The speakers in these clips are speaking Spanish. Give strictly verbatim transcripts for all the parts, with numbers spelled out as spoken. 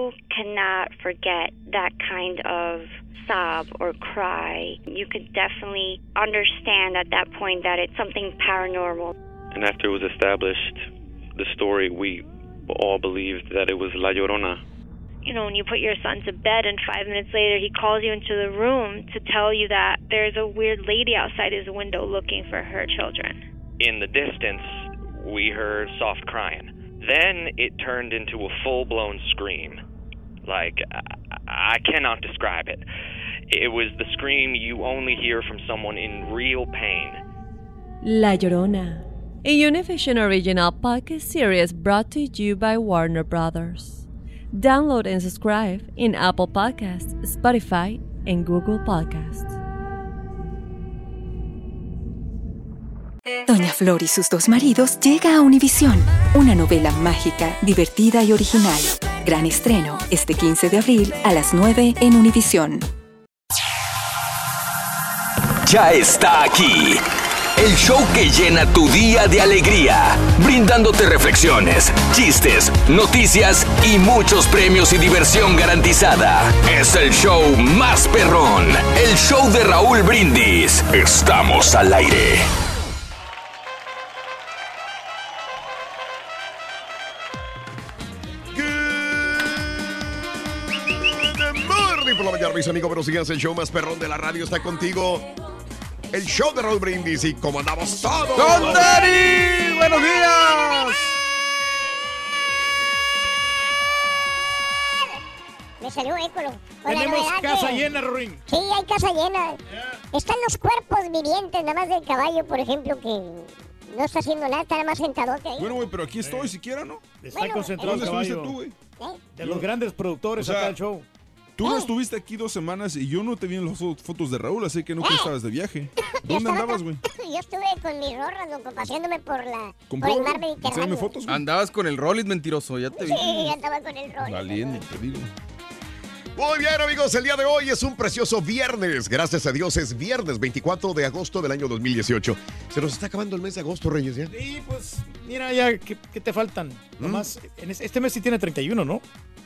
you cannot forget that kind of sob or cry. You could definitely understand at that point that it's something paranormal. And after it was established, the story, we all believed that it was La Llorona. You know, when you put your son to bed and five minutes later he calls you into the room to tell you that there's a weird lady outside his window looking for her children. In the distance, we heard soft crying. Then it turned into a full-blown scream. Like, I, I cannot describe it. It was the scream you only hear from someone in real pain. La Llorona, a Univision original podcast series brought to you by Warner Brothers. Download and subscribe in Apple Podcasts, Spotify, and Google Podcasts. Doña Flor y sus dos maridos llega a Univisión, una novela mágica, divertida y original. Gran estreno este quince de abril a las nueve en Univisión. Ya está aquí. El show que llena tu día de alegría, brindándote reflexiones, chistes, noticias y muchos premios y diversión garantizada. Es el show más perrón, el show de Raúl Brindis. Estamos al aire. Good morning por la mañana, mis amigos. Buenos días, el show más perrón de la radio está contigo. El show de Raúl Brindis. ¿Y cómo andamos todos? ¡Con Dani! ¡Buenos días! Me salió eco. Tenemos casa llena, Ruin. Sí, hay casa llena. Yeah. Están los cuerpos vivientes, nada más del caballo, por ejemplo, que no está haciendo nada, está nada más sentadote ahí. Bueno, güey, pero aquí estoy eh. siquiera, ¿no? Está bueno, concentrado el caballo. ¿Dónde estuviste tú, güey? ¿Eh? De los grandes productores, o sea, acá del show. Tú no estuviste aquí dos semanas y yo no te vi en las fotos de Raúl, así que no que estabas de viaje. ¿Dónde andabas, güey? Yo estuve con mis rorras, loco, paseándome por la por el mar Mediterráneo. Fotos, güey. Andabas con el Rollis, mentiroso, ya te vi. Sí, andaba con el Rollis. Valiente, te digo. Muy bien, amigos, el día de hoy es un precioso viernes. Gracias a Dios es viernes veinticuatro de agosto del año dos mil dieciocho. Se nos está acabando el mes de agosto, Reyes, ¿ya? Sí, pues, mira ya, ¿qué, qué te faltan? ¿Mm? Nomás, en este mes sí tiene treinta y uno, ¿no?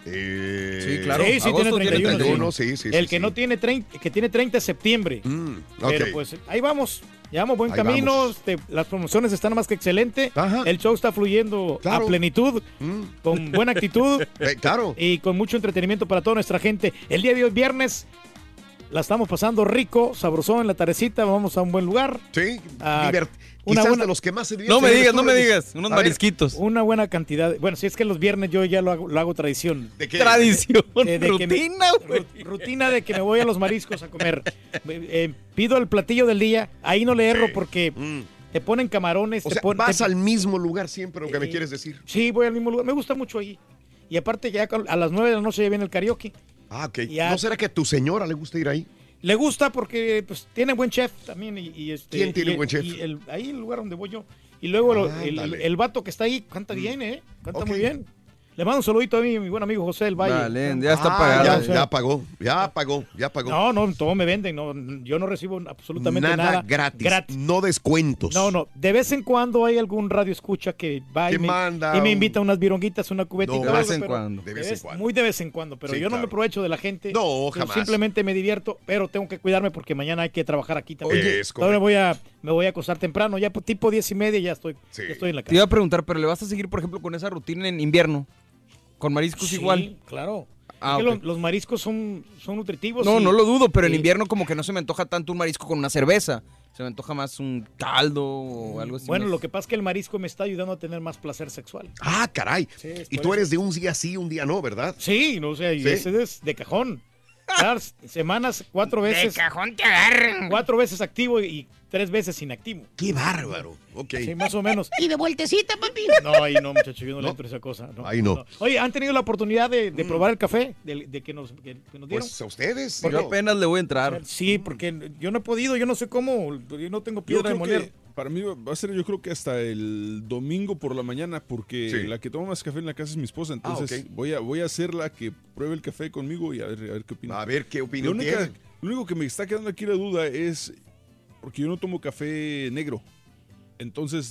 Eh... Sí, claro. Sí, sí tiene treinta y uno. treinta y uno sí, sí, el sí, que sí. no tiene treinta, que tiene treinta es septiembre. Mm, okay. Pero pues ahí vamos. Llevamos buen ahí camino, vamos. Este, las promociones están más que excelente. Ajá. El show está fluyendo claro. a plenitud, mm. con buena actitud eh, claro. y con mucho entretenimiento para toda nuestra gente. El día de hoy, viernes, la estamos pasando rico, sabrosón en la tardecita, vamos a un buen lugar. Sí, a, divert- una quizás buena... de los que más se divierten. No me digas, no me digas, unos a marisquitos. Ver. Una buena cantidad. Bueno, si es que los viernes yo ya lo hago, lo hago tradición. ¿De qué? Tradición, de, de rutina, me, rutina de que me voy a los mariscos a comer. eh, pido el platillo del día, ahí no le erro sí. porque... Mm. Te ponen camarones. O te sea, pon, vas te... al mismo lugar siempre, lo que eh, me quieres decir. Sí, voy al mismo lugar. Me gusta mucho ahí. Y aparte ya a las nueve de la noche ya viene el karaoke. Ah, ok. Ya... ¿No será que a tu señora le gusta ir ahí? Le gusta porque pues tiene buen chef también. Y, y este, ¿Quién tiene y, buen chef? Y el, ahí el lugar donde voy yo. Y luego ah, el, el, el vato que está ahí canta bien, ¿eh? Canta okay. muy bien. Le mando un saludito a mí, mi buen amigo José del Valle. Vale, ya está ah, pagado. Ya, o sea, ya pagó, ya pagó, ya pagó. No, no, todo me venden. No, yo no recibo absolutamente nada. Nada gratis, gratis. No descuentos. No, no. De vez en cuando hay algún radio escucha que va que y, me, manda y me invita unas vironguitas, una cubeta. No, y de vez en pero, cuando. De vez en cuando. Muy de vez en cuando, pero sí, yo claro. no me aprovecho de la gente. No, jamás. Simplemente me divierto, pero tengo que cuidarme porque mañana hay que trabajar aquí también. Oye, es Todavía voy a, me voy a acostar temprano, ya tipo diez y media ya estoy, sí. ya estoy en la casa. Te iba a preguntar, pero ¿le vas a seguir, por ejemplo, con esa rutina en invierno? ¿Con mariscos sí, igual? Claro. Ah, okay. los, los mariscos son, son nutritivos. No, y, no lo dudo, pero y... en invierno como que no se me antoja tanto un marisco con una cerveza. Se me antoja más un caldo o algo así. Bueno, más. lo que pasa es que el marisco me está ayudando a tener más placer sexual. Ah, caray. Sí, y tú eso. eres de un día sí, un día no, ¿verdad? Sí, no sé, ¿sí? Ese es de cajón. Dar semanas, cuatro veces. De cajón te agarran. Cuatro veces activo y tres veces inactivo. ¡Qué bárbaro! Ok. Sí, más o menos. ¿Y de vueltecita, papi? No, ahí no, muchacho, yo no, no. le entro a esa cosa. No, ahí no. no. Oye, ¿han tenido la oportunidad de, de mm. probar el café de, de que, nos, que, que nos dieron? Pues a ustedes. Porque yo apenas le voy a entrar. Sí, porque yo no he podido, yo no sé cómo, yo no tengo piedra de moler. Para mí va a ser, yo creo que hasta el domingo por la mañana, porque sí. la que toma más café en la casa es mi esposa, entonces ah, okay. voy a voy a hacerla que pruebe el café conmigo y a ver, a ver qué opina. A ver qué opinión tiene. Lo, lo único que me está quedando aquí la duda es, porque yo no tomo café negro, entonces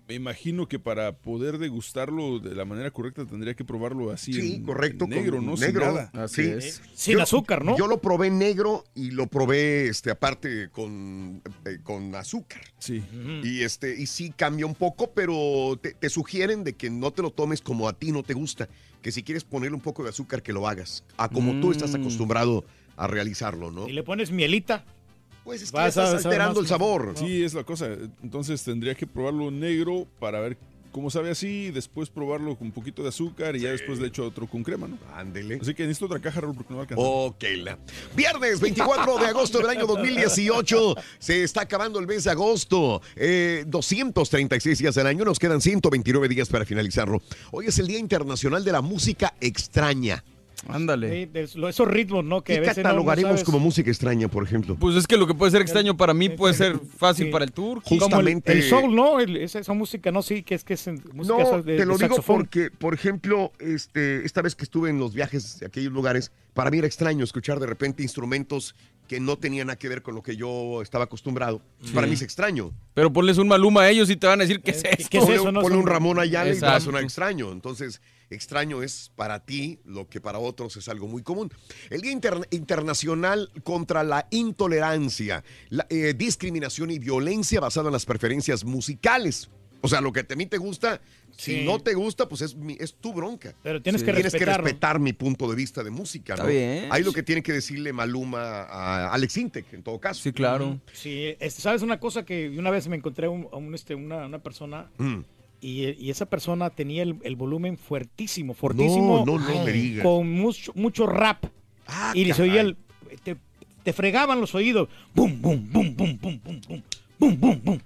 Me imagino que para poder degustarlo de la manera correcta tendría que probarlo así sí, en, correcto, en negro, con ¿no? Negro. Sin nada. Así sí. es. Sin yo, azúcar, ¿no? Yo lo probé negro y lo probé este aparte con, eh, con azúcar. Sí. Mm. Y este y sí cambia un poco, pero te, te sugieren de que no te lo tomes como a ti no te gusta, que si quieres ponerle un poco de azúcar que lo hagas, a como mm. tú estás acostumbrado a realizarlo, ¿no? Y le pones mielita. Pues es que estás alterando el sabor. Sí, es la cosa. Entonces tendría que probarlo negro para ver cómo sabe así, después probarlo con un poquito de azúcar y sí. ya después le echo otro con crema, ¿no? Ándele. Así que necesito otra caja, Raúl, porque no va a alcanzar. Ok, la. Viernes veinticuatro de agosto del año dos mil dieciocho. Se está acabando el mes de agosto. Eh, doscientos treinta y seis días del año. Nos quedan ciento veintinueve días para finalizarlo. Hoy es el Día Internacional de la Música Extraña. Ándale. Sí, de esos ritmos, ¿no? Que ¿Qué a veces catalogaremos no, no como música extraña, por ejemplo? Pues es que lo que puede ser extraño para mí puede ser fácil sí. para el tour. Justamente. El, el soul, ¿no? El, esa, esa música, no, sí, que es que es música no, de, te lo de digo saxofón. porque, por ejemplo, este, esta vez que estuve en los viajes de aquellos lugares, para mí era extraño escuchar de repente instrumentos que no tenían nada que ver con lo que yo estaba acostumbrado. Sí. Para mí es extraño. Pero ponles un Maluma a ellos y te van a decir, ¿qué es esto? ¿Qué es eso? No ponle un Ramón Ayala y te va a sonar extraño. Entonces, extraño es para ti lo que para otros es algo muy común. El Día Inter- Internacional contra la Intolerancia, la eh, discriminación y violencia basada en las preferencias musicales. O sea, lo que a mí te gusta, sí. si no te gusta, pues es, mi, es tu bronca. Pero tienes, sí. que, tienes que respetar mi punto de vista de música, ¿no? Está bien. Ahí lo que tiene que decirle Maluma a Alex Intec, en todo caso. Sí, claro. Sí, este, ¿sabes una cosa? Que una vez me encontré a un, un, este, una, una persona mm. y, y esa persona tenía el, el volumen fuertísimo, fuertísimo. No, no, no me digas. Con mucho, mucho rap. Ah, y se oía el... Te, te fregaban los oídos. Bum, bum, bum, bum, bum, bum, bum, bum, bum, bum.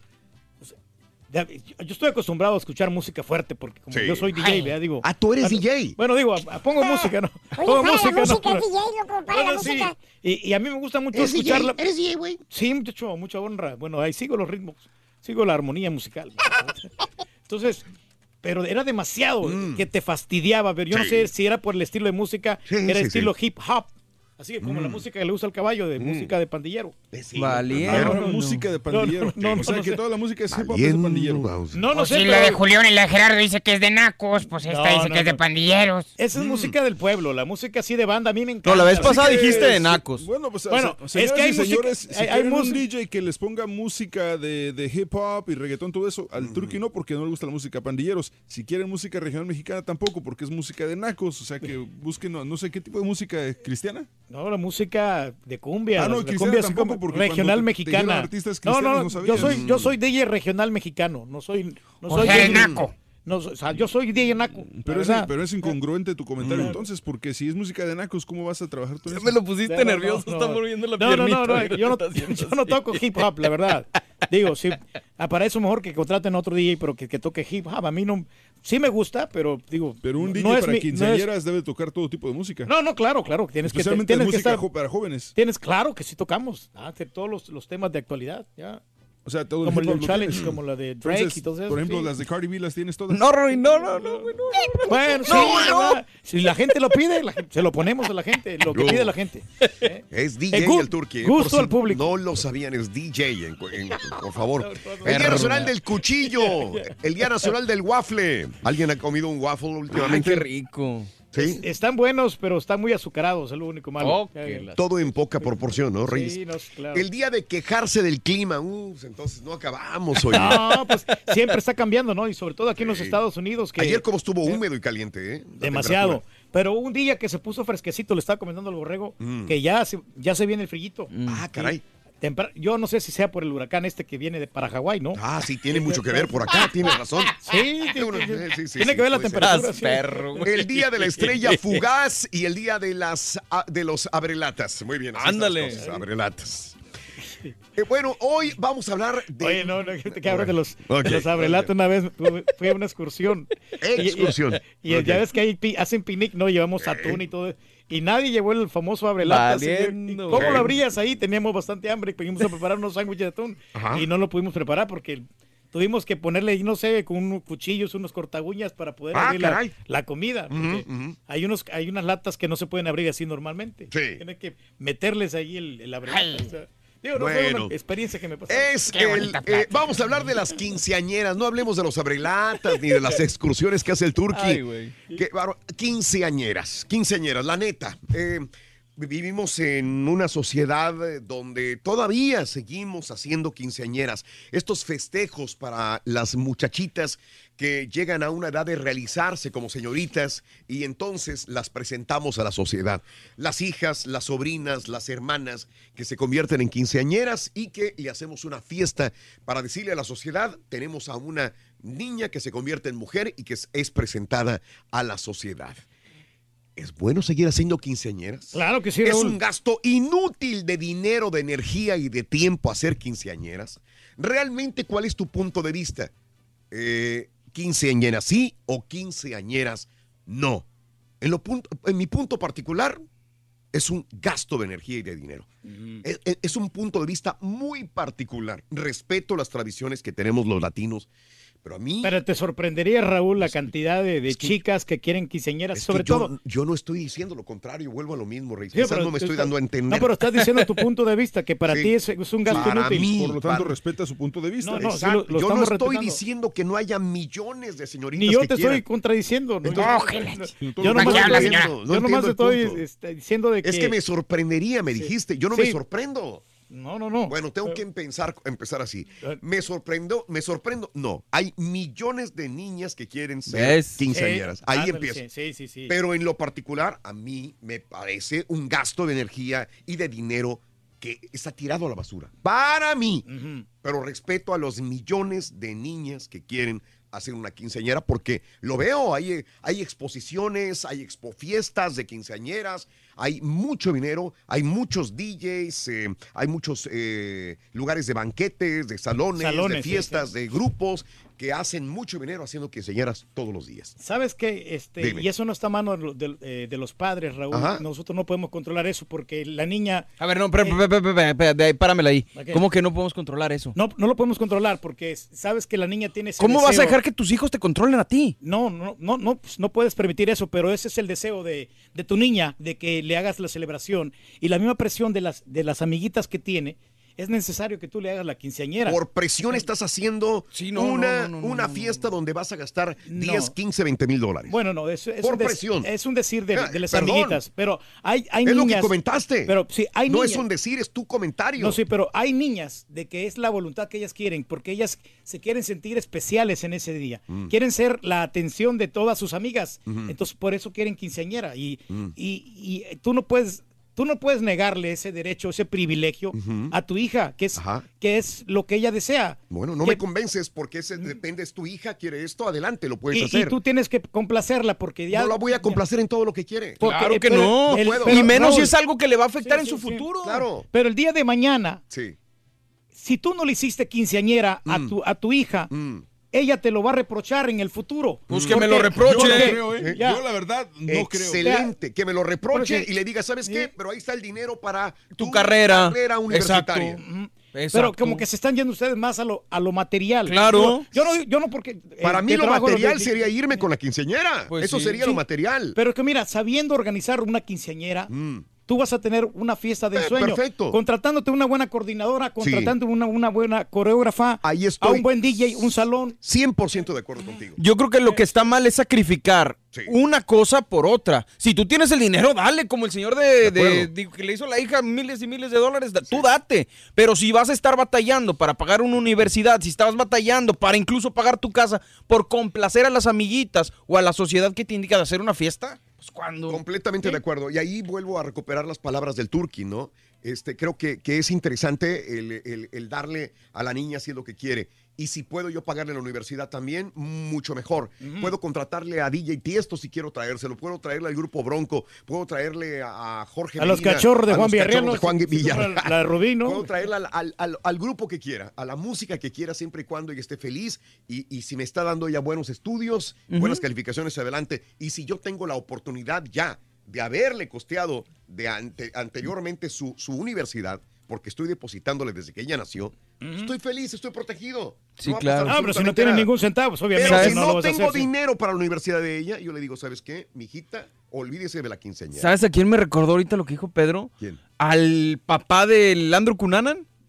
Yo estoy acostumbrado a escuchar música fuerte porque como sí. yo soy D J, ¿verdad? Digo, ah, tú eres bueno, D J. Bueno, digo, pongo música, ¿no? Oye, pongo para música, la música ¿no? es D J, loco, para bueno, la música. Sí. Y, y a mí me gusta mucho ¿Eres escucharla. D J? ¿Eres D J, güey? Sí, mucho, mucha honra. Bueno, ahí sigo los ritmos, sigo la armonía musical. Entonces, pero era demasiado mm. que te fastidiaba. Pero yo sí. no sé si era por el estilo de música, sí, era sí, estilo sí. hip hop. Así como mm. la música que le usa al caballo, de mm. música de pandillero. Sí, Valiendo. No, no, no, música de pandillero. No, no, no, o sea, no, que no toda la música es hip hop de pandillero. No, no pues sé. Si pero... la de Julián y la de Gerardo dice que es de nacos, pues esta dice que es de pandilleros. Esa es mm. música del pueblo, la música así de banda, a mí me encanta. No, la vez pasada dijiste de nacos. Bueno, pues bueno, o sea, es que hay señores, música, si hay, hay un música. D J que les ponga música de, de hip hop y reggaetón, todo eso, al mm. turqui no, porque no le gusta la música pandilleros. Si quieren música regional mexicana, tampoco, porque es música de nacos. O sea, que busquen, no, no sé, ¿qué tipo de música cristiana? No, la música de cumbia, ah, no, de cumbia tampoco, porque regional te, mexicana. Te no, no, no yo soy yo soy D J regional mexicano, no soy no o soy sea, naco. No, o sea, yo soy D J naco. Pero es, pero es incongruente tu comentario, mm. entonces, porque si es música de nacos, ¿cómo vas a trabajar tú? Ya me lo pusiste pero nervioso, no, no. Está moviendo la no, piernita. No, no, no, yo no, yo no toco hip hop, la verdad. Digo, sí, para eso mejor que contraten a otro D J, pero que, que toque hip hop. A mí no, sí me gusta, pero digo... Pero un no D J es para mi, quinceañeras no es... debe tocar todo tipo de música. No, no, claro, claro. Tienes que, Especialmente tienes música que estar, para jóvenes. Tienes, claro que sí tocamos. Ah, todos los, los temas de actualidad, ya. O sea, todo como el el challenge, como la de Drake Entonces, y todo eso. Por ejemplo, sí. las de Cardi B las tienes todas. No, Rory, no, no, no, no. Bueno, sí, no, no. Si la gente lo pide, la gente, se lo ponemos a la gente, lo que no. pide la gente. ¿Eh? Es D J el, el turqui. Eh, gusto si al público. No lo sabían, es D J, en, en, por favor. El Día Nacional del Cuchillo, el Día Nacional del Waffle. ¿Alguien ha comido un waffle últimamente? Ay, qué rico. ¿Sí? Están buenos, pero están muy azucarados, es lo único malo. Okay. Todo en poca proporción, ¿no, Reyes? Sí, no, claro. El día de quejarse del clima, uh, entonces no acabamos hoy. No, pues siempre está cambiando, ¿no? Y sobre todo aquí en los Estados Unidos. Que, ayer como estuvo húmedo y caliente, ¿eh? Demasiado. Pero un día que se puso fresquecito, le estaba comentando al borrego, mm. que ya se, ya se viene el frillito. Mm. Ah, caray. Yo no sé si sea por el huracán este que viene de para Hawái, ¿no? Ah, sí, tiene mucho que ver por acá, tienes razón. Sí, tiene, sí, sí, tiene sí, que ver la temperatura. Sí. Perro, el día de la estrella fugaz y el día de las de los abrelatas. Muy bien. Ándale. Abrelatas. Eh, bueno, hoy vamos a hablar de... Oye, no, no que hablas de los, okay, de los abrelatas. Okay. Una vez fui a una excursión. Excursión. Y, y, y okay. ya ves que ahí hacen picnic, ¿no? Llevamos atún y todo. Y nadie llevó el famoso abrelatas. Valiendo, ¿Cómo lo abrías ahí? Teníamos bastante hambre. Pedimos a preparar unos sándwiches de atún. Ajá. Y no lo pudimos preparar porque tuvimos que ponerle, no sé, con unos cuchillos, unos cortaguñas para poder ah, abrir la, la comida. Uh-huh, uh-huh. Hay, unos, hay unas latas que no se pueden abrir así normalmente. Sí. Tienes que meterles ahí el, el abrelatas. Digo, no bueno, fue una experiencia que me pasó. Es el, eh, vamos a hablar de las quinceañeras. No hablemos de los abrelatas ni de las excursiones que hace el Turqui. Ay, güey. Que, bárbaro, quinceañeras, quinceañeras, la neta. Eh, vivimos en una sociedad donde todavía seguimos haciendo quinceañeras. Estos festejos para las muchachitas que llegan a una edad de realizarse como señoritas y entonces las presentamos a la sociedad. Las hijas, las sobrinas, las hermanas que se convierten en quinceañeras y que le hacemos una fiesta para decirle a la sociedad, tenemos a una niña que se convierte en mujer y que es, es presentada a la sociedad. ¿Es bueno seguir haciendo quinceañeras? Claro que sí, Es Raúl. un gasto inútil de dinero, de energía y de tiempo hacer quinceañeras. ¿Realmente cuál es tu punto de vista? Eh, ¿Quinceañeras sí o quinceañeras no? En, lo punto, en mi punto particular, es un gasto de energía y de dinero. Uh-huh. es, es un punto de vista muy particular. Respeto las tradiciones que tenemos los latinos, pero a mí... Pero te sorprendería, Raúl, la cantidad de, de es que, chicas que quieren quinceañeras, sobre yo, todo... Yo no estoy diciendo lo contrario, vuelvo a lo mismo, Rey. Sí, Quizás no me estoy está, dando a entender. No, pero estás diciendo tu punto de vista, que para sí. ti es, es un gasto para inútil. Mí, Por lo tanto, para... respeta su punto de vista. No, no, sí, lo, lo yo no estoy respetando. diciendo que no haya millones de señoritas Ni yo que te quieran. estoy contradiciendo. ¿no? Entonces, yo, no, yo nomás habla, estoy, no yo nomás estoy este, diciendo de que... Es que me sorprendería, me sí. dijiste. Yo no sí. me sorprendo. No, no, no. Bueno, tengo que empezar, empezar así. ¿Me sorprendo? ¿Me sorprendo? No. Hay millones de niñas que quieren ser ¿Ves? quinceañeras. Sí, Ahí ándale, empiezo. Sí, sí, sí. Pero en lo particular, a mí me parece un gasto de energía y de dinero que está tirado a la basura. Para mí. Uh-huh. Pero respeto a los millones de niñas que quieren hacer una quinceañera porque lo veo, hay, hay exposiciones, hay expo fiestas de quinceañeras, hay mucho dinero, hay muchos D Js, eh, hay muchos eh, lugares de banquetes, de salones, salones de fiestas, sí, sí. de grupos que hacen mucho dinero haciendo quinceañeras todos los días. ¿Sabes qué? Este, y eso no está a mano de, de, eh, de los padres, Raúl. Ajá. Nosotros no podemos controlar eso porque la niña... A ver, no, pero, eh, pero, pero, pero, pero páramela ahí. Okay. ¿Cómo que no podemos controlar eso? No, no lo podemos controlar porque sabes que la niña tiene ese ¿Cómo deseo. vas a dejar que tus hijos te controlen a ti? No, no, no, no, pues no puedes permitir eso, pero ese es el deseo de, de tu niña, de que le hagas la celebración. Y la misma presión de las, de las amiguitas que tiene, es necesario que tú le hagas la quinceañera. Por presión estás haciendo sí, no, una, no, no, no, una fiesta donde vas a gastar diez, quince, veinte mil dólares. Bueno, no, es, es Por un des, presión. Es un decir de, de las Perdón. amiguitas, pero hay, hay es niñas... Es lo que comentaste. Pero, sí, hay no niñas, es un decir, es tu comentario. No, sí, pero hay niñas de que es la voluntad que ellas quieren, porque ellas se quieren sentir especiales en ese día. Mm. Quieren ser la atención de todas sus amigas. Mm-hmm. Entonces, por eso quieren quinceañera. Y, mm. y, y tú no puedes... Tú no puedes negarle ese derecho, ese privilegio uh-huh. a tu hija, que es, que es lo que ella desea. Bueno, no que, me convences porque ese, depende, es tu hija, quiere esto, adelante, lo puedes y, hacer. Y tú tienes que complacerla porque ya... No la voy a complacer ya. en todo lo que quiere. Porque, claro que pero, no, el, no puedo. Y no, menos no, si es algo que le va a afectar sí, en su sí, futuro. Sí, claro. Pero el día de mañana, sí. si tú no le hiciste quinceañera mm. a, tu, a tu hija... Mm. ella te lo va a reprochar en el futuro. Pues que me lo reproche. Yo, no creo, ¿eh? Yo la verdad no Excelente, creo. Excelente, que me lo reproche Porque, y le diga, ¿sabes qué? Pero ahí está el dinero para tu, tu carrera. carrera universitaria. Exacto. Exacto. Pero como que se están yendo ustedes más a lo, a lo material. Claro. Yo, yo no, yo no porque... Para eh, mí lo material de, sería irme con la quinceañera. Pues Eso sí. sería sí. lo material. Pero es que mira, sabiendo organizar una quinceañera... Mm. Tú vas a tener una fiesta de ensueño. Eh, perfecto. Contratándote una buena coordinadora, contratando sí. una, una buena coreógrafa, Ahí estoy. a un buen D J, un salón. cien por ciento de acuerdo contigo. Yo creo que lo que está mal es sacrificar sí. una cosa por otra. Si tú tienes el dinero, dale, como el señor de, de, de que le hizo a la hija miles y miles de dólares, sí. tú date. Pero si vas a estar batallando para pagar una universidad, si estabas batallando para incluso pagar tu casa por complacer a las amiguitas o a la sociedad que te indica de hacer una fiesta... Cuando... Completamente ¿Sí? de acuerdo. Y ahí vuelvo a recuperar las palabras del Turqui, ¿no? Este, creo que, que es interesante el, el, el darle a la niña si es lo que quiere. Y si puedo yo pagarle la universidad también, mucho mejor. Uh-huh. Puedo contratarle a D J Tiesto si quiero traérselo. Puedo traerle al Grupo Bronco. Puedo traerle a Jorge A Medina, los cachorros de Juan Villarreal. De Juan Villarreal. La, la de Rubí, ¿no? Puedo traerle al, al, al, al grupo que quiera, a la música que quiera, siempre y cuando ella esté feliz. Y, y si me está dando ella buenos estudios, uh-huh. buenas calificaciones adelante. Y si yo tengo la oportunidad ya de haberle costeado de ante, anteriormente su, su universidad, porque estoy depositándole desde que ella nació, uh-huh. estoy feliz, estoy protegido. Sí, no claro. Ah, pero si no tiene nada. Ningún centavo, obviamente. Pero si no, no, lo vas tengo a hacer, dinero sí. para la universidad de ella, yo le digo, ¿sabes qué? Mijita, olvídese de la quinceañera. ¿Sabes a quién me recordó ahorita lo que dijo Pedro? ¿Quién? Al papá del Andrew Cunanan.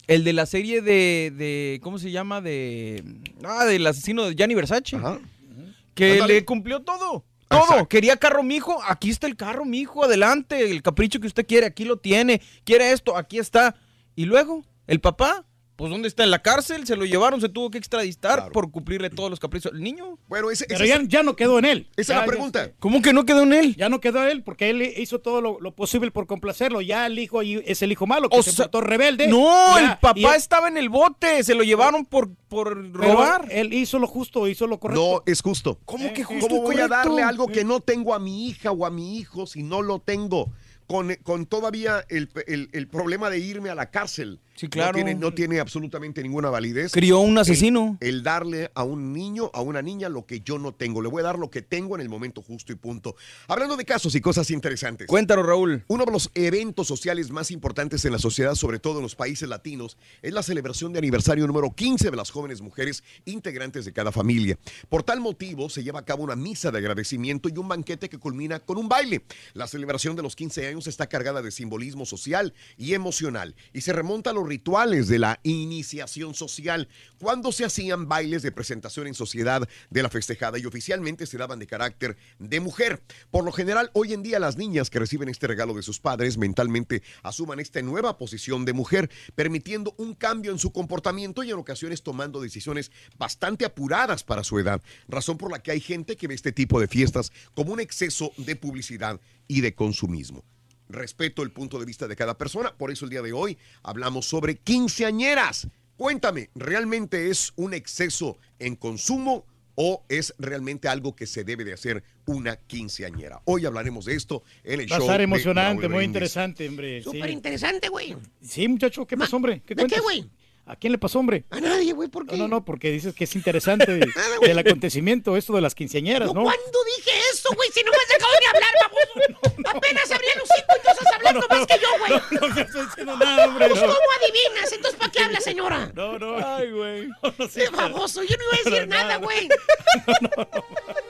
El de la serie de, de ¿cómo se llama? De ah, del asesino de Gianni Versace. Ajá. Que Ándale. le cumplió todo. Todo. Exacto. Quería carro, mijo. Aquí está el carro, mijo. Adelante. El capricho que usted quiere, aquí lo tiene. Quiere esto, aquí está. Y luego, el papá, pues ¿dónde está? En la cárcel. Se lo llevaron, se tuvo que extraditar claro. por cumplirle todos los caprichos al niño. Bueno, ese, Pero ese ya, es... ya no quedó en él. Esa ya, es la pregunta. Ya, ¿Cómo que no quedó en él? Ya no quedó en él, porque él hizo todo lo, lo posible por complacerlo. Ya el hijo es el hijo malo, que o se sea, portó rebelde. No, ya, el papá él, estaba en el bote. Se lo llevaron por, por robar. Él hizo lo justo, hizo lo correcto. No, es justo. ¿Cómo que justo? ¿Cómo voy correcto? a darle algo que no tengo a mi hija o a mi hijo si no lo tengo? Con, con todavía el, el, el problema de irme a la cárcel. Sí, claro. No tiene, no tiene absolutamente ninguna validez. Crió un asesino. El, el darle a un niño, a una niña, lo que yo no tengo. Le voy a dar lo que tengo en el momento justo y punto. Hablando de casos y cosas interesantes. Cuéntanos, Raúl. Uno de los eventos sociales más importantes en la sociedad, sobre todo en los países latinos, es la celebración de aniversario número quince de las jóvenes mujeres integrantes de cada familia. Por tal motivo, se lleva a cabo una misa de agradecimiento y un banquete que culmina con un baile. La celebración de los quince años está cargada de simbolismo social y emocional y se remonta a los rituales de la iniciación social, cuando se hacían bailes de presentación en sociedad de la festejada y oficialmente se daban de carácter de mujer. Por lo general, hoy en día las niñas que reciben este regalo de sus padres mentalmente asuman esta nueva posición de mujer, permitiendo un cambio en su comportamiento y en ocasiones tomando decisiones bastante apuradas para su edad, razón por la que hay gente que ve este tipo de fiestas como un exceso de publicidad y de consumismo. Respeto el punto de vista de cada persona, por eso el día de hoy hablamos sobre quinceañeras. Cuéntame, ¿realmente es un exceso en consumo o es realmente algo que se debe de hacer una quinceañera? Hoy hablaremos de esto en el Va show. Va a estar emocionante, muy Brindis. interesante, hombre. Súper sí. interesante, güey. Sí, muchacho, ¿qué pasó, hombre? ¿Qué ¿De cuentas? qué, güey? ¿A quién le pasó, hombre? A nadie, güey, ¿por qué? No, no, no, porque dices que es interesante de, el acontecimiento, esto de las quinceañeras, ¿no? ¿Cuándo dije eso, güey? Si no me has dejado ni hablar, baboso. No, no, Apenas abrí el hocico y tú estás hablando no, no, más que yo, güey. No, no, no estoy diciendo nada, hombre. Pues, No. ¿cómo adivinas? Entonces, ¿para qué habla, señora? No, no. Ay, güey. No, no sé. Baboso, yo no iba a decir nada, güey. No, no, no.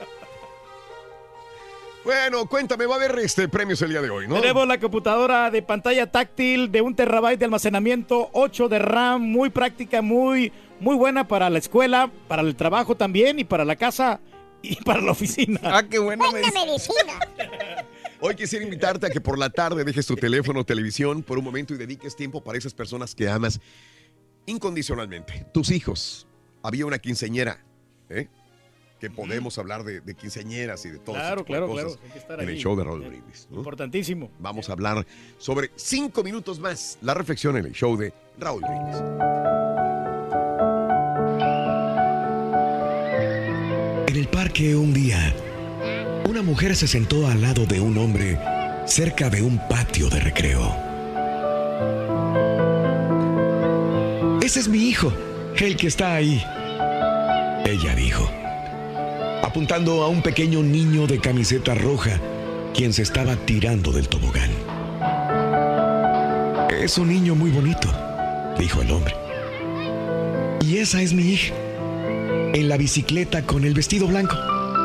Bueno, cuéntame, va a haber este premios el día de hoy, ¿no? Tenemos la computadora de pantalla táctil de un terabyte de almacenamiento, ocho de RAM, muy práctica, muy, muy buena para la escuela, para el trabajo también y para la casa y para la oficina. Ah, qué buena medicina. medicina. Hoy quisiera invitarte a que por la tarde dejes tu teléfono o televisión por un momento y dediques tiempo para esas personas que amas incondicionalmente. Tus hijos. Había una quinceañera, ¿eh? Que podemos hablar de, de quinceañeras y de todo claro, ese tipo claro, de cosas claro. Hay que estar en ahí. el show de Raúl Brindis, ¿no? Importantísimo. Vamos a hablar sobre cinco minutos más. La reflexión en el show de Raúl Brindis. En el parque un día, una mujer se sentó al lado de un hombre cerca de un patio de recreo. Ese es mi hijo, el que está ahí, ella dijo, apuntando a un pequeño niño de camiseta roja, quien se estaba tirando del tobogán. Es un niño muy bonito, dijo el hombre. Y esa es mi hija, en la bicicleta con el vestido blanco.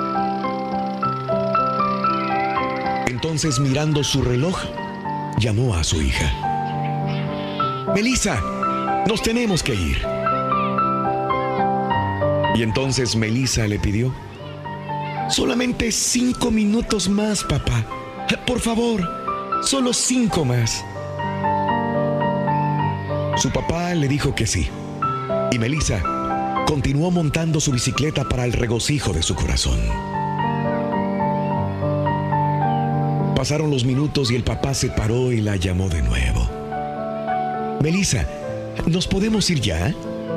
Entonces, mirando su reloj, llamó a su hija. Melissa, nos tenemos que ir. Y entonces Melissa le pidió, solamente cinco minutos más, papá. Por favor, solo cinco más. Su papá le dijo que sí. Y Melissa continuó montando su bicicleta para el regocijo de su corazón. Pasaron los minutos y el papá se paró y la llamó de nuevo. Melissa, ¿nos podemos ir ya?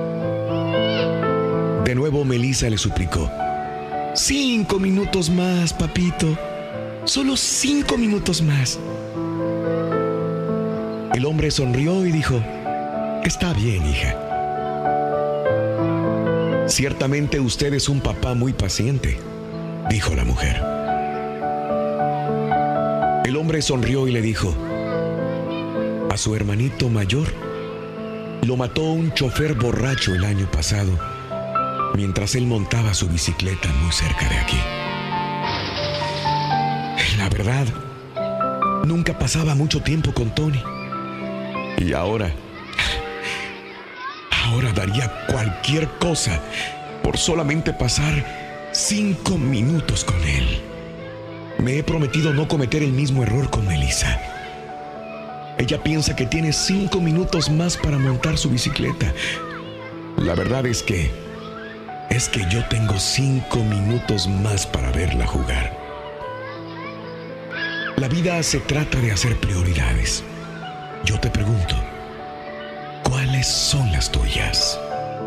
De nuevo Melissa le suplicó. Cinco minutos más, papito. Solo cinco minutos más. El hombre sonrió y dijo, está bien, hija. Ciertamente usted es un papá muy paciente, dijo la mujer. El hombre sonrió y le dijo, a su hermanito mayor lo mató un chofer borracho el año pasado, mientras él montaba su bicicleta muy cerca de aquí. La verdad, nunca pasaba mucho tiempo con Tony. Y ahora, Ahora daría cualquier cosa por solamente pasar cinco minutos con él. Me he prometido no cometer el mismo error con Melissa. Ella piensa que tiene cinco minutos más para montar su bicicleta. La verdad es que, es que yo tengo cinco minutos más para verla jugar. La vida se trata de hacer prioridades. Yo te pregunto, ¿cuáles son las tuyas?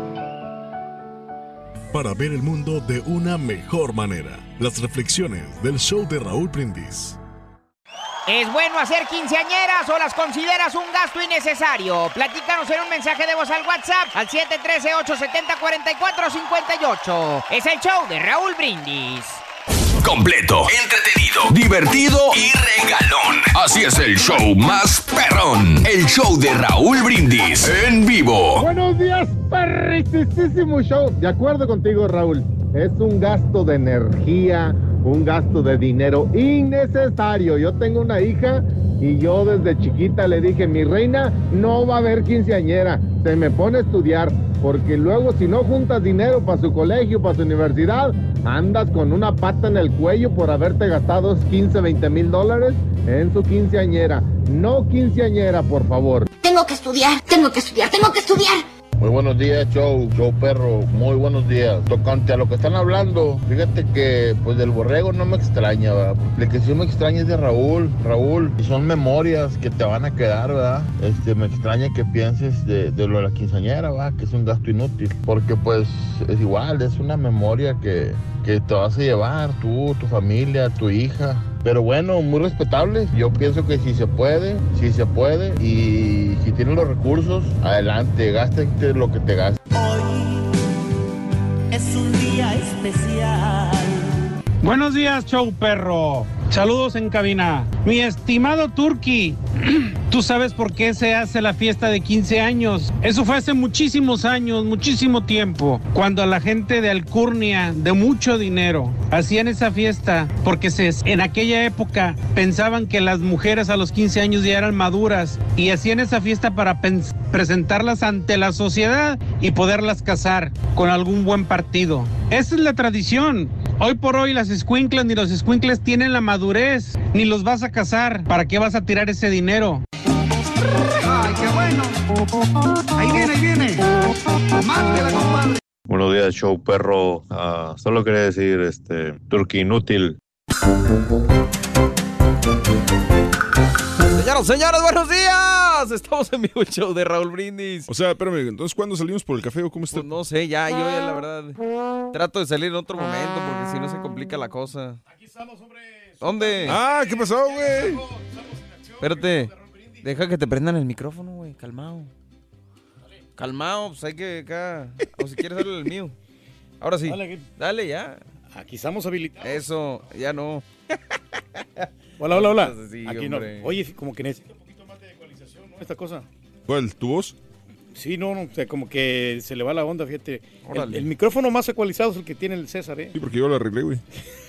Para ver el mundo de una mejor manera, las reflexiones del show de Raúl Brindis. ¿Es bueno hacer quinceañeras o las consideras un gasto innecesario? Platícanos en un mensaje de voz al WhatsApp al siete uno tres, ocho siete cero, cuatro cuatro cinco ocho. Es el show de Raúl Brindis. Completo, entretenido, divertido y regalón. Así es el show más perrón. El show de Raúl Brindis en vivo. Buenos días, perritísimo show. De acuerdo contigo, Raúl. Es un gasto de energía, un gasto de dinero innecesario. Yo tengo una hija y yo desde chiquita le dije, mi reina, no va a haber quinceañera. Se me pone a estudiar, porque luego si no juntas dinero para su colegio, para su universidad, andas con una pata en el cuello por haberte gastado quince, veinte mil dólares en su quinceañera. No quinceañera, por favor. Tengo que estudiar, tengo que estudiar, tengo que estudiar. Muy buenos días, show, show perro, muy buenos días. Tocante a lo que están hablando, fíjate que pues del borrego no me extraña, ¿verdad? Lo que sí me extraña es de Raúl, Raúl, y son memorias que te van a quedar, ¿verdad? Este, me extraña que pienses de, de lo de la quinceañera, ¿verdad? Que es un gasto inútil, porque pues es igual, es una memoria que, que te vas a llevar tú, tu familia, tu hija. Pero bueno, muy respetable. Yo pienso que si se puede, si se puede, y si tienen los recursos, adelante, gástete lo que te gastes. Hoy es un día especial. Buenos días, show perro. Saludos en cabina. Mi estimado Turki, ¿tú sabes por qué se hace la fiesta de quince años? Eso fue hace muchísimos años, muchísimo tiempo, cuando a la gente de alcurnia, de mucho dinero, hacían esa fiesta, porque se, en aquella época pensaban que las mujeres a los quince años ya eran maduras, y hacían esa fiesta para pens- presentarlas ante la sociedad y poderlas casar con algún buen partido. Esa es la tradición. Hoy por hoy las escuinclas ni los escuincles tienen la madurez, ni los vas a casar. ¿Para qué vas a tirar ese dinero? ¡Ay, qué bueno! Ahí viene, ahí viene. Mándela, compadre. Buenos días, show perro. Uh, solo quería decir, este, Turqui inútil. Señoras, señores, buenos días. Estamos en vivo, el show de Raúl Brindis. O sea, espérame, entonces, ¿cuándo salimos por el café o cómo está? Pues no sé, ya, yo ya la verdad trato de salir en otro momento porque si no se complica la cosa. Aquí estamos, hombre. ¿Dónde? Ah, ¿qué pasó, güey? Espérate, deja que te prendan el micrófono, güey, calmado. Calmado, pues hay que acá, o si quieres darle el mío. Ahora sí, dale, dale ya. Aquí estamos habilitados. Eso, ya no. Hola, hola, hola. Sí, aquí hombre. no. Oye, como que necesita un poquito más de ecualización, ¿no? Esta cosa. ¿Cuál? ¿Tu voz? Sí, no, no, o sea, como que se le va la onda, fíjate. El, Órale. el micrófono más ecualizado es el que tiene el César, ¿eh? Sí, porque yo lo arreglé, güey.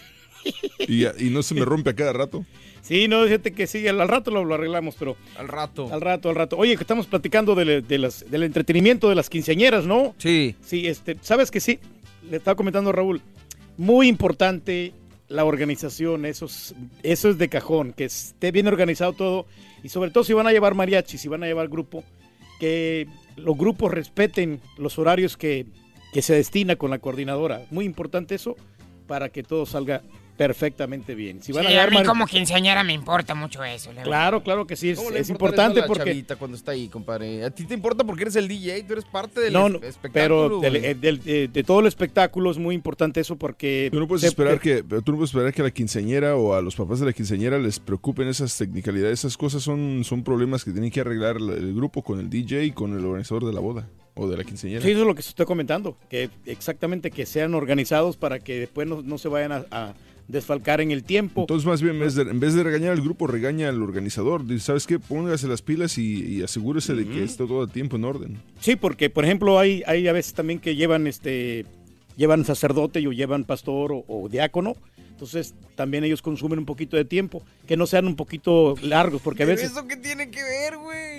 y, y no se me rompe a cada rato. Sí, no, fíjate que sí, al, al rato lo, lo arreglamos, pero... Al rato. Al rato, al rato. Oye, que estamos platicando de, de las, del entretenimiento de las quinceañeras, ¿no? Sí. Sí, este, ¿sabes que sí? Le estaba comentando a Raúl, muy importante la organización, eso es, eso es de cajón, que esté bien organizado todo, y sobre todo si van a llevar mariachi, si van a llevar grupo, que los grupos respeten los horarios que, que se destina con la coordinadora. Muy importante eso para que todo salga perfectamente bien. Si van sí, a, a mí mar... como quinceañera me importa mucho eso. Claro, claro que sí, es, ¿Cómo le es importa importante eso a la porque... chavita cuando está ahí, compadre? A ti te importa porque eres el D J, tú eres parte del no, no, espectáculo. Pero del, del, de, de todo el espectáculo es muy importante eso porque... Tú no puedes se, esperar que tú no puedes esperar que a la quinceañera o a los papás de la quinceañera les preocupen esas tecnicalidades. Esas cosas son, son problemas que tienen que arreglar el grupo con el D J y con el organizador de la boda o de la quinceañera. Sí, eso es lo que estoy comentando, que exactamente que sean organizados para que después no, no se vayan a... a desfalcar en el tiempo. Entonces, más bien, en vez de, en vez de regañar al grupo, regaña al organizador. Dice, ¿sabes qué? Póngase las pilas y, y asegúrese de que esté todo el tiempo en orden. Sí, porque, por ejemplo, hay, hay a veces también que llevan este llevan sacerdote o llevan pastor o, o diácono. Entonces, también ellos consumen un poquito de tiempo. Que no sean un poquito largos, porque a ¿Pero veces... eso qué tiene que ver, güey?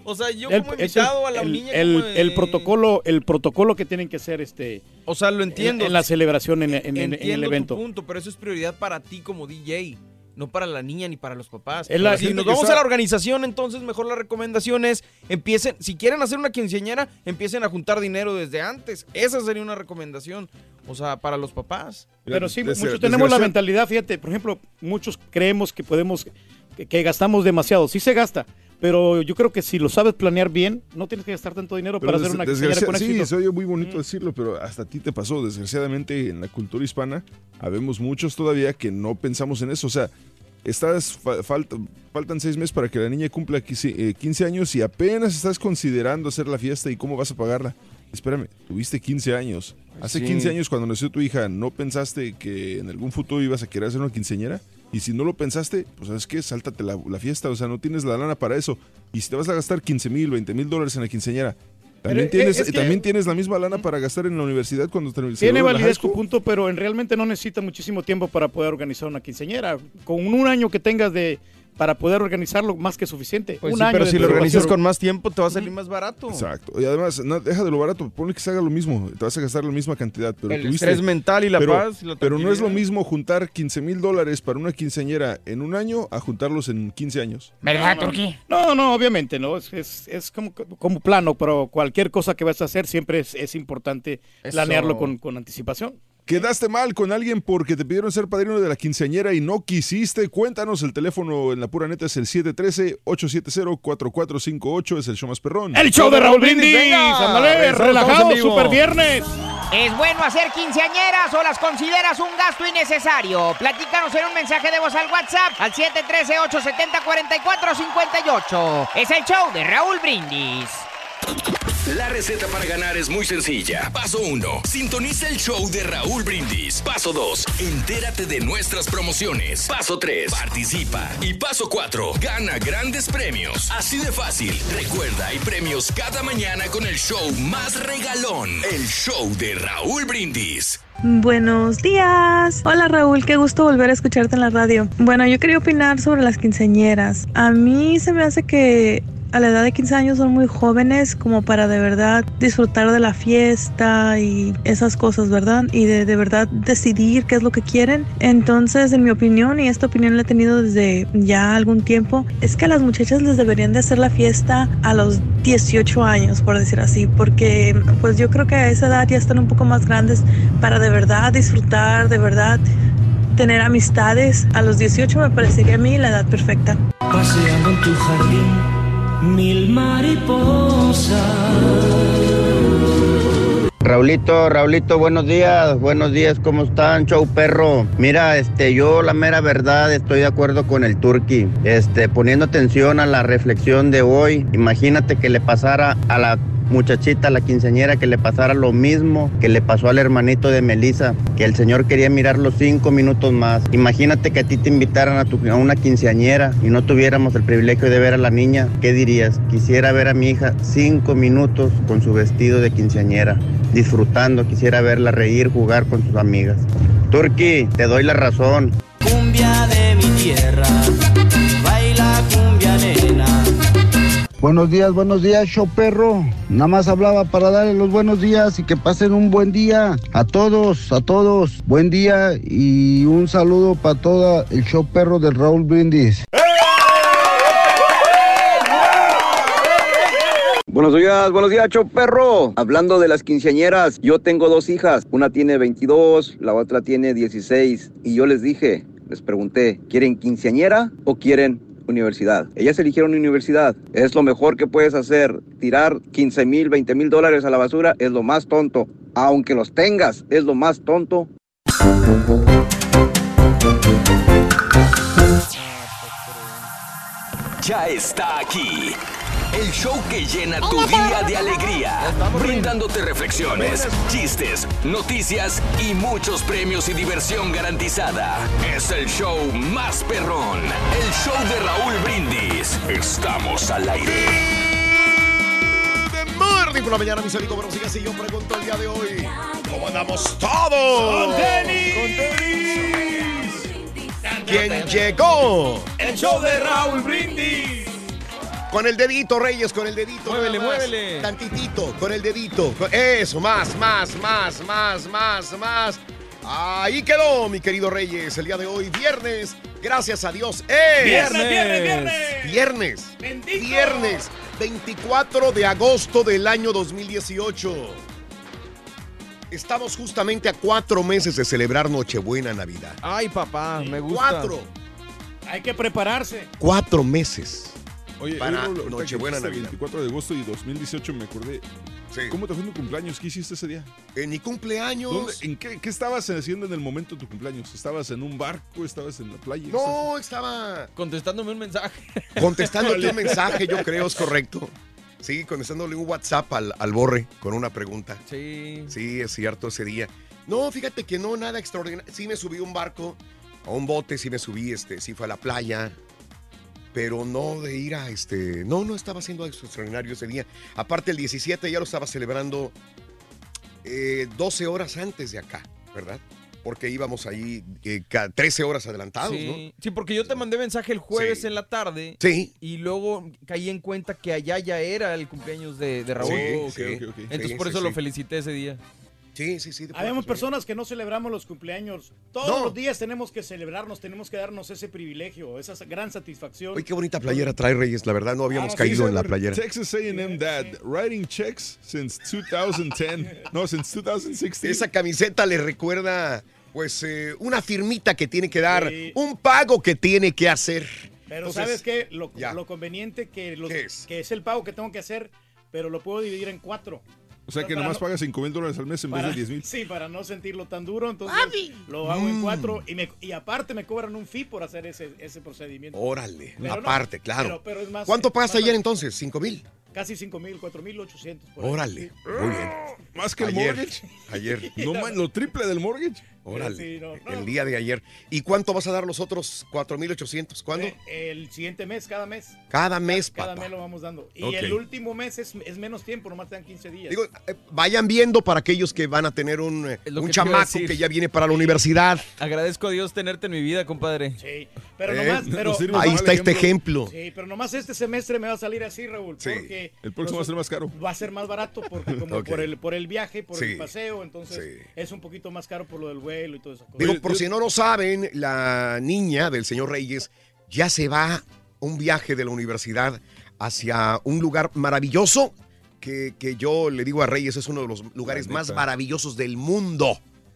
O sea, yo El- como es invitado el, a la el- niña el- como de- el protocolo, el protocolo que tienen que hacer este. O sea, lo entiendo. En, en la celebración, en, en- en- en Entiendo el evento. tu punto, pero eso es prioridad para ti como D J, no para la niña ni para los papás. Es la- si gente nos que vamos está- a la organización, entonces mejor la recomendación es empiecen, si quieren hacer una quinceañera, empiecen a juntar dinero desde antes. Esa sería una recomendación, o sea, para los papás. Pero sí, Des- muchos tenemos la desgracia- mentalidad, fíjate, por ejemplo, muchos creemos que podemos, que, que gastamos demasiado. Sí se gasta, pero yo creo que si lo sabes planear bien, no tienes que gastar tanto dinero Pero para hacer des- una quinceañera desgracia- con sí, éxito. se oye muy bonito decirlo, pero hasta a ti te pasó. Desgraciadamente, en la cultura hispana, habemos muchos todavía que no pensamos en eso. O sea, estás fa- falta- faltan seis meses para que la niña cumpla quince, eh, quince años y apenas estás considerando hacer la fiesta y cómo vas a pagarla. Espérame, tuviste quince años. Hace Sí. quince años, cuando nació tu hija, ¿no pensaste que en algún futuro ibas a querer hacer una quinceañera? Y si no lo pensaste, pues ¿sabes qué? Sáltate la, la fiesta, o sea, no tienes la lana para eso. Y si te vas a gastar quince mil, veinte mil dólares en la quinceañera, también, Pero, tienes, eh, es que- también tienes la misma lana para gastar en la universidad cuando te Tiene validez tu punto, pero en realmente no necesita muchísimo tiempo para poder organizar una quinceañera. Con un año que tengas de para poder organizarlo, más que suficiente. Pues un sí, año pero de si lo organizas preparación. con más tiempo, te va a salir más barato. Exacto. Y además, no, deja de lo barato, ponle que se haga lo mismo, te vas a gastar la misma cantidad. Pero El tuviste- estrés mental y la pero- paz y la Pero no es lo tranquilidad. mismo juntar quince mil dólares para una quinceañera en un año a juntarlos en quince años. ¿Verdad, Turquí? No, no, obviamente, ¿no? Es, es, es como, como plano, pero cualquier cosa que vas a hacer siempre es, es importante Eso. planearlo con, con anticipación. ¿Quedaste mal con alguien porque te pidieron ser padrino de la quinceañera y no quisiste? Cuéntanos, el teléfono en la pura neta es el siete uno tres, ocho siete cero, cuatro cuatro cinco ocho, es el show más perrón. El show de Raúl Brindis, ándale, relajado, super viernes. ¿Es bueno hacer quinceañeras o las consideras un gasto innecesario? Platícanos en un mensaje de voz al WhatsApp al siete uno tres, ocho siete cero, cuatro cuatro cinco ocho. Es el show de Raúl Brindis. La receta para ganar es muy sencilla. Paso uno. Sintoniza el show de Raúl Brindis. Paso dos. Entérate de nuestras promociones. Paso tres. Participa. Y paso cuatro. Gana grandes premios. Así de fácil. Recuerda, hay premios cada mañana con el show más regalón. El show de Raúl Brindis. Buenos días. Hola Raúl, qué gusto volver a escucharte en la radio. Bueno, yo quería opinar sobre las quinceañeras. A mí se me hace que a la edad de quince años son muy jóvenes como para de verdad disfrutar de la fiesta y esas cosas, ¿verdad? Y de, de verdad decidir qué es lo que quieren. Entonces, en mi opinión, y esta opinión la he tenido desde ya algún tiempo, es que a las muchachas les deberían de hacer la fiesta a los dieciocho años, por decir así, porque pues yo creo que a esa edad ya están un poco más grandes para de verdad disfrutar, de verdad tener amistades. A los dieciocho me parecería a mí la edad perfecta. Paseando en tu jardín, mil mariposas. Raulito, Raulito, buenos días, buenos días, ¿cómo están, show perro? Mira, este, yo la mera verdad estoy de acuerdo con el Turqui, este, poniendo atención a la reflexión de hoy, imagínate que le pasara a la muchachita, la quinceañera, que le pasara lo mismo que le pasó al hermanito de Melissa, que el señor quería mirarlo cinco minutos más. Imagínate que a ti te invitaran a, tu, a una quinceañera y no tuviéramos el privilegio de ver a la niña. ¿Qué dirías? Quisiera ver a mi hija cinco minutos con su vestido de quinceañera, disfrutando, quisiera verla reír, jugar con sus amigas. Turqui, te doy la razón. Cumbia de mi tierra, baila cumbia nena. Buenos días, buenos días, show perro. Nada más hablaba para darle los buenos días y que pasen un buen día a todos, a todos. Buen día y un saludo para todo el show perro del Raúl Brindis. Buenos días, buenos días, show perro. Hablando de las quinceañeras, yo tengo dos hijas. Una tiene veintidós, la otra tiene dieciséis. Y yo les dije, les pregunté, ¿quieren quinceañera o quieren universidad? Ellas eligieron universidad. Es lo mejor que puedes hacer. Tirar quince mil, veinte mil dólares a la basura es lo más tonto. Aunque los tengas, es lo más tonto. Ya está aquí. El show que llena tu día de alegría, brindándote reflexiones, chistes, noticias y muchos premios y diversión garantizada. Es el show más perrón, el show de Raúl Brindis. Estamos al aire. De morning por la mañana, mis amigos, buenos días. Y yo pregunto el día de hoy, ¿cómo andamos todos? ¡Con tenis! ¡Con tenis! ¿Quién llegó? El show de Raúl Brindis. Con el dedito, Reyes, con el dedito. Muévele, muévele. Tantitito, con el dedito. Eso, más, más, más, más, más, más. Ahí quedó, mi querido Reyes, el día de hoy, viernes. Gracias a Dios. ¡Eh! ¡Viernes, viernes, viernes! Viernes. ¡Bendito! Viernes, veinticuatro de agosto del año dos mil dieciocho. Estamos justamente a cuatro meses de celebrar Nochebuena, Navidad. Ay, papá, me gusta. Cuatro. Hay que prepararse. Cuatro meses. Oye, para oye, Nochebuena, Navidad. veinticuatro de agosto y dos mil dieciocho me acordé. Sí. ¿Cómo te fue en tu cumpleaños? ¿Qué hiciste ese día? En mi cumpleaños. ¿Dónde, en qué, qué estabas haciendo en el momento de tu cumpleaños? ¿Estabas en un barco? ¿Estabas en la playa? No, estaba contestándome un mensaje. Contestándote un mensaje, yo creo, es correcto. Sí, contestándole un WhatsApp al, al Borre con una pregunta. Sí. Sí, es cierto, ese día. No, fíjate que no, nada extraordinario. Sí me subí a un barco, a un bote, sí me subí, este, sí fue a la playa. Pero no de ir a este... No, no estaba haciendo algo extraordinario ese día. Aparte, el diecisiete ya lo estaba celebrando eh, doce horas antes de acá, ¿verdad? Porque íbamos ahí eh, trece horas adelantados, sí. ¿no? Sí, porque yo te mandé mensaje el jueves sí. en la tarde. Sí. Y luego caí en cuenta que allá ya era el cumpleaños de, de Raúl. Sí, okay, sí. okay, okay. Entonces sí, por sí, eso sí. lo felicité ese día. Sí, sí, sí. Habemos personas que no celebramos los cumpleaños. Todos no. los días tenemos que celebrarnos, tenemos que darnos ese privilegio, esa gran satisfacción. Uy, qué bonita playera trae, Reyes. La verdad, no habíamos ah, caído sí, en la playera. Texas A and M Dad, writing checks since two thousand ten. No, since two thousand sixteen. Esa camiseta le recuerda, pues, eh, una firmita que tiene que dar, sí. un pago que tiene que hacer. Pero Entonces, ¿sabes qué? Lo, lo conveniente que, los, ¿Qué es? que es el pago que tengo que hacer, pero lo puedo dividir en cuatro. O sea que nomás no, pagas cinco mil dólares al mes en para, vez de diez mil. Sí, para no sentirlo tan duro, entonces ¡Abi! Lo hago mm. en cuatro y, me, y aparte me cobran un fee por hacer ese, ese procedimiento. Órale, pero aparte, no, claro. Pero, pero es más, ¿Cuánto pagaste más, ayer entonces? ¿Cinco mil? Casi cinco mil, cuatro mil ochocientos. Órale, muy bien. ¿Más que el ayer, mortgage? Ayer. No, man, lo triple del mortgage. Órale, sí, no, no. el día de ayer. ¿Y cuánto vas a dar los otros cuatro mil ochocientos? ¿Cuándo? Eh, el siguiente mes, cada mes. Cada mes, cada, papá. Cada mes lo vamos dando. Y okay. el último mes es, es menos tiempo, nomás te dan quince días. Digo, eh, vayan viendo para aquellos que van a tener un, un que chamaco que ya viene para la universidad. Agradezco a Dios tenerte en mi vida, compadre. Sí, pero eh, nomás... Pero, ahí está este ejemplo. Sí, pero nomás este semestre me va a salir así, Raúl. Sí. Porque el próximo va a ser más caro. Va a ser más barato porque como okay. por, el, por el viaje, por sí. el paseo, entonces sí. es un poquito más caro por lo del vuelo y todo eso. Digo, por si no lo saben, la niña del señor Reyes ya se va un viaje de la universidad hacia un lugar maravilloso que, que yo le digo a Reyes es uno de los lugares más maravillosos del mundo.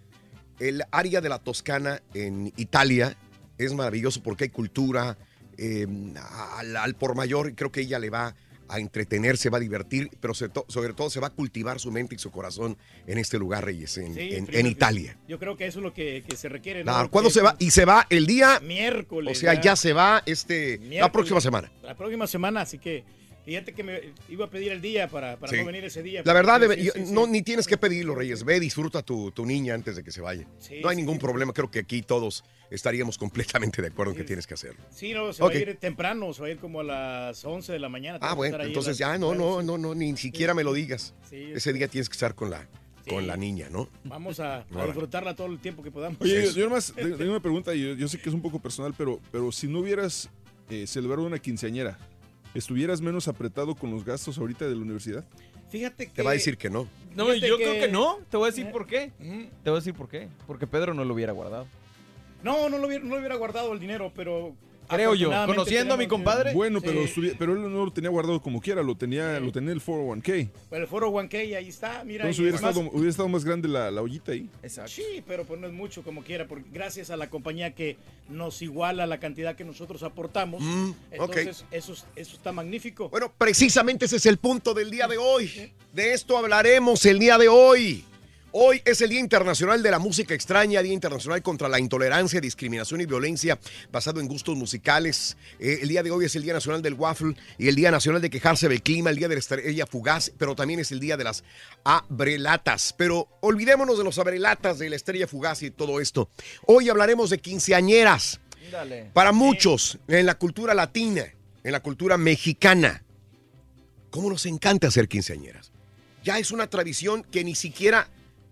El área de la Toscana en Italia es maravilloso porque hay cultura eh, al, al por mayor y creo que ella le va a entretenerse, va a divertir, pero sobre, to, sobre todo se va a cultivar su mente y su corazón en este lugar, Reyes, en, sí, en, en Italia. Yo creo que eso es lo que, que se requiere. ¿no? ¿Cuándo se va? Y se va el día... Miércoles. O sea, ya, ya se va este la próxima semana. La próxima semana, así que... Fíjate que me iba a pedir el día para, para sí. no venir ese día. La verdad, sí, debe, sí, yo, sí, no, sí. ni tienes que pedirlo, Reyes. Ve, disfruta tu, tu niña antes de que se vaya. Sí, no hay sí, ningún sí. problema. Creo que aquí todos estaríamos completamente de acuerdo en que tienes que hacerlo. Sí, no, se okay. va a ir temprano, se va a ir como a las once de la mañana. Ah, bueno, entonces ya, no, no, no, no, ni siquiera me lo digas. Sí, ese día tienes que estar con la, sí. con la niña, ¿no? Vamos a, a disfrutarla todo el tiempo que podamos. Oye, yo, yo nomás tengo una pregunta, yo, yo sé que es un poco personal, pero, pero si no hubieras eh, celebrado una quinceañera, ¿estuvieras menos apretado con los gastos ahorita de la universidad? Fíjate que... Te va a decir que no. No, Fíjate yo que... creo que no. Te voy a decir por qué. Uh-huh. Te voy a decir por qué. Porque Pedro no lo hubiera guardado. No, no lo hubiera, no lo hubiera guardado el dinero, pero... Creo yo, conociendo a mi compadre. Bueno, sí. pero, pero él no lo tenía guardado como quiera, lo tenía, sí. lo tenía el cuatro oh uno K. Pero el cuatro oh uno K ahí está, mira. Entonces hubiera, estado, hubiera estado más grande la, la ollita ahí. Exacto. Sí, pero pues no es mucho como quiera, porque gracias a la compañía que nos iguala la cantidad que nosotros aportamos. Mm, entonces, okay. eso, eso está magnífico. Bueno, precisamente ese es el punto del día de hoy. De esto hablaremos el día de hoy. Hoy es el Día Internacional de la Música Extraña, Día Internacional contra la Intolerancia, Discriminación y Violencia basado en gustos musicales. Eh, el día de hoy es el Día Nacional del Waffle y el Día Nacional de Quejarse del Clima, el Día de la Estrella Fugaz, pero también es el Día de las Abrelatas. Pero olvidémonos de los abrelatas, de la Estrella Fugaz y todo esto. Hoy hablaremos de quinceañeras. Dale. Para muchos, en la cultura latina, en la cultura mexicana, ¿cómo nos encanta hacer quinceañeras? Ya es una tradición que ni siquiera...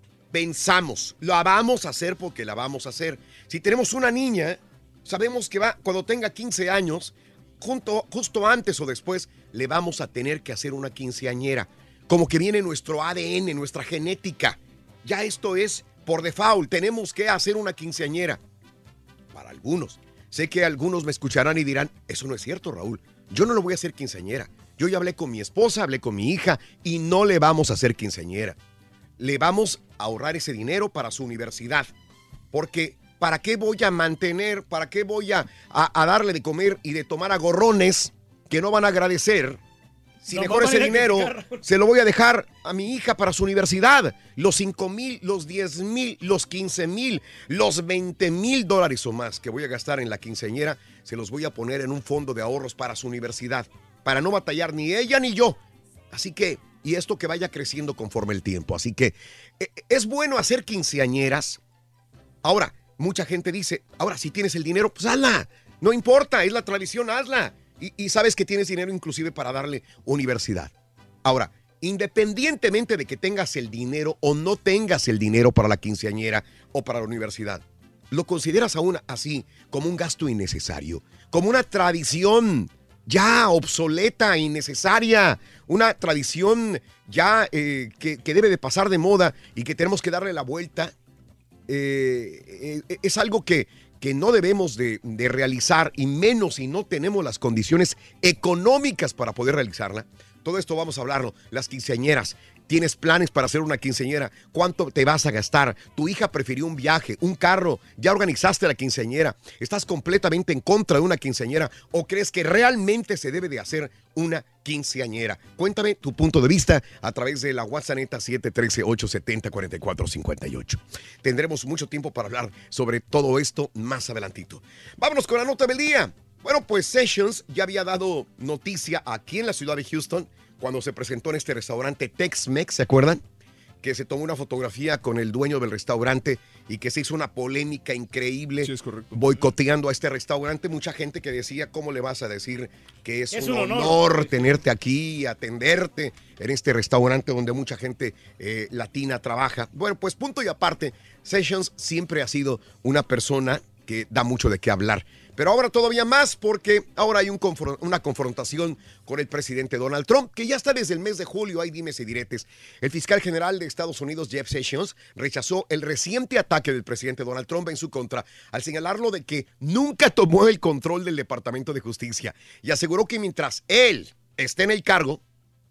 pensamos, la vamos a hacer porque la vamos a hacer. Si tenemos una niña, sabemos que va, cuando tenga quince años, junto, justo antes o después le vamos a tener que hacer una quinceañera. Como que viene nuestro A D N, nuestra genética. Ya esto es por default, tenemos que hacer una quinceañera. Para algunos. Sé que algunos me escucharán y dirán, eso no es cierto, Raúl. Yo no lo voy a hacer quinceañera. Yo ya hablé con mi esposa, hablé con mi hija y no le vamos a hacer quinceañera. Le vamos a ahorrar ese dinero para su universidad. Porque, ¿para qué voy a mantener, para qué voy a, a, a darle de comer y de tomar a gorrones que no van a agradecer? Si no, mejor ese dinero se lo voy a dejar a mi hija para su universidad. Los cinco mil, los diez mil, los quince mil, los veinte mil dólares o más que voy a gastar en la quinceañera, se los voy a poner en un fondo de ahorros para su universidad, para no batallar ni ella ni yo. Así que, y esto que vaya creciendo conforme el tiempo. Así que, es bueno hacer quinceañeras. Ahora, mucha gente dice, ahora si tienes el dinero, pues hazla. No importa, es la tradición, hazla. Y, y sabes que tienes dinero inclusive para darle universidad. Ahora, independientemente de que tengas el dinero o no tengas el dinero para la quinceañera o para la universidad, lo consideras aún así como un gasto innecesario, como una tradición ya obsoleta, innecesaria, una tradición ya eh, que, que debe de pasar de moda y que tenemos que darle la vuelta. Eh, eh, es algo que que no debemos de, de realizar, y menos si no tenemos las condiciones económicas para poder realizarla. Todo esto vamos a hablarlo. Las quinceañeras. ¿Tienes planes para hacer una quinceañera? ¿Cuánto te vas a gastar? ¿Tu hija prefirió un viaje, un carro? ¿Ya organizaste la quinceañera? ¿Estás completamente en contra de una quinceañera? ¿O crees que realmente se debe de hacer una quinceañera? Cuéntame tu punto de vista a través de la WhatsApp siete uno tres, ocho siete cero, cuatro cuatro cinco ocho. Tendremos mucho tiempo para hablar sobre todo esto más adelantito. Vámonos con la nota del día. Bueno, pues Sessions ya había dado noticia aquí en la ciudad de Houston cuando se presentó en este restaurante Tex-Mex, ¿se acuerdan? Que se tomó una fotografía con el dueño del restaurante y que se hizo una polémica increíble. Sí, es correcto. Boicoteando a este restaurante. Mucha gente que decía, ¿cómo le vas a decir que es, es un, un honor, honor tenerte aquí, atenderte en este restaurante donde mucha gente eh, latina trabaja? Bueno, pues punto y aparte, Sessions siempre ha sido una persona que da mucho de qué hablar. Pero ahora todavía más, porque ahora hay un confron- una confrontación con el presidente Donald Trump, que ya está desde el mes de julio, hay dimes y diretes. El fiscal general de Estados Unidos, Jeff Sessions, rechazó el reciente ataque del presidente Donald Trump en su contra, al señalarlo de que nunca tomó el control del Departamento de Justicia, y aseguró que mientras él esté en el cargo,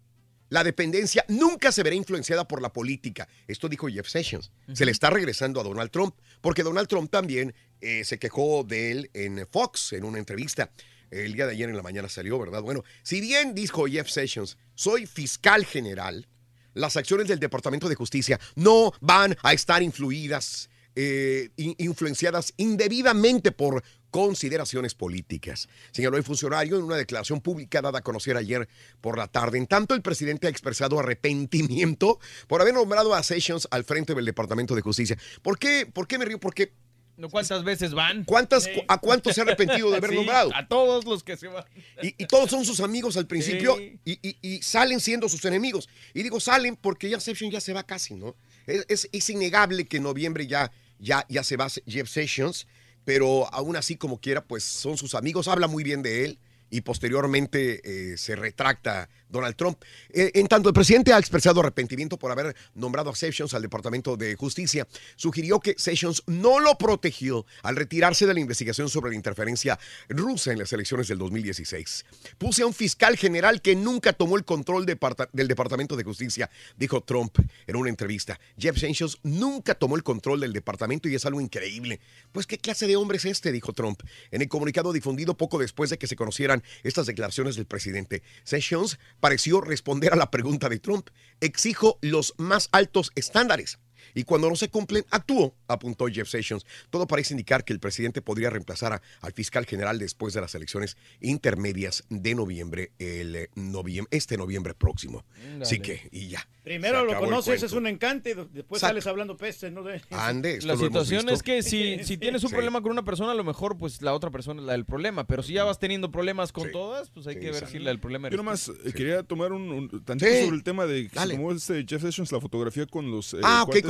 la dependencia nunca se verá influenciada por la política. Esto dijo Jeff Sessions. Uh-huh. Se le está regresando a Donald Trump, porque Donald Trump también eh, se quejó de él en Fox, en una entrevista. El día de ayer en la mañana salió, ¿verdad? Bueno, si bien dijo Jeff Sessions, soy fiscal general, las acciones del Departamento de Justicia no van a estar influidas, eh, influenciadas indebidamente por consideraciones políticas, señaló el funcionario en una declaración pública dada a conocer ayer por la tarde. En tanto, el presidente ha expresado arrepentimiento por haber nombrado a Sessions al frente del Departamento de Justicia. ¿Por qué? ¿Por qué me río? Porque ¿cuántas veces van? ¿Cuántas, sí. ¿A cuántos se ha arrepentido de haber sí, nombrado? A todos los que se van. Y, y todos son sus amigos al principio, sí. y, y, y salen siendo sus enemigos. Y digo salen porque ya Sessions ya se va casi, ¿no? Es, es, es innegable que en noviembre ya, ya, ya se va Jeff Sessions, pero aún así, como quiera, pues son sus amigos, habla muy bien de él y posteriormente eh, se retracta Donald Trump. Eh, en tanto, el presidente ha expresado arrepentimiento por haber nombrado a Sessions al Departamento de Justicia. Sugirió que Sessions no lo protegió al retirarse de la investigación sobre la interferencia rusa en las elecciones del dos mil dieciséis. Puse a un fiscal general que nunca tomó el control de parta- del Departamento de Justicia, dijo Trump en una entrevista. Jeff Sessions nunca tomó el control del departamento y es algo increíble. Pues, ¿qué clase de hombre es este?, dijo Trump en el comunicado difundido poco después de que se conocieran estas declaraciones del presidente. Sessions pareció responder a la pregunta de Trump. Exijo los más altos estándares y cuando no se cumplen, actúo, apuntó Jeff Sessions. Todo parece indicar que el presidente podría reemplazar a, al fiscal general después de las elecciones intermedias de noviembre, el eh, noviem- este noviembre próximo. Dale. Así que, y ya. Primero lo conoces, es un encante, después Exacto. sales hablando peste, ¿no? De... Ande, esto la lo hemos situación visto. es que si, si tienes un Sí. problema con una persona, a lo mejor pues la otra persona es la del problema, pero si ya vas teniendo problemas con Sí. todas, pues hay Sí, que ver exacto. si la del problema Yo eres nomás tú. eh, quería tomar un, un tantito Sí. sobre el tema de que Dale. se tomó este Jeff Sessions la fotografía con los eh, Ah, ok, cuates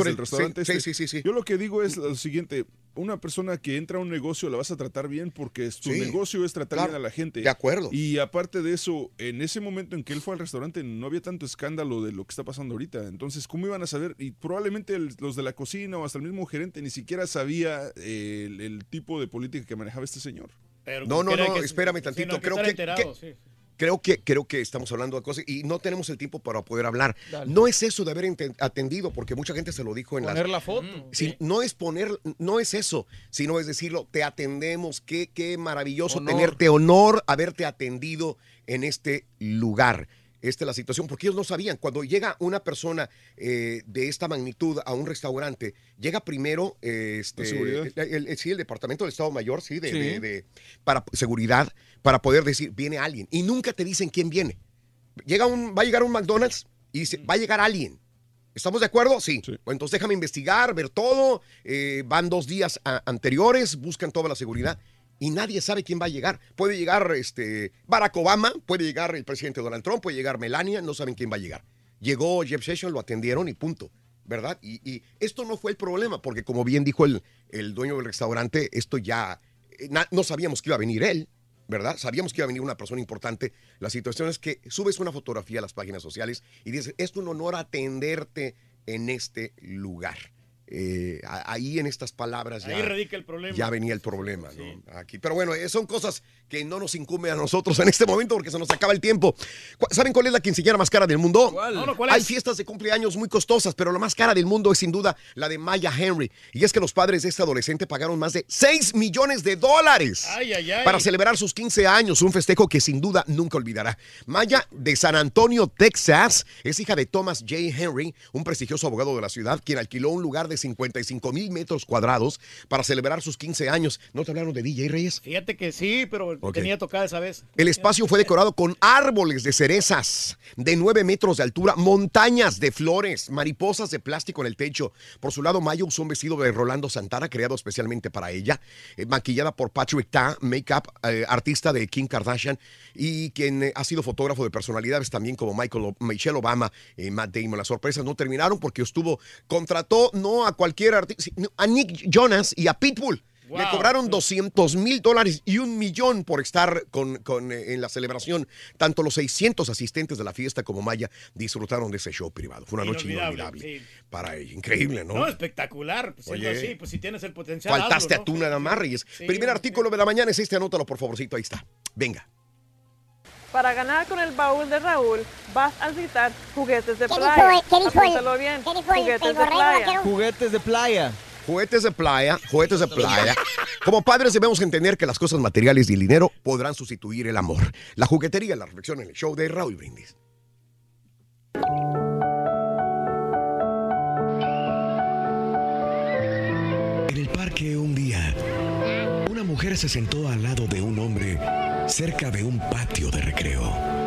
con del el- restaurante sí, este. sí, sí, sí. Yo lo que digo es lo siguiente, una persona que entra a un negocio la vas a tratar bien porque es- tu Sí, negocio es tratar claro, bien a la gente. de acuerdo. Y aparte de eso, en ese momento en que él fue al restaurante no había tanto escándalo de lo que está pasando ahorita. Entonces, ¿cómo iban a saber? Y probablemente el- los de la cocina o hasta el mismo gerente ni siquiera sabía eh, el, el tipo de política que manejaba este señor. Pero No, no, cree no, que- espérame sí, tantito. no, que Creo estar que, enterado, que- sí. creo que creo que estamos hablando de cosas y no tenemos el tiempo para poder hablar. Dale. No es eso de haber ente- atendido, porque mucha gente se lo dijo en Poner las... la foto. Sí, no es poner, no es eso, sino es decirlo, te atendemos, qué, qué maravilloso Honor. tenerte, honor haberte atendido en este lugar. Esta es la situación, porque ellos no sabían. Cuando llega una persona eh, de esta magnitud a un restaurante, llega primero eh, este, ¿La seguridad? el, el- el- sí, el Departamento del Estado Mayor, sí, de, Sí. de- de- para seguridad, para poder decir, viene alguien. Y nunca te dicen quién viene. Llega un, va a llegar un McDonald's y dice, va a llegar alguien. ¿Estamos de acuerdo? Sí. Sí. Bueno, entonces déjame investigar, ver todo. Eh, van dos días a- anteriores, buscan toda la seguridad y nadie sabe quién va a llegar. Puede llegar este, Barack Obama, puede llegar el presidente Donald Trump, puede llegar Melania, no saben quién va a llegar. Llegó Jeff Sessions, lo atendieron y punto, ¿verdad? Y, y esto no fue el problema, porque como bien dijo el, el dueño del restaurante, esto ya, eh, na- no sabíamos que iba a venir él, ¿verdad? Sabíamos que iba a venir una persona importante. La situación es que subes una fotografía a las páginas sociales y dices, es un honor atenderte en este lugar. Eh, a- ahí en estas palabras ya, Ahí radica el problema. ya venía el problema, ¿no? Aquí. Pero bueno, eh, son cosas que no nos incumben a nosotros en este momento porque se nos acaba el tiempo. Cu- ¿Saben cuál es la quinceañera más cara del mundo? ¿Cuál? No, no, ¿cuál Hay es? fiestas de cumpleaños muy costosas, pero la más cara del mundo es sin duda la de Maya Henry. Y es que los padres de este adolescente pagaron más de seis millones de dólares Ay, ay, ay. para celebrar sus quince años, un festejo que sin duda nunca olvidará. Maya, de San Antonio, Texas, es hija de Thomas J. Henry, un prestigioso abogado de la ciudad, quien alquiló un lugar de cincuenta y cinco mil metros cuadrados para celebrar sus quince años. ¿No te hablaron de D J Reyes? Fíjate que sí, pero Ok. tenía tocada esa vez. El espacio fue decorado con árboles de cerezas de nueve metros de altura, montañas de flores, mariposas de plástico en el techo. Por su lado, Maya usó un vestido de Rolando Santana creado especialmente para ella, eh, maquillada por Patrick Ta, make-up eh, artista de Kim Kardashian y quien eh, ha sido fotógrafo de personalidades también como Michael, O- Michelle Obama, eh, Matt Damon. Las sorpresas no terminaron porque estuvo, contrató no a cualquier artista, a Nick Jonas y a Pitbull. Le Wow. cobraron doscientos mil dólares y un millón por estar con, con, eh, en la celebración. Tanto los seiscientos asistentes de la fiesta como Maya disfrutaron de ese show privado. Fue una noche Inolvidable, inolvidable sí. para ella. Increíble, ¿no? No, espectacular. Pues, siendo Oye, así, pues si tienes el potencial. Faltaste hazlo, a tú ¿no? nada más, Reyes. Sí, Primer sí. artículo de la mañana es este. Anótalo, por favorcito. Ahí está. Venga. Para ganar con el baúl de Raúl, vas a citar juguetes de ¿Qué playa. dijo, qué dijo el- Apúntalo bien. qué dijo el- Juguetes el de borrego playa. vaquero? Juguetes de playa. Juguetes de playa, juguetes de playa. Como padres debemos entender que las cosas materiales y el dinero podrán sustituir el amor. La juguetería, la reflexión en el show de Raúl Brindis. En el parque un día, una mujer se sentó al lado de un hombre cerca de un patio de recreo.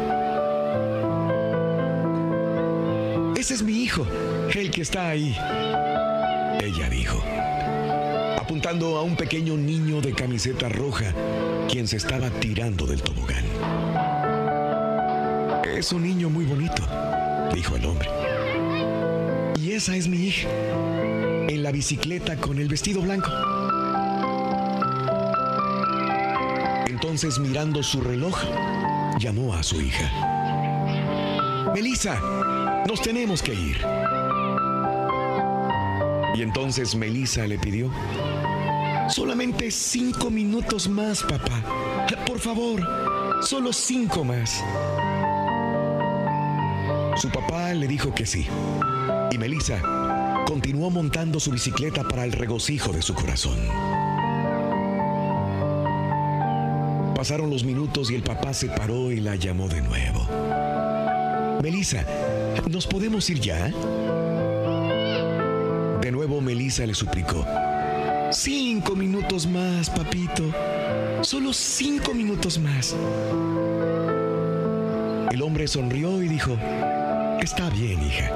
Ese es mi hijo, el que está ahí, ella dijo, apuntando a un pequeño niño de camiseta roja, quien se estaba tirando del tobogán. Es un niño muy bonito, dijo el hombre. Y esa es mi hija, en la bicicleta con el vestido blanco. Entonces, mirando su reloj, llamó a su hija. Melissa, nos tenemos que ir. Y entonces Melissa le pidió, solamente cinco minutos más, papá. Por favor, solo cinco más. Su papá le dijo que sí. Y Melissa continuó montando su bicicleta para el regocijo de su corazón. Pasaron los minutos y el papá se paró y la llamó de nuevo. Melissa, ¿nos podemos ir ya? De nuevo Melissa le suplicó. Cinco minutos más, papito. Solo cinco minutos más. El hombre sonrió y dijo, está bien, hija.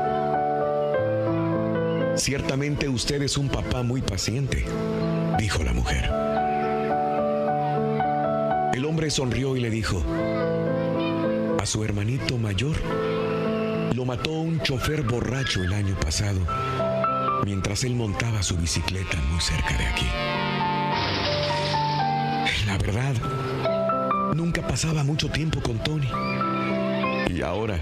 Ciertamente usted es un papá muy paciente, dijo la mujer. El hombre sonrió y le dijo, a su hermanito mayor lo mató un chofer borracho el año pasado, mientras él montaba su bicicleta muy cerca de aquí. La verdad, nunca pasaba mucho tiempo con Tony. Y ahora,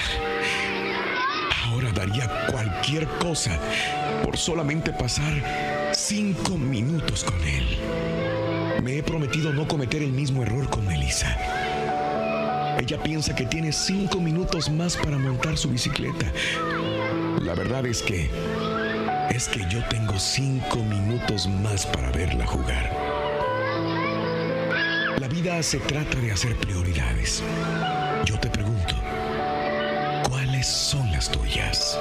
ahora daría cualquier cosa por solamente pasar cinco minutos con él. Me he prometido no cometer el mismo error con Melissa. Ella piensa que tiene cinco minutos más para montar su bicicleta. La verdad es que, es que yo tengo cinco minutos más para verla jugar. La vida se trata de hacer prioridades. Yo te pregunto, ¿cuáles son las tuyas?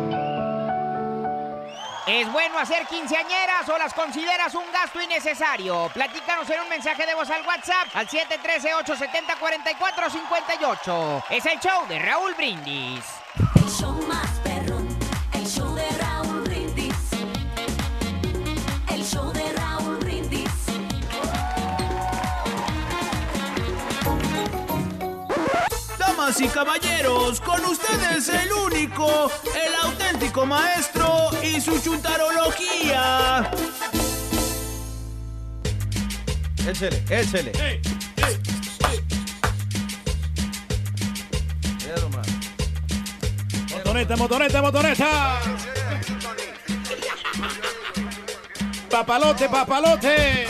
¿Es bueno hacer quinceañeras o las consideras un gasto innecesario? Platícanos en un mensaje de voz al WhatsApp al siete uno tres, ocho siete cero, cuatro cuatro cinco ocho. Es el show de Raúl Brindis. El show más perrón, el show de Raúl Brindis. El show de Raúl Brindis. Damas y caballeros, con ustedes el único, el auténtico maestro y su chuntarología. Échele, échele. Hey, hey, hey. Motoneta, motoneta, motoneta. Papalote, papalote.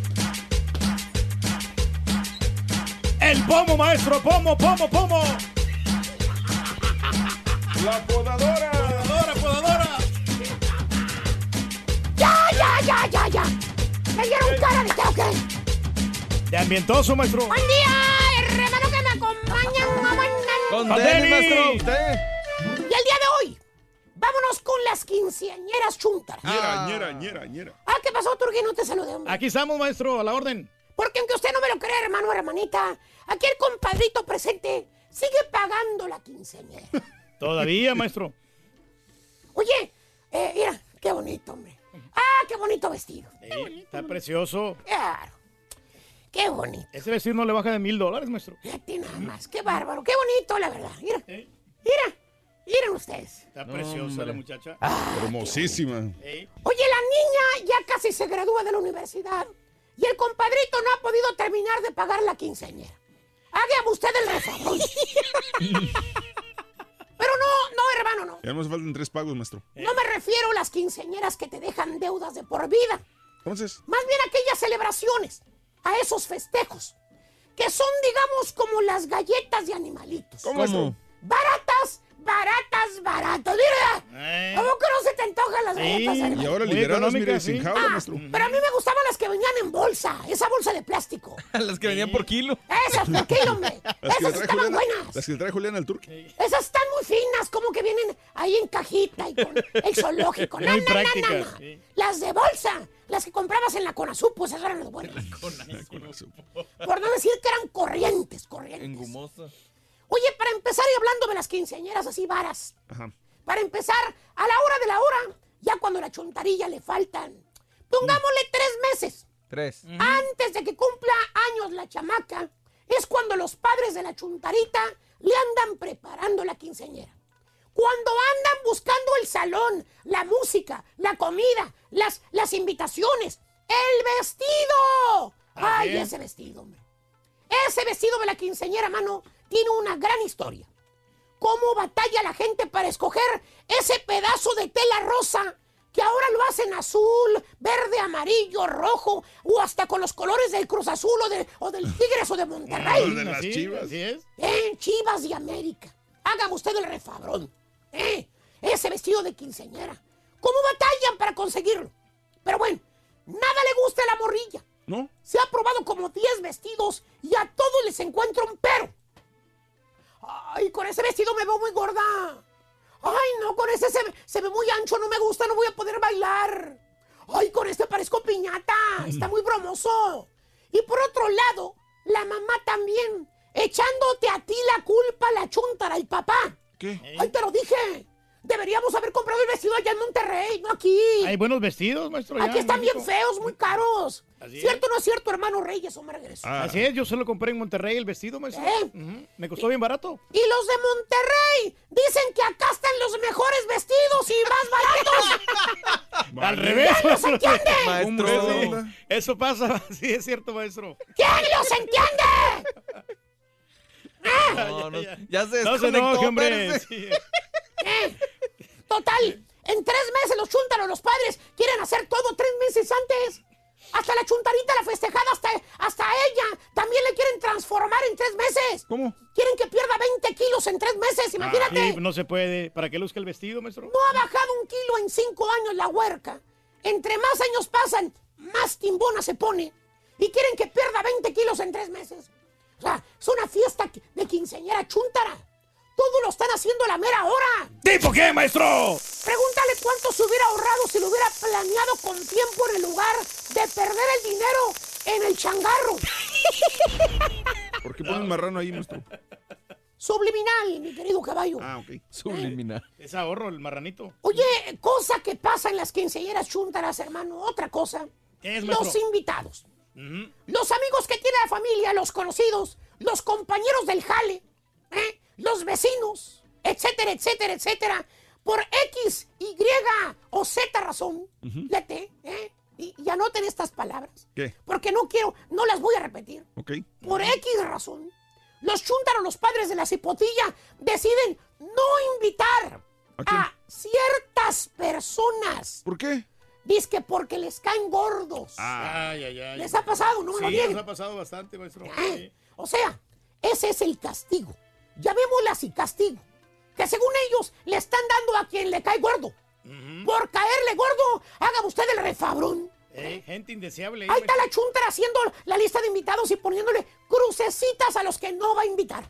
El pomo, maestro, pomo, pomo, pomo. La podadora. Podadora, podadora. ¡Ya, ya, ya, ya, ya! ¿Me dieron cara de qué o qué? De ambientoso, maestro. ¡Buen día, hermano que me acompañan! Con Denny, maestro, usted. Y el día de hoy, vámonos con las quinceañeras chúntaras. Ñera, ñera, ñera, ñera. Ah, ¿qué pasó, Turquía? No te saludé, hombre. Aquí estamos, maestro, a la orden. Porque aunque usted no me lo crea, hermano o hermanita, aquí el compadrito presente sigue pagando la quinceañera. Todavía, maestro. Oye, eh, mira, qué bonito, hombre. Ah, qué bonito vestido. Sí, está precioso. Claro. Qué bonito. Ese vestido no le baja de mil dólares, maestro. Fíjate nada más, qué bárbaro, qué bonito, la verdad. Mira, ¿Eh? mira, miren ustedes. Está preciosa no, la muchacha. Ah, hermosísima. Oye, la niña ya casi se gradúa de la universidad y el compadrito no ha podido terminar de pagar la quinceañera. Hágame usted el refavor. Pero no, no, hermano, no. Ya nos faltan tres pagos, maestro. No me refiero a las quinceañeras que te dejan deudas de por vida. Entonces. Más bien aquellas celebraciones, a esos festejos, que son, digamos, como las galletas de animalitos. ¿Cómo? ¿Cómo? Baratas, baratas, baratas. Mira, ¿cómo que no se te antojan las galletas? Sí. Y ahora liberadas, mire, sin jaula, ah, maestro. Pero a mí me gustaban las que venían en bolsa, esa bolsa de plástico. Las que venían por kilo. Esas por kilo, hombre. Las Esas estaban Juliana, buenas. Las que le trae Julián al Turqui. Esas están muy finas, como que vienen ahí en cajita y con el zoológico. No, no, no, no, no. Sí. Las de bolsa, las que comprabas en la Conasup, pues esas eran las buenas. Por no decir que eran corrientes, corrientes. Engumosas. Oye, para empezar y hablando de las quinceañeras así varas. Ajá. Para empezar, a la hora de la hora, ya cuando la chuntarilla le faltan, pongámosle mm. tres meses. Tres. Mm. Antes de que cumpla años la chamaca, es cuando los padres de la chuntarita le andan preparando la quinceañera. Cuando andan buscando el salón, la música, la comida, las, las invitaciones, el vestido. ¿Ah, Ay, bien? Ese vestido, hombre. Ese vestido de la quinceañera, mano, tiene una gran historia. Cómo batalla la gente para escoger ese pedazo de tela rosa que ahora lo hacen azul, verde, amarillo, rojo o hasta con los colores del Cruz Azul o, de, o del Tigres o de Monterrey. No, de las Chivas. Así es. Eh, Chivas de América. Hágame usted el refabrón. Eh, ese vestido de quinceañera. ¿Cómo batallan para conseguirlo? Pero bueno, nada le gusta a la morrilla. ¿No? Se ha probado como diez vestidos y a todos les encuentra un pero. Ay, con ese vestido me veo muy gorda. Ay, no, con ese se, se ve muy ancho, no me gusta, no voy a poder bailar. Ay, con este parezco piñata, está muy bromoso. Y por otro lado, la mamá también, echándote a ti la culpa, la chuntara, el papá. ¿Qué? Ay, te lo dije. Deberíamos haber comprado el vestido allá en Monterrey, no aquí. Hay buenos vestidos, maestro. Aquí ya, están México. bien feos, muy caros. Así ¿Cierto es. o no es cierto, hermano Reyes? O me regreso. Ah. Así es, yo se lo compré en Monterrey el vestido, maestro. ¿Eh? Ujú. Me costó bien barato. Y los de Monterrey dicen que acá están los mejores vestidos y más baratos. Al revés. ¿Quién los entiende? Maestro. Sí, eso pasa, sí es cierto, maestro. ¿Quién los entiende? No, no, ya se No se desconectó, enoje, hombre. espérese. Sí. Eh, Total, en tres meses los chuntaros, los padres, quieren hacer todo tres meses antes. Hasta la chuntarita, la festejada, hasta, hasta ella, también le quieren transformar en tres meses. ¿Cómo? Quieren que pierda veinte kilos en tres meses, imagínate. Ah, sí, no se puede. ¿Para qué luzca el vestido, maestro? No ha bajado un kilo en cinco años la huerca. Entre más años pasan, más timbona se pone. Y quieren que pierda veinte kilos en tres meses. O sea, es una fiesta de quinceañera chúntara. Todo lo están haciendo a la mera hora. ¿Tipo qué, maestro? Pregúntale cuánto se hubiera ahorrado si lo hubiera planeado con tiempo en el lugar de perder el dinero en el changarro. ¿Por qué ponen marrano ahí, maestro? Subliminal, mi querido caballo. Ah, ok. Subliminal. Es ahorro el marranito. Oye, cosa que pasa en las quinceañeras chúntaras, hermano. Otra cosa. ¿Qué es, Los maestro? invitados. Ujú. Los amigos que tiene la familia, los conocidos, los compañeros del jale, ¿eh? Los vecinos, etcétera, etcétera, etcétera. Por X, Y o Z razón, lete, ¿eh? Y, y anoten estas palabras. ¿Qué? Porque no quiero, no las voy a repetir. Ok. Por X razón, los chúntaros, los padres de la cipotilla, deciden no invitar ¿A quién? a ciertas personas. ¿Por qué? Dice que porque les caen gordos. Ay, ay, ay. Les ha pasado, no me lo Sí, nieguen. nos ha pasado bastante, maestro. ¿Eh? Sí. O sea, ese es el castigo. Llamémosle así, castigo. Que según ellos le están dando a quien le cae gordo. Por caerle gordo, haga usted el refabrón. Eh, gente indeseable. Ahí está la chuntara haciendo la lista de invitados y poniéndole crucecitas a los que no va a invitar.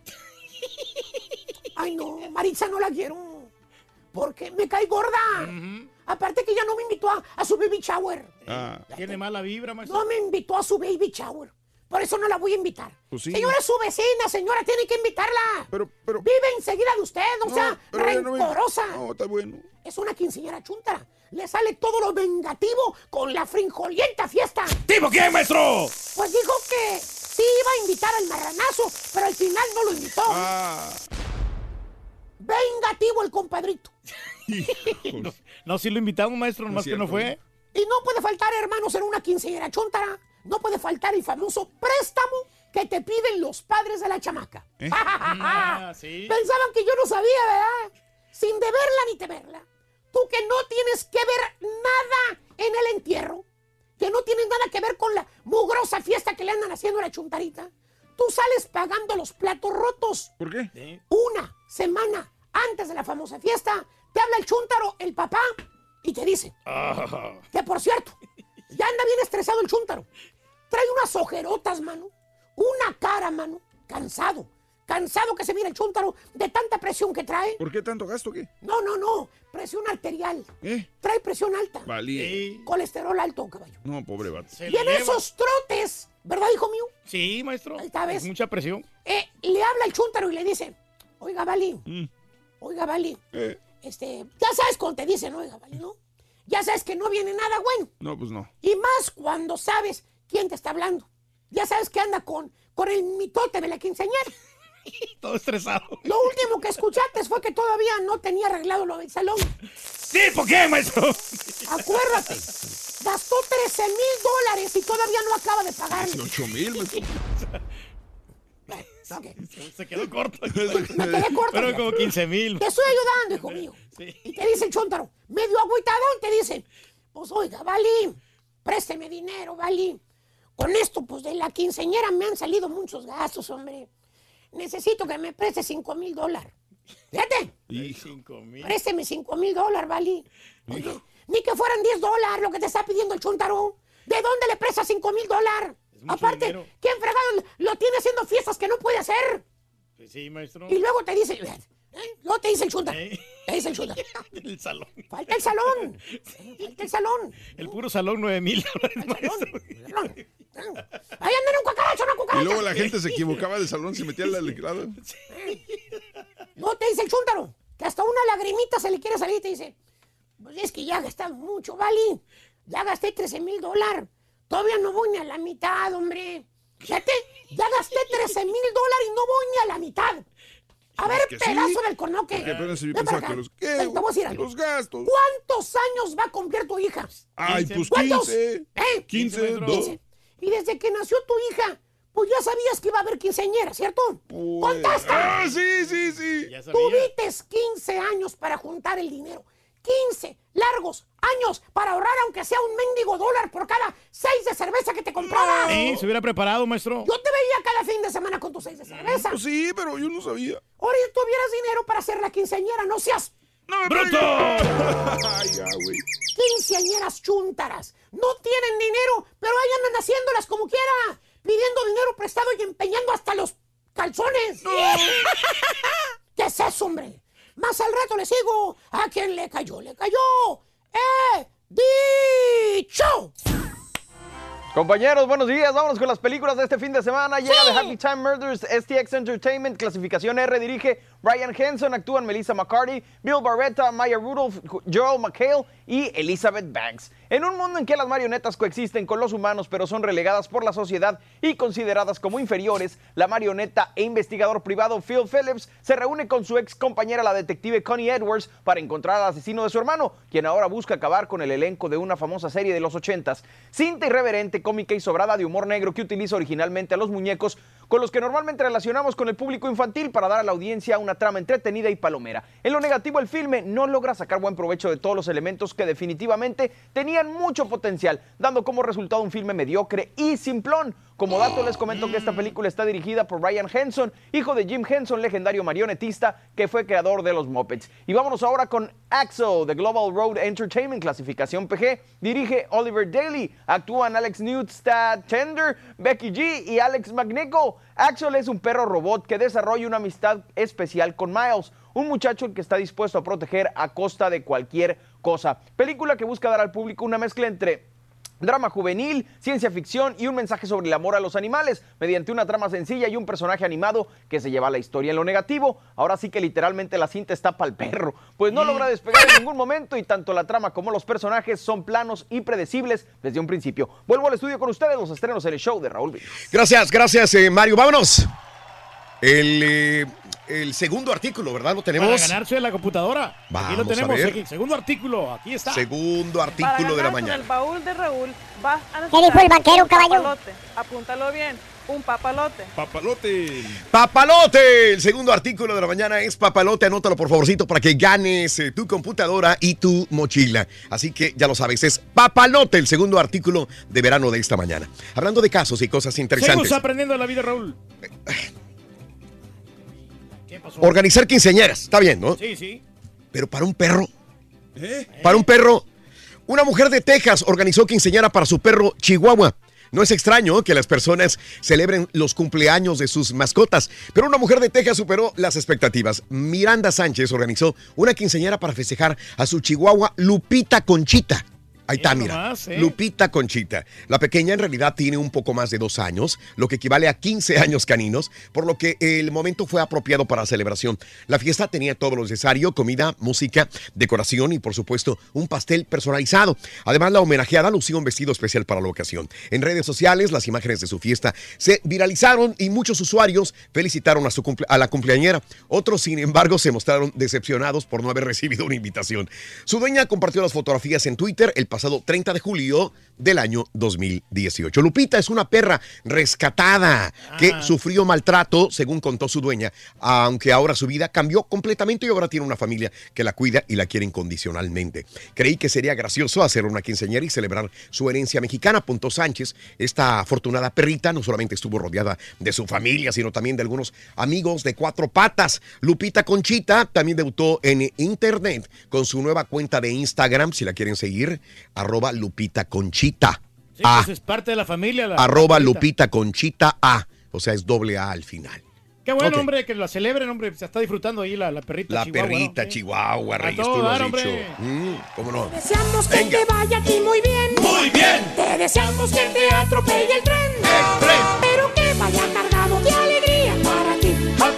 Ay, no, Maritza no la quiero. Porque me cae gorda. Aparte que ya no me invitó a, a su baby shower. Ah, Tiene mala vibra, maestro. No me invitó a su baby shower. Por eso no la voy a invitar. Pues sí. Señora, es su vecina, señora, tiene que invitarla. Pero, pero. Vive enseguida de usted, o No, sea, pero ya no me- rencorosa. No, está bueno. Es una quinceañera chuntara. Le sale todo lo vengativo con la frijolienta fiesta. ¿Tipo qué, maestro? Pues dijo que sí iba a invitar al marranazo, pero al final no lo invitó. Ah. Vengativo el compadrito. No, no, sí lo invitamos, maestro, nomás es que no cierto. fue. Y no puede faltar, hermanos, en una quinceañera chuntara. No puede faltar el famoso préstamo que te piden los padres de la chamaca. ¿Eh? Ah, sí. Pensaban que yo no sabía, ¿verdad? Sin deberla ni temerla. Tú que no tienes que ver nada en el entierro, que no tienes nada que ver con la mugrosa fiesta que le andan haciendo a la chuntarita, tú sales pagando los platos rotos. ¿Por qué? Sí. Una semana antes de la famosa fiesta, te habla el chúntaro, el papá, y te dice Ah. que, por cierto, ya anda bien estresado el chúntaro. Trae unas ojerotas, mano. Una cara, mano. Cansado. Cansado que se mira el chúntaro de tanta presión que trae. ¿Por qué tanto gasto qué? No, no, no. Presión arterial. ¿Eh? Trae presión alta. Valí. Sí. Colesterol alto, caballo. No, pobre vato. Se Y le en eleva. esos trotes, ¿verdad, hijo mío? Sí, maestro. Ahí está, ¿ves? Es mucha presión. Eh, le habla el chúntaro y le dice, oiga, Vali, Mm. oiga, Vali, Eh, este, ya sabes cuando te dicen, oiga, Vali, ¿no? Ya sabes que no viene nada bueno. no, pues no. Y más cuando sabes quién te está hablando. Ya sabes que anda con, con el mitote de la quinceañera. Todo estresado. Lo último que escuchaste fue que todavía no tenía arreglado lo del salón. ¿Tipo qué, maestro? Acuérdate, gastó trece mil dólares y todavía no acaba de pagarlo. dieciocho mil, maestro. Ok. Se quedó corto. Me quedé corto. Pero fíjate. como quince mil. Te estoy ayudando, hijo mío. Sí. Y te dice el chontaro, medio agüitadón, te dice, pues oiga, Vali, présteme dinero, Vali. Con esto, pues de la quinceañera me han salido muchos gastos, hombre. Necesito que me preste cinco mil dólares. Fíjate, Cinco mil. présteme cinco mil dólares, Vali. Oye, ni que fueran diez dólares lo que te está pidiendo el chontaro. ¿De dónde le presta cinco mil dólares? mucho Aparte, dinero. ¿quién fregado lo tiene haciendo fiestas que no puede hacer? Pues sí, maestro. Y luego te dice, ¿eh? Luego te dice el chúntaro. Eh. Te dice el chúntaro. El salón. Falta el salón. Eh, Falta el salón. El puro salón, nueve mil dólares, El maestro. salón. Ahí andan un cucaracho, una Y cucaracha. luego la gente se equivocaba del salón, se metía al lado. No te dice el chúntaro. que hasta una lagrimita se le quiere salir y te dice, pues es que ya gastas mucho, ¿vale? Ya gasté trece mil dólares. Todavía no voy ni a la mitad, hombre. Fíjate, ya gasté trece mil dólares y no voy ni a la mitad. A ver, pedazo sí. del conoque. Porque apenas se pensaba que los, ¿qué? Te voy a decir algo. Los gastos. ¿Cuántos años va a cumplir tu hija? Ay, pues ¿cuántos? quince. ¿Eh? quince, dos. Y desde que nació tu hija, pues ya sabías que iba a haber quinceañera, ¿cierto? Pues... ¡Contesta! Ah, sí, sí, sí. Tuviste quince años para juntar el dinero. quince largos años para ahorrar aunque sea un mendigo dólar por cada seis de cerveza que te comprabas. Sí, se hubiera preparado, maestro. Yo te veía cada fin de semana con tus seis de cerveza. Pues sí, pero yo no sabía. Ahora ya tuvieras dinero para hacer la quinceañera, no seas... ¡No me ¡Bruto! Ay, ya, güey. Quinceañeras chúntaras. No tienen dinero, pero ahí andan haciéndolas como quiera. Pidiendo dinero prestado y empeñando hasta los calzones. No. ¿Qué es eso, hombre? Más al rato le sigo. ¿A quién le cayó? ¡Le cayó! ¡Eh! ¡Dicho! Compañeros, buenos días. Vámonos con las películas de este fin de semana. Llega sí. The Happy Time Murders, S T X Entertainment, clasificación R, dirige Brian Henson, actúan Melissa McCarthy, Bill Barretta, Maya Rudolph, Joel McHale y Elizabeth Banks. En un mundo en que las marionetas coexisten con los humanos pero son relegadas por la sociedad y consideradas como inferiores, la marioneta e investigador privado Phil Phillips se reúne con su ex compañera la detective Connie Edwards para encontrar al asesino de su hermano, quien ahora busca acabar con el elenco de una famosa serie de los ochentas. Cinta irreverente, cómica y sobrada de humor negro que utiliza originalmente a los muñecos con los que normalmente relacionamos con el público infantil para dar a la audiencia una trama entretenida y palomera. En lo negativo, el filme no logra sacar buen provecho de todos los elementos que definitivamente tenían mucho potencial, dando como resultado un filme mediocre y simplón. Como dato les comento que esta película está dirigida por Brian Henson, hijo de Jim Henson, legendario marionetista que fue creador de los Muppets. Y vámonos ahora con Axel, de Global Road Entertainment, clasificación P G. Dirige Oliver Daly, actúan Alex Newstad Tender, Becky G y Alex McNichol. Axel es un perro robot que desarrolla una amistad especial con Miles, un muchacho que está dispuesto a proteger a costa de cualquier cosa. Película que busca dar al público una mezcla entre drama juvenil, ciencia ficción y un mensaje sobre el amor a los animales, mediante una trama sencilla y un personaje animado que se lleva la historia. En lo negativo, ahora sí que literalmente la cinta está pa'l perro, pues no logra despegar en ningún momento y tanto la trama como los personajes son planos y predecibles desde un principio. Vuelvo al estudio con ustedes, los estrenos en el show de Raúl Villos. Gracias, gracias eh, Mario. Vámonos. El... Eh... El segundo artículo, ¿verdad? Lo tenemos. Para ganarse la computadora. Vamos aquí lo tenemos. A ver. Aquí. Segundo artículo, aquí está. Segundo artículo de la mañana. Con el baúl de Raúl vas a necesitar. ¿Qué dijo el banquero, caballo? Papalote. Apúntalo bien. Un papalote. Papalote. Papalote. El segundo artículo de la mañana es papalote. Anótalo por favorcito para que ganes eh, tu computadora y tu mochila. Así que ya lo sabes, es papalote el segundo artículo de verano de esta mañana. Hablando de casos y cosas interesantes. Seguimos aprendiendo de la vida, Raúl. ¿Qué pasó? Organizar quinceañeras, está bien, ¿no? Sí, sí. Pero para un perro. ¿Eh? Para un perro. Una mujer de Texas organizó quinceañera para su perro Chihuahua. No es extraño que las personas celebren los cumpleaños de sus mascotas, pero una mujer de Texas superó las expectativas. Miranda Sánchez organizó una quinceañera para festejar a su Chihuahua Lupita Conchita. Ahí está, mira, más, ¿eh? Lupita Conchita. La pequeña en realidad tiene un poco más de dos años, lo que equivale a quince años caninos, por lo que el momento fue apropiado para la celebración. La fiesta tenía todo lo necesario: comida, música, decoración y, por supuesto, un pastel personalizado. Además, la homenajeada lució un vestido especial para la ocasión. En redes sociales, las imágenes de su fiesta se viralizaron y muchos usuarios felicitaron a, su cumple- a la cumpleañera. Otros, sin embargo, se mostraron decepcionados por no haber recibido una invitación. Su dueña compartió las fotografías en Twitter el pasado treinta de julio del año dos mil dieciocho. Lupita es una perra rescatada que ah. sufrió maltrato, según contó su dueña, aunque ahora su vida cambió completamente y ahora tiene una familia que la cuida y la quiere incondicionalmente. Creí que sería gracioso hacer una quinceañera y celebrar su herencia mexicana, apuntó Sánchez. Esta afortunada perrita no solamente estuvo rodeada de su familia, sino también de algunos amigos de cuatro patas. Lupita Conchita también debutó en internet con su nueva cuenta de Instagram, si la quieren seguir, arroba Lupita Conchita. Sí, A. Pues es parte de la familia. La arroba la Lupita Conchita A. O sea, es doble A al final. Qué bueno, okay. Hombre, que la celebren, hombre. Se está disfrutando ahí la, la perrita la Chihuahua. La perrita ¿no? Chihuahua, Reyes, tú lo has dicho. Mm, ¿Cómo no? Te deseamos Venga. que te vaya a ti muy bien. ¡Muy bien! Te deseamos que te atropelle el tren. ¡El tren! Pero que vaya cargado de alegría para ti. Happy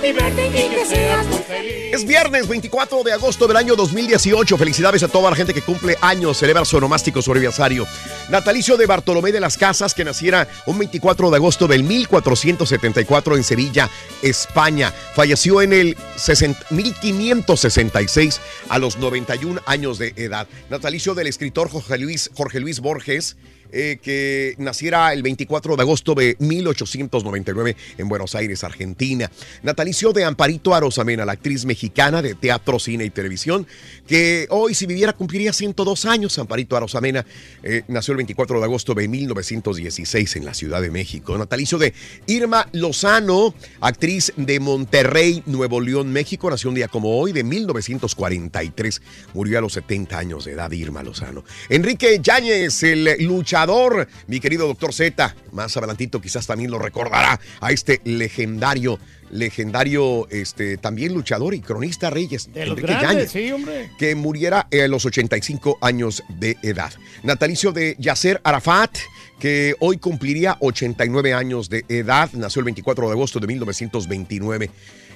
happy birthday y que seas muy feliz. Es viernes veinticuatro de agosto del año dos mil dieciocho. Felicidades a toda la gente que cumple años, celebra su onomástico, su aniversario. Natalicio de Bartolomé de las Casas, que naciera un veinticuatro de agosto del mil cuatrocientos setenta y cuatro en Sevilla, España. Falleció en el mil quinientos sesenta y seis a los noventa y un años de edad. Natalicio del escritor Jorge Luis, Jorge Luis Borges, Eh, que naciera el veinticuatro de agosto de mil ochocientos noventa y nueve en Buenos Aires, Argentina. Natalicio de Amparito Arosamena, la actriz mexicana de teatro, cine y televisión, que hoy, si viviera, cumpliría ciento dos años. Amparito Arosamena eh, nació el veinticuatro de agosto de mil novecientos dieciséis en la Ciudad de México. Natalicio de Irma Lozano, actriz de Monterrey, Nuevo León, México, nació un día como hoy de mil novecientos cuarenta y tres. Murió a los setenta años de edad Irma Lozano. Enrique Yáñez, el luchador, mi querido doctor Z, más adelantito quizás también lo recordará a este legendario, legendario, este, también luchador y cronista Reyes, de los Enrique grandes, Yáñez, sí, hombre. que muriera a los ochenta y cinco años de edad. Natalicio de Yasser Arafat, que hoy cumpliría ochenta y nueve años de edad, nació el veinticuatro de agosto de mil novecientos veintinueve.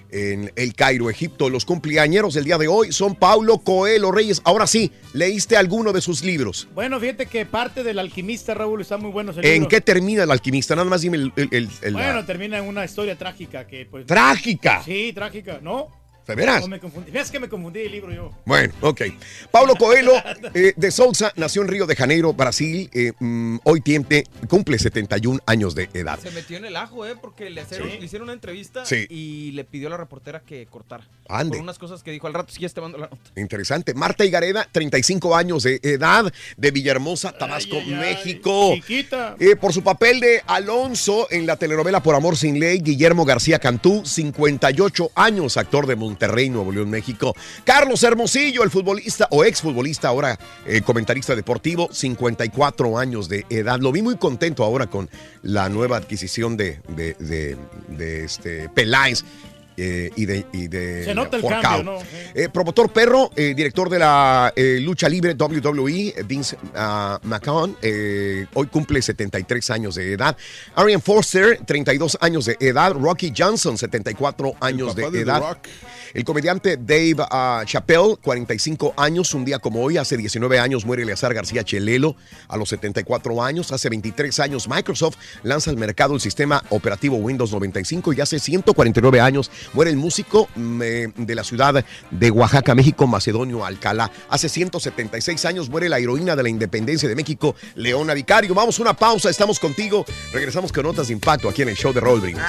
En El Cairo, Egipto. Los cumpleañeros del día de hoy son Paulo Coelho Reyes. Ahora sí, ¿leíste alguno de sus libros? Bueno, fíjate que parte del Alquimista, Raúl, está muy bueno ese ¿En libro. qué termina El Alquimista? Nada más dime el... el, el, el Bueno, la... termina en una historia trágica que pues... ¿Trágica? Sí, trágica, ¿no? ¿De veras? No me confundí. Es que me confundí el libro yo. Bueno, ok. Paulo Coelho eh, de Souza nació en Río de Janeiro, Brasil. Eh, mm, hoy tiene, cumple setenta y un años de edad. Se metió en el ajo, ¿eh? Porque le, hicieron, Sí. le hicieron una entrevista Sí. y le pidió a la reportera que cortara. Ande. Por unas cosas que dijo al rato, si ya te mando la nota. Interesante. Marta Higareda, treinta y cinco años de edad, de Villahermosa, Tabasco, Ay, ay, ay, México. chiquita. Eh, por su papel de Alonso en la telenovela Por Amor Sin Ley, Guillermo García Cantú, cincuenta y ocho años, actor de Monterrey, Nuevo León, México. Carlos Hermosillo, el futbolista o exfutbolista, ahora eh, comentarista deportivo, cincuenta y cuatro años de edad. Lo vi muy contento ahora con la nueva adquisición de, de, de, de este Peláez. Eh, y de, y de Se nota el Forcao. cambio, ¿no? Eh, promotor perro, eh, director de la eh, lucha libre W W E, Vince uh, McMahon, eh, hoy cumple setenta y tres años de edad. Arian Foster, treinta y dos años de edad. Rocky Johnson, setenta y cuatro años de, papá de edad. The Rock. El comediante Dave uh, Chappelle, cuarenta y cinco años, un día como hoy, hace diecinueve años muere Eleazar García Chelelo a los setenta y cuatro años. Hace veintitrés años Microsoft lanza al mercado el sistema operativo Windows noventa y cinco y hace ciento cuarenta y nueve años muere el músico eh, de la ciudad de Oaxaca, México, Macedonio Alcalá. Hace ciento setenta y seis años muere la heroína de la independencia de México, Leona Vicario. Vamos a una pausa, estamos contigo. Regresamos con notas de impacto aquí en el show de Raúl Brindis.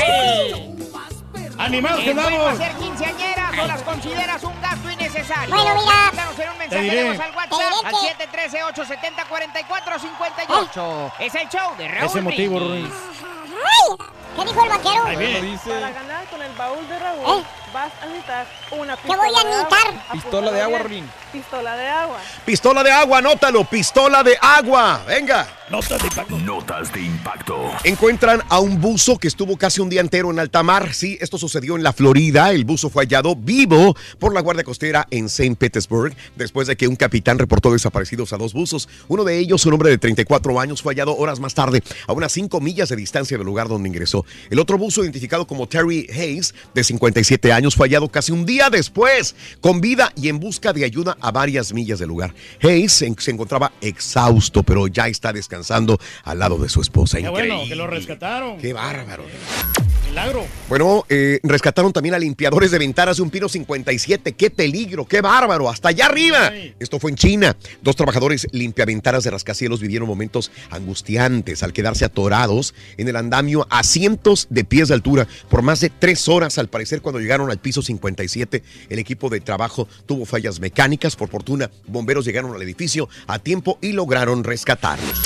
¡Animados ¿Es bueno quedamos! hacer quinceañeras o las consideras un gasto innecesario? Bueno, mira. Platícanos en un Te mensaje diré. de voz al WhatsApp Te diré al que- siete uno tres, ocho siete cero, cuatro cuatro cinco ocho. Es el show de Raúl Ese motivo, Brindis. Ruiz. Ay, ¿qué dijo el vaquero? Ahí viene. Para ganar con el baúl de Raúl, ¿Eh? vas a necesitar una ¿Qué pistola voy a de necesitar? agua. Pistola de agua, Apúntalo Rolín. bien. Pistola de agua. Pistola de agua, anótalo, pistola de agua. Venga. Notas de impacto. Notas de impacto. Encuentran a un buzo que estuvo casi un día entero en alta mar. Sí, esto sucedió en la Florida. El buzo fue hallado vivo por la Guardia Costera en Saint Petersburg después de que un capitán reportó desaparecidos a dos buzos. Uno de ellos, un hombre de treinta y cuatro años, fue hallado horas más tarde a unas cinco millas de distancia del lugar donde ingresó. El otro buzo, identificado como Terry Hayes, de cincuenta y siete años, fue hallado casi un día después, con vida y en busca de ayuda a varias millas del lugar. Hayes se, se encontraba exhausto, pero ya está descansando al lado de su esposa. Qué Increíble. bueno, que lo rescataron. Qué bárbaro. Milagro. Bueno, eh, rescataron también a limpiadores de ventanas de un Pino cincuenta y siete. ¡Qué peligro! ¡Qué bárbaro! ¡Hasta allá arriba! Ay. Esto fue en China. Dos trabajadores limpiaventanas de rascacielos vivieron momentos angustiantes al quedarse atorados en el andamio a cientos de pies de altura por más de tres horas. Al parecer, cuando llegaron al piso cincuenta y siete, el equipo de trabajo tuvo fallas mecánicas. Por fortuna, bomberos llegaron al edificio a tiempo y lograron rescatarlos.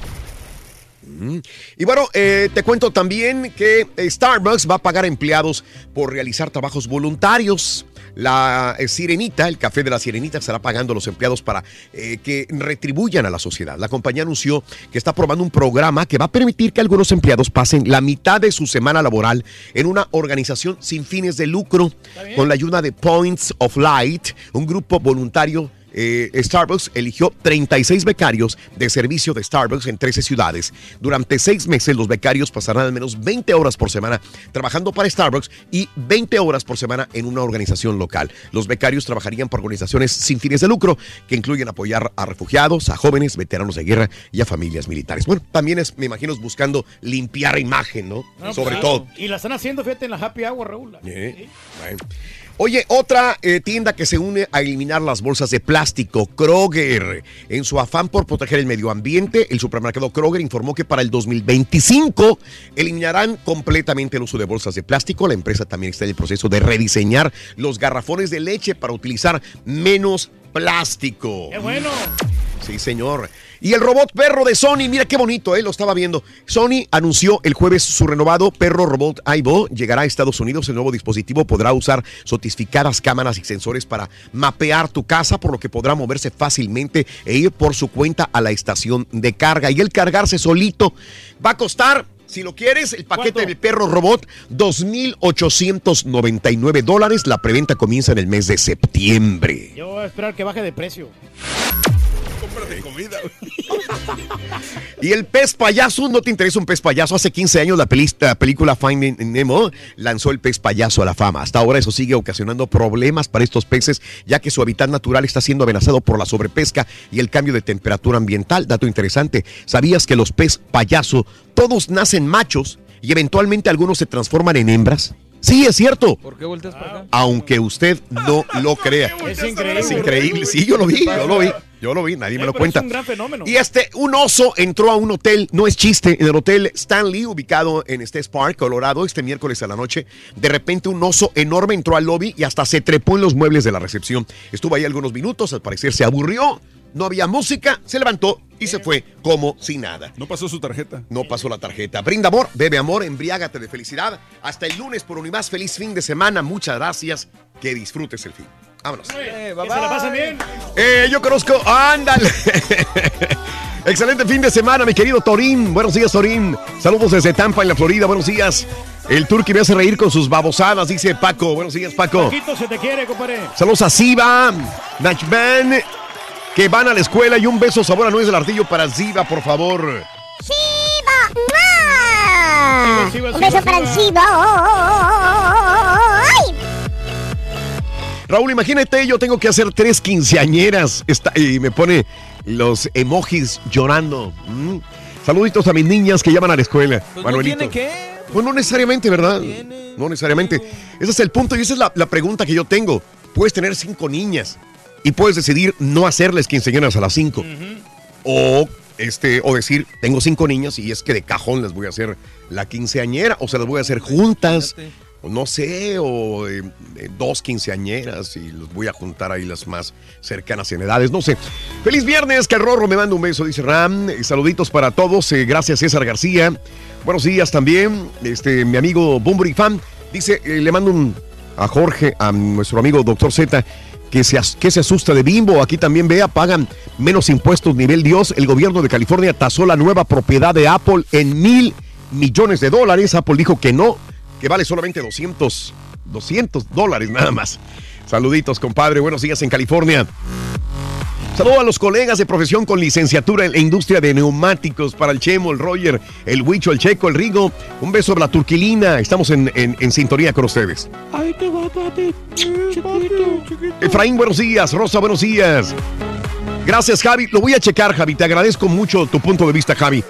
Y bueno, eh, te cuento también que Starbucks va a pagar a empleados por realizar trabajos voluntarios. La eh, Sirenita, el café de la Sirenita, estará pagando a los empleados para eh, que retribuyan a la sociedad. La compañía anunció que está probando un programa que va a permitir que algunos empleados pasen la mitad de su semana laboral en una organización sin fines de lucro, con la ayuda de Points of Light, un grupo voluntario Eh, Starbucks eligió treinta y seis becarios de servicio de Starbucks en trece ciudades. Durante seis meses los becarios pasarán al menos veinte horas por semana trabajando para Starbucks y veinte horas por semana en una organización local. Los becarios trabajarían por organizaciones sin fines de lucro que incluyen apoyar a refugiados, a jóvenes, veteranos de guerra y a familias militares. Bueno, también es, me imagino, buscando limpiar imagen, ¿no? No, Sobre pues, todo. Y la están haciendo, fíjate, en la Happy Hour, Raúl. Eh, sí. Bueno. Oye, otra eh, tienda que se une a eliminar las bolsas de plástico, Kroger. En su afán por proteger el medio ambiente, el supermercado Kroger informó que para el dos mil veinticinco eliminarán completamente el uso de bolsas de plástico. La empresa también está en el proceso de rediseñar los garrafones de leche para utilizar menos plástico. ¡Qué bueno! Sí, señor. Y el robot perro de Sony, mira qué bonito, ¿eh? Lo estaba viendo. Sony anunció el jueves su renovado perro robot Aibo. Llegará a Estados Unidos. El nuevo dispositivo podrá usar sofisticadas cámaras y sensores para mapear tu casa, por lo que podrá moverse fácilmente e ir por su cuenta a la estación de carga. Y el cargarse solito va a costar, si lo quieres, el paquete del perro robot, dos mil ochocientos noventa y nueve dólares. La preventa comienza en el mes de septiembre. Yo voy a esperar que baje de precio. De comida. Y el pez payaso, ¿no te interesa un pez payaso? Hace quince años la, peli la película Finding Nemo lanzó el pez payaso a la fama. Hasta ahora eso sigue ocasionando problemas para estos peces, ya que su hábitat natural está siendo amenazado por la sobrepesca y el cambio de temperatura ambiental. Dato interesante, ¿sabías que los pez payaso todos nacen machos y eventualmente algunos se transforman en hembras? Sí, es cierto. ¿Por qué volteas para acá? Aunque usted no lo crea. Es increíble. Es increíble. Sí, yo lo vi, yo lo vi. Yo lo vi, nadie me lo cuenta. Es un gran fenómeno. Y este, un oso entró a un hotel, no es chiste, en el hotel Stanley, ubicado en Estes Park, Colorado, este miércoles a la noche. De repente un oso enorme entró al lobby y hasta se trepó en los muebles de la recepción. Estuvo ahí algunos minutos, al parecer se aburrió, no había música, se levantó y se fue como si nada. No pasó su tarjeta. No pasó la tarjeta. Brinda amor, bebe amor, embriágate de felicidad. Hasta el lunes por Unimás, feliz fin de semana. Muchas gracias, que disfrutes el fin. Vámonos. Eh, bye, bye. Que se la pasen bien. Eh, yo conozco, ándale. Excelente fin de semana, mi querido Torín. Buenos días, Torín. Saludos desde Tampa, en la Florida. Buenos días. El Turqui me hace reír con sus babosadas, dice Paco. Buenos días, Paco. Paquito, se te quiere, compadre. Saludos a Ziva, Nachman, que van a la escuela, y un beso sabor a nuez del ardillo para Ziva, por favor. ¡Ziva! ¡Mua! Ziva, Ziva, Un beso Ziva, para el Ziva. Ziva. ¡Ay! Raúl, imagínate, yo tengo que hacer tres quinceañeras. Está, y me pone los emojis llorando. ¿Mm? Saluditos a mis niñas que llaman a la escuela. Pues Manuelito. ¿no tiene qué? Pues no necesariamente, ¿verdad? No, no necesariamente. Ese es el punto y esa es la, la pregunta que yo tengo. Puedes tener cinco niñas y puedes decidir no hacerles quinceañeras a las cinco. Uh-huh. O, este, o decir, tengo cinco niñas y es que de cajón les voy a hacer la quinceañera o se las voy a hacer juntas. O no sé, o eh, eh, dos quinceañeras y los voy a juntar ahí las más cercanas en edades, no sé. Feliz viernes, que el Rorro me manda un beso, dice Ram. Eh, saluditos para todos, eh, gracias César García. Buenos días también, este, mi amigo Bumburi Fan, dice, eh, le mando un, a Jorge, a nuestro amigo Doctor Z, que se, que se asusta de Bimbo. Aquí también vea, pagan menos impuestos nivel Dios. El gobierno de California tasó la nueva propiedad de Apple en mil millones de dólares. Apple dijo que no, que vale solamente doscientos dólares nada más. Saluditos, compadre. Buenos días en California. Saludos a los colegas de profesión con licenciatura en la industria de neumáticos, para el Chemo, el Roger, el Huicho, el Checo, el Rigo. Un beso a la Turquilina. Estamos en, en, en sintonía con ustedes. Ahí te va, papi. Chiquito, chiquito. Efraín, buenos días. Rosa, buenos días. Gracias, Javi. Lo voy a checar, Javi. Te agradezco mucho tu punto de vista, Javi.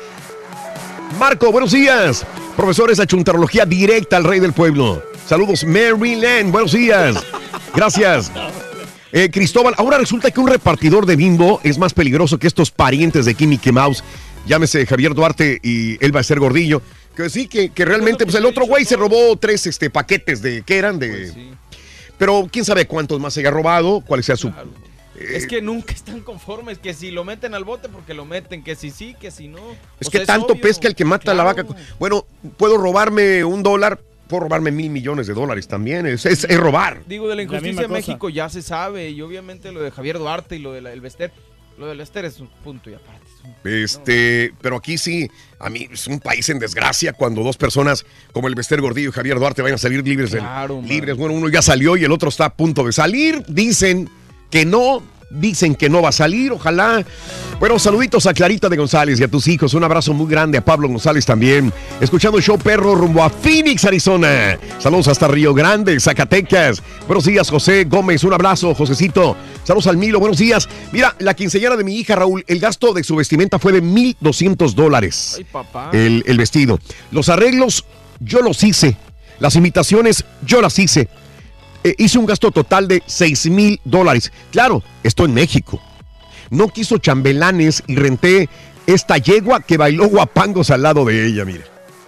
Marco, buenos días. Profesores de chuntarología directa al rey del pueblo. Saludos, Maryland. Buenos días. Gracias. Eh, Cristóbal, ahora resulta que un repartidor de Bimbo es más peligroso que estos parientes de Mickey Mouse. Llámese Javier Duarte y él va a ser Gordillo. Que sí, que, que realmente, pues el otro güey se robó tres este, paquetes de, ¿qué eran? De... Pues sí. Pero quién sabe cuántos más se haya robado, cuál sea su... Claro. Eh, es que nunca están conformes, que si lo meten al bote porque lo meten, que si sí, que si no. Es o que sea, tanto es pesca el que mata claro. a la vaca. Bueno, puedo robarme un dólar, puedo robarme mil millones de dólares también, es, es, es robar. Digo, de la injusticia la en México ya se sabe, y obviamente lo de Javier Duarte y lo del de Bester, lo del Bester es un punto y aparte. Un, este, no. Pero aquí sí, a mí es un país en desgracia cuando dos personas como el Bester Gordillo y Javier Duarte van a salir libres. Claro, en, libres. Bueno, uno ya salió y el otro está a punto de salir, dicen que no, dicen que no va a salir, ojalá. Bueno, saluditos a Clarita de González y a tus hijos. Un abrazo muy grande a Pablo González también. Escuchando el show perro rumbo a Phoenix, Arizona. Saludos hasta Río Grande, Zacatecas. Buenos días, José Gómez. Un abrazo, Josecito. Saludos al Milo. Buenos días. Mira, la quinceañera de mi hija, Raúl, el gasto de su vestimenta fue de mil doscientos dólares. Ay, papá. El, el vestido. Los arreglos, yo los hice. Las invitaciones, yo las hice. Eh, hice un gasto total de seis mil dólares. Claro, estoy en México. No quiso chambelanes y renté esta yegua que bailó guapangos al lado de ella, mire.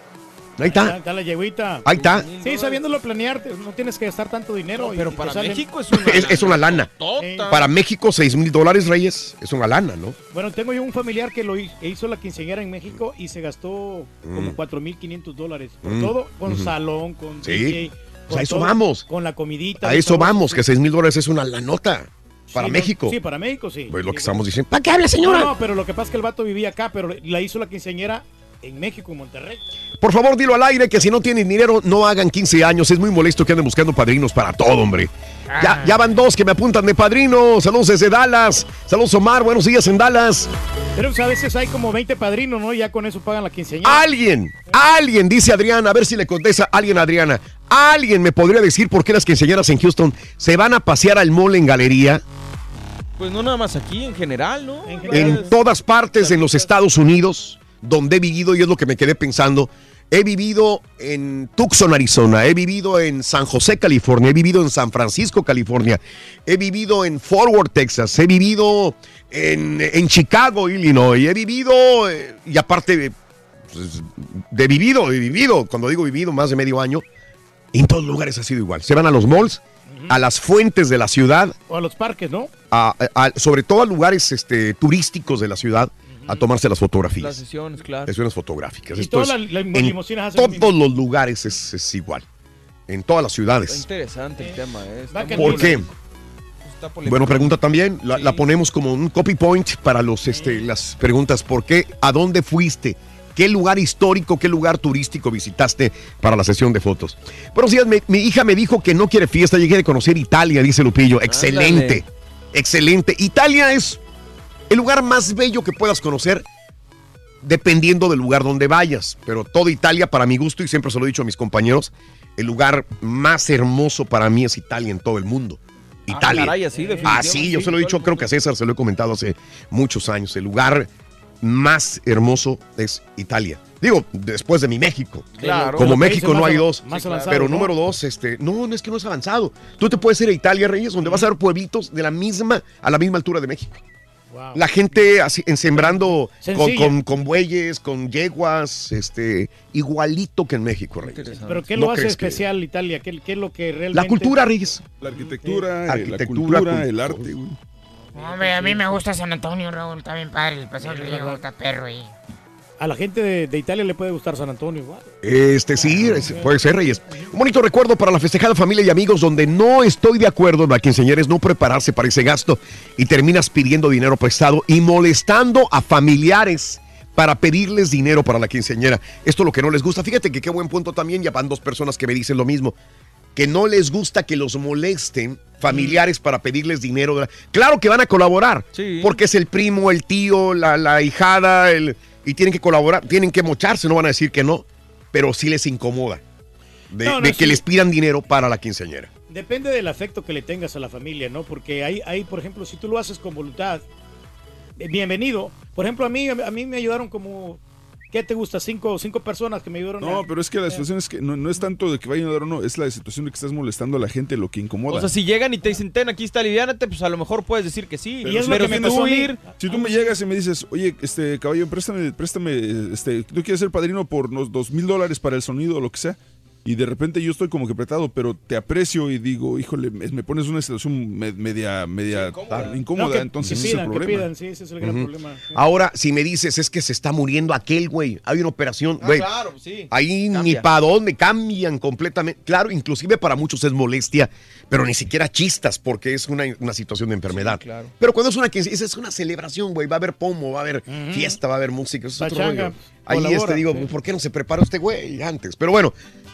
Ahí está. Está la yeguita. Ahí está. Sí, sabiéndolo planear, no tienes que gastar tanto dinero. No, pero y para sale... México es una es, lana. es una lana. Sí. Para México, seis mil dólares, Reyes, es una lana, ¿no? Bueno, tengo yo un familiar que lo hizo la quinceañera en México y se gastó como Mm. cuatro mil quinientos dólares. Por Mm. todo, con Ujú. salón, con Sí. D J. O con sea, eso todo, vamos. Con la comidita. A los eso sabores. vamos, que seis mil dólares es una lanota. Para Sí, México. no, sí, para México, sí. Pues lo que Sí, estamos diciendo. ¿Para qué habla, señora? No, no, pero lo que pasa es que el vato vivía acá, pero la hizo la quinceañera en México, en Monterrey. Por favor, dilo al aire que si no tienen dinero, no hagan quince años. Es muy molesto que anden buscando padrinos para todo, hombre. Ya, ya van dos que me apuntan de padrino. Saludos desde Dallas. Saludos, Omar. Buenos días en Dallas. Pero pues, a veces hay como veinte padrinos, ¿no? Y ya con eso pagan la quinceañera. Alguien, alguien, dice Adriana, a ver si le contesta alguien, Adriana. Alguien me podría decir por qué las quinceañeras en Houston se van a pasear al mall en galería. Pues no nada más aquí, en general, ¿no? En En todas partes en los Estados Unidos, donde he vivido, y es lo que me quedé pensando. He vivido en Tucson, Arizona, he vivido en San José, California, he vivido en San Francisco, California, he vivido en Fort Worth, Texas, he vivido en, en Chicago, Illinois, he vivido, eh, y aparte de, pues, de vivido, he vivido, cuando digo vivido, más de medio año, en todos lugares ha sido igual. Se van a los malls, a las fuentes de la ciudad, O a los parques, ¿no? a- a- sobre todo a lugares este, turísticos de la ciudad, a tomarse las fotografías. Las sesiones, claro. Sesiones fotográficas. Y Esto todas es- las- las en limusinas hacen lo todos mismo. los lugares es, es igual. En todas las Está ciudades. interesante el tema, ¿eh? Está Va muy ¿Por qué? polémico. Está polémico. Bueno, pregunta también. La, la ponemos como un copy point para los, este, las preguntas. ¿Por qué? ¿A dónde fuiste? ¿Qué lugar histórico, qué lugar turístico visitaste para la sesión de fotos? Buenos días, mi, mi hija me dijo que no quiere fiesta, llegué de conocer Italia, dice Lupillo. Excelente, Ándale. excelente. Italia es el lugar más bello que puedas conocer dependiendo del lugar donde vayas. Pero toda Italia, para mi gusto, y siempre se lo he dicho a mis compañeros, el lugar más hermoso para mí es Italia en todo el mundo. Italia. Ah, caray, así, Ah, definitivamente, sí, yo sí, se lo he todo dicho, el creo que a César se lo he comentado hace muchos años. El lugar más hermoso es Italia. Digo, después de mi México. Claro. Como Los México países no más hay av- dos. más Sí, avanzados, pero ¿no? número dos, este, no, no es que no es avanzado. Tú te puedes ir a Italia, Reyes, donde vas a ver pueblitos de la misma, a la misma altura de México. Wow. La gente así, en sembrando con, Sencilla. con- con bueyes, con yeguas, este, igualito que en México, Reyes. Pero ¿qué ¿No lo hace crees que- especial Italia? ¿Qué, qué es lo que realmente... La cultura, Reyes. La arquitectura, eh, Arquitectura, la cultura, cul- el arte, güey. Hombre, a mí me gusta San Antonio, Raúl. Está bien padre. El paseo del río está perro ahí. A la gente de, de Italia le puede gustar San Antonio igual. Este sí, es- puede ser, Reyes. Un bonito recuerdo para la festejada familia y amigos donde no estoy de acuerdo en la quinceañera es no prepararse para ese gasto y terminas pidiendo dinero prestado y molestando a familiares para pedirles dinero para la quinceañera. Esto es lo que no les gusta. Fíjate que qué buen punto también, ya van dos personas que me dicen lo mismo. Que no les gusta que los molesten familiares para pedirles dinero. Claro que van a colaborar, Sí. porque es el primo, el tío, la, la hijada, el, y tienen que colaborar, tienen que mocharse, no van a decir que no, pero sí les incomoda de, No, no, de que sí. les pidan dinero para la quinceañera. Depende del afecto que le tengas a la familia, ¿no? Porque hay, hay por ejemplo, si tú lo haces con voluntad, eh, bienvenido. Por ejemplo, a mí, a mí me ayudaron como, ¿qué te gusta? Cinco, cinco personas que me ayudaron. No, a- pero es que la situación es que no, no es tanto de que vayan a dar o no, es la situación de que estás molestando a la gente, lo que incomoda. O sea, si llegan y te dicen, ten, aquí está, aliviánate, pues a lo mejor puedes decir que sí. Pero Pero, si si tú tú me ir... Si tú me llegas y me dices, oye, este caballo, préstame, préstame, este, tú quieres ser padrino por unos dos mil dólares para el sonido o lo que sea, y de repente yo estoy como que apretado, pero te aprecio y digo, híjole, me, me pones una situación me- media, media incómoda, incómoda No, que- entonces que ese pidan, es el que problema. pidan, sí, ese es el gran Ujú. problema. Ahora, si me dices, es que se está muriendo aquel, güey, hay una operación, Ah, güey. claro, sí. Ahí ni Cambia. para dónde cambian completamente. Claro, inclusive para muchos es molestia, pero ni siquiera chistas porque es una, una situación de enfermedad. Sí, claro. Pero cuando es una quince- esa es una celebración, güey, va a haber pomo, va a haber Ujú. fiesta, va a haber música, eso es otro Pachanga, rollo. Ahí colabora, este digo, sí. ¿por qué no se preparó este güey antes? Pero bueno,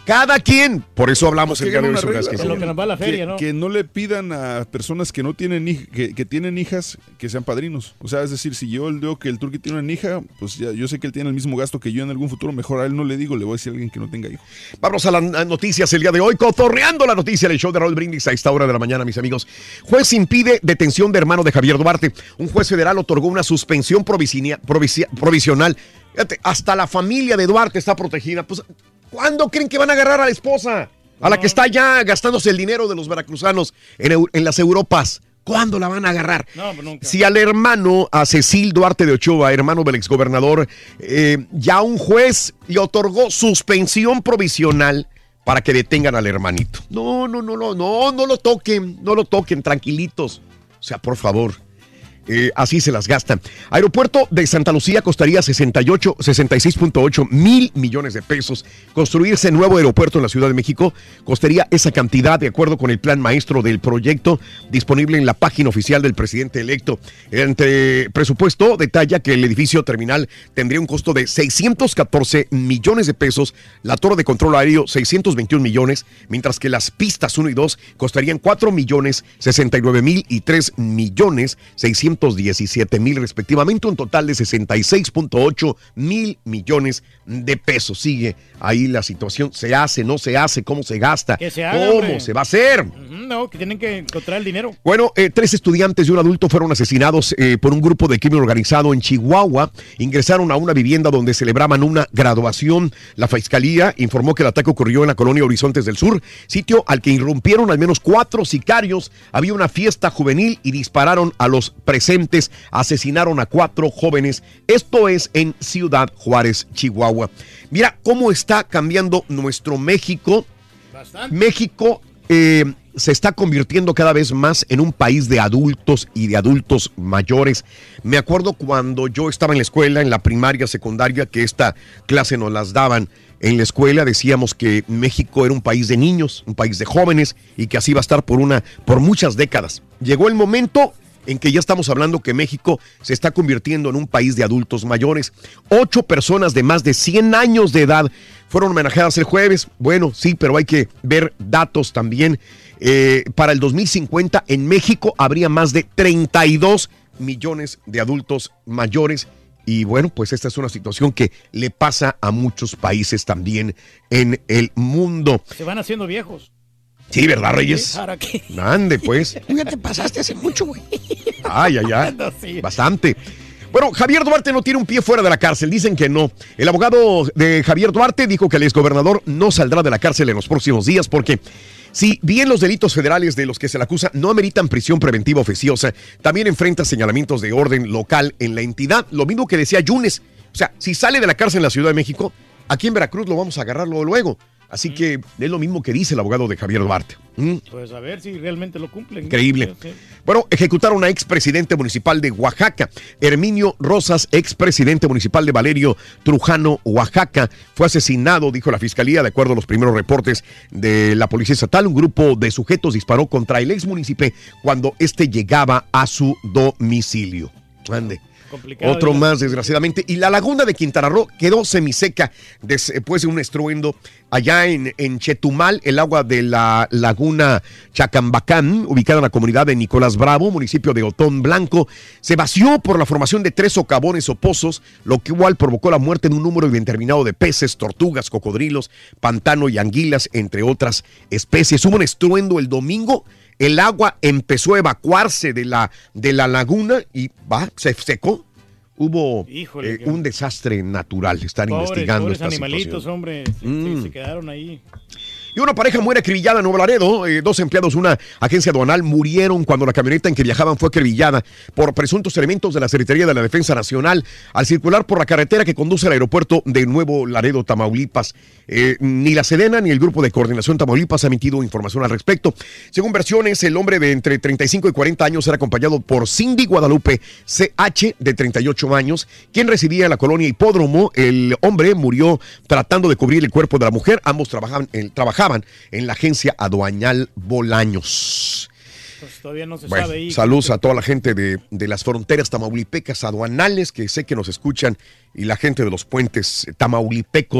Cada quien, por eso hablamos Que el día de hoy hagan sobre una las regla, quinceañeras. lo que nos va a la feria, ¿no? Que no le pidan a personas que no tienen hij- que, que tienen hijas que sean padrinos. O sea, es decir, si yo veo que el turqui tiene una hija, pues ya yo sé que él tiene el mismo gasto que yo en algún futuro, mejor a él no le digo, le voy a decir a alguien que no tenga hijos. Vamos a las noticias el día de hoy, cotorreando la noticia del show de Raúl Brindis a esta hora de la mañana, mis amigos. Juez impide detención de hermano de Javier Duarte. Un juez federal otorgó una suspensión provisinia- provisi- provisional. Fíjate, hasta la familia de Duarte está protegida. Pues, ¿cuándo creen que van a agarrar a la esposa? A la que está ya gastándose el dinero de los veracruzanos en, Eu- en las Europas. ¿Cuándo la van a agarrar? No, pues nunca. Si al hermano, a Cecil Duarte de Ochoa, hermano del exgobernador, eh, ya un juez le otorgó suspensión provisional para que detengan al hermanito. No, no, no, no, no, no lo toquen, no lo toquen, tranquilitos. O sea, por favor. Eh, así se las gastan. Aeropuerto de Santa Lucía costaría sesenta y ocho, sesenta y seis punto ocho mil millones de pesos. Construirse nuevo aeropuerto en la Ciudad de México costaría esa cantidad de acuerdo con el plan maestro del proyecto disponible en la página oficial del presidente electo. Entre presupuesto detalla que el edificio terminal tendría un costo de seiscientos catorce millones de pesos, la torre de control aéreo seiscientos veintiún millones, mientras que las pistas uno y dos costarían cuatro millones sesenta y nueve mil y tres millones seiscientos diecisiete mil respectivamente, un total de sesenta y seis punto ocho mil millones de pesos. Sigue ahí la situación, se hace, no se hace, cómo se gasta, Que se haga, cómo hombre. se va a hacer. Ujú, No, que tienen que encontrar el dinero. Bueno, eh, tres estudiantes y un adulto fueron asesinados eh, por un grupo de crimen organizado en Chihuahua. Ingresaron a una vivienda donde celebraban una graduación. La fiscalía informó que el ataque ocurrió en la colonia Horizontes del Sur, sitio al que irrumpieron al menos cuatro sicarios. Había una fiesta juvenil y dispararon a los presentes. Asesinaron a cuatro jóvenes. Esto es en Ciudad Juárez, Chihuahua. Mira cómo está cambiando nuestro México. Bastante. México eh, se está convirtiendo cada vez más en un país de adultos y de adultos mayores. Me acuerdo cuando yo estaba en la escuela, en la primaria, secundaria, que esta clase nos las daban. En la escuela decíamos que México era un país de niños, un país de jóvenes y que así va a estar por, una, por muchas décadas. Llegó el momento en que ya estamos hablando que México se está convirtiendo en un país de adultos mayores. Ocho personas de más de cien años de edad fueron homenajeadas el jueves. Bueno, sí, pero hay que ver datos también. Eh, para el dos mil cincuenta en México habría más de treinta y dos millones de adultos mayores. Y bueno, pues esta es una situación que le pasa a muchos países también en el mundo. Se van haciendo viejos. Sí, ¿verdad, Reyes? ¿Para qué? Ande, pues. Tú ya te pasaste hace mucho, güey. Ay, ay, ay. No, sí. Bastante. Bueno, Javier Duarte no tiene un pie fuera de la cárcel, dicen que no. El abogado de Javier Duarte dijo que el exgobernador no saldrá de la cárcel en los próximos días porque si bien los delitos federales de los que se le acusa no ameritan prisión preventiva oficiosa, también enfrenta señalamientos de orden local en la entidad, lo mismo que decía Yunes. O sea, si sale de la cárcel en la Ciudad de México, aquí en Veracruz lo vamos a agarrar luego. luego. Así que es lo mismo que dice el abogado de Javier Duarte. ¿Mm? Pues a ver si realmente lo cumplen. Increíble. Sí, sí. Bueno, ejecutaron a expresidente municipal de Oaxaca. Herminio Rosas, expresidente municipal de Valerio Trujano, Oaxaca, fue asesinado, dijo la fiscalía, de acuerdo a los primeros reportes de la policía estatal. Un grupo de sujetos disparó contra el ex municipio cuando este llegaba a su domicilio. Ande. Complicado, Otro ya. más, desgraciadamente. Y la laguna de Quintana Roo quedó semiseca después de un estruendo. Allá en, en Chetumal, el agua de la laguna Chacambacán, ubicada en la comunidad de Nicolás Bravo, municipio de Otón Blanco, se vació por la formación de tres socavones o pozos, lo que igual provocó la muerte de un número indeterminado de peces, tortugas, cocodrilos, pantano y anguilas, entre otras especies. Hubo un estruendo el domingo. El agua empezó a evacuarse de la, de la laguna y va, se secó. Hubo Híjole, eh, qué- un desastre natural. Están Pobres, investigando pobres esta animalitos, situación. hombre. Se, Mm. se- se quedaron ahí. Y una pareja muere acribillada en Nuevo Laredo. Eh, dos empleados de una agencia aduanal murieron cuando la camioneta en que viajaban fue acribillada por presuntos elementos de la Secretaría de la Defensa Nacional al circular por la carretera que conduce al aeropuerto de Nuevo Laredo, Tamaulipas. Eh, ni la Sedena ni el Grupo de Coordinación Tamaulipas ha emitido información al respecto. Según versiones, el hombre de entre treinta y cinco y cuarenta años era acompañado por Cindy Guadalupe C H, de treinta y ocho años, quien residía en la colonia Hipódromo. El hombre murió tratando de cubrir el cuerpo de la mujer. Ambos trabajaban en, trabajaban en la agencia aduanal Bolaños. Pues todavía no se Bueno, sabe ahí. saludos a toda la gente de, de las fronteras tamaulipecas aduanales que sé que nos escuchan y la gente de los puentes tamaulipecos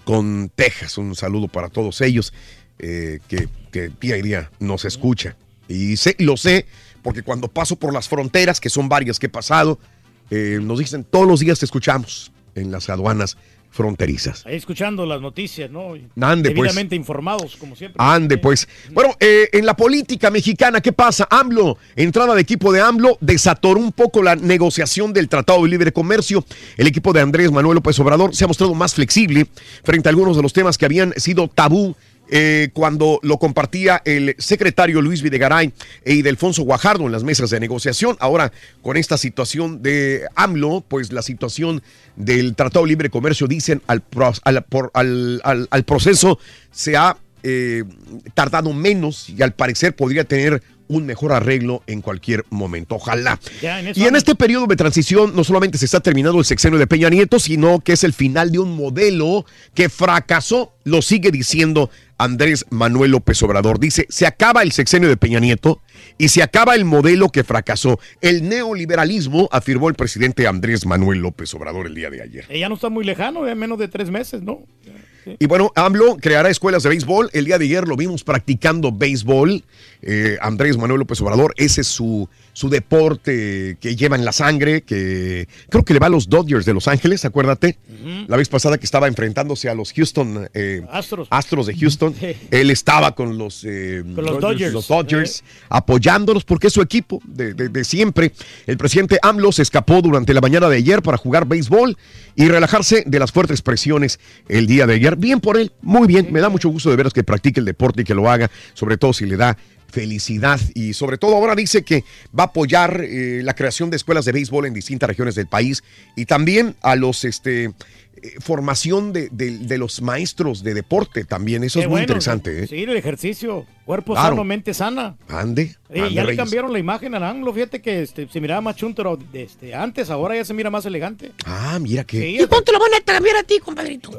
con Texas. Un saludo para todos ellos eh, que, que día y día nos escucha. Y sé, lo sé porque cuando paso por las fronteras, que son varias que he pasado, eh, nos dicen todos los días te escuchamos en las aduanas fronterizas. Ahí escuchando las noticias, ¿no? Ande, debidamente pues. informados, como siempre. Ande, pues. Bueno, eh, en la política mexicana, ¿qué pasa? AMLO, entrada de equipo de AMLO, desatoró un poco la negociación del Tratado de Libre Comercio. El equipo de Andrés Manuel López Obrador se ha mostrado más flexible frente a algunos de los temas que habían sido tabú Eh, cuando lo compartía el secretario Luis Videgaray e Ildefonso Guajardo en las mesas de negociación. Ahora, con esta situación de AMLO, pues la situación del Tratado de Libre Comercio, dicen, al, al, por, al, al, al proceso se ha eh, tardado menos y al parecer podría tener un mejor arreglo en cualquier momento. Ojalá. En y en este periodo de transición no solamente se está terminando el sexenio de Peña Nieto, sino que es el final de un modelo que fracasó, lo sigue diciendo Andrés Manuel López Obrador. Dice, se acaba el sexenio de Peña Nieto y se acaba el modelo que fracasó. El neoliberalismo, afirmó el presidente Andrés Manuel López Obrador el día de ayer. Ya no está muy lejano, ya menos de tres meses, ¿no? Sí. Y bueno, AMLO creará escuelas de béisbol. El día de ayer lo vimos practicando béisbol. Eh, Andrés Manuel López Obrador, ese es su, su deporte que lleva en la sangre, que creo que le va a los Dodgers de Los Ángeles, acuérdate. Uh-huh. La vez pasada que estaba enfrentándose a los Houston eh, Astros. Astros de Houston, sí. Él estaba con los, eh, con los Dodgers, los Dodgers eh. apoyándolos porque es su equipo de, de, de siempre. El presidente AMLO se escapó durante la mañana de ayer para jugar béisbol y relajarse de las fuertes presiones el día de ayer. Bien por él, muy bien. Me da mucho gusto de veros que practique el deporte y que lo haga, sobre todo si le da felicidad. Y sobre todo ahora dice que va a apoyar eh, la creación de escuelas de béisbol en distintas regiones del país y también a los este eh, formación de, de, de los maestros de deporte también. Eso Qué es muy bueno, interesante. ¿eh? Sí, el ejercicio. Cuerpo Claro. sano, mente sana. Ande. Eh, ande ya le Reyes. cambiaron la imagen al AMLO. Fíjate que este, se miraba más chuntero este, antes, ahora ya se mira más elegante. Ah, mira que. Sí, ¿Y cuánto lo van a cambiar a ti, compadrito?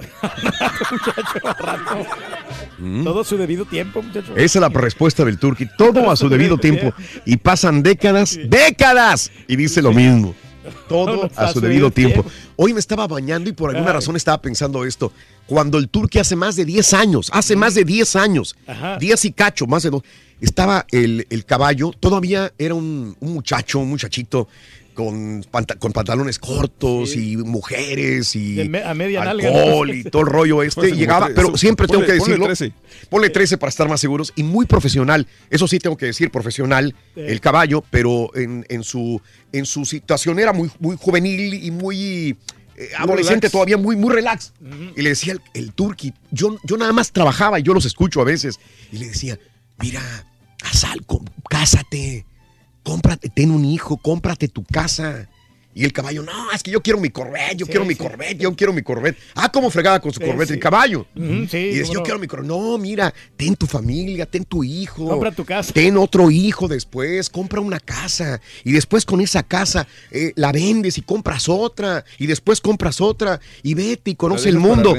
Mm. Todo a su debido tiempo, muchachos. Esa es la respuesta del Turqui. Todo a su debido tiempo. Y pasan décadas, décadas. Y dice lo mismo. Todo a su debido tiempo. Hoy me estaba bañando y por alguna razón estaba pensando esto. Cuando el Turqui hace más de diez años, hace más de diez años, diez y cacho, más de dos, estaba el, el caballo, todavía era un, un muchacho, un muchachito con, panta, con pantalones cortos sí. y mujeres y De me, a media alcohol nalga. y todo el rollo este. Pues, Llegaba, tres, pero siempre ponle, tengo que decirlo. Ponle trece. Ponle trece para estar más seguros y muy profesional. Eso sí tengo que decir, profesional, sí. el caballo, pero en, en, su, en su situación era muy, muy juvenil y muy... Eh, adolescente relax. Todavía muy, muy relax. Uh-huh. Y le decía el, el Turqui, yo, yo nada más trabajaba y yo los escucho a veces. Y le decía, mira, haz algo, cásate, cómprate, ten un hijo, cómprate tu casa. Y el caballo, no, es que yo quiero mi Corvette, yo sí, quiero mi sí. Corvette, yo quiero mi Corvette. Ah, cómo fregaba con su sí, Corvette sí. el caballo. Uh-huh, sí, y decía, yo no. quiero mi Corvette. No, mira, ten tu familia, ten tu hijo. Compra tu casa. Ten otro hijo después, compra una casa. Y después con esa casa eh, la vendes y compras otra. Y después compras otra. Y vete y conoce el mundo.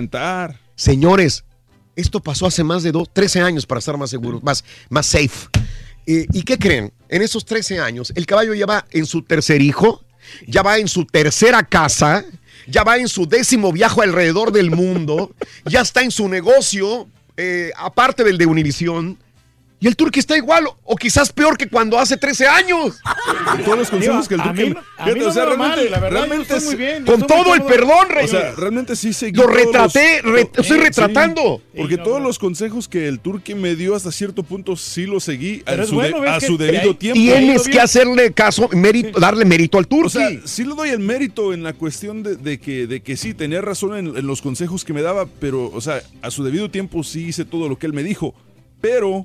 Señores, esto pasó hace más de dos, trece años para estar más seguros, más, más safe. Eh, ¿Y qué creen? En esos trece años, el caballo ya va en su tercer hijo. Ya va en su tercera casa, ya va en su décimo viaje alrededor del mundo, ya está en su negocio, eh, aparte del de Univisión. Y el Turqui está igual, o quizás peor que cuando hace trece años. Con todos los consejos que el Turqui... Mí, fíjate, no o sea, realmente, mal, la verdad, realmente es, muy bien. Con todo el perdón, Rey. O sea, realmente sí seguí. Lo retraté, los, re, estoy eh, retratando. Sí, porque sí, no, todos no. los consejos que el Turqui me dio hasta cierto punto sí los seguí a su, bueno, de, a su debido tiempo. Tienes que hacerle caso, mérito, darle mérito al Turqui. O sea, sí le doy el mérito en la cuestión de, de, que, de que sí, tenía razón en, en los consejos que me daba, pero, o sea, a su debido tiempo sí hice todo lo que él me dijo. Pero...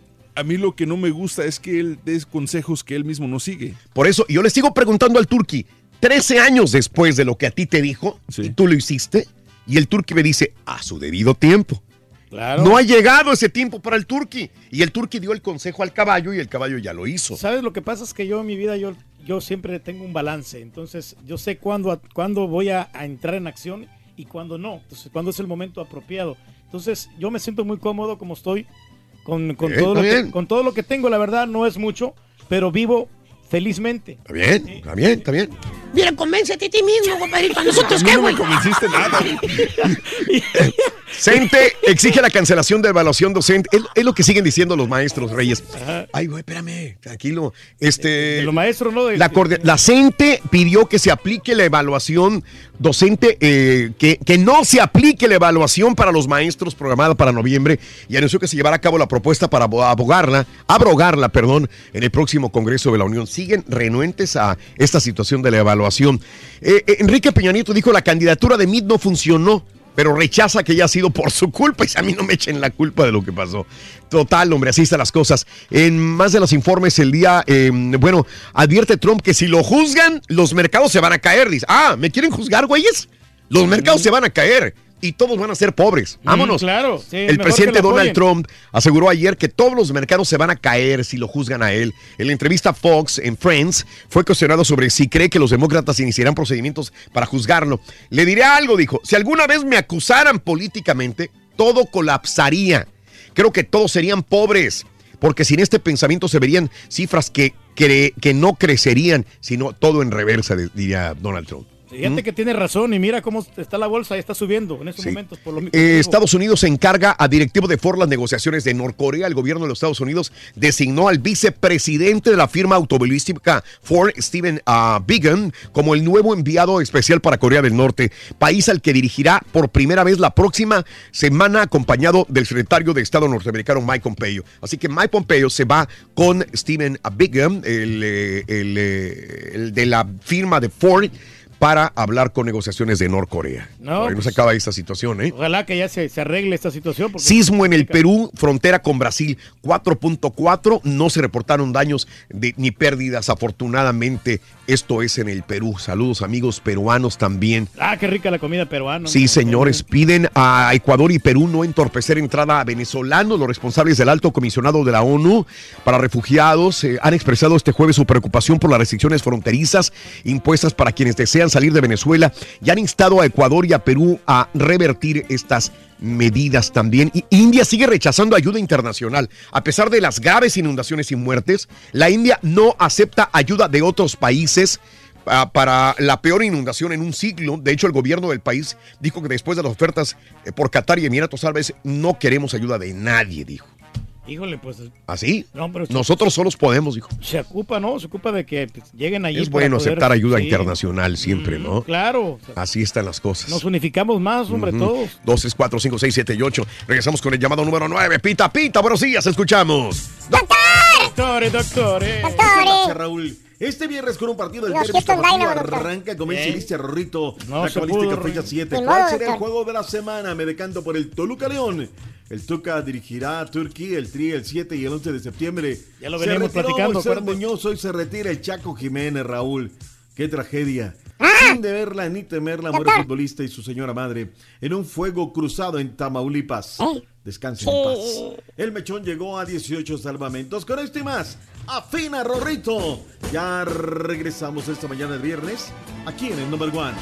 a mí lo que no me gusta es que él dé consejos que él mismo no sigue. Por eso, yo le sigo preguntando al Turqui, trece años después de lo que a ti te dijo, sí. y tú lo hiciste, y el Turqui me dice, a su debido tiempo. Claro. No ha llegado ese tiempo para el Turqui. Y el Turqui dio el consejo al caballo y el caballo ya lo hizo. ¿Sabes? Lo que pasa es que yo en mi vida, yo, yo siempre tengo un balance. Entonces, yo sé cuándo, cuándo voy a, a entrar en acción y cuándo no. Entonces, cuándo es el momento apropiado. Entonces, yo me siento muy cómodo como estoy. Con, con, bien, todo lo bien. que, con todo lo que tengo, la verdad, no es mucho, pero vivo felizmente. Está bien, sí. está bien, está bien. Mira, convéncete a ti mismo, compadrito. A nosotros, ¿qué, güey? No me convenciste nada. CENTE exige la cancelación de evaluación docente. Es, es lo que siguen diciendo los maestros, Reyes. Ajá. Ay, güey, espérame, tranquilo. Este, de los maestros, ¿no? De, la, la CENTE pidió que se aplique la evaluación docente, eh, que, que no se aplique la evaluación para los maestros programada para noviembre y anunció que se llevará a cabo la propuesta para abogarla, abrogarla, perdón, en el próximo Congreso de la Unión. Siguen renuentes a esta situación de la evaluación. Eh, eh, Enrique Peña Nieto dijo la candidatura de Mitt no funcionó, pero rechaza que haya sido por su culpa y a mí no me echen la culpa de lo que pasó. Total, hombre, así están las cosas. En más de los informes el día, eh, bueno, advierte Trump que si lo juzgan, los mercados se van a caer. Dice, ah, ¿me quieren juzgar, güeyes? Los mercados mm. se van a caer y todos van a ser pobres. Vámonos. Mm, claro. Sí, el presidente Donald Trump aseguró ayer que todos los mercados se van a caer si lo juzgan a él. En la entrevista a Fox en Friends fue cuestionado sobre si cree que los demócratas iniciarán procedimientos para juzgarlo. Le diré algo, dijo, si alguna vez me acusaran políticamente, todo colapsaría. Creo que todos serían pobres, porque sin este pensamiento se verían cifras que, que, que no crecerían, sino todo en reversa, diría Donald Trump. Fíjate ¿Mm? que tiene razón y mira cómo está la bolsa, está subiendo en estos sí. momentos. Por lo mismo. Eh, Estados Unidos se encarga a directivo de Ford las negociaciones de Norcorea. El gobierno de los Estados Unidos designó al vicepresidente de la firma automovilística Ford, Stephen uh, Biegun, como el nuevo enviado especial para Corea del Norte, país al que dirigirá por primera vez la próxima semana, acompañado del secretario de Estado norteamericano Mike Pompeo. Así que Mike Pompeo se va con Stephen Biegun, el, el, el, el de la firma de Ford, para hablar con negociaciones de Norcorea. No, pues, no se acaba esta situación, ¿eh? Ojalá que ya se, se arregle esta situación. Sismo en el Perú, frontera con Brasil, cuatro punto cuatro. No se reportaron daños de, ni pérdidas, afortunadamente. Esto es en el Perú. Saludos, amigos peruanos también. Ah, qué rica la comida peruana. Sí, señores. Piden a Ecuador y Perú no entorpecer entrada a venezolanos. Los responsables del Alto Comisionado de la ONU para Refugiados eh, han expresado este jueves su preocupación por las restricciones fronterizas impuestas para quienes desean salir de Venezuela y han instado a Ecuador y a Perú a revertir estas medidas también. Y India sigue rechazando ayuda internacional. A pesar de las graves inundaciones y muertes, la India no acepta ayuda de otros países uh, para la peor inundación en un siglo. De hecho, el gobierno del país dijo que después de las ofertas eh, por Qatar y Emiratos Árabes, no queremos ayuda de nadie, dijo. Híjole, pues. ¿Así? No, pero nosotros solos podemos, hijo. Se ocupa, ¿no? Se ocupa de que pues, lleguen allí. Es bueno poder, aceptar ayuda sí. internacional siempre, mm, ¿no? Claro. O sea, así están las cosas. Nos unificamos más, hombre, uh-huh. todos. dos, tres, cuatro, cinco, seis, siete y ocho. Regresamos con el llamado número nueve. Pita, pita, buenos días, escuchamos. ¡Doctor! Doctores, doctores. Doctores. Raúl. Este viernes con un partido del Dios, derbi tapatío doctor. arranca, comienza y dice Rorrito, no, la cabalística fecha siete. Ni ¿Cuál modo, será doctor. el juego de la semana? Me decanto por el Toluca León. El Tuca dirigirá a Turquía el Tri el siete y el once de septiembre. Ya lo veníamos platicando. Moisés Muñoz, hoy se retira el Chaco Jiménez, Raúl. Qué tragedia. Ah. Sin deberla ni temerla, muere el futbolista y su señora madre en un fuego cruzado en Tamaulipas. ¿Eh? Descansen sí. en paz. El Mechón llegó a dieciocho salvamentos. Con esto y más, afina Rorrito. Ya regresamos esta mañana de viernes aquí en el Number One.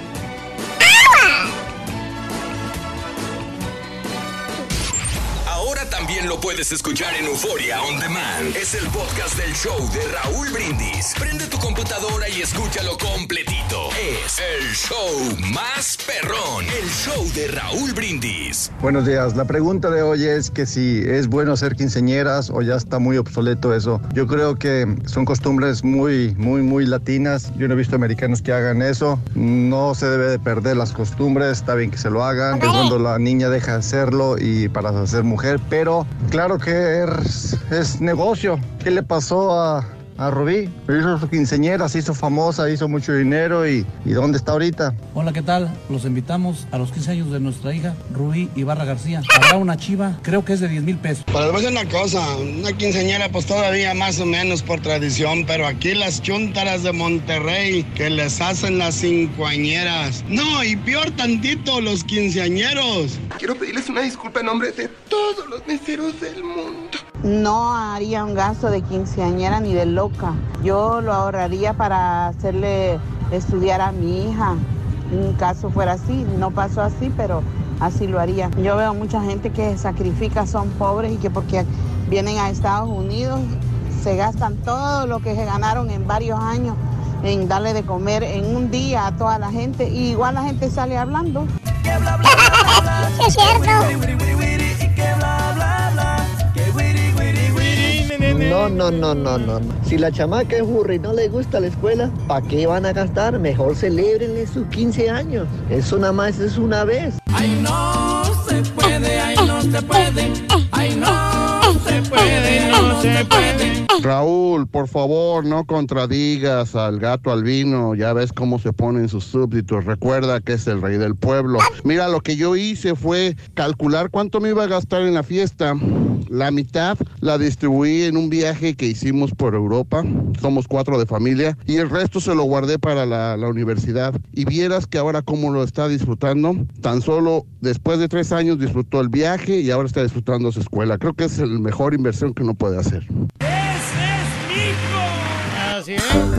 Ahora también lo puedes escuchar en Euforia On Demand. Es el podcast del show de Raúl Brindis. Prende tu computadora y escúchalo completito. Es el show más perrón. El show de Raúl Brindis. Buenos días. La pregunta de hoy es que si es bueno ser quinceañeras o ya está muy obsoleto eso. Yo creo que son costumbres muy, muy, muy latinas. Yo no he visto americanos que hagan eso. No se debe de perder las costumbres. Está bien que se lo hagan. Es cuando la niña deja de hacerlo y para ser mujer. Pero claro que es, es negocio. ¿Qué le pasó a, a Rubí? Hizo su quinceañera, se hizo famosa, hizo mucho dinero y, ¿y dónde está ahorita? Hola, ¿qué tal? Los invitamos a los quince años de nuestra hija, Rubí Ibarra García. Habrá una chiva, creo que es de diez mil pesos. Pues les voy a decir una cosa, una quinceañera pues todavía más o menos por tradición, pero aquí las chúntaras de Monterrey que les hacen las cincuañeras. No, y peor tantito los quinceañeros. Quiero pedirles una disculpa en nombre de todos los meseros del mundo. No haría un gasto de quinceañera ni de loca. Yo lo ahorraría para hacerle estudiar a mi hija. En un caso fuera así, no pasó así, pero así lo haría. Yo veo mucha gente que sacrifica, son pobres y que porque vienen a Estados Unidos se gastan todo lo que se ganaron en varios años en darle de comer en un día a toda la gente y igual la gente sale hablando. Sí, es cierto. No, no, no, no, no. Si la chamaca es burra y no le gusta la escuela, ¿para qué van a gastar? Mejor celébrenle sus quince años. Eso nada más es una vez. Ay, no se puede, ay, no se puede. Ay, no se puede, no se puede. Raúl, por favor, no contradigas al gato albino. Ya ves cómo se ponen sus súbditos. Recuerda que es el rey del pueblo. Mira, lo que yo hice fue calcular cuánto me iba a gastar en la fiesta. La mitad la distribuí en un viaje que hicimos por Europa. Somos cuatro de familia. Y el resto se lo guardé para la, la universidad. Y vieras que ahora cómo lo está disfrutando. Tan solo después de tres años disfrutó el viaje y ahora está disfrutando su escuela. Creo que es la mejor inversión que uno puede hacer. Así es.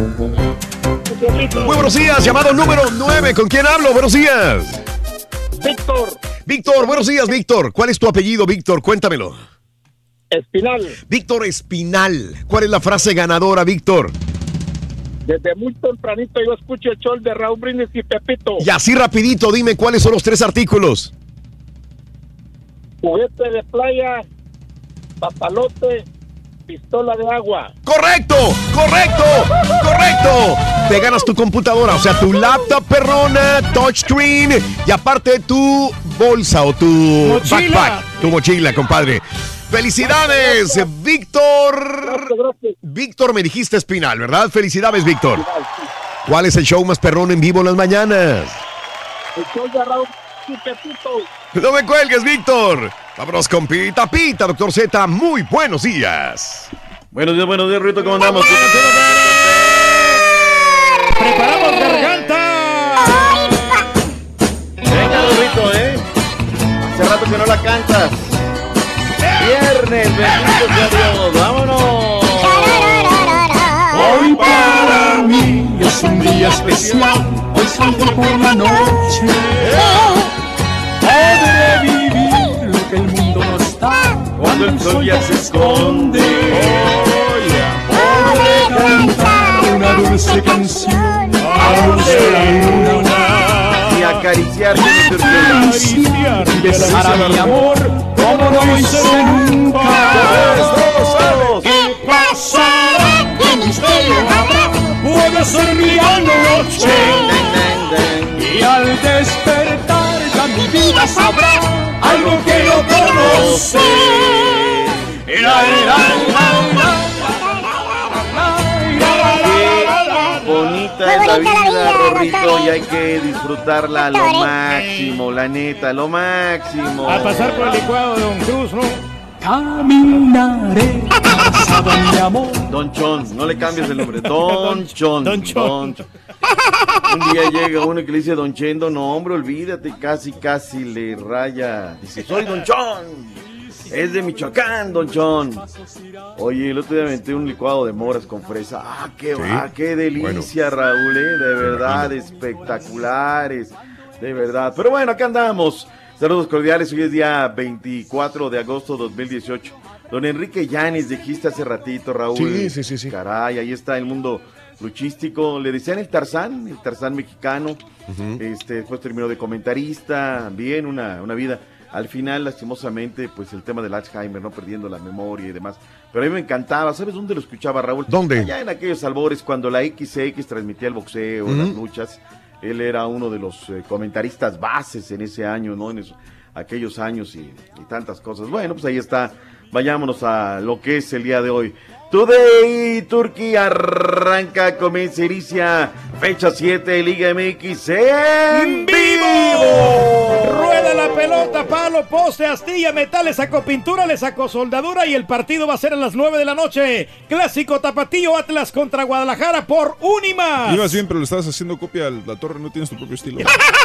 Muy buenos días, llamado número nueve. ¿Con quién hablo? Buenos días. Víctor. Víctor, buenos días, Víctor. ¿Cuál es tu apellido, Víctor? Cuéntamelo. Espinal. Víctor Espinal. ¿Cuál es la frase ganadora, Víctor? Desde muy tempranito yo escucho el show de Raúl Brindis y Pepito. Y así rapidito, dime cuáles son los tres artículos. Juguete de playa, papalote, pistola de agua. ¡Correcto! ¡Correcto! ¡Correcto! Te ganas tu computadora, o sea, tu laptop perrona, touchscreen y aparte tu bolsa o tu mochila. backpack, tu mochila, compadre. ¡Felicidades, Víctor! Gracias, gracias. Víctor, me dijiste Espinal, ¿verdad? Felicidades, Víctor. ¿Cuál es el show más perrón en vivo en las mañanas? El show de Raúl y Pepito. No me cuelgues, Víctor. Vámonos con Pita Pita, doctor Z. Muy buenos días. Buenos días, buenos días, Rito, ¿cómo andamos? ¡Preparamos garganta! Venga, Rito, ¿eh? Hace rato que no la cantas. Viernes, bendito sea Dios, vámonos. Hoy para mí es un día especial. Hoy salgo por la noche. Podré vivir lo que el mundo no está cuando el sol ya se esconde. Podré cantar una dulce canción a luz de la luna Y acariciar y besar a mi amor como no hice nunca. ¿Qué pasará? ¿Qué misterio habrá? Puede ser mi noche y al despertar ya mi vida sabrá algo que no conoce. La, la, la, bonita es la vida, Rorrito, y hay que disfrutarla a lo máximo, la neta, lo máximo. A pasar por el licuado de Don Cruz, ¿no? Caminaré pasado mi amor. Don Chon, no le cambies el nombre, Don Chon. Don Chon. Un día llega uno que le dice Don Chendo, no hombre, olvídate, casi, casi le raya. Dice, soy Don Chon. Es de Michoacán, Don Chon. Oye, el otro día aventé un licuado de moras con fresa. Ah, qué, ¿sí? va, qué delicia, bueno. Raúl, ¿eh? De verdad, espectaculares. De verdad. Pero bueno, acá andamos. Saludos cordiales. Hoy es día veinticuatro de agosto de dos mil dieciocho. Don Enrique Llanes, dijiste hace ratito, Raúl. Sí, sí, sí, sí. Caray, ahí está el mundo luchístico. Le decían el Tarzán, el Tarzán mexicano. Uh-huh. Este, después terminó de comentarista. Bien, una, una vida. Al final, lastimosamente, pues el tema del Alzheimer, ¿no? Perdiendo la memoria y demás. Pero a mí me encantaba. ¿Sabes dónde lo escuchaba, Raúl? ¿Dónde? Allá en aquellos albores, cuando la X X transmitía el boxeo, uh-huh. las luchas. Él era uno de los eh, comentaristas bases en ese año, ¿no? En esos, aquellos años y, y tantas cosas. Bueno, pues ahí está. Vayámonos a lo que es el día de hoy. Today, Turquía arranca, comienza, inicia, fecha siete, Liga M X en vivo. Rueda la pelota, palo, poste, astilla, metal, le sacó pintura, le sacó soldadura y el partido va a ser a las nueve de la noche. Clásico tapatío, Atlas contra Guadalajara por Unimas. Ibas bien, pero le estabas haciendo copia a la torre, no tienes tu propio estilo.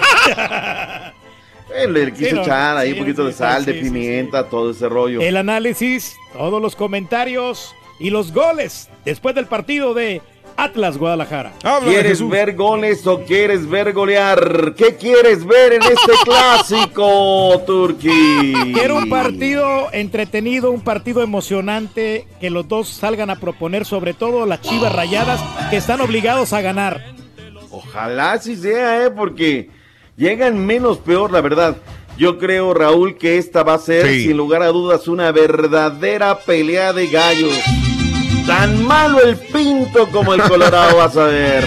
Le quise sí, no, echar ahí sí, un poquito sí, de sal, sí, de pimienta, sí. todo ese rollo. El análisis, todos los comentarios y los goles después del partido de Atlas Guadalajara. ¿Quieres ver goles o quieres ver golear? ¿Qué quieres ver en este clásico, Turquí? Quiero un partido entretenido, un partido emocionante, que los dos salgan a proponer, sobre todo las Chivas Rayadas, que están obligados a ganar. Ojalá sí sea, ¿eh? Porque llegan menos peor, la verdad. Yo creo, Raúl, que esta va a ser, sí, sin lugar a dudas, una verdadera pelea de gallos. Tan malo el Pinto como el Colorado, vas a ver.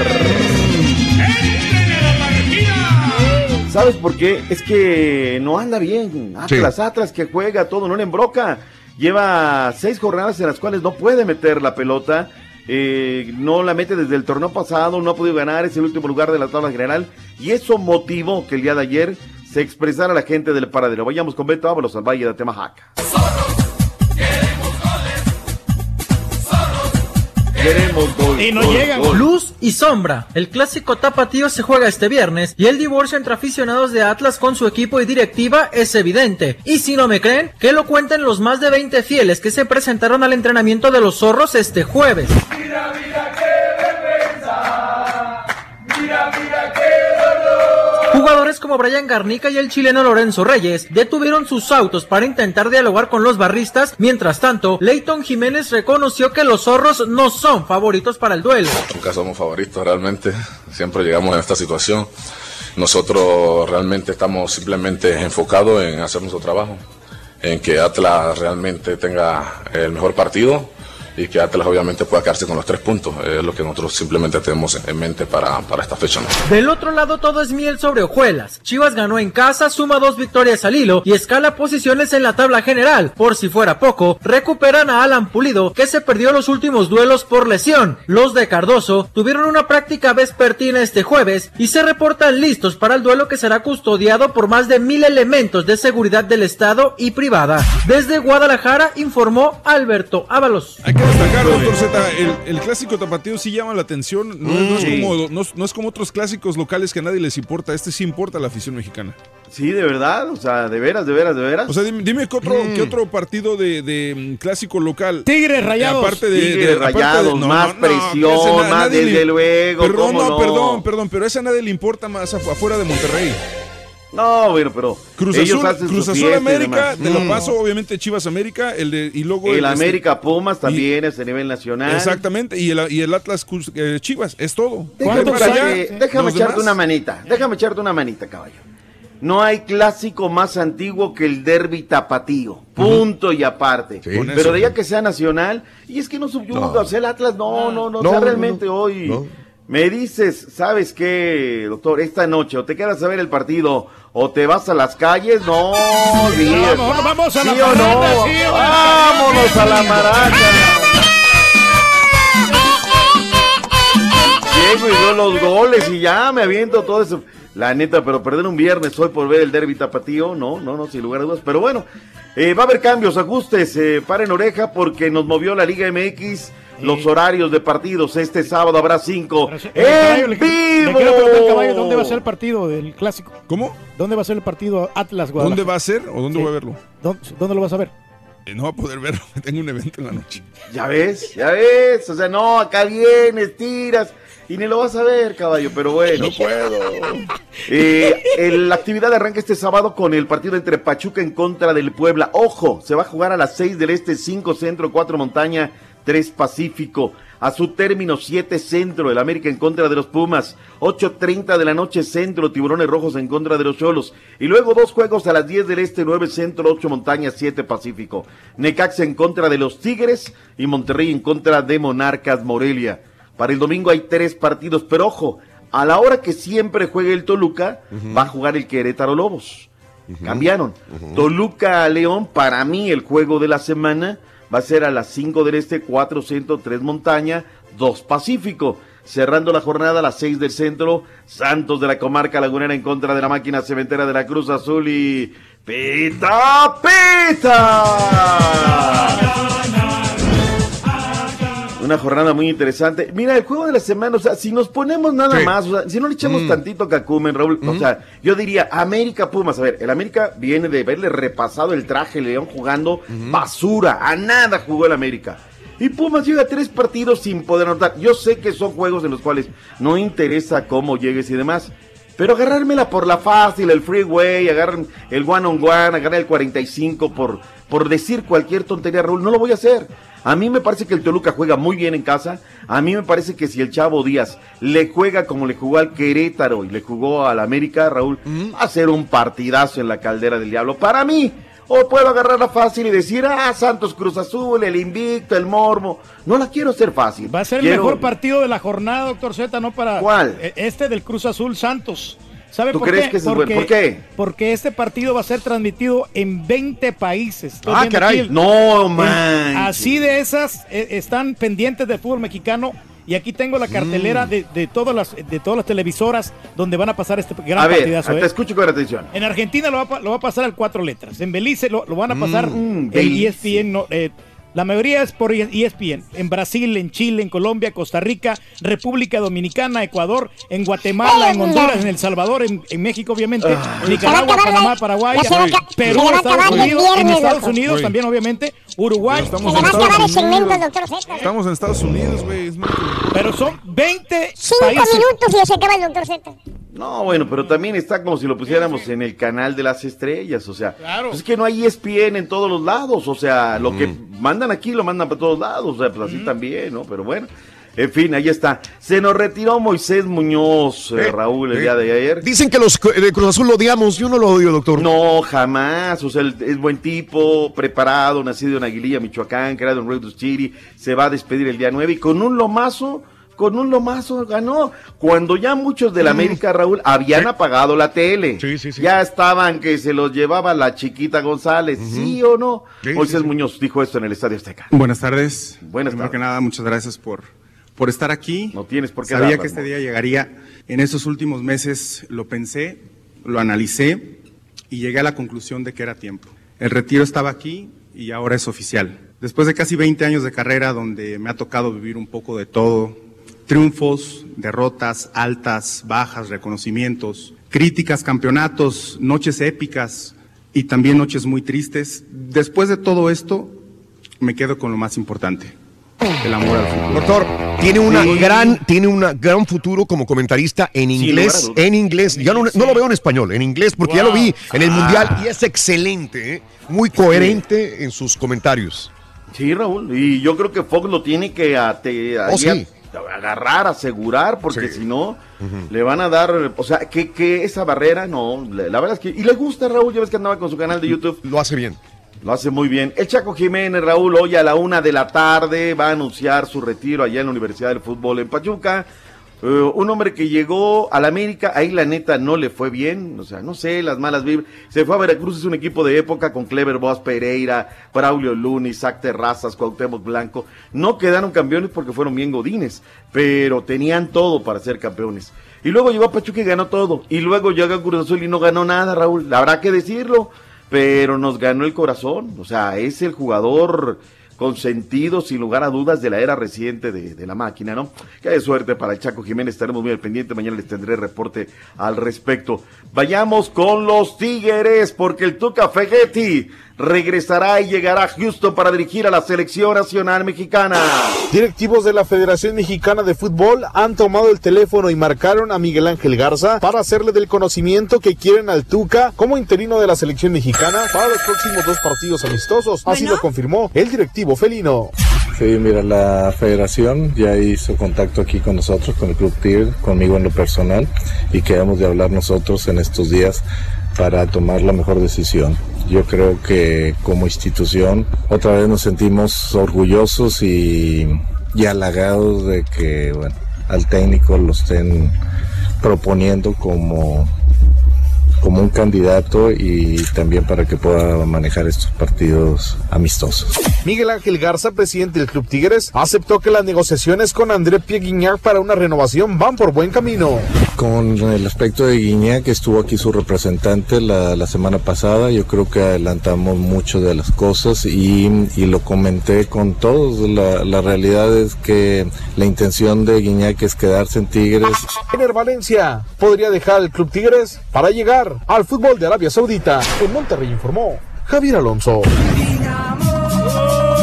¿Sabes por qué? Es que no anda bien. Atlas, sí. Atlas que juega todo, no le embroca. Lleva seis jornadas en las cuales no puede meter la pelota. Eh, no la mete desde el torneo pasado, no ha podido ganar, es el último lugar de la tabla general. Y eso motivó que el día de ayer se expresara la gente del paradero. Vayamos con Beto Ábalos al Valle de Atemajaca. Queremos gol, y no gol, llegan. Gol. Luz y sombra. El clásico tapatío se juega este viernes y el divorcio entre aficionados de Atlas con su equipo y directiva es evidente. Y si no me creen, que lo cuenten los más de veinte fieles que se presentaron al entrenamiento de los zorros este jueves. Mira, mira qué vergüenza. Mira, mira qué dolor. Jugadores como Brian Garnica y el chileno Lorenzo Reyes detuvieron sus autos para intentar dialogar con los barristas. Mientras tanto, Leighton Jiménez reconoció que los zorros no son favoritos para el duelo. Nunca somos favoritos realmente, siempre llegamos en esta situación. Nosotros realmente estamos simplemente enfocados en hacer nuestro trabajo, en que Atlas realmente tenga el mejor partido y que Atlas obviamente pueda quedarse con los tres puntos. Es lo que nosotros simplemente tenemos en mente para, para esta fecha, ¿no? Del otro lado todo es miel sobre hojuelas. Chivas ganó en casa, suma dos victorias al hilo y escala posiciones en la tabla general. Por si fuera poco, recuperan a Alan Pulido, que se perdió los últimos duelos por lesión. Los de Cardoso tuvieron una práctica vespertina este jueves y se reportan listos para el duelo que será custodiado por más de mil elementos de seguridad del Estado y privada. Desde Guadalajara informó Alberto Ábalos. Destacar, doctor Z, el, el clásico tapatío sí llama la atención, no, mm, no, es sí. como, no, no es como otros clásicos locales que a nadie les importa, este sí importa a la afición mexicana. Sí, de verdad, o sea, de veras, de veras, de veras. O sea, dime, dime ¿qué, otro, mm. ¿qué otro partido de, de um, clásico local? Tigres Rayados. Aparte de, Tigres de, Rayados, de, no, más no, presión, no, más desde le, luego. Perdón, no, no, perdón, perdón, pero a esa nadie le importa más afu afuera de Monterrey. No, bueno, pero Cruz ellos Azul, Cruz Azul América, te lo paso, obviamente Chivas América, el de, y luego el, el América este, Pumas también y, es a nivel nacional. Exactamente, y el, y el Atlas eh, Chivas, es todo. Déjame, allá, sí. déjame echarte demás? una manita, déjame echarte una manita, caballo. No hay clásico más antiguo que el derbi tapatío, punto uh-huh. y aparte. Sí, pero eso, de ya que sea nacional, y es que no subyuga, no. o sea, el Atlas no, no, no, no, o sea, no realmente no, hoy no. me dices, ¿sabes qué, doctor? Esta noche o te quedas a ver el partido o te vas a las calles, no, olvides. Vamos, vamos a ¿Sí la o no? maraca, sí, vámonos a la maraca. Llego y veo los goles y ya me aviento todo eso. La neta, pero perder un viernes hoy por ver el derbi tapatío, no, no, no, sin lugar a dudas. Pero bueno, eh, va a haber cambios, ajustes, eh, paren oreja porque nos movió la Liga M X. Los horarios de partidos, este sábado habrá cinco en le, vivo. Le quiero preguntar, caballo, ¿dónde va a ser el partido del clásico? ¿Cómo? ¿Dónde va a ser el partido Atlas Guadalajara? ¿Dónde va a ser o dónde sí. voy a verlo? ¿Dónde, ¿Dónde lo vas a ver? Eh, no va a poder verlo, tengo un evento en la noche. Ya ves, ya ves, o sea, no, acá vienes, tiras y ni lo vas a ver, caballo, pero bueno. No puedo. Eh, el, la actividad arranca este sábado con el partido entre Pachuca en contra del Puebla. Ojo, se va a jugar a las seis del este, cinco centro, cuatro montaña, tres Pacífico. A su término, siete centro, el América en contra de los Pumas. ocho treinta de la noche centro, Tiburones Rojos en contra de los Cholos. Y luego dos juegos a las diez del este, nueve centro, ocho montaña, siete Pacífico. Necaxa en contra de los Tigres y Monterrey en contra de Monarcas Morelia. Para el domingo hay tres partidos, pero ojo, a la hora que siempre juegue el Toluca, uh-huh. va a jugar el Querétaro Lobos. Uh-huh. Cambiaron. Uh-huh. Toluca León, para mí el juego de la semana va a ser a las cinco del este, cuatro centro, tres montaña, dos Pacífico. Cerrando la jornada a las seis del centro, Santos de la comarca lagunera en contra de la máquina cementera de la Cruz Azul y ¡Pita, pita! Una jornada muy interesante. Mira, el juego de la semana, o sea, si nos ponemos nada sí. más, o sea, si no le echamos mm. tantito cacumen, Raúl, mm. o sea, yo diría, América Pumas, a ver, el América viene de haberle repasado el traje León jugando mm. basura, a nada jugó el América. Y Pumas llega a tres partidos sin poder anotar. Yo sé que son juegos en los cuales no interesa cómo llegues y demás, Pero agarrármela por la fácil, el freeway, agarrar el one on one, agarrar el cuarenta y cinco por, por decir cualquier tontería, Raúl, no lo voy a hacer. A mí me parece que el Toluca juega muy bien en casa. A mí me parece que si el Chavo Díaz le juega como le jugó al Querétaro y le jugó al América, Raúl, mm. va a ser un partidazo en la Caldera del Diablo. Para mí, o puedo agarrarla fácil y decir, ah, Santos Cruz Azul, el invicto, el morbo. No la quiero hacer fácil. Va a ser quiero... el mejor partido de la jornada, doctor Z, ¿no? Para ¿Cuál? Este del Cruz Azul Santos. ¿Sabe ¿Tú por crees qué? que ese porque, es bueno? ¿Por qué? Porque este partido va a ser transmitido en veinte países. Estoy ah, caray. El... No, man. Así de esas eh, están pendientes del fútbol mexicano. Y aquí tengo la cartelera mm. de, de, todas las, de todas las televisoras donde van a pasar este gran a ver, partidazo. Te ¿eh? escucho con atención. En Argentina lo va, lo va a pasar al cuatro letras. En Belice lo, lo van a pasar mm, en E S P N. No, eh, la mayoría es por E S P N. En Brasil, en Chile, en Colombia, Costa Rica, República Dominicana, Ecuador, en Guatemala, en Honduras, en El Salvador, en, en México, obviamente, ah. en Nicaragua, Panamá, Paraguay, Perú, Estados Unidos, en Estados Unidos también, obviamente, Uruguay. Se le va a acabar el segmento, doctor Z. Estamos en Estados Unidos, güey. Pero son veinte Cinco países. minutos y ya se acaba el doctor Z. No, bueno, pero también está como si lo pusiéramos en el canal de las estrellas, o sea, claro. Pues es que no hay E S P N en todos los lados, o sea, lo mm. que mandan aquí lo mandan para todos lados, o sea, pues así mm. también, ¿no? Pero bueno, en fin, ahí está. Se nos retiró Moisés Muñoz, eh, eh, Raúl, el eh. día de ayer. Dicen que los de Cruz Azul lo odiamos, yo no lo odio, doctor. No, jamás, o sea, es buen tipo, preparado, nacido en Aguililla, Michoacán, creado en Radio City, se va a despedir el día nueve y con un lomazo... Con un lomazo ganó. Cuando ya muchos del América, Raúl, habían ¿Sí? apagado la tele. Sí, sí, sí. Ya estaban que se los llevaba la chiquita González. Uh-huh. ¿Sí o no? Sí, Moisés sí, sí. Muñoz dijo esto en el Estadio Azteca. Buenas tardes. Buenas Primero tardes. que nada, muchas gracias por, por estar aquí. No tienes por qué Sabía darlas, que este ¿no? día llegaría. En esos últimos meses lo pensé, lo analicé y llegué a la conclusión de que era tiempo. El retiro estaba aquí y ahora es oficial. Después de casi veinte años de carrera donde me ha tocado vivir un poco de todo, triunfos, derrotas, altas, bajas, reconocimientos, críticas, campeonatos, noches épicas y también noches muy tristes. Después de todo esto, me quedo con lo más importante, el amor al fútbol. Doctor, tiene una sí. gran, tiene una gran futuro como comentarista en inglés, sí, en inglés. Ya no, no lo veo en español, en inglés, porque wow. ya lo vi en el ah. Mundial y es excelente, ¿eh? Muy coherente sí. en sus comentarios. Sí, Raúl, y yo creo que Fox lo tiene que ate, oh, sí. agarrar, asegurar, porque sí. si no, uh-huh. le van a dar, o sea, que, que esa barrera, no, la verdad es que, y le gusta, Raúl, ya ves que andaba con su canal de YouTube. Lo hace bien. Lo hace muy bien. El Chaco Jiménez, Raúl, hoy a la una de la tarde va a anunciar su retiro allá en la Universidad del Fútbol en Pachuca. Uh, un hombre que llegó a la América, ahí la neta no le fue bien, o sea, no sé, las malas vibras. Se fue a Veracruz, es un equipo de época con Clever Boas Pereira, Braulio Luna, Isaac Terrazas, Cuauhtémoc Blanco. No quedaron campeones porque fueron bien godines, pero tenían todo para ser campeones. Y luego llegó a Pachuca y ganó todo. Y luego llegó a Cruz Azul y no ganó nada, Raúl, habrá que decirlo, pero nos ganó el corazón. O sea, es el jugador consentido, sin lugar a dudas, de la era reciente de, de la máquina, ¿no? Que de suerte para el Chaco Jiménez, estaremos muy al pendiente, mañana les tendré reporte al respecto. Vayamos con los Tigres, porque el Tuca Ferretti regresará y llegará a Houston para dirigir a la selección nacional mexicana. Directivos de la Federación Mexicana de Fútbol han tomado el teléfono y marcaron a Miguel Ángel Garza para hacerle del conocimiento que quieren al Tuca como interino de la selección mexicana para los próximos dos partidos amistosos. Así ¿Bueno? Lo confirmó el directivo felino. Sí, mira, la federación ya hizo contacto aquí con nosotros, con el Club Tigre, conmigo en lo personal, y quedamos de hablar nosotros en estos días para tomar la mejor decisión. Yo creo que como institución otra vez nos sentimos orgullosos y, y halagados de que bueno, al técnico lo estén proponiendo como, como un candidato y también para que pueda manejar estos partidos amistosos. Miguel Ángel Garza, presidente del Club Tigres, aceptó que las negociaciones con André Pierre Gignac para una renovación van por buen camino. Con el aspecto de Gignac, que estuvo aquí su representante la, la semana pasada, yo creo que adelantamos mucho de las cosas y, y lo comenté con todos. La, la realidad es que la intención de Gignac es quedarse en Tigres. Ener Valencia podría dejar el Club Tigres para llegar al fútbol de Arabia Saudita. En Monterrey informó Javier Alonso.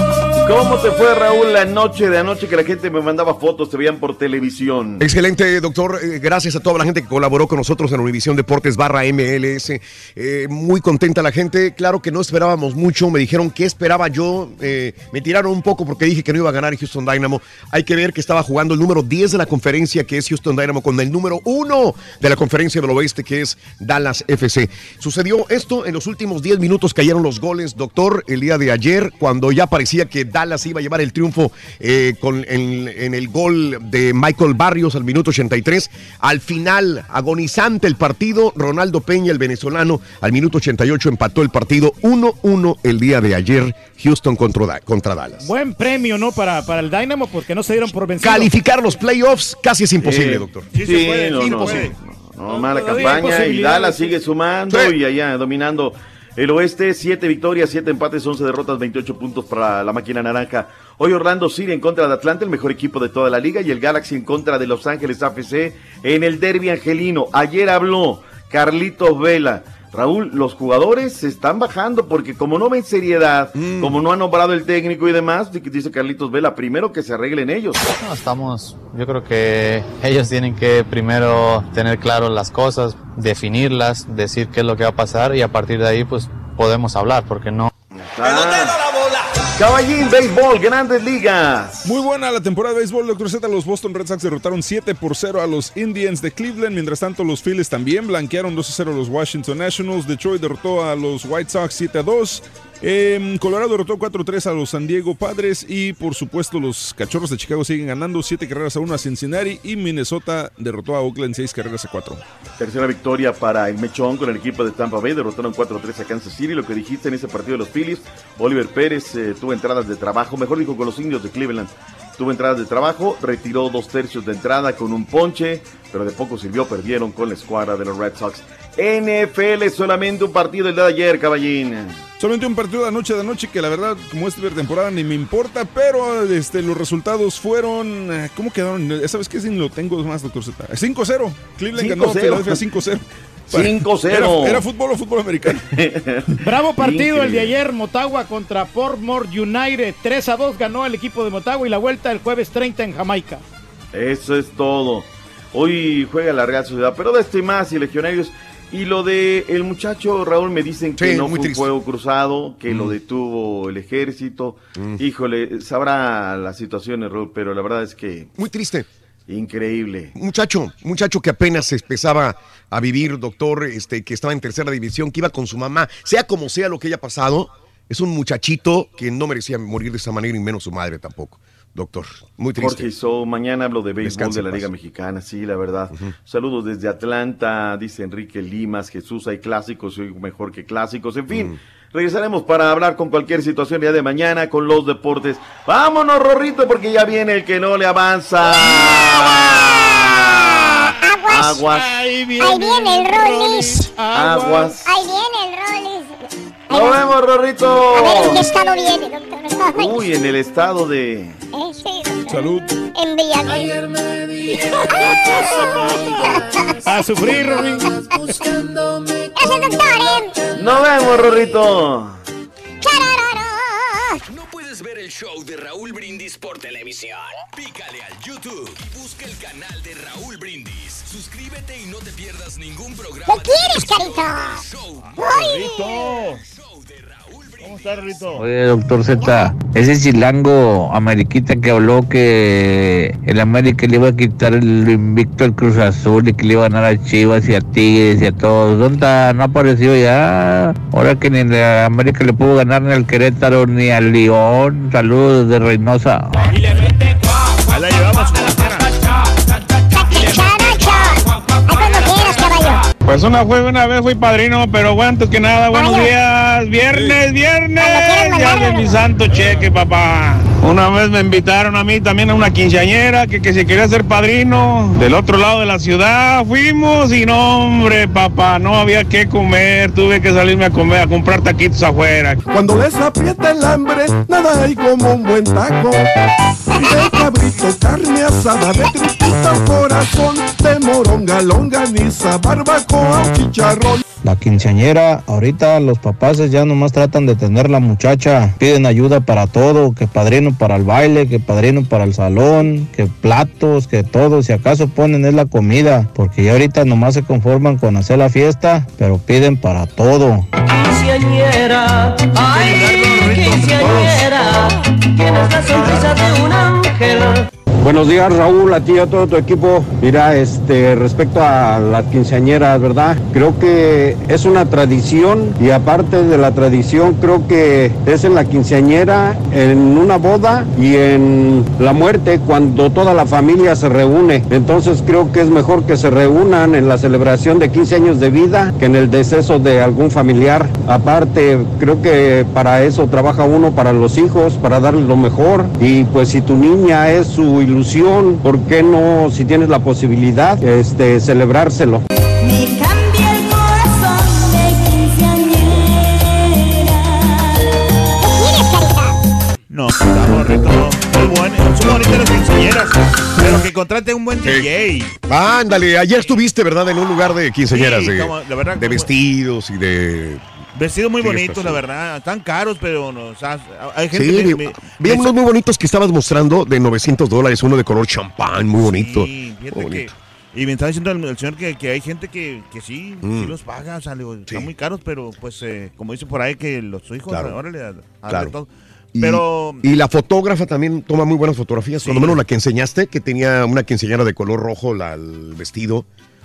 ¿Cómo te fue, Raúl, la noche de anoche que la gente me mandaba fotos, te veían por televisión? Excelente, doctor. Eh, gracias a toda la gente que colaboró con nosotros en Univisión Deportes barra M L S. Eh, muy contenta la gente. Claro que no esperábamos mucho. Me dijeron qué esperaba yo. Eh, me tiraron un poco porque dije que no iba a ganar Houston Dynamo. Hay que ver que estaba jugando el número diez de la conferencia, que es Houston Dynamo, con el número uno de la conferencia del oeste, que es Dallas F C. Sucedió esto en los últimos diez minutos, cayeron los goles, doctor, el día de ayer, cuando ya parecía que Dallas iba a llevar el triunfo eh, con, en, en el gol de Michael Barrios al minuto ochenta y tres. Al final, agonizante el partido, Ronaldo Peña, el venezolano, al minuto ochenta y ocho empató el partido uno uno el día de ayer, Houston contra, contra Dallas. Buen premio, ¿no? Para, para el Dynamo, porque no se dieron por vencidos. Calificar los playoffs casi es imposible, eh, doctor. Sí, sí, se puede, no, imposible. No, no, no, mala campaña y Dallas sigue sumando sí. y allá dominando el oeste, siete victorias, siete empates, once derrotas, veintiocho puntos para la máquina naranja. Hoy Orlando City en contra de Atlanta, el mejor equipo de toda la liga, y el Galaxy en contra de Los Ángeles A F C en el derbi angelino. Ayer habló Carlitos Vela. Raúl, los jugadores se están bajando porque como no ven seriedad, mm. como no ha nombrado el técnico y demás, dice Carlitos Vela, primero que se arreglen ellos. No, estamos, yo creo que ellos tienen que primero tener claro las cosas, definirlas, decir qué es lo que va a pasar y a partir de ahí pues podemos hablar, porque no... Ah. Caballín, béisbol, Grandes Ligas. Muy buena la temporada de béisbol, doctor Z. Los Boston Red Sox derrotaron siete por cero a los Indians de Cleveland. Mientras tanto, los Phillies también blanquearon dos a cero a los Washington Nationals. Detroit derrotó a los White Sox siete a dos. Eh, Colorado derrotó cuatro a tres a los San Diego Padres. Y por supuesto, los Cachorros de Chicago siguen ganando siete carreras a uno a Cincinnati. Y Minnesota derrotó a Oakland seis carreras a cuatro. Tercera victoria para el Mechón con el equipo de Tampa Bay. Derrotaron cuatro a tres a Kansas City. Lo que dijiste en ese partido de los Phillies, Oliver Pérez eh, tuvo entradas de trabajo, mejor dijo con los Indios de Cleveland. Tuvo entradas de trabajo, retiró dos tercios de entrada con un ponche, pero de poco sirvió, perdieron con la escuadra de los Red Sox. N F L, solamente un partido el día de ayer, Caballín. Solamente un partido de anoche de anoche que la verdad, como es de temporada, ni me importa, pero este, los resultados fueron... ¿Cómo quedaron? ¿Sabes qué? Si lo tengo más, doctor Z. cinco cero. Cleveland ganó a Philadelphia cinco cero. cinco cero. Era, era fútbol o fútbol americano. Bravo partido Increíble. El de ayer, Motagua contra Portmore United. tres a dos ganó el equipo de Motagua y la vuelta el jueves treinta en Jamaica. Eso es todo. Hoy juega la Real Sociedad, pero de esto y más, y Legionarios. Y lo de el muchacho, Raúl, me dicen que sí, no fue triste. Un juego cruzado, que mm. lo detuvo el ejército. Mm. Híjole, sabrá las situaciones, Raúl, pero la verdad es que... Muy triste. Increíble. Muchacho, muchacho que apenas empezaba a vivir, doctor, este, que estaba en tercera división, que iba con su mamá, sea como sea lo que haya pasado, es un muchachito que no merecía morir de esa manera y menos su madre tampoco. Doctor, muy triste. Jorge Iso, mañana hablo de béisbol Descanse de la Liga Mexicana, sí, la verdad. Uh-huh. Saludos desde Atlanta, dice Enrique Limas, Jesús, hay clásicos, soy mejor que clásicos, en fin. Uh-huh. Regresaremos para hablar con cualquier situación el día de mañana con los deportes. Vámonos, Rorrito, porque ya viene el que no le avanza. Aguas. Aguas. Ahí viene, Ahí viene el Rollis. Aguas. Ahí viene el Rollis. Nos vemos, Rorrito. A ver, ¿en qué estado viene, doctor? Uy, en el estado de... Eh, sí, doctor. Salud. En Villanueva. A sufrir, Rorri. Gracias, doctor. Nos vemos, Rorrito. ¿No puedes ver el show de Raúl Brindis por televisión? Pícale al YouTube y busca el canal de Raúl Brindis. Suscríbete y no te pierdas ningún programa. ¿Qué quieres, Carito? Rorrito. ¿Cómo está, Rorrito? Oye, doctor Z, ese chilango Ameriquita que habló que el América le iba a quitar el invicto al Cruz Azul y que le iba a ganar a Chivas y a Tigres y a todos. ¿Dónde está? No apareció ya. Ahora que ni la América le pudo ganar ni al Querétaro ni al León. Saludos de Reynosa. Y le mete cuá. Ahí la llevamos con la cena. Pues una fue una vez fui padrino, pero bueno, antes que nada, buenos días. Viernes, viernes, ya de mi santo cheque, papá. Una vez me invitaron a mí también a una quinceañera que, que se quería ser padrino del otro lado de la ciudad. Fuimos y no, hombre, papá, no había que comer. Tuve que salirme a comer, a comprar taquitos afuera. Cuando les aprieta el hambre, nada hay como un buen taco. de cabrito, carne asada, de tripita, corazón, de moronga, longaniza, barbacoa o chicharrón. La quinceañera, ahorita los papás ya nomás tratan de tener la muchacha, piden ayuda para todo, que padrino para el baile, que padrino para el salón, que platos, que todo, si acaso ponen es la comida, porque ya ahorita nomás se conforman con hacer la fiesta, pero piden para todo. Quinceañera, ay, quinceañera, tienes la sonrisa de un ángel. Buenos días, Raúl, a ti y a todo tu equipo. Mira, este, respecto a las quinceañeras, ¿verdad? Creo que es una tradición y aparte de la tradición, creo que es en la quinceañera, en una boda y en la muerte, cuando toda la familia se reúne. Entonces creo que es mejor que se reúnan en la celebración de quince años de vida que en el deceso de algún familiar. Aparte, creo que para eso trabaja uno, para los hijos, para darles lo mejor. Y pues si tu niña es su ilusión, ¿por qué no, si tienes la posibilidad, este, celebrárselo? Me cambia el corazón de quinceañera. No, está bonito, muy bueno. Son bonitas las quinceañeras, pero que contrate un buen D J. Ándale, ayer estuviste, ¿verdad? En un lugar de quinceañeras, Sí, de, como- la verdad, de como- vestidos y de... Vestidos muy Fiestas, bonitos, la sí. verdad. Están caros, pero no, o sea, hay gente Sí, que vi, me- vi me- unos muy bonitos que estabas mostrando de novecientos dólares, uno de color champán, muy bonito. Sí, fíjate Muy que- bonito. y me estaba diciendo el, el señor que, que hay gente que, que sí, Mm. sí los paga, o sea, le digo, están muy caros, pero pues, eh, como dicen por ahí, que los hijos, Claro. órale, a, a Claro. todo. Y, Pero, y la fotógrafa también toma muy buenas fotografías, por lo menos la que enseñaste, que tenía una quinceañera de color rojo, la, el vestido.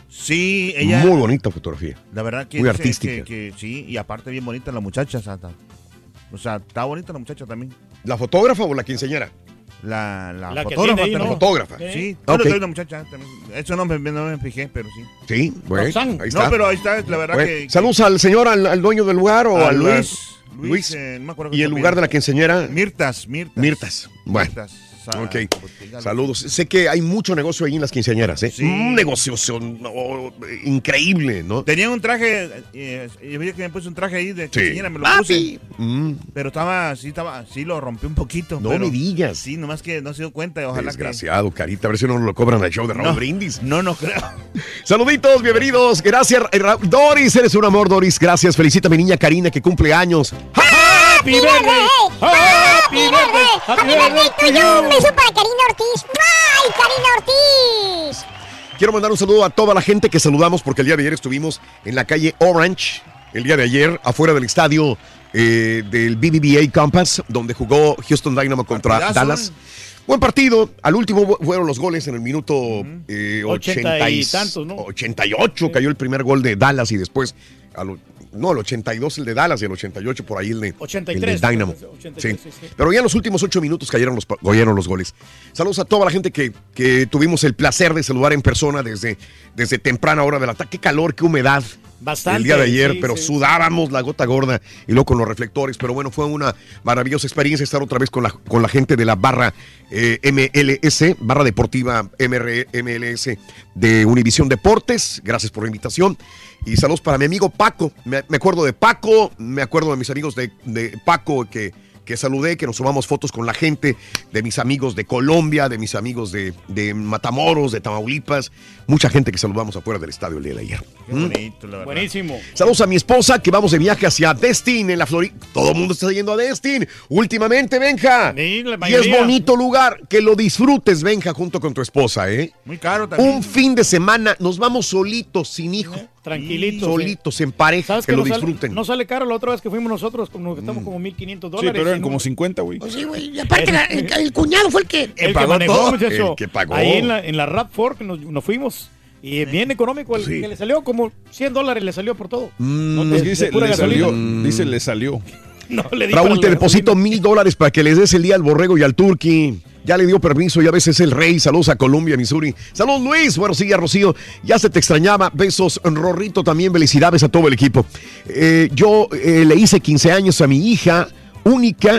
sí, ella... Muy bonita fotografía. La verdad que Muy dice artística. Que, que sí, y aparte bien bonita la muchacha, o sea, está, o sea, está bonita la muchacha también. ¿La fotógrafa o la quinceañera? La, la, La que fotógrafa. tiene ahí, también. ¿no? Fotógrafa. Sí, Ok. yo le doy una muchacha también. Eso no me, no me fijé, pero sí. Sí, bueno, Roxanne. ahí está. No, pero ahí está, la verdad Bueno, que... saludos al señor, al, al dueño del lugar o A al Luis. Luis. Luis, eh, no me acuerdo ¿Y qué el se lugar apellida. de la quinceañera? Mirtas, Mirtas. Mirtas. Bueno. Mirtas. Sa- Ok. Botiga, Saludos. Sé que hay mucho negocio ahí en las quinceañeras, ¿eh? Sí. Un negocio son- oh, increíble, ¿no? Tenía un traje, eh, yo vi que me puse un traje ahí de Sí. quinceañera, me lo Papi. puse. Mm. Pero estaba, sí, estaba, sí lo rompí un poquito. No pero- me digas. Sí, nomás que no se dio cuenta y ojalá Desgraciado, carita. A ver si no nos lo cobran al show de Raúl No. Brindis. que... No, no creo. Saluditos, bienvenidos. Gracias, eh, Ra- Doris. Eres un amor, Doris. Gracias. Felicita a mi niña Karina que cumple años. ¡Happy birthday! ¡Happy birthday! ¡Happy birthday to you! Un beso para Karina Ortiz. ¡Ay, Karina Ortiz! Quiero mandar un saludo a toda la gente que saludamos porque el día de ayer estuvimos en la calle Orange, el día de ayer, afuera del estadio eh, del B B V A Compass, donde jugó Houston Dynamo contra Partidazo, Dallas. ¿eh? Buen partido. Al último fueron los goles en el minuto eh, Ochenta ochenta y y tantos, ¿no? ochenta y ocho cayó el primer gol de Dallas y después, al, no, el ochenta y dos el de Dallas y el ochenta y ocho por ahí el de, ochenta y el tres, de Dynamo. ochenta y tres, Sí. sí, sí. Pero ya en los últimos ocho minutos cayeron los, cayeron los goles. Saludos a toda la gente que, que tuvimos el placer de saludar en persona desde, desde temprana hora del ataque. Qué calor, qué humedad. Bastante, El día de ayer, sí, pero sí. sudábamos la gota gorda y luego con los reflectores. Pero bueno, fue una maravillosa experiencia estar otra vez con la, con la gente de la barra eh, M L S, barra deportiva M R M L S de Univisión Deportes. Gracias por la invitación. Y saludos para mi amigo Paco. Me, me acuerdo de Paco, me acuerdo de mis amigos de, de Paco que, que saludé, que nos tomamos fotos con la gente, de mis amigos de Colombia, de mis amigos de, de Matamoros, de Tamaulipas. Mucha gente que saludamos afuera del estadio el día de ayer. Qué bonito, la verdad. Buenísimo. Saludos a mi esposa, que vamos de viaje hacia Destin, en la Florida. Todo el mundo está yendo a Destin. Últimamente, Benja. Sí, la Y es mayoría. bonito lugar. Que lo disfrutes, Benja, junto con tu esposa, ¿eh? Muy caro también. Un fin de semana. Nos vamos solitos, sin hijo. Tranquilitos. Solitos, en pareja. ¿Sabes Que que lo no sale, disfruten. no sale caro? La otra vez que fuimos nosotros, como que estamos como mil quinientos Sí, dólares. pero eran y como no- cincuenta, güey. Pues sí, güey. Y aparte, la- el, el cuñado fue el que. El que pagó manejó, todo. muchacho. El que pagó. Ahí en la, en la Rap Ford que nos, nos fuimos. Y es bien económico, el Sí. que le salió como cien dólares le salió por todo. Mm, No, Es de- que de dice, pura le gasolina. salió, dice, le salió. No, le di para Raúl, la te deposito gasolina. mil dólares para que les des el día al borrego y al turqui. Ya le dio permiso, ya ves, es el rey. Saludos a Colombia, Missouri. Saludos, Luis. Buenos días, Rocío. Ya se te extrañaba. Besos, Rorrito, también. Felicidades a todo el equipo. Eh, yo eh, le hice quince años a mi hija única.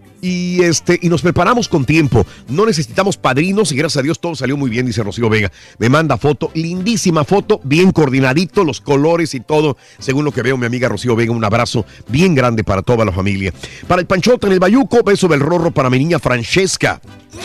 Y este y nos preparamos con tiempo. No necesitamos padrinos y gracias a Dios todo salió muy bien, dice Rocío Vega. Me manda foto, lindísima foto, bien coordinadito, los colores y todo. Según lo que veo, mi amiga Rocío Vega, un abrazo bien grande para toda la familia. Para el Panchote en el Bayuco, beso del Rorro para mi niña Francesca.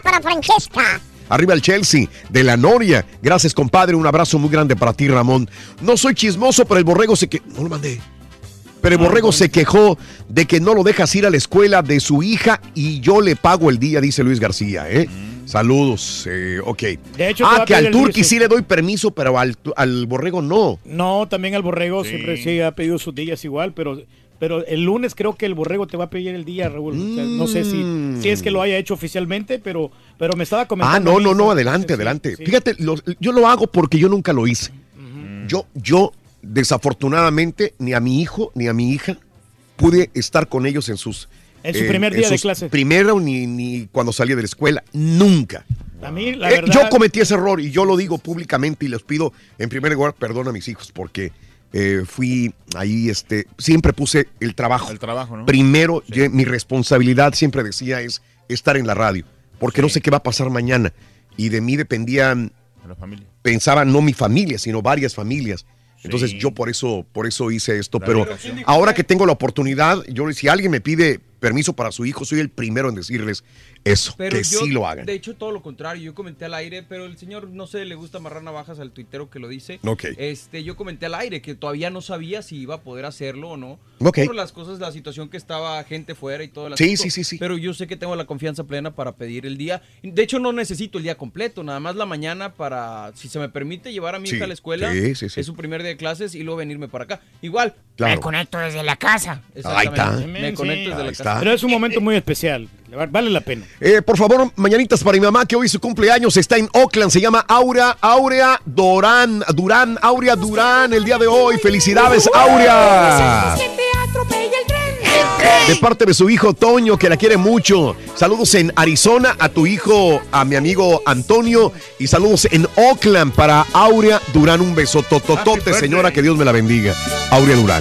para Francesca. Arriba el Chelsea, de la Noria. Gracias, compadre. Un abrazo muy grande para ti, Ramón. No soy chismoso, pero el borrego se que... No lo mandé. Pero el borrego se quejó de que no lo dejas ir a la escuela de su hija y yo le pago el día, dice Luis García, ¿eh? Mm. Saludos, eh, ok. De hecho, ah, que al Turqui sí le doy permiso, pero al, al borrego no. No, también al borrego sí. siempre sí ha pedido sus días igual, pero... Pero el lunes creo que el borrego te va a pedir el día, Raúl. O sea, no sé si, si es que lo haya hecho oficialmente, pero, pero me estaba comentando. Ah, no, no, no, adelante, sí, adelante. Sí. Fíjate, lo, yo lo hago porque yo nunca lo hice. Uh-huh. Yo, yo, desafortunadamente, ni a mi hijo ni a mi hija pude estar con ellos en sus... En su eh, primer día de clase. Primero ni, ni cuando salí de la escuela. Nunca. A mí, la eh, verdad... Yo cometí ese error y yo lo digo públicamente y les pido, en primer lugar, perdón a mis hijos porque... Eh, fui ahí, este, siempre puse el trabajo. El trabajo, ¿no? Primero, sí. yo, mi responsabilidad, siempre decía, es estar en la radio, porque sí. no sé qué va a pasar mañana. Y de mí dependían, la familia. Pensaba no mi familia, sino varias familias. Sí. Entonces yo por eso, por eso hice esto. La pero ahora que tengo la oportunidad, yo si alguien me pide permiso para su hijo, soy el primero en decirles eso, pero que yo, sí lo hagan. De hecho, todo lo contrario, yo comenté al aire, pero el señor, no sé, le gusta amarrar navajas al tuitero que lo dice. Okay. Este, yo comenté al aire que todavía no sabía si iba a poder hacerlo o no. Okay. Por las cosas, la situación que estaba gente fuera y todo el sí, sí, sí, sí. Pero yo sé que tengo la confianza plena para pedir el día. De hecho, no necesito el día completo, nada más la mañana para, si se me permite, llevar a mi sí. hija a la escuela. Sí, sí, sí. Es su primer día de clases y luego venirme para acá. Igual. Claro. Me conecto desde la casa. Ahí está. Me conecto desde Ahí la está. casa. Pero es un momento muy especial. Vale la pena. Eh, por favor, mañanitas para mi mamá que hoy su cumpleaños está en Oakland. Se llama Aurea, Aurea Durán, Durán, Aurea Durán el día de hoy. Felicidades, Aurea. De parte de su hijo Toño, que la quiere mucho. Saludos en Arizona a tu hijo, a mi amigo Antonio. Y saludos en Oakland para Aurea Durán. Un beso tototote, señora, que Dios me la bendiga. Aurea Durán.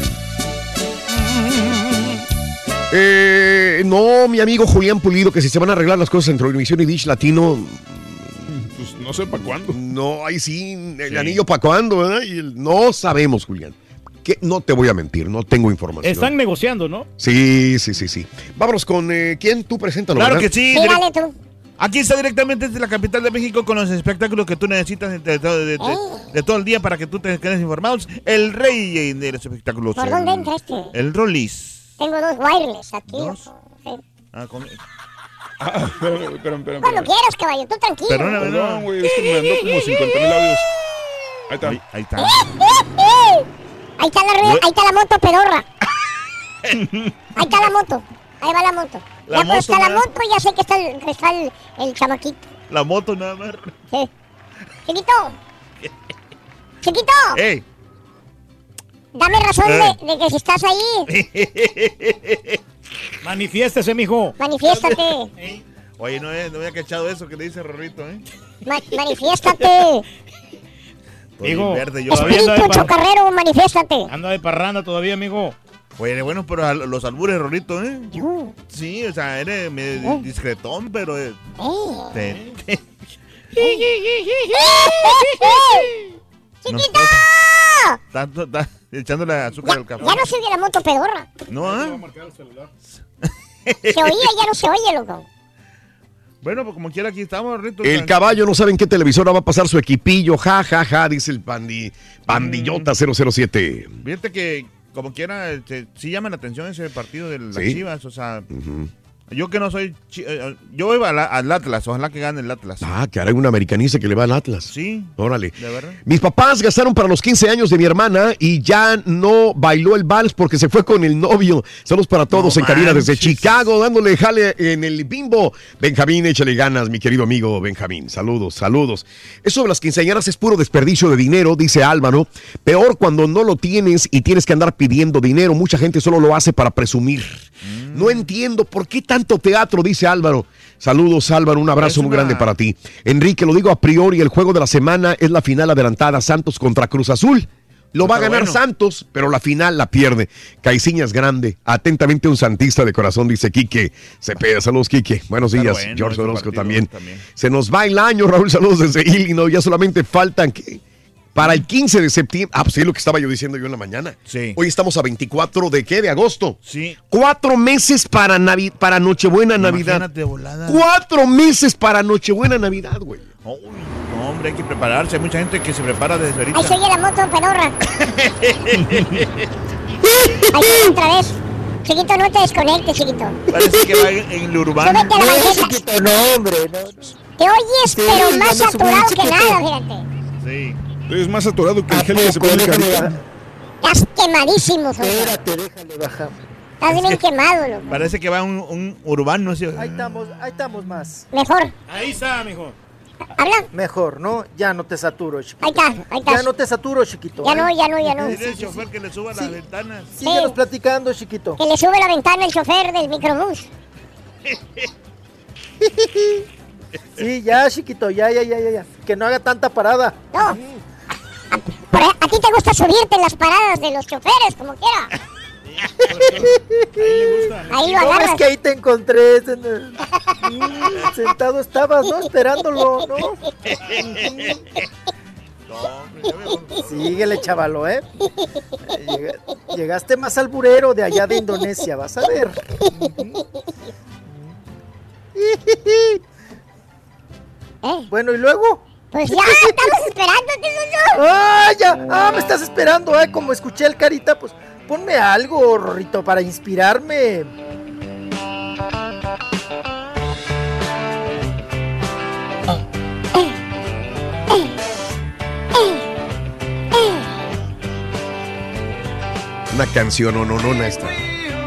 Eh, no, mi amigo Julián Pulido, que si se van a arreglar las cosas entre Univision y Dish Latino. Pues no sé para cuándo. No, ahí sí, el sí. anillo para cuándo, ¿verdad? Y el, no sabemos, Julián. Que no te voy a mentir, no tengo información. Están negociando, ¿no? Sí, sí, sí, sí. Vámonos con eh, quién tú preséntalo. Claro ¿verdad? que sí. Sí, dale tú. Aquí está directamente desde la capital de México con los espectáculos que tú necesitas de, de, de, de, Oh. de todo el día para que tú te quedes informados. El rey de los espectáculos. ¿Por el, dónde entra este? El Rollis. Tengo dos wireless aquí. ¿Dos? Sí. Ah, con... ah, espérame, espérame, espérame. Cuando quieras, caballo, tú tranquilo. Perdóname, no, güey, es que me mandó como cincuenta mil audios. Ahí está. Ahí, ahí está. Eh, eh, eh. Ahí está la rueda, ahí está la moto pedorra. Ahí está la moto. Ahí va la moto. La ya moto, pues está la nada. moto, ya sé que está el, que está el, el chamaquito. La moto nada más. Sí. Chiquito. Chiquito. ¡Ey! Dame razón Eh. de, de que si estás ahí. Manifiéstese, mijo. Manifiéstate. Oye, no, no había cachado eso que le dice Rorrito, ¿eh? Ma- manifiéstate. Mijo, verde, yo Espíritu anda de par- chocarrero, manifiéstate. Anda de parranda todavía, mijo. Oye, bueno, pero al- los albures, Rorrito, ¿eh? Yo. Sí, o sea, eres medio ¿Eh? discretón, pero... eh, Eh. te- ¡Chiquito! Tanto, está echándole azúcar al café. Ya no se oye la moto pedorra. No, ¿eh? Se oía, ya no se oye, loco. Bueno, pues como quiera aquí estamos, Rorrito. El caballo no sabe en qué televisora va a pasar su equipillo. Ja, ja, ja, dice el pandi, pandillota cero cero siete. Fíjate que, como quiera, este, sí llama la atención ese partido de las Sí. Chivas, o sea... Uh-huh. Yo que no soy... chi- eh, yo iba al, al Atlas, ojalá que gane el Atlas. Ah, que hará un americanista que le va al Atlas. Sí. Órale. ¿De verdad? Mis papás gastaron para los quince años de mi hermana y ya no bailó el vals porque se fue con el novio. Saludos para todos No en cabina desde manches. Chicago, dándole jale en el bimbo. Benjamín, échale ganas, mi querido amigo Benjamín. Saludos, saludos. Eso de las quinceañeras es puro desperdicio de dinero, dice Álvaro. Peor cuando no lo tienes y tienes que andar pidiendo dinero. Mucha gente solo lo hace para presumir. Mm. No entiendo por qué tanto teatro, dice Álvaro. Saludos, Álvaro, un abrazo muy una... grande para ti. Enrique, lo digo a priori, el juego de la semana es la final adelantada, Santos contra Cruz Azul. Lo va a ganar bueno. Santos, pero la final la pierde. Caiciña es grande. Atentamente un santista de corazón, dice Quique Cepeda. Saludos, Quique. Buenos días. Bueno, George Orozco también. también. Se nos va el año, Raúl. Saludos desde Illinois. Ya solamente faltan, ¿qué? Para el quince de septiembre. Ah, pues sí, lo que estaba yo diciendo yo en la mañana. Sí. Hoy estamos a veinticuatro de qué? De agosto. Sí. Cuatro meses para Navi para Nochebuena, Navidad. Imagínate, volada. Cuatro meses para Nochebuena, Navidad, güey. Uy, no, hombre, hay que prepararse. Hay mucha gente que se prepara desde ahorita. Ahí se oye la moto pedorra. Ahí se otra vez. Chiquito, no te desconectes, chiquito. Parece que va en, en lo urbano. Súbete a la No, banqueta. chiquito, no, hombre. No. Te oyes, Sí, pero ya más me subí, saturado que chiquito. nada, fíjate. Sí. Tú eres más saturado que el gel que se pone el carita. Estás quemadísimo, Sosa. Espérate, déjale bajar. Estás bien quemado, loco. Parece que va un, un urbano. ¿Sí? Ahí estamos, ahí estamos más. Mejor. Ahí está, mijo. Habla. Mejor, ¿no? Ya no te saturo, chiquito. Ahí está, ahí está. Ya no te saturo, chiquito. Ya ¿eh? no, ya no, ya no. Dile al chofer que le suba las ventanas. Síguenos platicando, chiquito. Que le sube la ventana el chofer del microbús. Sí, ya, chiquito, ya, ya, ya, ya, ya. Que no haga tanta parada. No. A, a, a ti te gusta subirte en las paradas de los choferes, como quiera. Ahí lo No, agarras. es que ahí te encontré. Mm, Sentado estabas, ¿no? Esperándolo, ¿no? Síguele, chavalo, ¿eh? Llega- llegaste más alburero de allá de Indonesia, vas a ver. Bueno, ¿y luego? Pues ya, estamos esperándote, Soso. ¡Ah, ya! ¡Ah, me estás esperando, eh! Como escuché el Carita, pues ponme algo, Rorrito, para inspirarme. Una canción o no, no, no esta.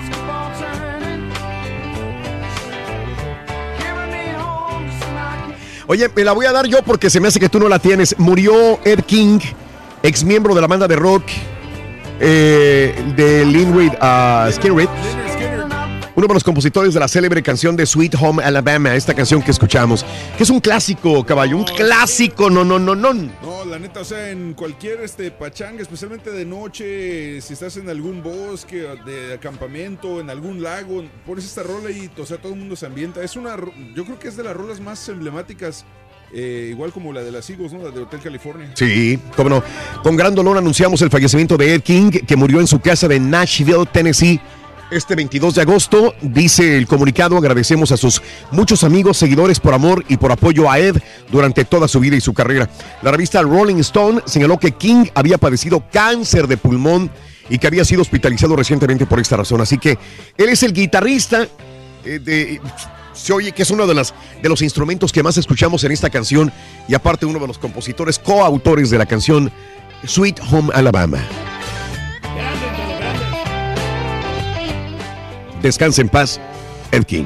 Oye, me la voy a dar yo porque se me hace que tú no la tienes. Murió Ed King, ex miembro de la banda de rock eh, de Linwood uh, Skinner, uno de los compositores de la célebre canción de Sweet Home Alabama, esta canción que escuchamos, que es un clásico, caballo, un clásico, no, no, no, no. No, la neta, o sea, en cualquier este pachanga, especialmente de noche, si estás en algún bosque de acampamento, en algún lago, pones esta rola y, o sea, todo el mundo se ambienta. Es una, ro- yo creo que es de las rolas más emblemáticas, eh, igual como la de las Eagles, ¿no? La de Hotel California. Sí, cómo no. Con gran dolor anunciamos el fallecimiento de Ed King, que murió en su casa de Nashville, Tennessee, este veintidós de agosto. Dice el comunicado: agradecemos a sus muchos amigos, seguidores por amor y por apoyo a Ed durante toda su vida y su carrera. La revista Rolling Stone señaló que King había padecido cáncer de pulmón y que había sido hospitalizado recientemente por esta razón. Así que él es el guitarrista eh, de... Se oye que es uno de, las, de los instrumentos que más escuchamos en esta canción y aparte uno de los compositores coautores de la canción Sweet Home Alabama. Descansa en paz, Ed King.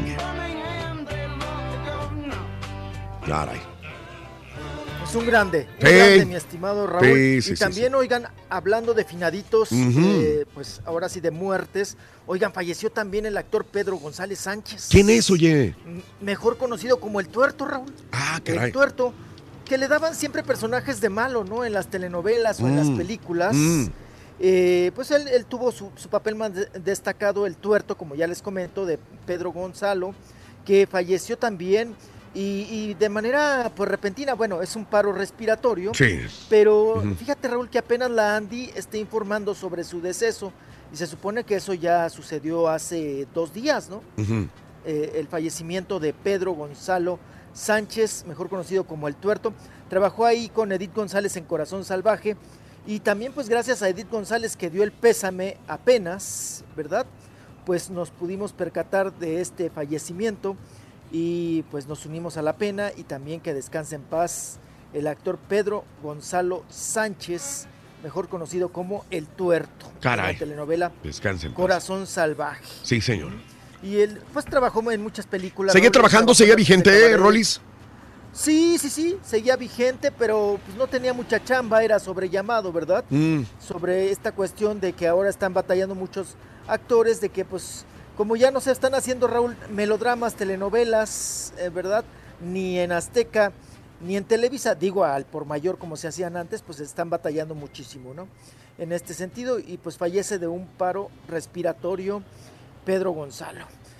Caray. Es un grande, un Sí. grande, mi estimado Raúl. Sí, sí, y sí, también, oigan, hablando de finaditos, Ujú. eh, pues ahora sí de muertes, oigan, falleció también el actor Pedro González Sánchez. ¿Quién es, oye? M- Mejor conocido como el Tuerto, Raúl. Ah, caray. El Tuerto, que le daban siempre personajes de malo, ¿no? En las telenovelas o en las Mm, películas. mm. Eh, pues él, él tuvo su, su papel más de- destacado, el Tuerto, como ya les comento, de Pedro Gonzalo, que falleció también y, y de manera pues repentina. Bueno, es un paro respiratorio, Sí. pero Ujú. fíjate, Raúl, que apenas la Andy está informando sobre su deceso y se supone que eso ya sucedió hace dos días, ¿no? Ujú. Eh, el fallecimiento de Pedro Gonzalo Sánchez, mejor conocido como El Tuerto. Trabajó ahí con Edith González en Corazón Salvaje y también pues gracias a Edith González, que dio el pésame apenas, ¿verdad? Pues nos pudimos percatar de este fallecimiento y pues nos unimos a la pena, y también que descanse en paz el actor Pedro Gonzalo Sánchez, mejor conocido como El Tuerto, Caray. en la telenovela Descansa en paz. Corazón Salvaje. Sí, señor. Y él pues trabajó en muchas películas. ¿Seguía Raúl, trabajando? trabajó ¿Seguía en vigente, el eh, Cabaret. Rolis? Sí, sí, sí, seguía vigente, pero pues no tenía mucha chamba, era sobrellamado, ¿verdad? Mm. Sobre esta cuestión de que ahora están batallando muchos actores, de que pues como ya no se están haciendo, Raúl, melodramas, telenovelas, eh, ¿verdad? Ni en Azteca, ni en Televisa, digo al por mayor como se hacían antes, pues están batallando muchísimo, ¿no? En este sentido, y pues fallece de un paro respiratorio Pedro Gonzalo.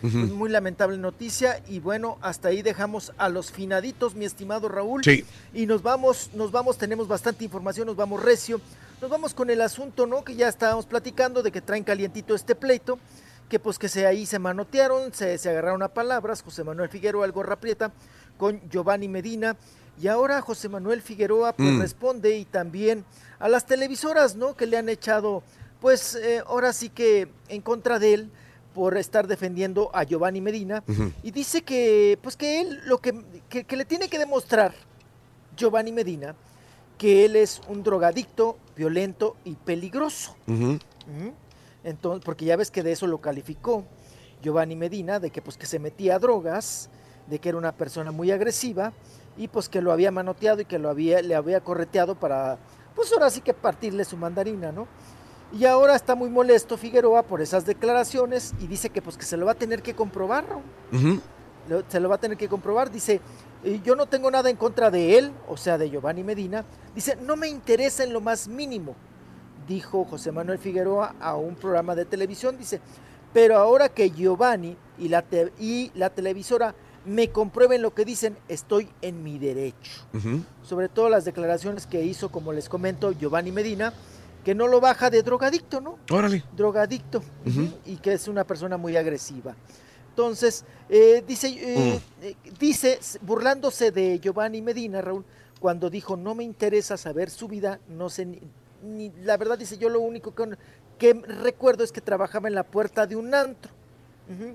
Pues muy lamentable noticia y bueno, hasta ahí dejamos a los finaditos, mi estimado Raúl. Sí. Y nos vamos, nos vamos, tenemos bastante información, nos vamos recio. Nos vamos con el asunto, ¿no? Que ya estábamos platicando de que traen calientito este pleito, que pues que se ahí se manotearon, se, se agarraron a palabras, José Manuel Figueroa, el Gorra Prieta, con Giovanni Medina. Y ahora José Manuel Figueroa pues mm. responde y también a las televisoras, ¿no? Que le han echado, pues eh, ahora sí que en contra de él, por estar defendiendo a Giovanni Medina, uh-huh. y dice que, pues que él, lo que, que, que le tiene que demostrar Giovanni Medina, que él es un drogadicto, violento y peligroso. Uh-huh. Uh-huh. Entonces, porque ya ves que de eso lo calificó Giovanni Medina, de que pues que se metía a drogas, de que era una persona muy agresiva, y pues que lo había manoteado y que lo había, le había correteado para, pues ahora sí que partirle su mandarina, ¿no? Y ahora está muy molesto Figueroa por esas declaraciones y dice que pues que se lo va a tener que comprobar, ¿no? Uh-huh. Se lo va a tener que comprobar, dice, yo no tengo nada en contra de él, o sea, de Giovanni Medina, dice, no me interesa en lo más mínimo, dijo José Manuel Figueroa a un programa de televisión, dice, pero ahora que Giovanni y la, te- y la televisora me comprueben lo que dicen, estoy en mi derecho. Uh-huh. Sobre todo las declaraciones que hizo, como les comento, Giovanni Medina, que no lo baja de drogadicto, ¿no? Órale. Drogadicto, uh-huh. y que es una persona muy agresiva. Entonces, eh, dice, eh, uh. eh, dice, burlándose de Giovanni Medina, Raúl, cuando dijo, no me interesa saber su vida, no sé, ni, ni la verdad, dice, yo lo único que, que recuerdo es que trabajaba en la puerta de un antro. Uh-huh.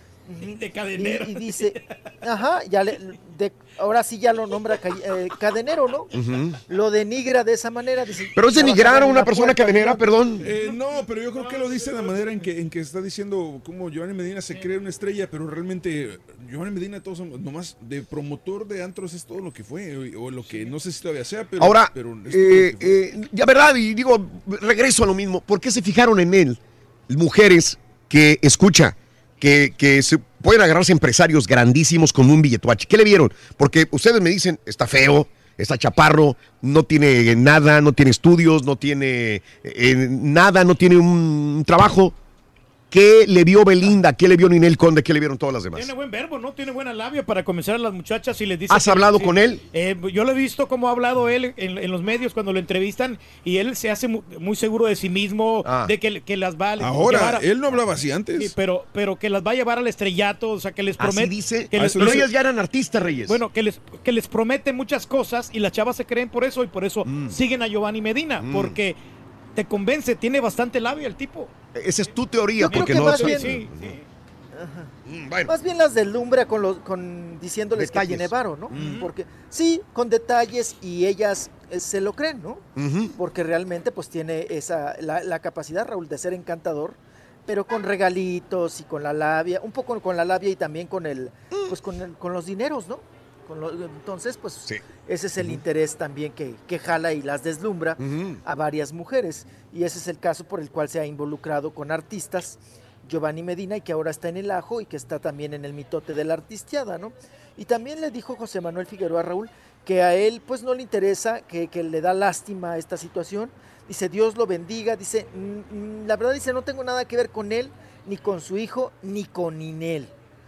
De cadenero. Y, y dice, ajá, ya le, de, ahora sí ya lo nombra eh, cadenero, ¿no? Uh-huh. Lo denigra de esa manera. Dice, pero es denigrar a una persona cadenera, perdón. Eh, no, pero yo creo que lo dice de la manera en que, en que está diciendo cómo Giovanni Medina se cree una estrella, pero realmente Giovanni Medina todos somos, nomás de promotor de antros es todo lo que fue, o, o lo que no sé si todavía sea, pero... Ahora, pero eh, eh, ya verdad, y digo, regreso a lo mismo, ¿por qué se fijaron en él? Mujeres que escucha, que, que se pueden agarrarse empresarios grandísimos con un billetuache. ¿Qué le vieron? Porque ustedes me dicen, está feo, está chaparro, no tiene nada, no tiene estudios, no tiene eh, nada, no tiene un trabajo. ¿Qué le vio Belinda? ¿Qué le vio Ninel Conde? ¿Qué le vieron todas las demás? Tiene buen verbo, ¿no? Tiene buena labia para convencer a las muchachas y les dice... ¿Has hablado sí, con él? Eh, yo lo he visto cómo ha hablado él en, en los medios cuando lo entrevistan y él se hace muy, muy seguro de sí mismo, ah. de que, que las va a Ahora, llevar a, él no hablaba así antes. Sí, pero, pero que las va a llevar al estrellato, o sea, que les promete... Así dice, que les, pero ellas ya eran artistas, Reyes. Bueno, que les, que les promete muchas cosas y las chavas se creen por eso y por eso mm. siguen a Giovanni Medina, mm. porque... te convence, tiene bastante labia el tipo. Esa es tu teoría, yo porque creo que no... Más bien, sí, sí. Ajá. Mm, bueno. Más bien las deslumbra con, los, con diciéndoles detalles. Que tiene varo, ¿no? Mm. Porque sí, con detalles y ellas eh, se lo creen, ¿no? Uh-huh. Porque realmente pues tiene esa la, la capacidad, Raúl, de ser encantador, pero con regalitos y con la labia, un poco con la labia y también con el, pues con, el, con los dineros, ¿no? Lo, entonces, pues sí. ese es el uh-huh. interés también que, que jala y las deslumbra uh-huh. a varias mujeres. Y ese es el caso por el cual se ha involucrado con artistas Giovanni Medina y que ahora está en el ajo y que está también en el mitote de la artisteada, ¿no? Y también le dijo José Manuel Figueroa, Raúl, que a él pues no le interesa, que, que le da lástima a esta situación. Dice, Dios lo bendiga, dice, la verdad dice, no tengo nada que ver con él, ni con su hijo, ni con Ninel.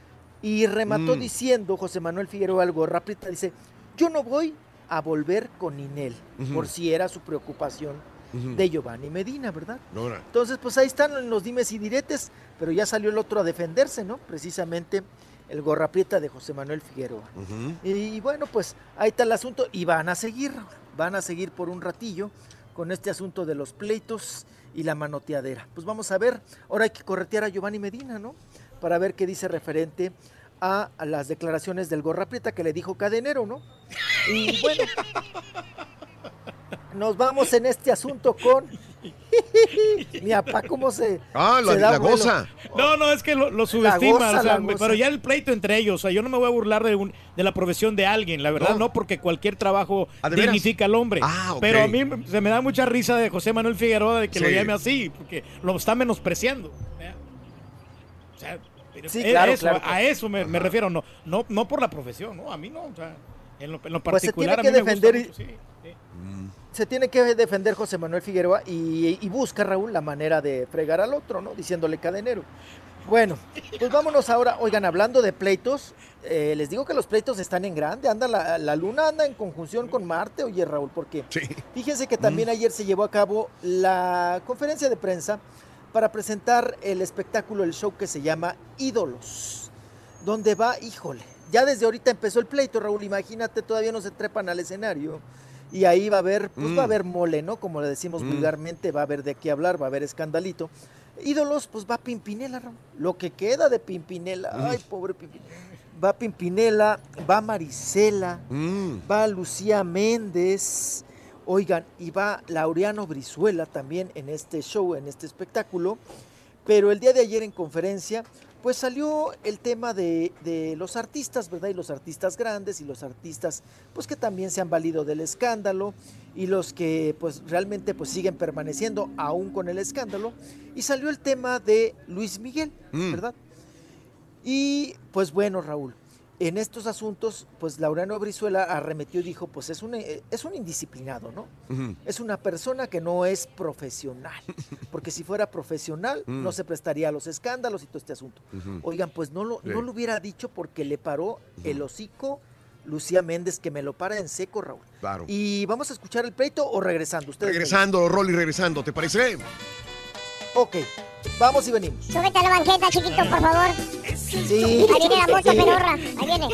Y remató mm. diciendo José Manuel Figueroa, el Gorra Prieta, dice, yo no voy a volver con Ninel, uh-huh. por si era su preocupación uh-huh. de Giovanni Medina, ¿verdad? No, no. Entonces, pues ahí están los dimes y diretes, pero ya salió el otro a defenderse, ¿no? Precisamente el Gorra Prieta de José Manuel Figueroa. Uh-huh. Y, y bueno, pues ahí está el asunto, y van a seguir, van a seguir por un ratillo con este asunto de los pleitos y la manoteadera. Pues vamos a ver, ahora hay que corretear a Giovanni Medina, ¿no? Para ver qué dice referente a, a las declaraciones del Gorra Prieta que le dijo cadenero, ¿no? Y bueno, nos vamos en este asunto con mi papá, ¿cómo se Ah, se la, da la goza. No, no, es que lo, lo subestima, goza, o sea, goza. pero ya el pleito entre ellos, o sea, yo no me voy a burlar de, un, de la profesión de alguien, la verdad no, no porque cualquier trabajo ¿Ah, dignifica al hombre, ah, okay. pero a mí se me da mucha risa de José Manuel Figueroa de que sí. lo llame así, porque lo está menospreciando. O sea, sí, claro, eso, claro, a eso me, me refiero, no, no, no por la profesión, no, a mí no, o sea, en lo, en lo pues particular se tiene a mí que defender me gusta mucho, sí, sí. Mm. Se tiene que defender José Manuel Figueroa y, y busca, Raúl, la manera de fregar al otro, ¿no? Diciéndole cadenero. Bueno, pues vámonos ahora. Oigan, hablando de pleitos, eh, les digo que los pleitos están en grande. Anda la, la luna anda en conjunción con Marte, oye Raúl, porque sí. Fíjense que también mm. ayer se llevó a cabo la conferencia de prensa para presentar el espectáculo, el show que se llama Ídolos, donde va, híjole, ya desde ahorita empezó el pleito, Raúl, imagínate, todavía no se trepan al escenario. Y ahí va a haber, pues mm. va a haber mole, ¿no? Como le decimos mm. vulgarmente, va a haber de qué hablar, va a haber escandalito. Ídolos, pues va Pimpinela, Raúl. Lo que queda de Pimpinela, mm. ay, pobre Pimpinela. Va Pimpinela, va Marisela, mm. va Lucía Méndez, oigan, y va Laureano Brizuela también en este show, en este espectáculo. Pero el día de ayer en conferencia, pues salió el tema de, de los artistas, ¿verdad? Y los artistas grandes y los artistas, pues que también se han valido del escándalo y los que, pues realmente, pues siguen permaneciendo aún con el escándalo. Y salió el tema de Luis Miguel, mm. ¿verdad? Y, pues bueno, Raúl, en estos asuntos, pues Laureano Brizuela arremetió y dijo, pues es un, es un indisciplinado, ¿no? Uh-huh. Es una persona que no es profesional, porque si fuera profesional uh-huh. no se prestaría a los escándalos y todo este asunto. Uh-huh. Oigan, pues no lo, sí. no lo hubiera dicho porque le paró uh-huh. el hocico Lucía Méndez, que me lo para en seco, Raúl. Claro. Y vamos a escuchar el pleito o regresando. ¿Ustedes regresando, Rolly, regresando, ¿te parece? Ok, vamos y venimos. Súbete a la banqueta, chiquito, por favor. Sí. Ahí viene la moto pedorra. Ahí viene.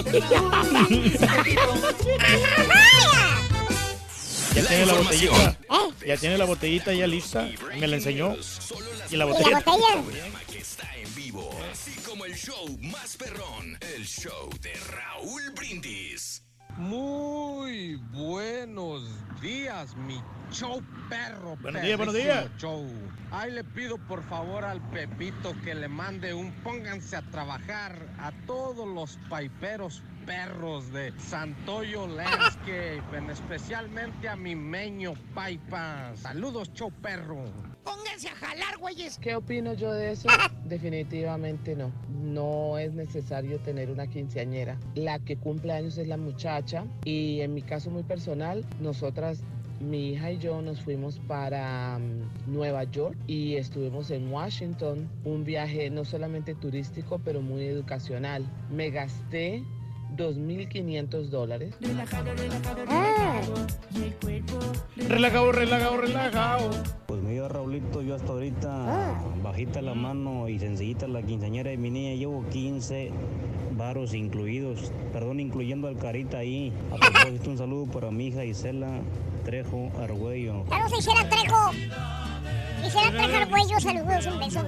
Ya tiene la botellita. ¿Eh? Ya tiene la botellita ya lista. Me la enseñó. Y la botella. ¿Y la botella? Que está en vivo. Así como el show más perrón. El show de Raúl Brindis. Muy buenos días, mi show perro. Buenos días, buenos días. Show. Ahí le pido por favor al Pepito que le mande un pónganse a trabajar a todos los paiperos perros de Santoyo Landscape, en especialmente a mi meño Paipa. Saludos, show perro. Pónganse a jalar, güeyes. ¿Qué opino yo de eso? Definitivamente no. No es necesario tener una quinceañera. La que cumple años es la muchacha. Y en mi caso muy personal, nosotras, mi hija y yo nos fuimos para um, Nueva York y estuvimos en Washington. Un viaje no solamente turístico, pero muy educacional. Me gasté dos mil quinientos dólares. Relajado, relajado, relajado. Y el cuerpo. Relajado, relajado, relajado. Pues me dio Raulito, yo hasta ahorita ah. bajita la mano y sencillita la quinceañera de mi niña. Llevo quince varos incluidos, perdón, incluyendo al Carita ahí. A propósito, un saludo para mi hija Isela Trejo Argüello. Saludos, Isela Trejo. Isela Trejo Argüello, saludos, un beso.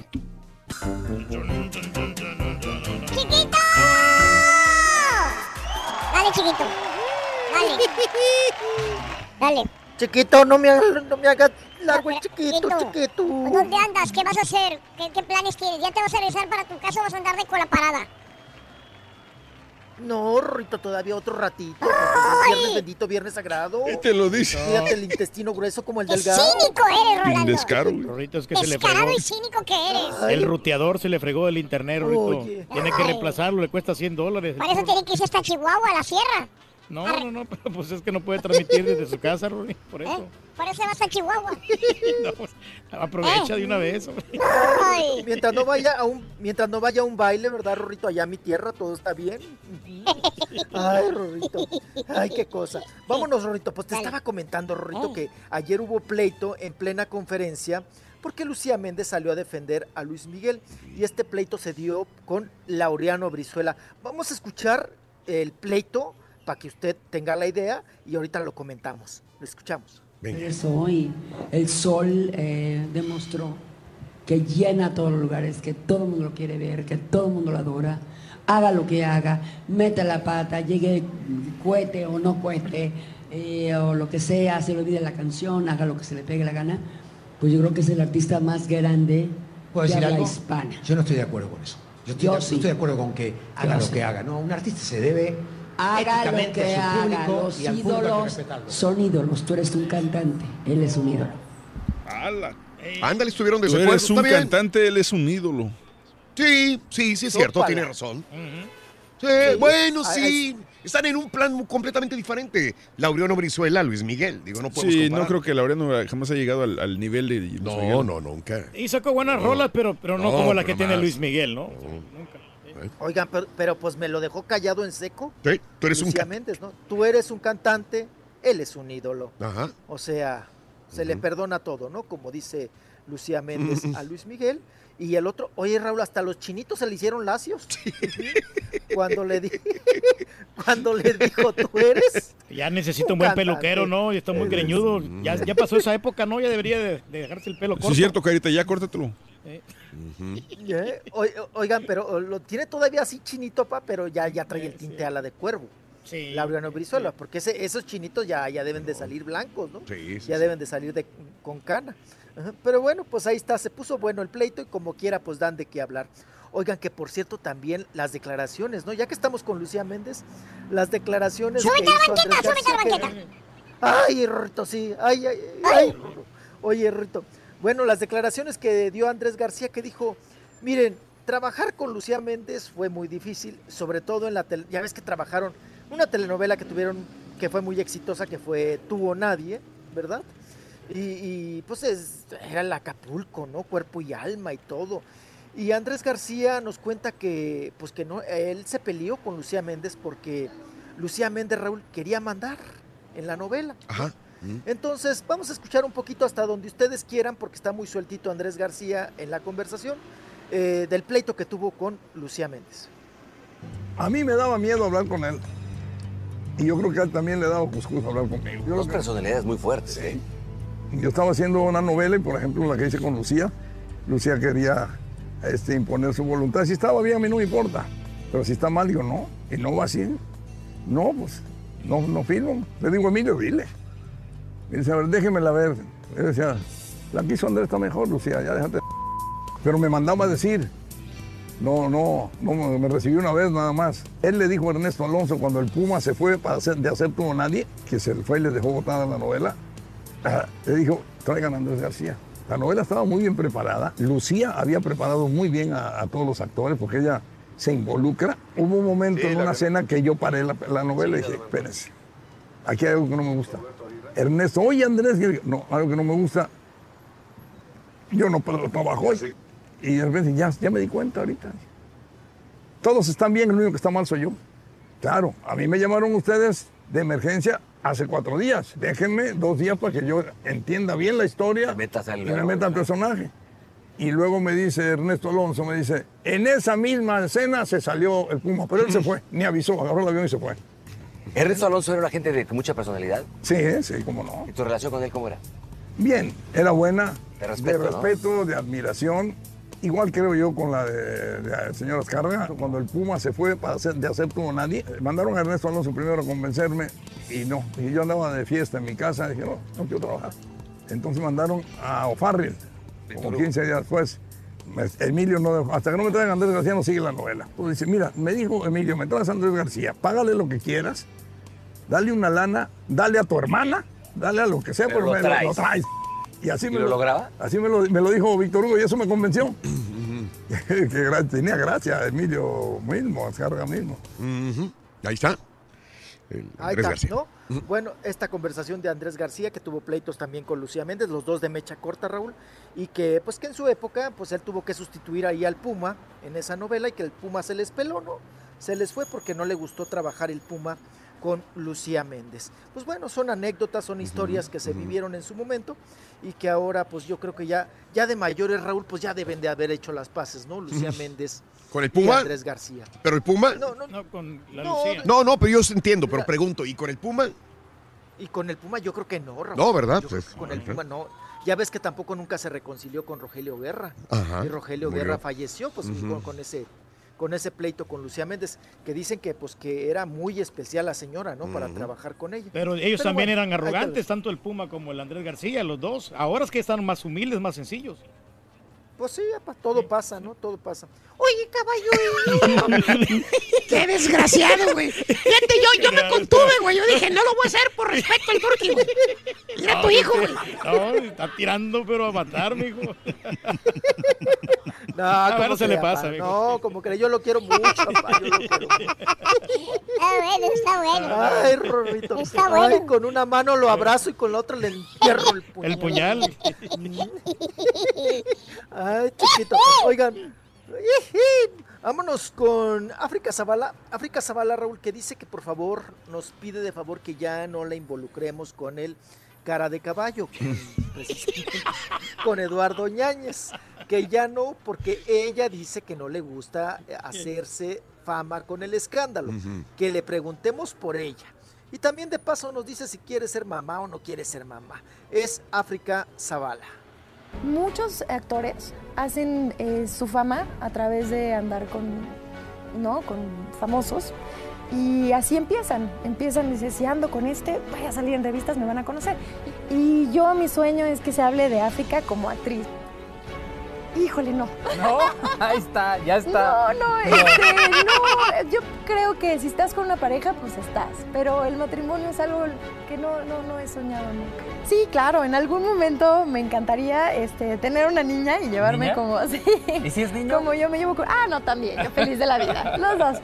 ¡Chiquito! Dale, chiquito. Dale. Dale. Chiquito, no me hagas, no me hagas largo, no, chiquito, chiquito, chiquito. ¿Dónde andas? ¿Qué vas a hacer? ¿Qué, ¿Qué planes tienes? ¿Ya te vas a regresar para tu casa o vas a andar de cola parada? No, Rorrito, todavía otro ratito. Viernes bendito, viernes sagrado. ¿Qué te lo dice? Fíjate el intestino grueso como el delgado. ¡Qué cínico eres, Rolando! Descaro. Rorrito, es que Descarado se le fregó. Y cínico que eres. Ay. El ruteador se le fregó el internet, Rorrito. Oye. Tiene que reemplazarlo, le cuesta cien dólares. Para eso tiene que irse hasta Chihuahua, a la sierra. No, no, no, pero pues es que no puede transmitir desde su casa, Rorrito, por eso. ¿Eh? Por eso vas a Chihuahua. No, pues, aprovecha ¿Eh? de una vez. Ay. Mientras no vaya a un, mientras no vaya a un baile, ¿verdad, Rorrito? Allá a mi tierra todo está bien. Ay, Rorrito. Ay, qué cosa. Vámonos, Rorrito. Pues te Dale. estaba comentando, Rorrito, ¿Eh? que ayer hubo pleito en plena conferencia porque Lucía Méndez salió a defender a Luis Miguel y este pleito se dio con Laureano Brizuela. Vamos a escuchar el pleito para que usted tenga la idea y ahorita lo comentamos. Lo escuchamos. Eso hoy el sol eh, demostró que llena todos los lugares, que todo el mundo lo quiere ver, que todo el mundo lo adora. Haga lo que haga, meta la pata, llegue cohete o no cohete, eh, o lo que sea, se le olvide la canción, haga lo que se le pegue la gana. Pues yo creo que es el artista más grande de habla hispana. Yo no estoy de acuerdo con eso. Yo estoy, yo de, sí. estoy de acuerdo con que haga lo que haga. No, un artista se debe haga lo que a su haga. público Los y al público ídolos son ídolos. Tú eres un cantante, él es un ídolo. ¡Hala! Ándale, estuvieron de Tú acuerdo. eres un cantante, él es un ídolo. Sí, sí, sí es cierto, Opala. Tiene razón. Uh-huh. Sí, bueno, sí. Están en un plan completamente diferente. Laureano Brizuela, Luis Miguel. Digo, no podemos Sí, comparar. no creo que Laureano jamás ha llegado al, al nivel de Luis No, Miguel. no, nunca. Y sacó buenas No. rolas, pero, pero no, No, como la pero que tiene más. Luis Miguel, ¿no? Oigan, pero, pero pues me lo dejó callado en seco. Sí, tú eres un Lucía ca- Méndez, ¿no? Tú eres un cantante, él es un ídolo. Ajá. O sea, se le perdona todo, ¿no? Como dice Lucía Méndez a Luis Miguel. Y el otro, oye Raúl, hasta los chinitos se le hicieron lacios. Cuando le di, cuando le dijo, tú eres. Ya necesita un un buen cantante. peluquero, ¿no? Y está muy greñudo. Ya, ya pasó esa época, ¿no? Ya debería de, de dejarse el pelo corto. Sí, es cierto, Carita, ya córtatelo. Eh. ¿Eh? O- oigan, pero lo tiene todavía así chinito, pa, pero ya, ya trae el tinte a la de cuervo. Sí. Laureano Brizuela, porque ese- esos chinitos ya, ya deben de salir blancos, ¿no? Sí, sí, ya sí. deben de salir de, con cana. Ajá, pero bueno, pues ahí está, se puso bueno el pleito y como quiera, pues dan de qué hablar. Oigan, que por cierto también las declaraciones, ¿no? Ya que estamos con Lucía Méndez, las declaraciones que ¡Súbete a la hizo banqueta, Andrés súbete a la García, banqueta! que- Ay, Rito, sí, ay, ay, ay, Rito. Oye, Rito, bueno, las declaraciones que dio Andrés García, que dijo, miren, trabajar con Lucía Méndez fue muy difícil, sobre todo en la tele, ya ves que trabajaron, una telenovela que tuvieron, que fue muy exitosa, que fue Tú o Nadie, ¿verdad? Y, y, pues es- era el Acapulco, ¿no? Cuerpo y alma y todo. Y Andrés García nos cuenta que, pues que no, él se peleó con Lucía Méndez porque Lucía Méndez, Raúl, quería mandar en la novela. Ajá. Entonces, vamos a escuchar un poquito hasta donde ustedes quieran, porque está muy sueltito Andrés García en la conversación, eh, del pleito que tuvo con Lucía Méndez. A mí me daba miedo hablar con él. Y yo creo que a él también le daba cuscús hablar conmigo. Yo Dos creo que- personalidades muy fuertes, ¿eh? Yo estaba haciendo una novela y, por ejemplo, la que hice con Lucía, Lucía quería este, imponer su voluntad. Si estaba bien, a mí no me importa. Pero si está mal, digo, no. Y no va así. No, pues, no, no firmo. Le digo, Emilio, dile. Y dice, a ver, déjemela ver. Yo decía, la que hizo Andrés está mejor, Lucía, ya déjate. Pero me mandaba a decir, no, no, no, me recibió una vez nada más. Él le dijo a Ernesto Alonso cuando el Puma se fue para hacer, de hacer Tú o Nadie, que se fue y le dejó botada la novela, ah, le dijo, traigan a Andrés García. La novela estaba muy bien preparada. Lucía había preparado muy bien a, a todos los actores porque ella se involucra. Hubo un momento Sí, en la una verdad. cena que yo paré la, la novela y dije, espérense, aquí hay algo que no me gusta. Ernesto, oye Andrés, y yo, no, algo que no me gusta, yo no puedo trabajar hoy. Y de repente, ya, ya me di cuenta ahorita. Todos están bien, el único que está mal soy yo. Claro, a mí me llamaron ustedes de emergencia hace cuatro días. Déjenme dos días para que yo entienda bien la historia metas al- y me meta al personaje. Y luego me dice Ernesto Alonso, me dice, en esa misma escena se salió el Puma, pero él se fue, ni avisó, agarró el avión y se fue. ¿Ernesto Alonso era una gente de mucha personalidad? Sí, sí, cómo no. ¿Y tu relación con él cómo era? Bien, era buena, De respeto, de, ¿no? respeto, de admiración. Igual creo yo con la de, de la señora Azcárraga, cuando el Puma se fue para hacer, de hacer Tú o Nadie, mandaron a Ernesto Alonso primero a convencerme y no. Y yo andaba de fiesta en mi casa y dije, no, no quiero trabajar. Entonces mandaron a O'Farrill, como quince días después. Me- Emilio no dejó, hasta que no me traigan a Andrés García no sigue la novela. Pues dice, mira, me dijo Emilio, me traes a Andrés García, págale lo que quieras, dale una lana, dale a tu hermana, dale a lo que sea, Pero pero, lo me lo- traes. lo traes. Y así ¿Y me lo lograba? Así me lo, me lo dijo Víctor Hugo y eso me convenció. que gra- tenía gracia Emilio mismo, Azcárraga mismo. Ahí está. El Ahí Andrés está, García. ¿no? Bueno, esta conversación de Andrés García, que tuvo pleitos también con Lucía Méndez, los dos de mecha corta, Raúl, y que pues que en su época, pues él tuvo que sustituir ahí al Puma en esa novela y que el Puma se les peló, ¿no? Se les fue porque no le gustó trabajar el Puma con Lucía Méndez. Pues bueno, son anécdotas, son historias que se vivieron en su momento y que ahora, pues yo creo que ya, ya de mayores, Raúl, pues ya deben de haber hecho las paces, ¿no? Lucía Méndez ¿Con el y Puma? Andrés García. ¿Pero el Puma? No, no, No, con la No, Lucía. No, no, pero yo entiendo, pero pregunto, ¿y con el Puma? Y con el Puma yo creo que no, Raúl. No, ¿verdad? Yo creo Pues, que con el ajá. Puma no. Ya ves que tampoco nunca se reconcilió con Rogelio Guerra. Ajá, Y Rogelio murió. Guerra falleció pues Ujú. con, con ese con ese pleito con Lucía Méndez, que dicen que pues que era muy especial la señora, ¿no? Para Ujú. trabajar con ella. Pero ellos Pero también bueno, eran ahí te arrogantes, lo- tanto el Puma como el Andrés García, los dos. Ahora es que están más humildes, más sencillos. Pues sí, apa, todo pasa, ¿no? Todo pasa. Oye, caballo. Qué desgraciado, güey. Fíjate, yo, yo me contuve, güey. Yo dije, no lo voy a hacer por respeto al Turqui, güey. Mira a tu hijo, güey. No, está tirando, pero a matar, mijo. No, Ah, ¿cómo bueno, se le cree, pasa, papá? amigo. No, como que yo lo quiero mucho, papá, yo lo quiero mucho. Está bueno, está bueno. Ay, Rorrito. Está bueno. Ay, con una mano lo abrazo y con la otra le entierro el puñal. El puñal. Ay, chiquito. Oigan, vámonos con África Zavala. África Zavala, Raúl, que dice que por favor nos pide de favor que ya no la involucremos con el cara de caballo, con, precisamente con Eduardo Ñañez, que ya no, porque ella dice que no le gusta hacerse fama con el escándalo, Ujú. que le preguntemos por ella. Y también de paso nos dice si quiere ser mamá o no quiere ser mamá. Es África Zavala. Muchos actores hacen eh, su fama a través de andar con, ¿no? con famosos y así empiezan, empiezan diciendo, si ando con este, voy a salir en revistas, me van a conocer. Y yo, mi sueño es que se hable de África como actriz. Híjole, no. No, ahí está, ya está. No, no, este, no, yo creo que si estás con una pareja, pues estás, pero el matrimonio es algo que no, no, no he soñado nunca. Sí, claro, en algún momento me encantaría este, tener una niña y llevarme ¿Niña? como así. ¿Y si es niño? Como yo me llevo con... Ah, no, también, yo feliz de la vida, los dos.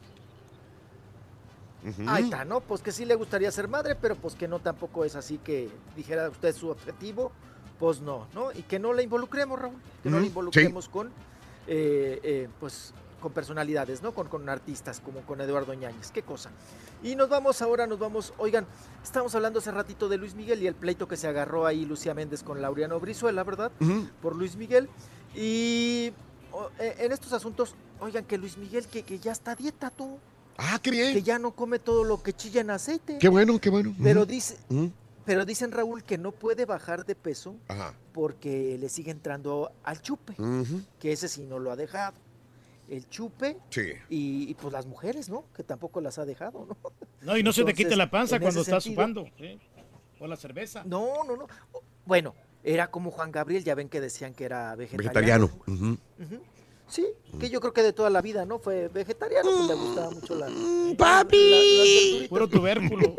Ahí está, ¿no? Pues que sí le gustaría ser madre, pero pues que no tampoco es así que dijera usted su objetivo, pues no, ¿no? Y que no la involucremos, Raúl, que no Ujú, la involucremos con, eh, eh, pues, con personalidades, ¿no? Con, con artistas como con Eduardo Ñañez, qué cosa. Y nos vamos ahora, nos vamos, oigan, estamos hablando hace ratito de Luis Miguel y el pleito que se agarró ahí Lucía Méndez con Laureano Brizuela, ¿verdad? Ujú. Por Luis Miguel. Y o, eh, en estos asuntos, oigan, que Luis Miguel, que, que ya está a dieta, tú. Ah, qué bien. Que ya no come todo lo que chilla en aceite. Qué bueno, qué bueno. Pero Ujú. dice, Ujú. pero dicen, Raúl, que no puede bajar de peso Ajá. porque le sigue entrando al chupe, Ujú. que ese sí no lo ha dejado. El chupe Sí. y, y, pues las mujeres, ¿no? Que tampoco las ha dejado, ¿no? No, y no se te quite Entonces, la panza en cuando ese estás sentido- chupando. ¿eh? O la cerveza. No, no, no. O- Bueno, era como Juan Gabriel, ya ven que decían que era vegetariano. Vegetariano. Ujú. Ujú. Sí, que yo creo que de toda la vida, ¿no? Fue vegetariano, pues le gustaba mucho la... ¡Papi! Puro tubérculo.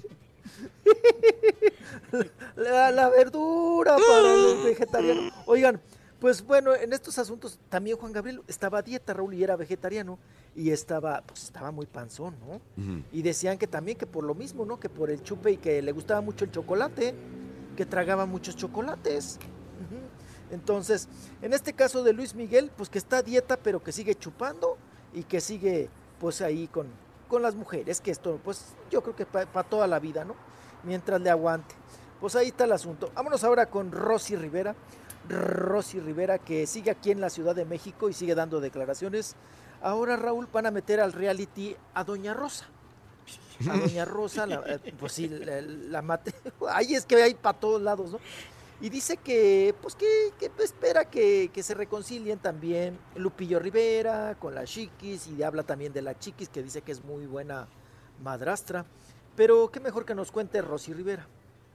La, la verdura para el vegetariano. Oigan, pues bueno, en estos asuntos también Juan Gabriel estaba a dieta, Raúl, y era vegetariano, y estaba, pues estaba muy panzón, ¿no? Ujú. Y decían que también que por lo mismo, ¿no? Que por el chupe y que le gustaba mucho el chocolate, que tragaba muchos chocolates. Ujú. Entonces, en este caso de Luis Miguel, pues que está a dieta, pero que sigue chupando y que sigue, pues ahí con, con las mujeres, que esto, pues yo creo que para toda la vida, ¿no? Mientras le aguante. Pues ahí está el asunto. Vámonos ahora con Rosy Rivera. Rosy Rivera, que sigue aquí en la Ciudad de México y sigue dando declaraciones. Ahora, Raúl, van a meter al reality a Doña Rosa. A Doña Rosa, la- eh, pues sí, la, la mate. Ahí es que hay para todos lados, ¿no? Y dice que, pues que, que espera que, que se reconcilien también Lupillo Rivera con la Chiquis, y habla también de la Chiquis, que dice que es muy buena madrastra. Pero qué mejor que nos cuente Rosy Rivera.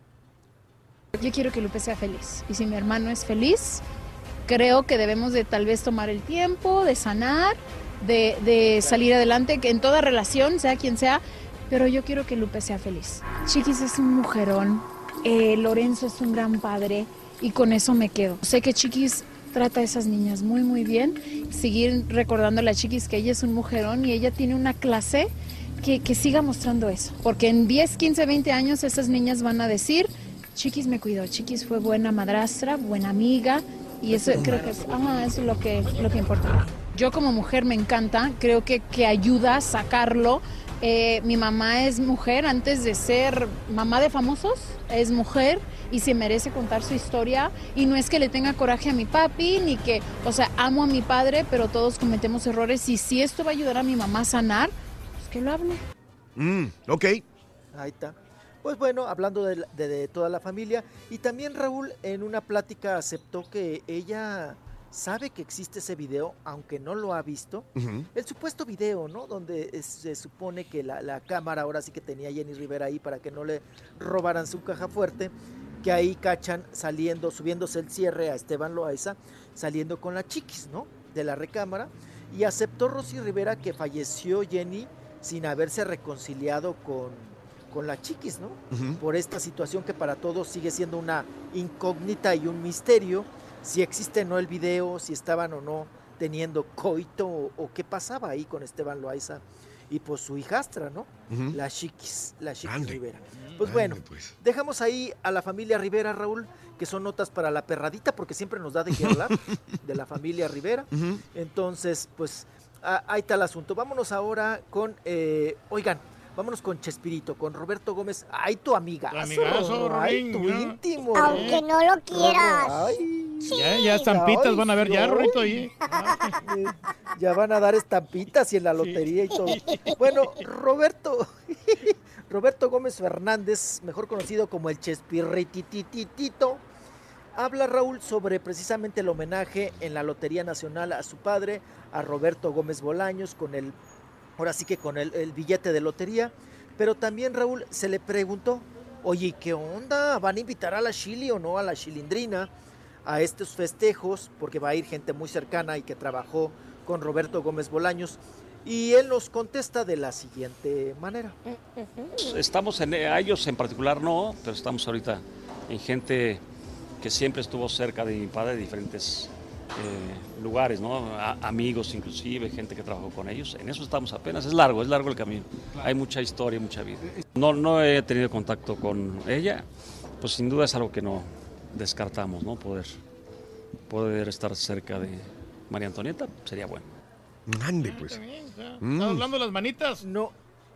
Yo quiero que Lupe sea feliz, y si mi hermano es feliz, creo que debemos de tal vez tomar el tiempo, de sanar, de, de salir adelante, que en toda relación, sea quien sea, pero yo quiero que Lupe sea feliz. Chiquis es un mujerón, eh, Lorenzo es un gran padre, y con eso me quedo. Sé que Chiquis trata a esas niñas muy muy bien, seguir recordando a la Chiquis que ella es un mujerón y ella tiene una clase que, que siga mostrando eso, porque en diez, quince, veinte años esas niñas van a decir, Chiquis me cuidó, Chiquis fue buena madrastra, buena amiga, y eso creo que es, ah, eso es lo que, lo que importa. Yo como mujer me encanta, creo que, que ayuda a sacarlo. Eh, mi mamá es mujer, antes de ser mamá de famosos, es mujer y se merece contar su historia, y no es que le tenga coraje a mi papi, ni que, o sea, amo a mi padre, pero todos cometemos errores, y si esto va a ayudar a mi mamá a sanar, pues que lo hable. Mm, ok. Ahí está. Pues bueno, hablando de, la- de- de toda la familia, y también Raúl en una plática aceptó que ella sabe que existe ese video, aunque no lo ha visto. Ujú. El supuesto video, ¿no? Donde es- se supone que la, la cámara ahora sí que tenía Jenny Rivera ahí para que no le robaran su caja fuerte, que ahí cachan saliendo, subiéndose el cierre a Esteban Loaiza, saliendo con la Chiquis, ¿no? De la recámara, y aceptó Rosy Rivera que falleció Jenny sin haberse reconciliado con con la Chiquis, ¿no? Ujú. Por esta situación que para todos sigue siendo una incógnita y un misterio, si existe o no el video, si estaban o no teniendo coito o, o qué pasaba ahí con Esteban Loaiza y pues su hijastra, ¿no? Ujú. La Chiquis, la Chiquis Ande. Rivera. Pues Ande, bueno, pues. dejamos ahí a la familia Rivera, Raúl, que son notas para la perradita, porque siempre nos da de qué hablar, de la familia Rivera. Ujú. Entonces, pues, a- ahí está el asunto. Vámonos ahora con, eh, oigan, vámonos con Chespirito, con Roberto Gómez. Ay, tu amigazo. amigazo, Ay, Rorín, tu ya. íntimo. Aunque ¿eh? no lo quieras. Ay, Ya, ya estampitas ay, van a ver ya, ay. Rorrito, ahí. Eh, Ya van a dar estampitas y en la lotería y todo. Bueno, Roberto, Roberto Gómez Fernández, mejor conocido como el Chespirritititito, habla, Raúl, sobre precisamente el homenaje en la Lotería Nacional a su padre, a Roberto Gómez Bolaños, con el, ahora sí que con el, el billete de lotería. Pero también, Raúl, se le preguntó, oye, ¿qué onda? ¿Van a invitar a la Chili o no, a la Chilindrina, a estos festejos? Porque va a ir gente muy cercana y que trabajó con Roberto Gómez Bolaños. Y él nos contesta de la siguiente manera. Estamos en a ellos en particular no, pero estamos ahorita en gente que siempre estuvo cerca de mi padre de diferentes eh, lugares, ¿no? A- amigos inclusive, gente que trabajó con ellos. En eso estamos apenas, es largo, es largo el camino. Hay mucha historia, mucha vida. No, no he tenido contacto con ella, pues sin duda es algo que no descartamos, ¿no? Poder, poder estar cerca de María Antonieta sería bueno. Ande, pues. Estamos hablando de las manitas. No,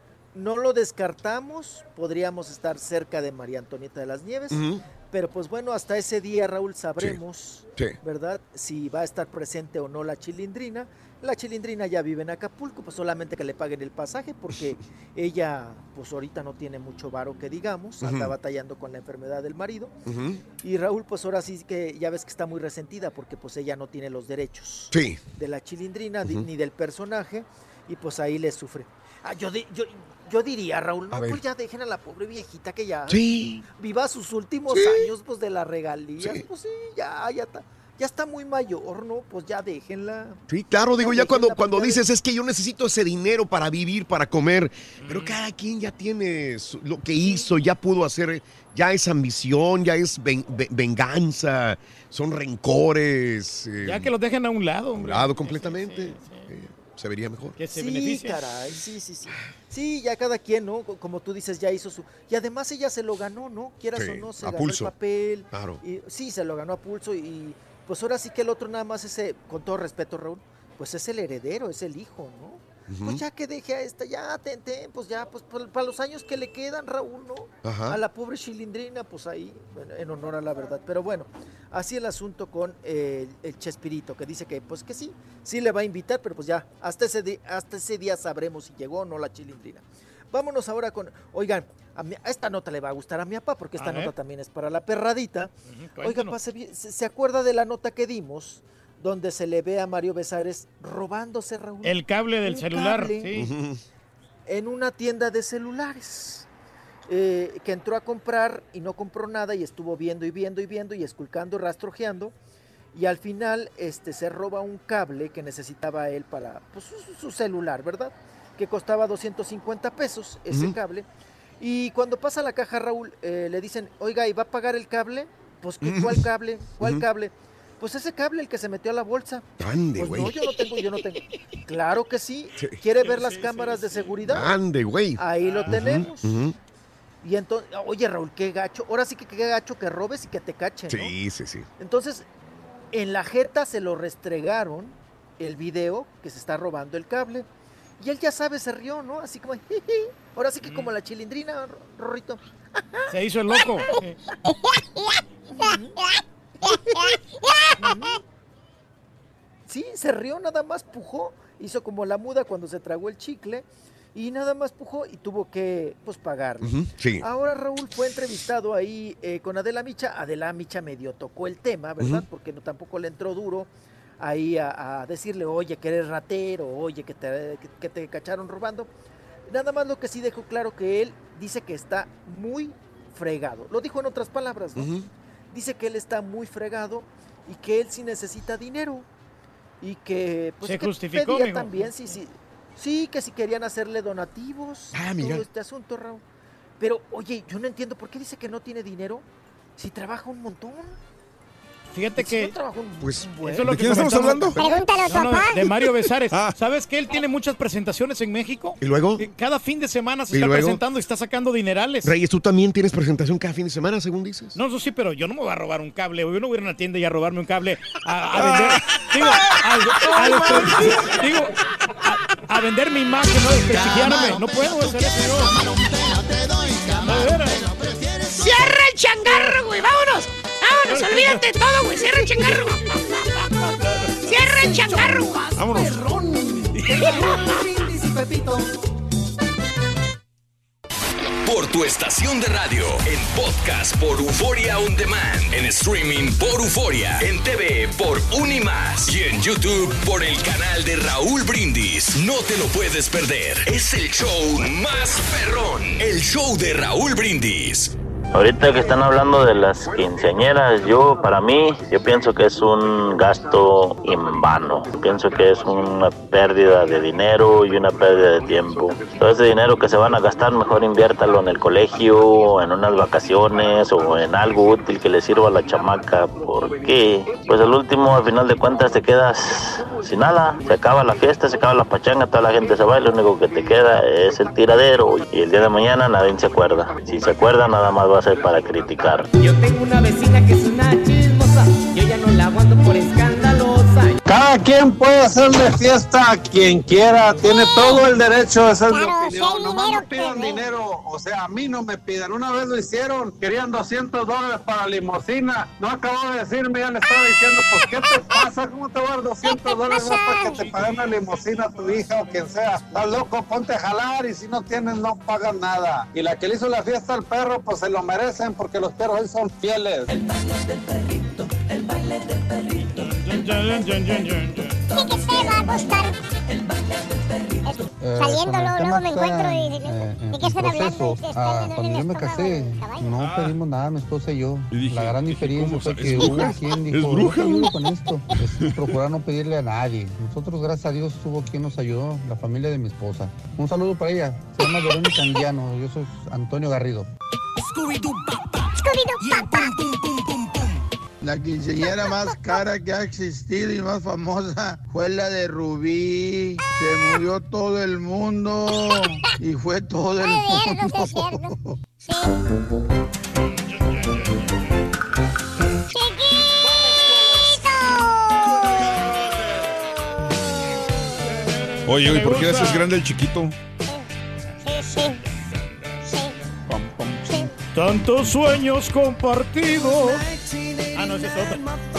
no lo descartamos, podríamos estar cerca de María Antonieta de las Nieves, Ujú. pero pues bueno, hasta ese día, Raúl, sabremos, Sí. ¿verdad? Si va a estar presente o no la Chilindrina. La Chilindrina ya vive en Acapulco, pues solamente que le paguen el pasaje, porque ella, pues ahorita no tiene mucho varo que digamos, anda Ujú. batallando con la enfermedad del marido. Ujú. Y Raúl, pues ahora sí que ya ves que está muy resentida, porque pues ella no tiene los derechos Sí. de la Chilindrina di- Ujú. ni del personaje, y pues ahí le sufre. Ah, yo, di- yo, yo diría, Raúl, no, A ver. pues ya dejen a la pobre viejita que ya Sí. viva sus últimos Sí. años, pues de las regalías, Sí. pues sí, ya, ya está, ya está muy mayor, ¿no? Pues ya déjenla. Sí, claro, digo, ya déjenla, cuando, pues, cuando ya dices es que yo necesito ese dinero para vivir, para comer, pero cada quien ya tiene su- lo que hizo, ya pudo hacer, ya es ambición, ya es ven- ve- venganza, son rencores. eh, Ya que los dejen a un lado, a un hombre. lado completamente. eh, se vería mejor. Que se Sí, beneficie. caray, sí, sí, sí. Sí, ya cada quien, ¿no? Co- Como tú dices, ya hizo su... Y además ella se lo ganó, ¿no? Quieras Sí, o no, se a ganó pulso. el papel. Claro. Y, sí, se lo ganó a pulso y pues ahora sí que el otro nada más ese, con todo respeto, Raúl, pues es el heredero, es el hijo, ¿no? Ujú. Pues ya que deje a esta, ya, ten, ten, pues ya, pues pa- para los años que le quedan, Raúl, ¿no? Ajá. A la pobre Chilindrina, pues ahí, bueno, en honor a la verdad. Pero bueno, así el asunto con eh, el Chespirito, que dice que, pues que sí, sí le va a invitar, pero pues ya, hasta ese, di- hasta ese día sabremos si llegó o no la Chilindrina. Vámonos ahora con, oigan, a, mi- a esta nota le va a gustar a mi papá, porque esta A ver. nota también es para la perradita. Oiga, cuéntanos. pa, ¿se, vi- se- se acuerda de la nota que dimos? Donde se le ve a Mario Besares robándose, Raúl. El cable del un celular, cable sí. En una tienda de celulares. eh, que entró a comprar y no compró nada y estuvo viendo y viendo y viendo y esculcando, rastrojeando. Y al final este, se roba un cable que necesitaba él para pues, su, su celular, ¿verdad? Que costaba doscientos cincuenta pesos ese Ujú. cable. Y cuando pasa a la caja, Raúl, eh, le dicen, oiga, ¿y va a pagar el cable? Pues, ¿qué- ¿cuál cable? ¿Cuál Ujú. cable? Pues ese cable, el que se metió a la bolsa. Ande, Pues güey. no, yo no tengo, yo no tengo. Claro que sí. Sí. ¿Quiere ver las cámaras de seguridad? Ande, güey. Ahí lo Ujú, tenemos. ujú. Y entonces, oye, Raúl, qué gacho. Ahora sí que qué gacho que robes y que te cachen, ¿no? Sí, sí, sí. Entonces, en la jeta se lo restregaron el video que se está robando el cable. Y él ya sabe, se rió, ¿no? Así como, "Jiji". Ahora sí que como la Chilindrina, Rorrito. Se hizo el loco. Sí, se rió, nada más pujó, hizo como la muda cuando se tragó el chicle y nada más pujó y tuvo que, pues, pagarlo. Ujú, sí. Ahora Raúl fue entrevistado ahí eh, con Adela Micha. Adela Micha medio tocó el tema, ¿verdad? Ujú. Porque no, tampoco le entró duro ahí a, a decirle, oye, que eres ratero, oye, que te, que, que te cacharon robando. Nada más lo que sí dejó claro que él dice que está muy fregado. Lo dijo en otras palabras, ¿no? Ujú. Dice que él está muy fregado y que él sí necesita dinero. Y que pues Se que justificó, pedía mijo. también, sí, sí. Sí, que si querían hacerle donativos. Ah, mira. Todo este asunto, Raúl. Pero, oye, yo no entiendo por qué dice que no tiene dinero si trabaja un montón. Fíjate que... Pues, eso es lo ¿de que quién estamos comentamos. hablando? Pregúntale a tu No, no, papá. de Mario Besares. ¿Sabes que él tiene muchas presentaciones en México? ¿Y luego? Eh, Cada fin de semana se ¿Y está luego? presentando y está sacando dinerales. Reyes, tú también tienes presentación cada fin de semana, según dices. No, eso sí, pero yo no me voy a robar un cable. Yo no voy a ir a una tienda y a robarme un cable a, a vender. Digo, a, a- a- digo, a, a vender mi imagen, no desprestigiarme. No puedo hacer eso yo. De veras. ¡Cierra el changarro, güey! ¡Vámonos! ¡Vámonos! Olvídate de todo, güey. ¡Cierra el changarro! ¡Cierra el changarro! Vámonos. Por tu estación de radio, en podcast por Euforia On Demand, en streaming por Euforia, en T V por Unimás y en YouTube por el canal de Raúl Brindis. No te lo puedes perder. Es el show más perrón, el show de Raúl Brindis. Ahorita que están hablando de las quinceañeras, yo, para mí, yo pienso que es un gasto en vano. Pienso que es una pérdida de dinero y una pérdida de tiempo. Todo ese dinero que se van a gastar, mejor inviértalo en el colegio, en unas vacaciones o en algo útil que le sirva a la chamaca. Porque, pues al último, al final de cuentas, te quedas sin nada. Se acaba la fiesta, se acaba la pachanga, toda la gente se va y lo único que te queda es el tiradero. Y el día de mañana nadie se acuerda. Si se acuerda, nada más va a ser para criticar. Yo tengo una vecina que es una chismosa, yo ya no la aguanto por escandalosa. Cada quien puede hacerle fiesta a quien quiera, tiene todo el derecho, esa es mi opinión. Nomás no pidan dinero, o sea, a mí no me pidan. Una vez lo hicieron, querían doscientos dólares para limosina. No acabó de decirme, ya le estaba diciendo, pues, ¿qué te pasa? ¿Cómo te voy a dar doscientos dólares para que te paguen una limosina a tu hija o quien sea? Estás loco, ponte a jalar y si no tienes, no pagan nada. Y la que le hizo la fiesta al perro, pues se lo merecen porque los perros hoy son fieles. El baile del perrito, el baile del perrito. ¿Qué que se va a gustar? Eh, Saliendo, con el luego, tema luego me está, encuentro y eh, ¿de en qué están hablando? proceso. Están Ah, en el cuando yo me estómago casé, del caballo. no pedimos nada, mi esposa y yo. Y dije, la gran dije, diferencia ¿cómo fue sa- que es hubo bruja? quien ¿Es dijo, yo bruja? te ayudo con esto. Es procurar no pedirle a nadie. Nosotros, gracias a Dios, hubo quien nos ayudó, la familia de mi esposa. Un saludo para ella. Se llama Verónica Andiano. Yo soy Antonio Garrido. Scooby-Doo, papá. La quinceañera más cara que ha existido y más famosa fue la de Rubí. Se murió todo el mundo y fue todo el mundo. Oye, ¿y por qué haces grande el chiquito? Tantos sueños compartidos. Ah, no, ese es otro.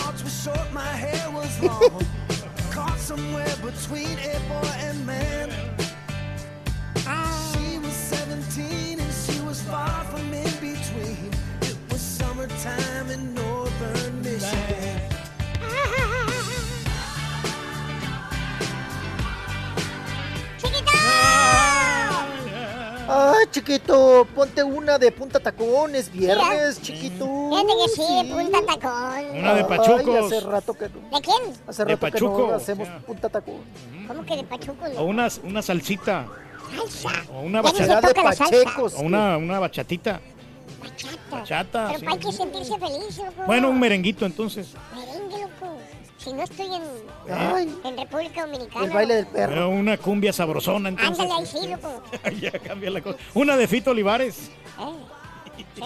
Ay, chiquito, ponte una de punta tacón, es viernes, chiquito. Fíjate que sí, punta tacón. Una de pachucos. Ay, hace rato que no. ¿De quién? Hace De rato que pachuco. no hacemos punta tacón. ¿Cómo que de pachuco? O una, una salsita. Salsa. O una Ya ni se bachata. toca la salsa. O una, una bachatita. Bachata. Bachata. Pero sí. hay que sentirse feliz, loco. Bueno, un merenguito entonces. Merengue, loco. Si no estoy en, Ay. en República Dominicana. El baile del perro. Pero una cumbia sabrosona entonces. Ándale ahí sí, loco. Ya cambia la cosa. Una de Fito Olivares. Eh, sí.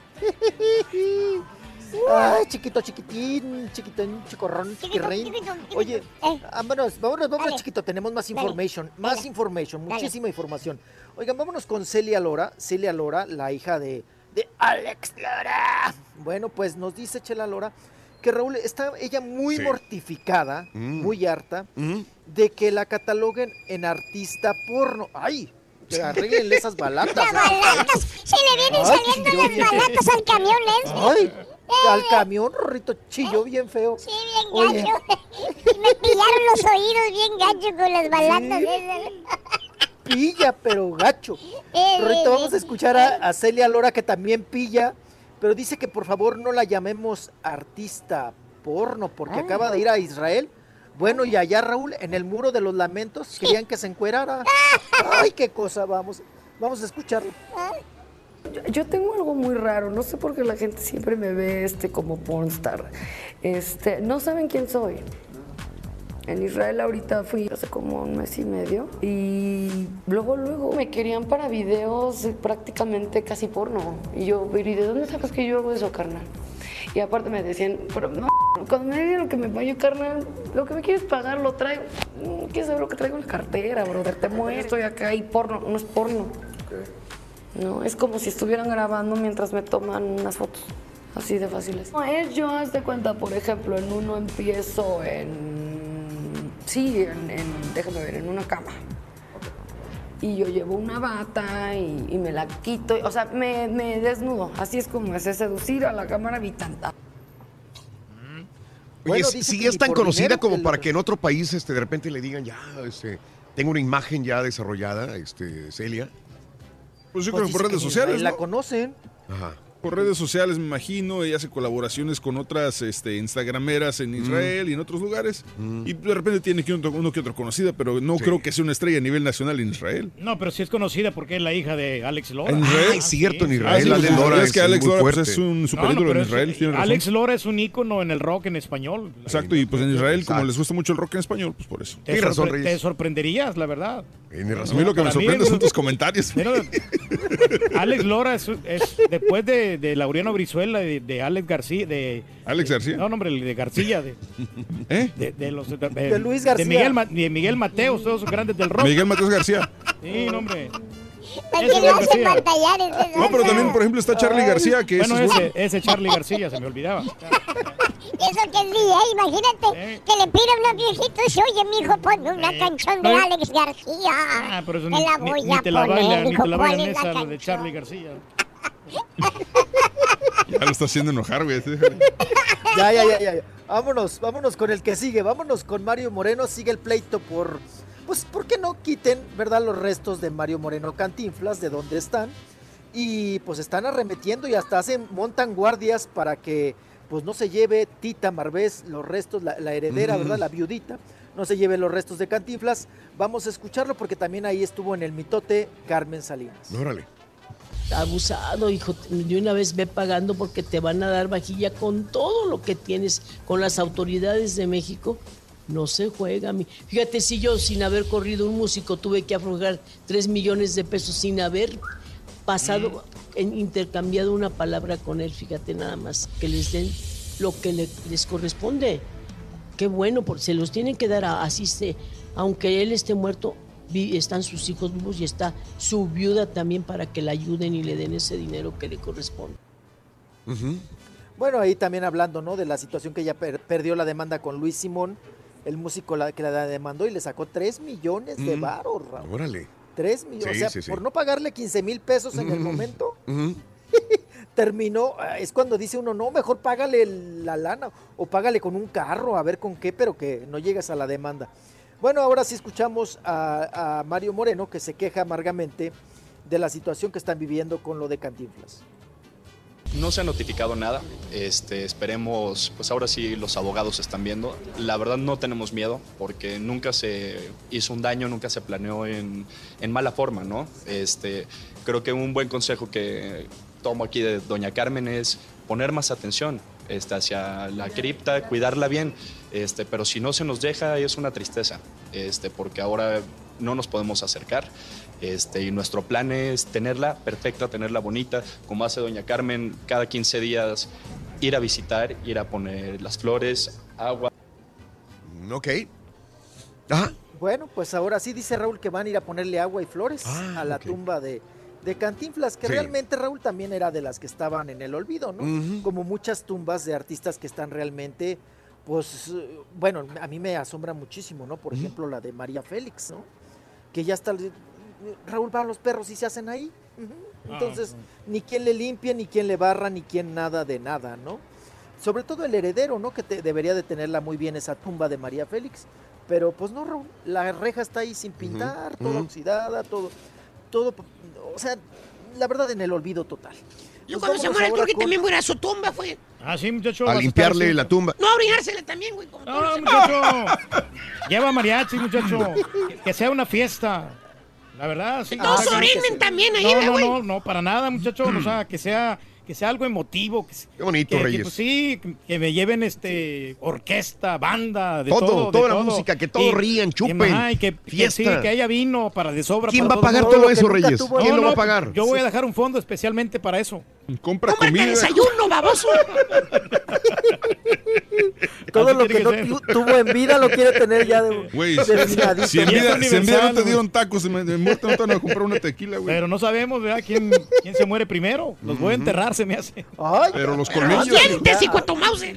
Ay, chiquito, chiquitín, chiquitín, chicorrón, chiquirrín. Oye, vámonos, vámonos, vámonos, Dale. chiquito. Tenemos más Dale. information, más Dale. information, Dale. muchísima información. Oigan, vámonos con Celia Lora. Celia Lora, la hija de, de Alex Lora. Bueno, pues nos dice Chela Lora que Raúl está ella muy Sí. mortificada, Mm. muy harta, ¿Mm? de que la cataloguen en artista porno. ¡Ay! Arréglenle esas balatas. Las balatas. Se le vienen Ay, saliendo chilló las bien. balatas al camión ese. ¡Ay! Al camión, Rorrito, chilló bien feo. Sí, bien gacho. Me pillaron los oídos bien gacho con las balatas esas. Pilla, pero gacho. Eh, Rorrito, eh, vamos a escuchar a, a Celia Lora, que también pilla, pero dice que por favor no la llamemos artista porno, porque Ah. acaba de ir a Israel. Bueno, y allá, Raúl, en el muro de los lamentos, querían que se encuerara. Ay, qué cosa, vamos, vamos a escucharlo. yo, yo tengo algo muy raro, no sé por qué la gente siempre me ve este, como pornstar. Este, no saben quién soy. En Israel ahorita fui hace como un mes y medio y luego, luego me querían para videos prácticamente casi porno. Y yo, ¿y de dónde sacas que yo hago eso, carnal? Y aparte me decían, pero no, cuando me digan lo que me pago, carnal, lo que me quieres pagar lo traigo. ¿Quieres saber lo que traigo en la cartera, brother? Te mueres, estoy acá y porno, no es porno. No, es como si estuvieran grabando mientras me toman unas fotos. Así de fáciles. No, es yo, haz de cuenta, por ejemplo, en uno empiezo en... Sí, en, en, déjame ver, en una cama. Y yo llevo una bata y, y me la quito, o sea, me, me desnudo. Así es como es, es seducir a la cámara vitanta. Oye, bueno, si es tan conocida como para que en otro país este, de repente le digan, ya, este, tengo una imagen ya desarrollada, este, Celia. Pues yo creo que por redes sociales, ¿no? La conocen. Ajá. Por redes sociales, me imagino, ella hace colaboraciones con otras este, instagrameras en Israel mm. y en otros lugares. Mm. Y de repente tiene que uno, uno que otro conocida, pero no sí. creo que sea una estrella a nivel nacional en Israel. No, pero sí es conocida porque es la hija de Alex Lora. En Israel, ah, es cierto, sí. en Israel. Ah, sí, Alex Lora es que Alex Lora pues, es un superídolo no, no, en Israel. Es, Alex Lora es un ícono en el rock en español. Exacto, y pues en Israel, Exacto. como les gusta mucho el rock en español, pues por eso. Te, sorpre razón, te sorprenderías, la verdad. Tiene razón. A mí lo que Para me sorprende mí, son tus comentarios. Pero, Alex Lora es, es después de, de Laureano Brizuela, de, de Alex García, de Alex García. No, nombre de García, de, ¿Eh? de, de los de, de Luis García, de Miguel, de Miguel Mateos, todos esos grandes del rock. Miguel Mateos García. Sí, nombre. No, pero también, por ejemplo, está Charlie García, que bueno, es ese, ese Charlie García, se me olvidaba. Eso que sí, ¿eh? Imagínate ¿Eh? que le pida a unos viejitos, oye, mijo, ponme una ¿Eh? canción de ¿Eh? Alex García. Ah, pero eso te ni, la voy ni, a ni te la poner, bailan, hijo, ni te la bailan ¿cuál es esa, la la de Charlie García. Ya lo está haciendo enojar, güey. Ya, ya, ya, ya. Vámonos, vámonos con el que sigue. Vámonos con Mario Moreno. Sigue el pleito por... Pues, ¿por qué no quiten, verdad, los restos de Mario Moreno Cantinflas de donde están? Y pues están arremetiendo y hasta hacen, montan guardias para que pues no se lleve Tita Marvés los restos, la, la heredera, mm. ¿verdad? La viudita, no se lleve los restos de Cantinflas. Vamos a escucharlo porque también ahí estuvo en el mitote Carmen Salinas. Órale. Abusado, hijo, de una vez ve pagando porque te van a dar vajilla con todo lo que tienes, con las autoridades de México. No se juega. Mi... Fíjate, si yo sin haber corrido un músico tuve que aflojar tres millones de pesos sin haber pasado, mm. en, intercambiado una palabra con él, fíjate nada más, que les den lo que le, les corresponde. Qué bueno, porque se los tienen que dar, a, así se, aunque él esté muerto, vi, están sus hijos vivos y está su viuda también para que la ayuden y le den ese dinero que le corresponde. Uh-huh. Bueno, ahí también hablando, ¿no?, de la situación que ya per- perdió la demanda con Luis Simón, el músico la, que la demandó y le sacó tres millones de varos, Raúl. Órale. tres millones, sí, o sea, sí, sí. por no pagarle quince mil pesos en uh-huh. el momento, uh-huh. terminó, es cuando dice uno, no, mejor págale la lana o págale con un carro, a ver con qué, pero que no llegues a la demanda. Bueno, ahora sí escuchamos a, a Mario Moreno, que se queja amargamente de la situación que están viviendo con lo de Cantinflas. No se ha notificado nada, este, esperemos, pues ahora sí los abogados están viendo. La verdad no tenemos miedo porque nunca se hizo un daño, nunca se planeó en, en mala forma, ¿no? Este, creo que un buen consejo que tomo aquí de doña Carmen es poner más atención este, hacia la cripta, cuidarla bien, este, pero si no se nos deja es una tristeza, este, porque ahora no nos podemos acercar. Este, y nuestro plan es tenerla perfecta, tenerla bonita, como hace doña Carmen, cada quince días ir a visitar, ir a poner las flores, agua. Ok. Ajá. Bueno, pues ahora sí dice Raúl que van a ir a ponerle agua y flores ah, a la okay. tumba de, de Cantinflas, que sí. realmente Raúl también era de las que estaban en el olvido, ¿no? Uh-huh. Como muchas tumbas de artistas que están realmente, pues, bueno, a mí me asombra muchísimo, ¿no? Por uh-huh. ejemplo, la de María Félix, ¿no? Que ya está... Raúl, van los perros y se hacen ahí. Uh-huh. Entonces, ah, ni quien le limpie, ni quien le barra, ni quien nada de nada, ¿no? Sobre todo el heredero, ¿no? Que te, debería de tenerla muy bien esa tumba de María Félix. Pero pues no, Raúl, la reja está ahí sin pintar, uh-huh. toda uh-huh. oxidada, todo, todo, o sea, la verdad en el olvido total. Yo cuando se muera el Turqui con... también voy a ir a su tumba, fue. Ah, sí, muchacho. A limpiarle a la tumba. No, a orinársela también, güey. No, no, muchacho. Lleva mariachi, muchacho. Que, que sea una fiesta. La verdad, sí. Todos Ah, orinen también ahí, no, no, güey. no, no, para nada, muchachos. O sea, que sea, que sea algo emotivo. Que, Qué bonito, que, que, Reyes. pues, sí, que- que me lleven este orquesta, banda, de Todo, todo. de toda la todo. música, que todos rían, chupen, Y, ajá, y que, que fiesta. sí, que haya vino para de sobra. ¿Quién para va a pagar todos. todo eso, Reyes? ¿Quién lo va a pagar? Yo voy a dejar un fondo especialmente para eso. Compra Cómprate desayuno, baboso. Todo Así lo tiene que no que ser. tu- tuvo en vida lo quiere tener ya de, Güey, de minadito. si en Y es vida, si en vida no universal, te dieron tacos, de de muerte no te van a comprar una tequila, güey. Pero no sabemos, ¿verdad? ¿Quién, quién se muere primero? Los voy a enterrar, se me hace. Pero los Los colmillos. dientes y cuento Mauser.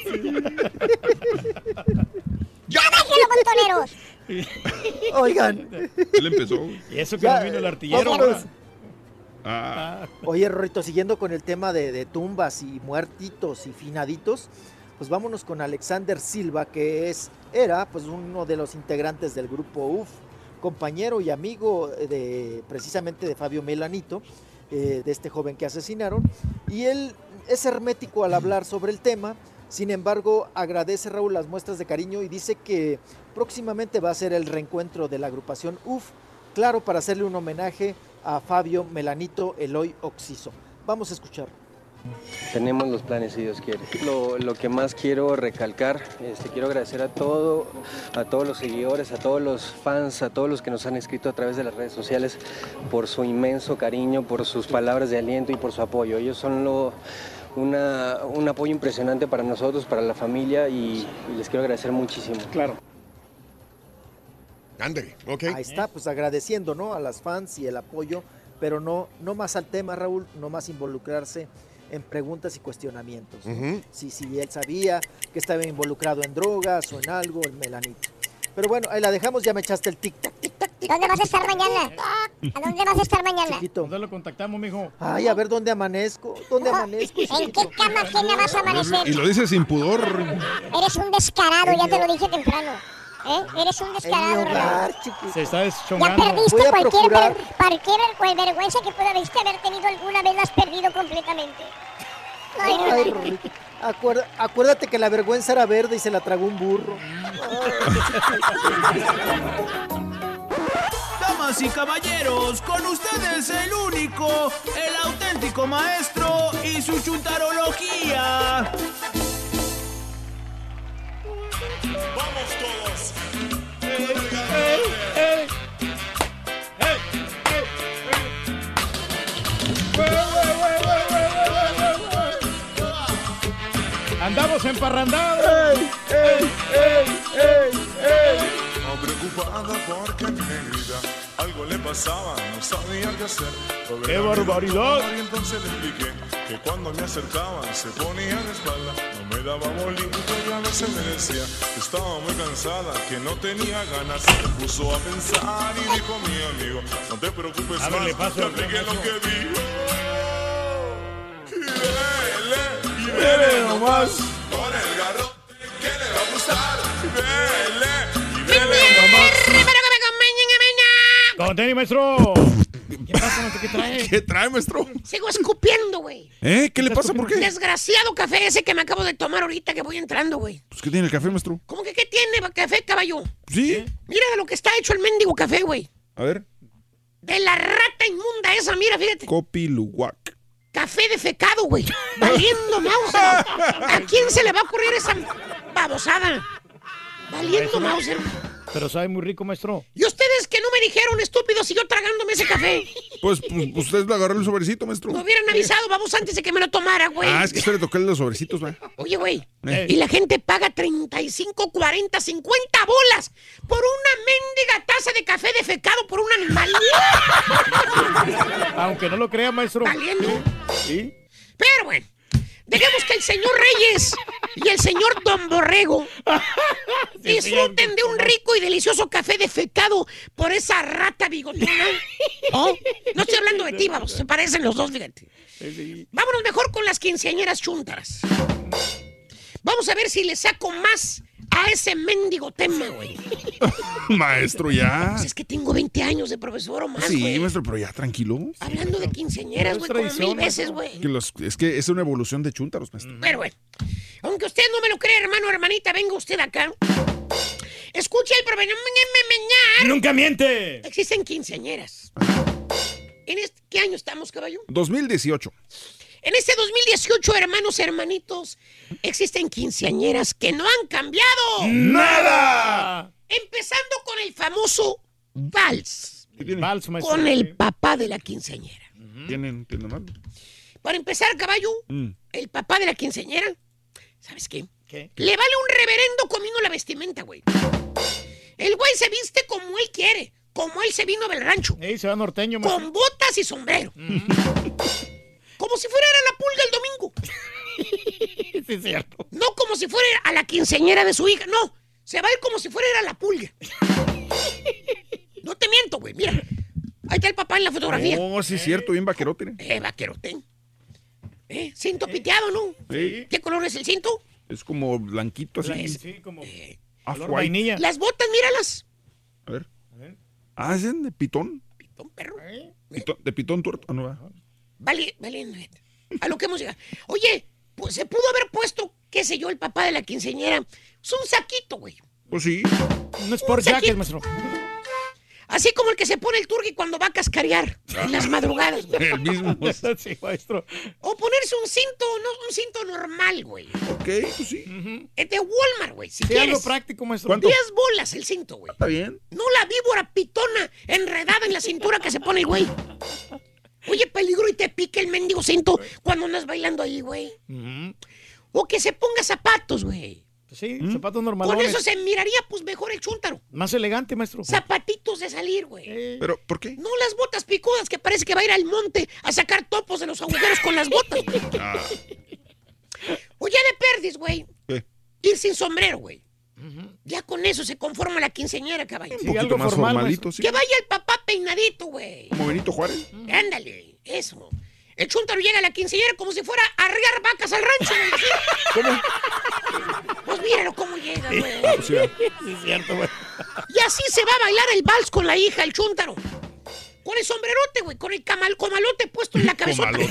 ¡Déjenlo, montoneros! Oigan. Él empezó, güey. Y eso que Ya, no vino el artillero. vámonos. ¿verdad? Ah, Oye, Rorrito, siguiendo con el tema de, de tumbas y muertitos y finaditos, pues vámonos con Alexander Silva, que es, era pues uno de los integrantes del grupo U F, compañero y amigo de precisamente de Fabio Melanito, eh, de este joven que asesinaron, y él es hermético al hablar sobre el tema. Sin embargo, agradece, Raúl, las muestras de cariño y dice que próximamente va a ser el reencuentro de la agrupación U F, claro, para hacerle un homenaje a Fabio Melanito Eloy Oxiso. Vamos a escuchar. Tenemos los planes, si Dios quiere. Lo, lo que más quiero recalcar, este, quiero agradecer a todo, a todos los seguidores, a todos los fans, a todos los que nos han escrito a través de las redes sociales por su inmenso cariño, por sus palabras de aliento y por su apoyo. Ellos son lo, una, un apoyo impresionante para nosotros, para la familia y, y les quiero agradecer muchísimo. Claro. Ándale, ok. Ahí está, pues agradeciendo, ¿no? A las fans y el apoyo, pero no, no más al tema, Raúl, no más involucrarse en preguntas y cuestionamientos, ¿no? Ujú. si, si él sabía que estaba involucrado en drogas o en algo, el Melanito. Pero bueno, ahí la dejamos, ya me echaste el tic-tac. ¿Dónde vas a estar mañana? ¿A dónde vas a estar mañana? Chiquito. ¿Dónde lo contactamos, mijo? Ay, a ver dónde amanezco, dónde amanezco. ¿En qué cama ajena vas a amanecer? y lo dice sin pudor. Eres un descarado, ya te lo dije temprano. ¿Eh? Eres un En mi descarado, hogar, Raúl. chiquito. Se está Ya deschongando. perdiste Voy a cualquier, procurar. ver- cualquier ver- vergüenza que pudiste haber tenido alguna vez, la has perdido completamente. Ay, Ay, Raúl. Rorrito, acuerda- acuérdate que la vergüenza era verde y se la tragó un burro. Damas y caballeros, con ustedes el único, el auténtico maestro y su chuntarología. Vamos todos. Andamos emparrandados. No preocupada porque a mi negrita algo le pasaba, no sabía qué hacer. Fue a ver ¡Qué a mi barbaridad! doctor Y entonces le expliqué que cuando me acercaba se ponía de espalda, no me daba bolito y a veces me decía que estaba muy cansada, que no tenía ganas. Se puso a pensar y dijo mi amigo, no te preocupes A ver, más, le paso te el apliqué lo remedio. que dijo. Y dele, y dele nomás con el garrote que le va a gustar. Dele, y dele nomás. Con tenis, maestro. ¿Qué pasa, maestro? ¿Qué trae? ¿Qué trae, maestro? Sigo escupiendo, güey. ¿Eh? ¿Qué le pasa? ¿Por qué? Desgraciado café ese que me acabo de tomar ahorita que voy entrando, güey. Pues, ¿qué tiene el café, maestro? ¿Cómo que qué tiene café, caballo? Sí. Mira de lo que está hecho el mendigo café, güey. A ver. De la rata inmunda esa, mira, fíjate. Copi Luwak. Café defecado, güey. Valiendo Mauser. ¿A quién se le va a ocurrir esa babosada? Valiendo Mauser. Pero sabe muy rico, maestro. ¿Y ustedes que no me dijeron, estúpidos, y yo tragándome ese café? Pues, pues ustedes le agarraron el sobrecito, maestro. Me hubieran avisado, vamos, antes de que me lo tomara, güey. Ah, es que usted le tocó los sobrecitos, ¿va? Oye, güey, Eh. y la gente paga treinta y cinco, cuarenta, cincuenta bolas por una mendiga taza de café defecado por un animal. Aunque no lo crea, maestro. Valiendo. ¿Sí? Pero bueno, dejemos que el señor Reyes y el señor Don Borrego disfruten de un rico y delicioso café defecado por esa rata bigotona. ¿Oh? No estoy hablando de ti, vamos, se parecen los dos, fíjate. Vámonos mejor con las quinceañeras chúntaras. Vamos a ver si le saco más a ese mendigo tema, güey. Maestro, ya. Pues es que tengo veinte años de profesor o más, Sí, güey. maestro, pero ya, tranquilo. Hablando de quinceañeras, güey, como mil veces, güey. Que los- es que es una evolución de chúntaros, maestro. Pero bueno, aunque usted no me lo crea, hermano o hermanita, venga usted acá. Escucha el problema. ¡Nunca miente! Existen quinceañeras. ¿En este, qué año estamos, caballo? dos mil dieciocho. En este dos mil dieciocho, hermanos, hermanitos, existen quinceañeras que no han cambiado. ¡Nada! Empezando con el famoso vals. Vals, maestro. Con el papá de la quinceañera. ¿Tienen, tienen mal? Para empezar, caballo, Mm. el papá de la quinceañera, ¿sabes qué? ¿Qué? Le vale un reverendo comino la vestimenta, güey. El güey se viste como él quiere, como él se vino del rancho. Ey, se va norteño, maestro. Con botas y sombrero. Como si fuera a la pulga el domingo. Sí, es cierto. No como si fuera a la quinceañera de su hija, no. Se va a ir como si fuera a la pulga. No te miento, güey, mira. Ahí está el papá en la fotografía. Oh, sí, es cierto, bien vaquerote. Eh, vaquerote. Eh, cinto piteado, ¿no? Sí. ¿Qué color es el cinto? Es como blanquito así. Sí, como Eh, color Off-white. vainilla. Las botas, míralas. A ver. Ah, es de pitón. Pitón, perro. Pitón- de pitón tuerto. Ah, no, va. Vale, vale. A lo que hemos llegado. Oye, pues se pudo haber puesto, qué sé yo, el papá de la quinceañera. Es un saquito, güey. Pues sí. No es por jacket, maestro. Así como el que se pone el turqui cuando va a cascarear en las madrugadas, güey. El mismo. Sí, maestro. O ponerse un cinto, no, un cinto normal, güey. Ok, pues sí. Es de Walmart, güey, si Sí, quieres. algo práctico, maestro. ¿Cuánto? diez bolas el cinto, güey. Está bien. No la víbora pitona enredada en la cintura que se pone el güey. Oye, peligro y te pique el mendigo cinto cuando andas bailando ahí, güey. Ujú. O que se ponga zapatos, güey. Sí, ¿Mm? zapatos Con normales. eso se miraría, pues, mejor el chúntaro. Más elegante, maestro. Zapatitos de salir, güey. Eh, ¿Pero por qué? No las botas picudas que parece que va a ir al monte a sacar topos de los agujeros con las botas. Ah, O ya de perdis, güey. ¿qué? Ir sin sombrero, güey. Ya con eso se conforma la quinceañera, caballo. Un Sí, poquito algo más formal, formalito, sí. Que vaya el papá peinadito, güey. Como Benito Juárez. Ándale, eso. El chúntaro llega a la quinceañera como si fuera a arriar vacas al rancho, güey. ¿Cómo? Pues míralo cómo llega, güey. O sea, sí, es cierto, güey. Y así se va a bailar el vals con la hija, el chúntaro. Con el sombrerote, güey, con el camal, comalote puesto en la cabezota. Comalote.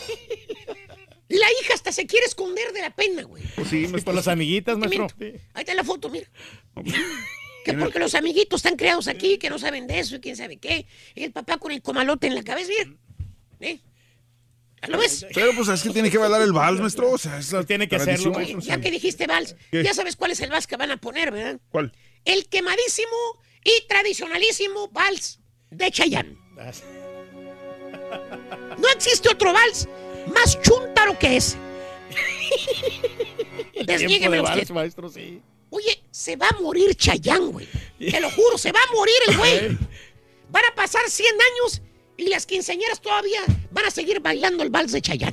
Y la hija hasta se quiere esconder de la pena, güey. pues sí, Sí, me por las amiguitas, Te maestro. miento. Ahí está la foto, mira. No, pues, Que porque los amiguitos están creados aquí, que no saben de eso y quién sabe qué. Y el papá con el comalote en la cabeza, mira. ¿Eh? ¿Ya lo ves? Pero pues es que tiene que bailar el vals, maestro. O sea, es la Tiene que tradición. hacerlo, maestro. Ya que dijiste vals, ¿Qué? ya sabes cuál es el vals que van a poner, ¿verdad? ¿Cuál? El quemadísimo y tradicionalísimo vals de Chayanne. No existe otro vals más chúntaro que ese. Tiempo Desniégueme de usted. vals, maestro, sí. Oye, se va a morir Chayanne, güey. Te lo juro, se va a morir el güey. Van a pasar cien años y las quinceañeras todavía van a seguir bailando el vals de Chayanne.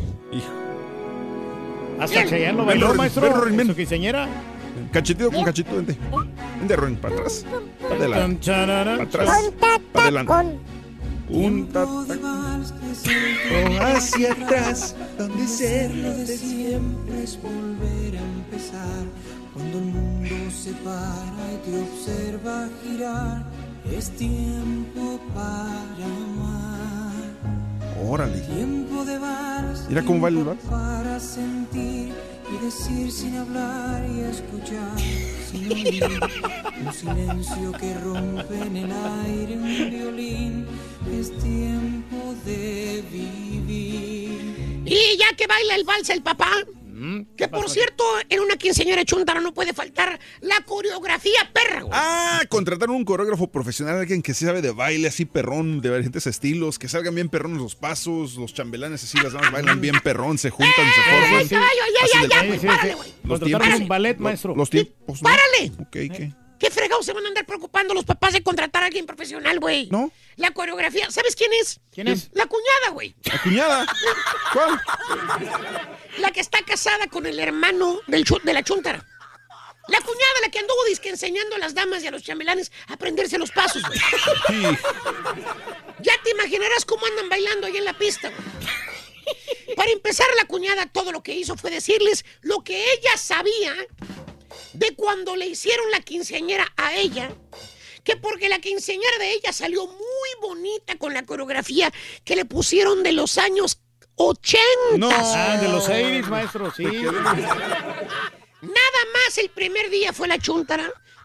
Hasta Bien. Chayanne lo Ven, bailó, Rory, maestro. ven, Rory, ven. ¿Su quinceañera? Cachetito con cachito, vente. Vente, Ron, para atrás. Para Tan, adelante. chararán, Para atrás. Para adelante. Un Tiempo de vals que siempre hacia atrás, donde serlo de siempre es volver a empezar. Cuando el mundo se para y te observa girar, es tiempo para amar. Órale. Tiempo de vals, Mira cómo baila el tiempo para sentir y decir sin hablar y escuchar sin oír. Un silencio que rompe en el aire un violín. Es tiempo de vivir. Y ya que baila el vals el papá, que por cierto, en una quinceañera chúntaro no puede faltar la coreografía perra, güey. Ah, contrataron un coreógrafo profesional, alguien que sabe de baile así perrón, de diferentes estilos, que salgan bien perrones los pasos, los chambelanes así, las damas bailan bien perrón, se juntan, se forman. ¡Ay, caballo! Ya, Hacen ya, el- ya, Sí, pues sí, párale, sí. güey. Los Contrataron tiempos. un ballet, maestro. Los tiempos, ¿no? ¡Párale! Ok, ¿qué? ¿Qué fregados se van a andar preocupando los papás de contratar a alguien profesional, güey? ¿No? La coreografía, ¿sabes quién es? ¿Quién es? La cuñada, güey. La cuñada. ¿Cuál? La que está casada con el hermano del chu- de la chúntara. La cuñada, la que anduvo disque enseñando a las damas y a los chambelanes a aprenderse los pasos, güey. Sí. Ya te imaginarás cómo andan bailando ahí en la pista, güey. Para empezar, la cuñada todo lo que hizo fue decirles lo que ella sabía de cuando le hicieron la quinceañera a ella, que porque la quinceañera de ella salió muy bonita con la coreografía que le pusieron de los años ochenta. No. Ah, de los ochenta, maestro, sí. Nada más el primer día fue la chúntara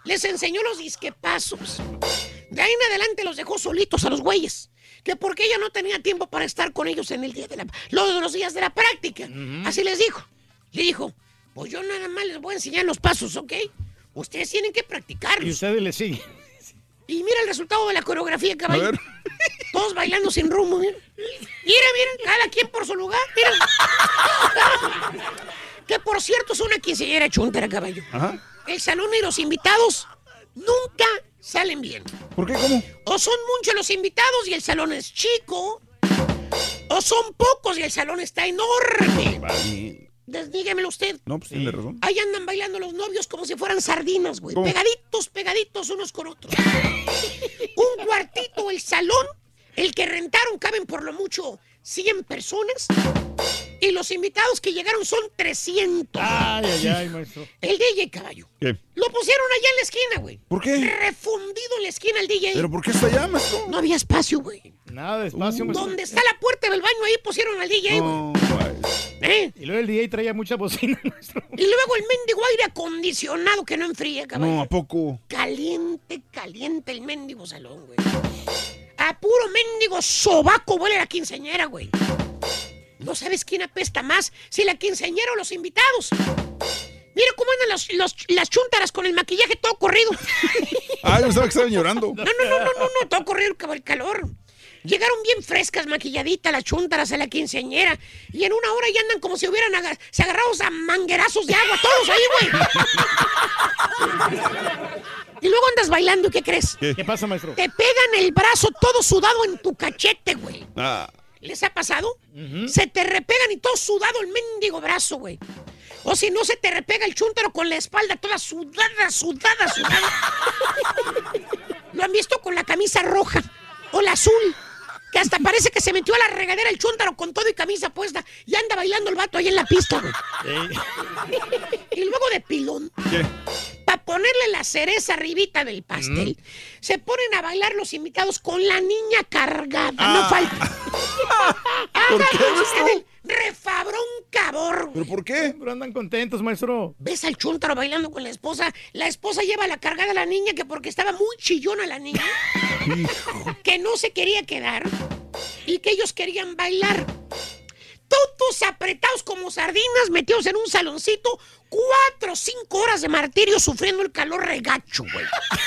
les enseñó los disquepasos. De ahí en adelante los dejó solitos a los güeyes. Que porque ella no tenía tiempo para estar con ellos en el día de la, los, los días de la práctica. Uh-huh. Así les dijo. Le dijo, pues yo nada más les voy a enseñar los pasos, ¿ok? Ustedes tienen que practicarlos. Y ustedes le siguen. Y mira el resultado de la coreografía, caballo. A ver. Todos bailando sin rumbo, mira. Mira, miren, cada quien por su lugar, mira. Que por cierto es una quinceañera chuntera, caballo. Ajá. El salón y los invitados nunca salen bien. ¿Por qué? ¿Cómo? O son muchos los invitados y el salón es chico, o son pocos y el salón está enorme. Vale. Dígamelo usted. No, pues tiene razón. Ahí andan bailando los novios como si fueran sardinas, güey. Pegaditos, pegaditos unos con otros. Un cuartito, el salón, el que rentaron, caben por lo mucho cien personas. Y los invitados que llegaron son trescientos. Ay, ay, ay, maestro. El D J, caballo. ¿Qué? Lo pusieron allá en la esquina, güey. ¿Por qué? Refundido en la esquina el D J. ¿Pero por qué está allá, maestro? No había espacio, güey. Nada de espacio, uh, maestro. Donde está la puerta del baño, ahí pusieron al D J, güey. No, ¿Eh? Y luego el D J traía mucha bocina, maestro. Y luego el mendigo aire acondicionado que no enfría, caballo. No, ¿a poco? Caliente, caliente el mendigo salón, güey. A puro mendigo sobaco huele la quinceañera, güey. No sabes quién apesta más, si la quinceañera o los invitados. Mira cómo andan los, los, las chúntaras con el maquillaje todo corrido. Ah, yo pensaba que estaban llorando. No, no, no, no, no, no, todo corrido por el calor. Llegaron bien frescas, maquilladitas las chúntaras a la quinceañera. Y en una hora ya andan como si hubieran agar se agarrados a manguerazos de agua, todos ahí, güey. Y luego andas bailando, ¿y qué crees? ¿Qué, ¿Qué pasa, maestro? Te pegan el brazo todo sudado en tu cachete, güey. Ah. ¿Les ha pasado? Uh-huh. Se te repegan y todo sudado el mendigo brazo, güey. O si no, se te repega el chúntaro con la espalda toda sudada, sudada, sudada. ¿Lo han visto con la camisa roja o la azul? Que hasta parece que se metió a la regadera el chúntaro con todo y camisa puesta y anda bailando el vato ahí en la pista, güey. Y luego de pilón. ¿Qué? Para ponerle la cereza arribita del pastel, mm. se ponen a bailar los invitados con la niña cargada. Ah. No falta. ¿Por qué, maestro? El refabrón cabor, güey. ¿Pero por qué? Pero andan contentos, maestro. ¿Ves al chúntaro bailando con la esposa? La esposa lleva la cargada a la niña que porque estaba muy chillona la niña. Que no se quería quedar y que ellos querían bailar. Todos apretados como sardinas, metidos en un saloncito, cuatro o cinco horas de martirio sufriendo el calor regacho, güey.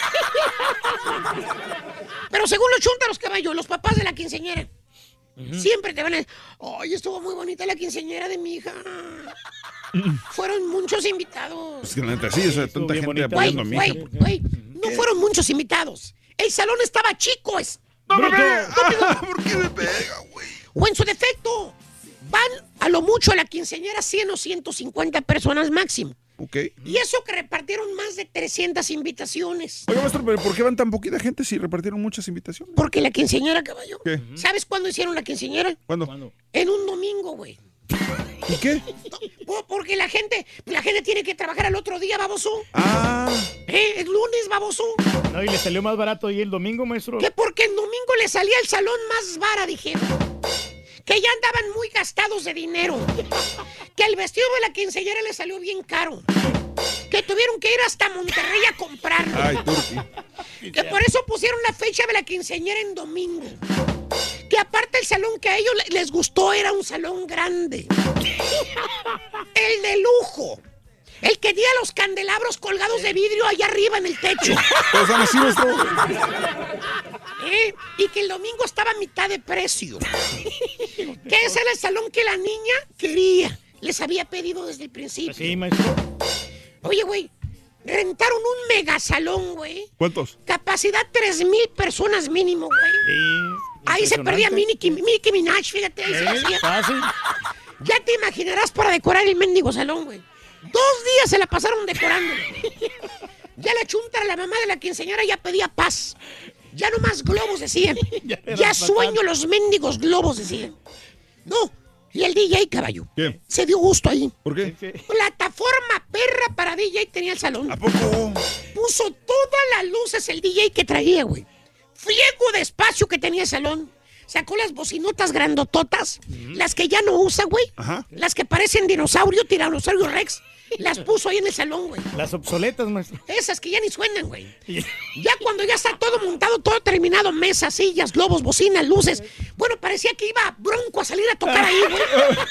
Pero según los chúntaros, caballo, los papás de la quinceañera, uh-huh. siempre te van a decir, ay, estuvo muy bonita la quinceañera de mi hija. Fueron muchos invitados. Pues que la neta sí, o sea, tanta gente apoyando a mi hija. Güey, güey, no fueron muchos invitados. El salón estaba chico, es... ¡No me pega! ¿Por qué me pega, güey? O en su defecto, van a lo mucho a la quinceañera cien o ciento cincuenta personas máximo. Ok. Y eso que repartieron más de trescientas invitaciones. Oiga, maestro, ¿pero por qué van tan poquita gente si repartieron muchas invitaciones? Porque la quinceañera, caballo. ¿Qué? ¿Sabes cuándo hicieron la quinceañera? ¿Cuándo? ¿Cuándo? En un domingo, güey. ¿Y qué? Porque la gente, la gente tiene que trabajar al otro día, baboso. Ah. ¿Eh? El lunes, baboso. No, y le salió más barato ahí el domingo, maestro. Que porque el domingo le salía el salón más vara, dijeron. Que ya andaban muy gastados de dinero. Que el vestido de la quinceañera le salió bien caro. Que tuvieron que ir hasta Monterrey a comprarlo. Ay, Turki. Que por eso pusieron la fecha de la quinceañera en domingo. Que aparte el salón que a ellos les gustó era un salón grande. El de lujo. El que tenía los candelabros colgados de vidrio allá arriba en el techo. Pues así nuestro. ¿Eh? Y que el domingo estaba a mitad de precio. Que ese era el salón que la niña quería. Les había pedido desde el principio. Sí, maestro. Oye, güey, rentaron un megasalón, güey. ¿Cuántos? Capacidad tres mil personas mínimo, güey. Sí, ahí se perdía Nicki Minaj, fíjate. Ahí ¿Eh? se hacía. Fácil. Ya te imaginarás para decorar el mendigo salón, güey. Dos días se la pasaron decorando. Ya la chuntara, la mamá de la quinceañera, ya pedía paz. Ya no más globos, decían. Ya, ya sueño los mendigos globos, decían. No, y el D J, caballo. ¿Qué? Se dio gusto ahí. ¿Por qué? Plataforma perra para D J tenía el salón. ¿A poco? Puso todas las luces el D J que traía, güey. Friego de espacio que tenía el salón. Sacó las bocinotas grandototas, uh-huh. las que ya no usa, güey. Las que parecen dinosaurio, tiranosaurio rex. las puso ahí en el salón, güey. Las obsoletas, maestro. Esas que ya ni suenan, güey. Ya cuando ya está todo montado, todo terminado, mesas, sillas, globos, bocinas, luces. Bueno, parecía que iba Bronco a salir a tocar ahí, güey.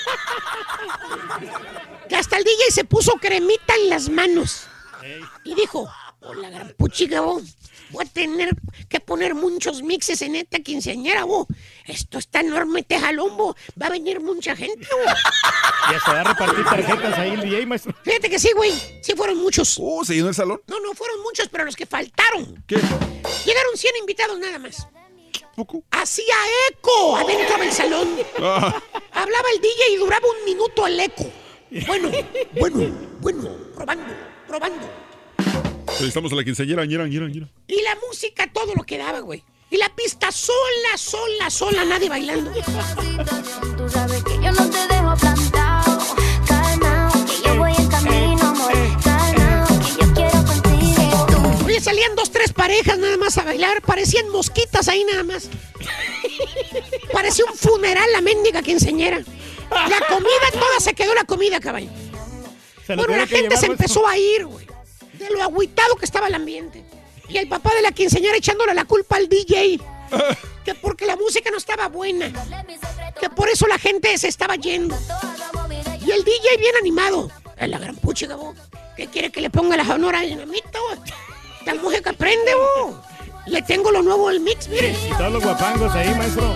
Que hasta el D J se puso cremita en las manos. Y dijo, hola, gran puchiga, vos. Voy a tener que poner muchos mixes en esta quinceañera, vos. Esto está enorme, este jalón, vos. Va a venir mucha gente, vos. Ya se va a repartir tarjetas ahí el D J, maestro. Fíjate que sí, güey. Sí fueron muchos. Oh, ¿se llenó el salón? No, no, fueron muchos, pero los que faltaron. ¿Qué? Llegaron cien invitados nada más. ¿Poco? Hacía eco adentro del salón. Ah. Hablaba el D J y duraba un minuto el eco. Bueno, bueno, bueno, probando, probando. Estamos en la quinceañera, ñera, ñera, ñera. Y la música todo lo que daba, güey. Y la pista sola, sola, sola, nadie bailando. Tú sabes que yo no te dejo plantado. Calmao, que yo voy en camino, amor. Calmao, que yo quiero contigo. Oye, salían dos, tres parejas nada más a bailar. Parecían mosquitas ahí nada más. Parecía un funeral la mendiga quinceañera. La comida, toda se quedó la comida, caballo. Bueno, la gente se empezó a ir, güey. De lo agüitado que estaba el ambiente. Y el papá de la quinceañera echándole la culpa al D J. Que porque la música no estaba buena. Que por eso la gente se estaba yendo. Y el D J bien animado. Es la gran puchiga, vos. ¿Qué quiere que le ponga la sonora dinamita, vos? La música prende, vos. Le tengo lo nuevo del mix, mire. Y todos los guapangos ahí, maestro.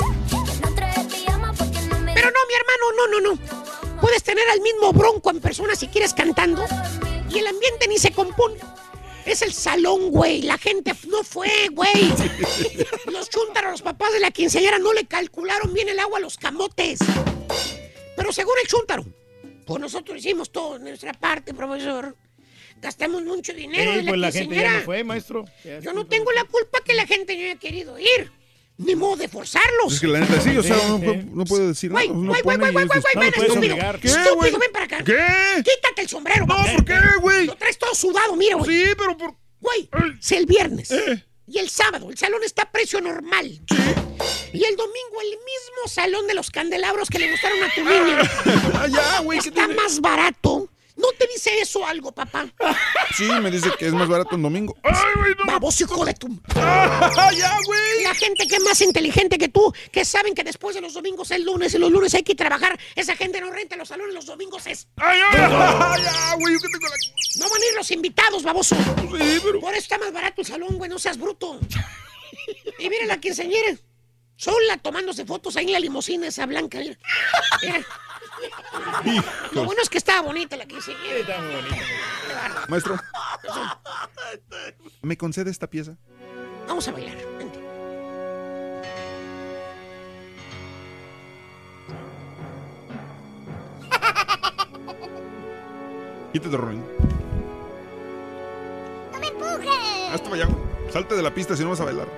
Pero no, mi hermano, no, no, no. Puedes tener al mismo Bronco en persona si quieres cantando. Y el ambiente ni se compone. Es el salón, güey. La gente no fue, güey. Los chúntaros, los papás de la quinceañera no le calcularon bien el agua a los camotes. Pero según el chúntaro, pues nosotros hicimos todo en nuestra parte, profesor. Gastamos mucho dinero Sí, en la pues la gente quinceañera. ya no fue, maestro. Yo no tengo la culpa que la gente no haya querido ir. Ni modo de forzarlos. Es que la neta sí, o sea, no, puede- no puede decir nada. Güey, Uno güey, güey, pone güey, y güey, es güey, de- ven, No puedes estúpido, negar. ven. Estúpido, güey? ven para acá. ¿Qué? Quítate el sombrero. No, vamos. ¿por qué, güey? Lo traes todo sudado, mira, güey. Sí, pero por... Güey, si el viernes y el sábado el salón está a precio normal. Y el domingo el mismo salón de los candelabros que le gustaron a tu niña. Ya, güey, ¿qué está tiene? más barato. ¿No te dice eso algo, papá? Sí, me dice que es más barato en domingo. ¡Ay, güey, no! Baboso, hijo de tu... ¡Ya, güey! La gente que es más inteligente que tú, que saben que después de los domingos es lunes y los lunes hay que trabajar, esa gente no renta los salones los domingos es... ¡Ay, ay, ay! ¡Ya, güey! Yo que tengo la... No van a ir los invitados, baboso. Sí, pero... Por eso está más barato el salón, güey, no seas bruto. Y mira la quinceañera, sola tomándose fotos ahí en la limusina esa blanca. Mira. Mira. Lo bueno es que estaba bonita la quinceañera. Está muy bonita. Maestro, ¿me concede esta pieza? Vamos a bailar, vente. Quítate, Ronin. ¡No me empujes! Hasta para allá, güey. Salte de la pista si no vas a bailar.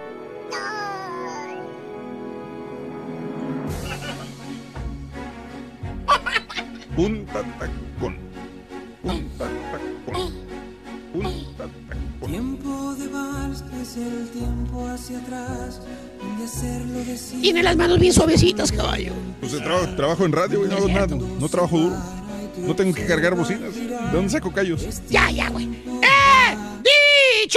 Punta tacón. Punta tacón. Punta tacón. Tiempo de vals que es el tiempo hacia atrás, donde hacerlo de siempre. Tiene las manos bien suavecitas, caballo. Pues tra- trabajo en radio, güey, no hago nada. No trabajo duro. No tengo que cargar bocinas. ¿De dónde saco callos? Ya, ya, güey. ¡Eh! ¡Dicho!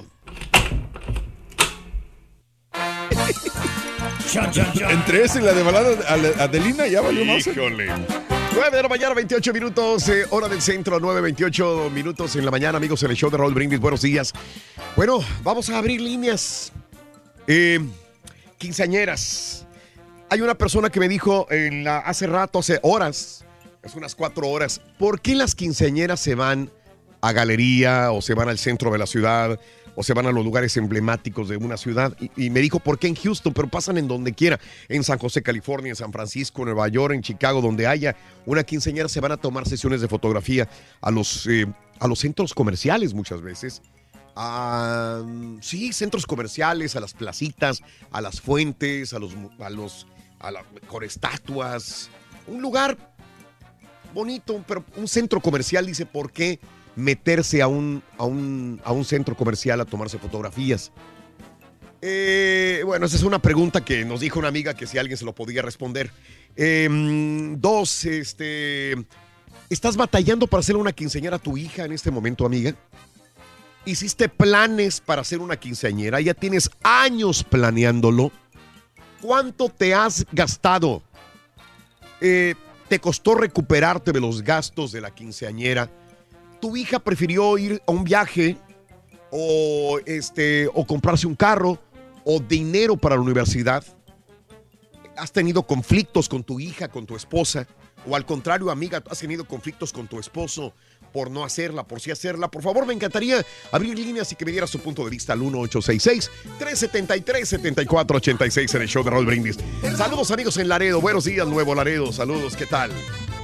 Entre ese y la de balada de Adelina ya valió más. Híjole. nueve de la mañana, veintiocho minutos, eh, hora del centro, nueve veintiocho minutos en la mañana, amigos, en el show de Raúl Brindis. Buenos días. Bueno, vamos a abrir líneas. Eh, quinceañeras. Hay una persona que me dijo en la, hace rato, hace horas, es unas cuatro horas, ¿por qué las quinceañeras se van a galería o se van al centro de la ciudad o se van a los lugares emblemáticos de una ciudad? Y, y me dijo, ¿por qué en Houston? Pero pasan en donde quiera. En San José, California, en San Francisco, en Nueva York, en Chicago, donde haya una quinceañera, se van a tomar sesiones de fotografía a los, eh, a los centros comerciales muchas veces. A, sí, centros comerciales, a las placitas, a las fuentes, a los, a los, a la, con estatuas. Un lugar bonito, pero un centro comercial, dice, ¿por qué meterse a un, a un, a un centro comercial a tomarse fotografías? Eh, bueno, esa es una pregunta que nos dijo una amiga que si alguien se lo podía responder. Eh, dos, este, ¿Estás batallando para hacer una quinceañera a tu hija en este momento, amiga? ¿Hiciste planes para hacer una quinceañera? ¿Ya tienes años planeándolo? ¿Cuánto te has gastado? Eh, ¿Te costó recuperarte de los gastos de la quinceañera? ¿Tu hija prefirió ir a un viaje o, este, o comprarse un carro o dinero para la universidad? ¿Has tenido conflictos con tu hija, con tu esposa? O al contrario, amiga, ¿has tenido conflictos con tu esposo por no hacerla, por sí hacerla? Por favor, me encantaría abrir líneas y que me dieras tu punto de vista al uno ocho seis seis, tres siete tres, siete cuatro ocho seis en el show de Raúl Brindis. Saludos, amigos en Laredo. Buenos días, Nuevo Laredo. Saludos, ¿qué tal?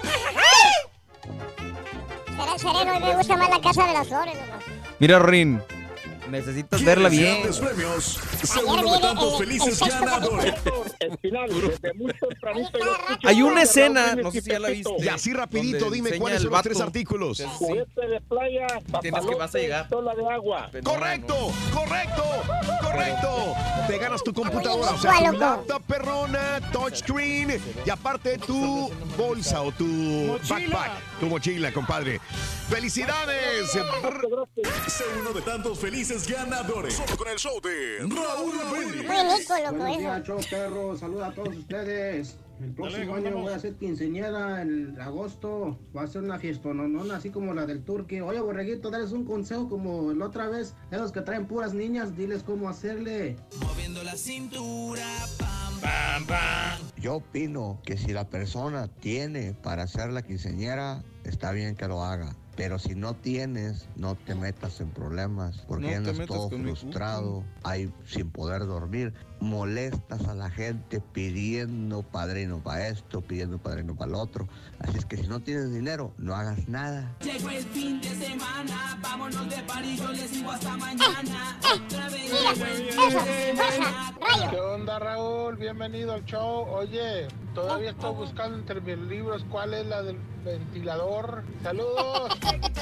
Será sereno, me gusta más la Casa de las Flores. Mira, Rin, necesitas verla bien. El final, desde muy tempranito yo escucho Hay una a escena, Raúl no sé si ya la viste. Y así rapidito, dime cuáles son los tres artículos. Juguete de playa, Tienes que vas a llegar. pistola de agua. Correcto, correcto, correcto. Te ganas tu computadora, o sea, tu laptop perrona, touchscreen y aparte tu bolsa o tu backpack, tu mochila, compadre. ¡Felicidades! Sé uno de tantos felices ganadores. Solo con el show de Raúl Brindis. Buenos días, show perro. Saludos a todos ustedes. El próximo año voy a hacer quinceañera en agosto. Va a ser una fiesta, no, no, así como la del Turqui. Oye, Borreguito, dales un consejo como la otra vez. Esos que traen puras niñas, diles cómo hacerle. Moviendo la cintura, pam, pam, pam. Yo opino que si la persona tiene para hacer la quinceañera, está bien que lo haga. Pero si no tienes, no te metas en problemas, porque No te andas metas todo con mi frustrado, ahí sin poder dormir, molestas a la gente pidiendo padrino para esto, pidiendo padrino para lo otro. Así es que si no tienes dinero, no hagas nada. Llegó el fin de semana, vámonos de party, yo les digo hasta mañana. Otra vez llegó el fin de semana. ¿Qué onda, Raúl? Bienvenido al show. Oye, todavía estoy buscando entre mis libros cuál es la del ventilador. ¡Saludos!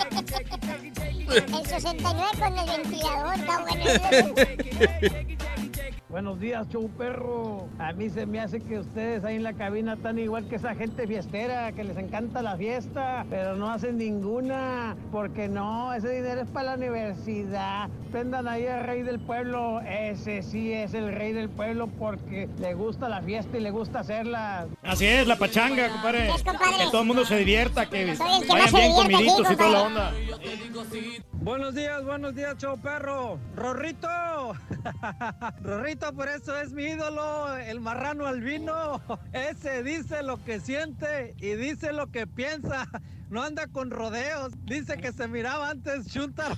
El sesenta y nueve con el ventilador, está bueno. Buenos días, show perro. A mí se me hace que ustedes ahí en la cabina están igual que esa gente fiestera, que les encanta la fiesta, pero no hacen ninguna, porque no, ese dinero es para la universidad. Prendan ahí al rey del pueblo, ese sí es el rey del pueblo porque le gusta la fiesta y le gusta hacerla. Así es, la pachanga, compadre. Es, compadre. Que todo el mundo se divierta, que Soy el que vayan más se bien divierte comiditos aquí, y toda la compadre. onda. Buenos días, buenos días, show perro. Rorrito, Rorrito, por eso es mi ídolo, el marrano albino. Ese dice lo que siente y dice lo que piensa. No anda con rodeos. Dice que se miraba antes chúntaro.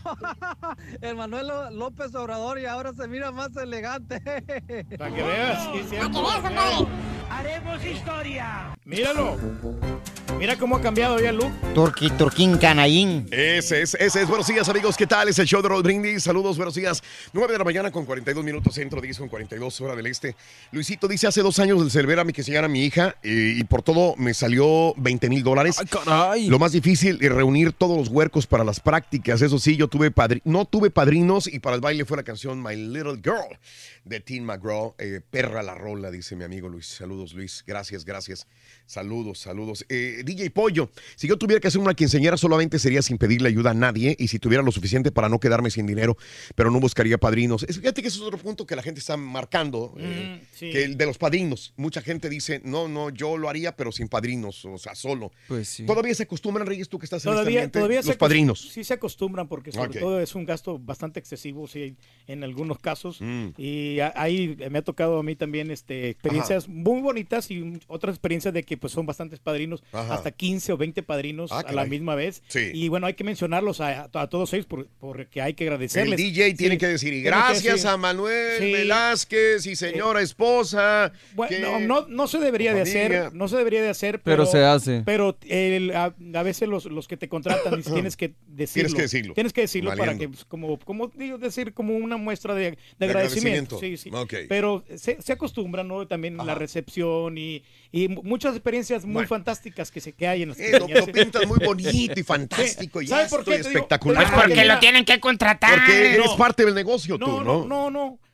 El Manuel López Obrador y ahora se mira más elegante. Para que veas, sí, Para que veas, compadre. Haremos historia. Míralo. Mira cómo ha cambiado ya el look. Turqui, Turquín, Canallín. Ese es, ese es. Buenos días, amigos. ¿Qué tal? Es el show de Raúl Brindis. Saludos, buenos días. nueve de la mañana con cuarenta y dos minutos centro, diez con cuarenta y dos hora del este. Luisito dice, hace dos años del celebrar a mi quinceañera, mi hija, eh, y por todo me salió veinte mil dólares. ¡Ay, caray! Lo más difícil es reunir todos los huercos para las prácticas. Eso sí, yo tuve padri- no tuve padrinos y para el baile fue la canción My Little Girl de Tim McGraw. Eh, perra la rola, dice mi amigo Luis. Saludos, Luis. Gracias, gracias. Saludos, saludos. Eh, D J Pollo, si yo tuviera que hacer una quinceañera solamente sería sin pedirle ayuda a nadie y si tuviera lo suficiente para no quedarme sin dinero, pero no buscaría padrinos. Es, fíjate que ese es otro punto que la gente está marcando, eh, Mm, sí. que el de los padrinos. Mucha gente dice, no, no, yo lo haría, pero sin padrinos, o sea, solo. Pues sí. Todavía se acostumbran, Reyes, tú que estás en este Todavía, ambiente, todavía los se acos- padrinos. Sí se acostumbran porque sobre Ok. todo es un gasto bastante excesivo, sí, en algunos casos. Mm. Y a- ahí me ha tocado a mí también este, experiencias muy bonitas y otras experiencias de que pues son bastantes padrinos, Ajá. hasta quince o veinte padrinos Ah, a la caray. misma vez. Sí. Y bueno, hay que mencionarlos a, a todos ellos por- porque hay que agradecerles. El D J tiene Sí, que decir, y tiene que gracias decir- a Manuel Sí. Velázquez y señora esposa. Bueno, que- no, no, no se debería de familia. hacer, no se debería de hacer, Pero pero, se hace. Pero el- a, a veces los, los que te contratan dices, tienes que decirlo. Tienes que decirlo. Tienes que decirlo para Valiendo. que, pues, como, como digo, decir, como una muestra de, de De agradecimiento. agradecimiento. Sí, sí. Ok. Pero se, se acostumbran, ¿no? También la recepción y, y muchas experiencias muy Bueno. fantásticas que se que hay en las Eh, lo, quinceañeras. lo pintas muy bonito y fantástico y ¿Sabes por esto qué y te digo? espectacular. Pues porque Lo tienen que contratar. Porque No. eres parte del negocio tú, No, ¿no? no, no, no.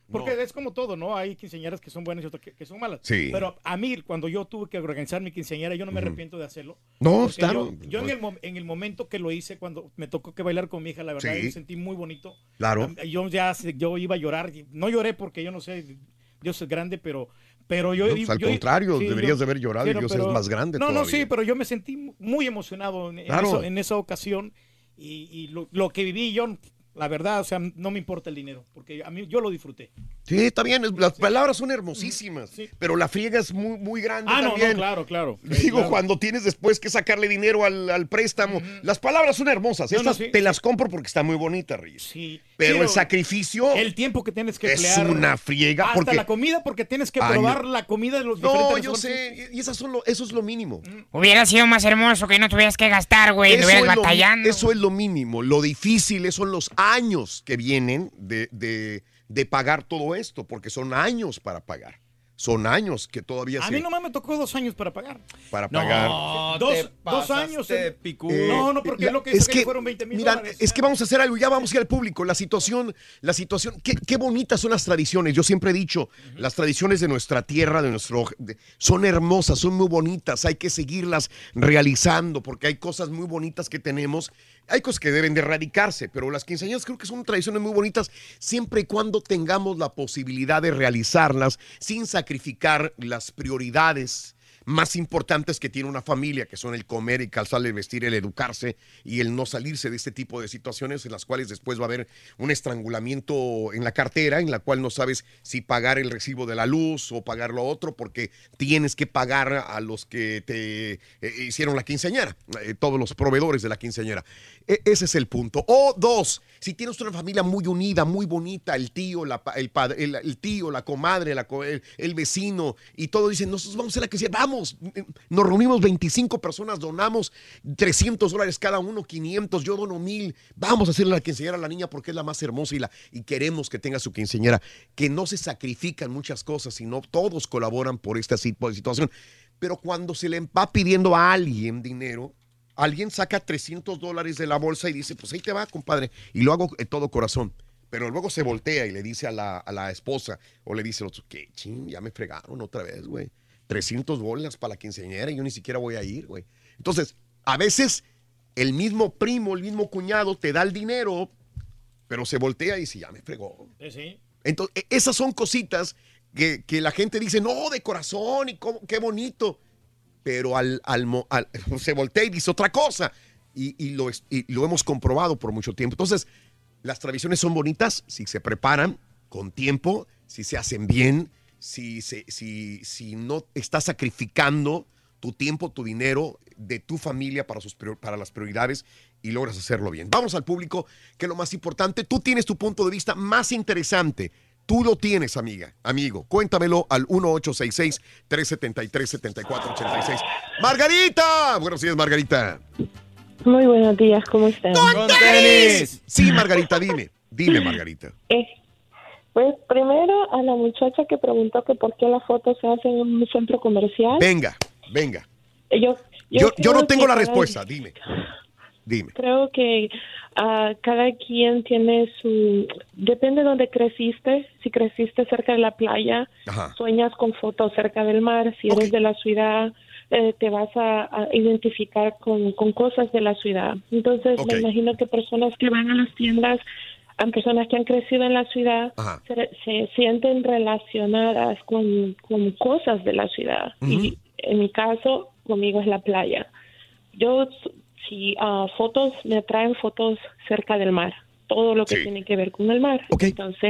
Porque no. es como todo, ¿no? Hay quinceañeras que son buenas y otras que, que son malas. Sí. Pero a mí, cuando yo tuve que organizar mi quinceañera, yo no me arrepiento de hacerlo. No, Porque claro. Yo, yo en, el, mo- en el momento que lo hice, cuando me tocó que bailar con mi hija, la verdad, Sí. me sentí muy bonito. Claro. Yo ya yo iba a llorar. No lloré porque yo no sé, Dios es grande, pero... Pero yo, No, pues, al yo- contrario, sí, deberías yo- de haber llorado y pero- Dios es pero- más grande No, no, todavía. sí, pero yo me sentí muy emocionado en, en Claro. eso- en esa ocasión y, y lo, lo que viví yo, la verdad, o sea, no me importa el dinero, porque a mí yo lo disfruté. Sí, está bien. es- Las palabras son hermosísimas, pero la friega es muy, muy grande Ah, no, también. no, claro, claro. Digo, Claro. cuando tienes después que sacarle dinero al, al préstamo. Las palabras son hermosas. No, no, Estas sí, te las compro porque están muy bonitas, Reyes. Sí. Pero Sí, el sacrificio El tiempo que tienes que es emplear. una friega. Hasta porque la comida, porque tienes que Ay, probar no. la comida de los No, diferentes yo restaurantes. sé. Y esas son lo, eso es lo mínimo. Hubiera sido más hermoso que no tuvieras que gastar, güey. No Eso hubieras es, lo, batallando. eso es lo mínimo. Lo difícil son los años que vienen de, de, de pagar todo esto, porque son años para pagar. Son años que todavía A se... mí nomás me tocó dos años para pagar. Para pagar. dos, te dos pasaste, años. eh. Picú. No, no, porque La- lo que es hizo que, que, fueron veinte mil mira, dólares. es que vamos a hacer algo, ya vamos a ir al público. La situación, la situación, qué, qué bonitas son las tradiciones. Yo siempre he dicho, las tradiciones de nuestra tierra, de nuestro, de- son hermosas, son muy bonitas. Hay que seguirlas realizando porque hay cosas muy bonitas que tenemos. Hay cosas que deben de erradicarse, pero las quinceañeras creo que son tradiciones muy bonitas siempre y cuando tengamos la posibilidad de realizarlas sin sacrificar las prioridades más importantes que tiene una familia, que son el comer, el calzar, el vestir, el educarse y el no salirse de este tipo de situaciones en las cuales después va a haber un estrangulamiento en la cartera, en la cual no sabes si pagar el recibo de la luz o pagar lo otro, porque tienes que pagar a los que te eh, hicieron la quinceañera, eh, todos los proveedores de la quinceañera. E- ese es el punto. O dos, si tienes una familia muy unida, muy bonita, el tío, la, pa- el, padre, el, el tío, la comadre, la co- el, el vecino, y todos dicen, nosotros vamos a hacer la quinceañera, vamos, nos reunimos veinticinco personas, donamos trescientos dólares cada uno, quinientos, yo dono mil, vamos a hacerle la quinceañera a la niña porque es la más hermosa y, la, y queremos que tenga su quinceañera, que no se sacrifican muchas cosas, sino todos colaboran por esta tipo de situación. Pero cuando se le va pidiendo a alguien dinero, alguien saca trescientos dólares de la bolsa y dice, pues ahí te va, compadre, y lo hago de todo corazón. Pero luego se voltea y le dice a la, a la esposa, o le dice al otro, que ching, ya me fregaron otra vez, güey. trescientos bolas para la quinceañera y yo ni siquiera voy a ir, güey. Entonces, a veces el mismo primo, el mismo cuñado te da el dinero, pero se voltea y dice, ya me fregó. Sí, sí. Entonces, e- esas son cositas que, que la gente dice, no, de corazón, y cómo- qué bonito. Pero al, al, mo- al- se voltea y dice otra cosa. Y, y lo, es- y lo hemos comprobado por mucho tiempo. Entonces, las tradiciones son bonitas si se preparan con tiempo, si se hacen bien, si, se, si, si no estás sacrificando tu tiempo, tu dinero de tu familia para, sus, prior- para las prioridades y logras hacerlo bien. Vamos al público, que es lo más importante. Tú tienes tu punto de vista más interesante. Tú lo tienes, amiga, amigo. Cuéntamelo al uno ocho seis seis, tres siete tres, siete cuatro ocho seis. ¡Margarita! Buenos días, Margarita. Muy buenos días, ¿cómo están? ¡Con tenis! Sí, Margarita, dime. Dime, Margarita. Eh, pues primero a la muchacha que preguntó que por qué las fotos se hacen en un centro comercial. Venga, venga. Eh, Yo, Yo, yo no creo tengo que la cada- respuesta, dime. Dime. Creo que ah, cada quien tiene su... Depende de dónde creciste. Si creciste cerca de la playa, Ajá. sueñas con fotos cerca del mar. Si eres de la ciudad, eh, te vas a, a identificar con, con cosas de la ciudad. Entonces, Ok. me imagino que personas que van a las tiendas, a personas que han crecido en la ciudad, Ajá. se, se sienten relacionadas con, con cosas de la ciudad. Y en mi caso, conmigo es la playa. Yo, si ah, fotos, me atraen fotos cerca del mar. Todo lo que tiene que ver con el mar. Entonces,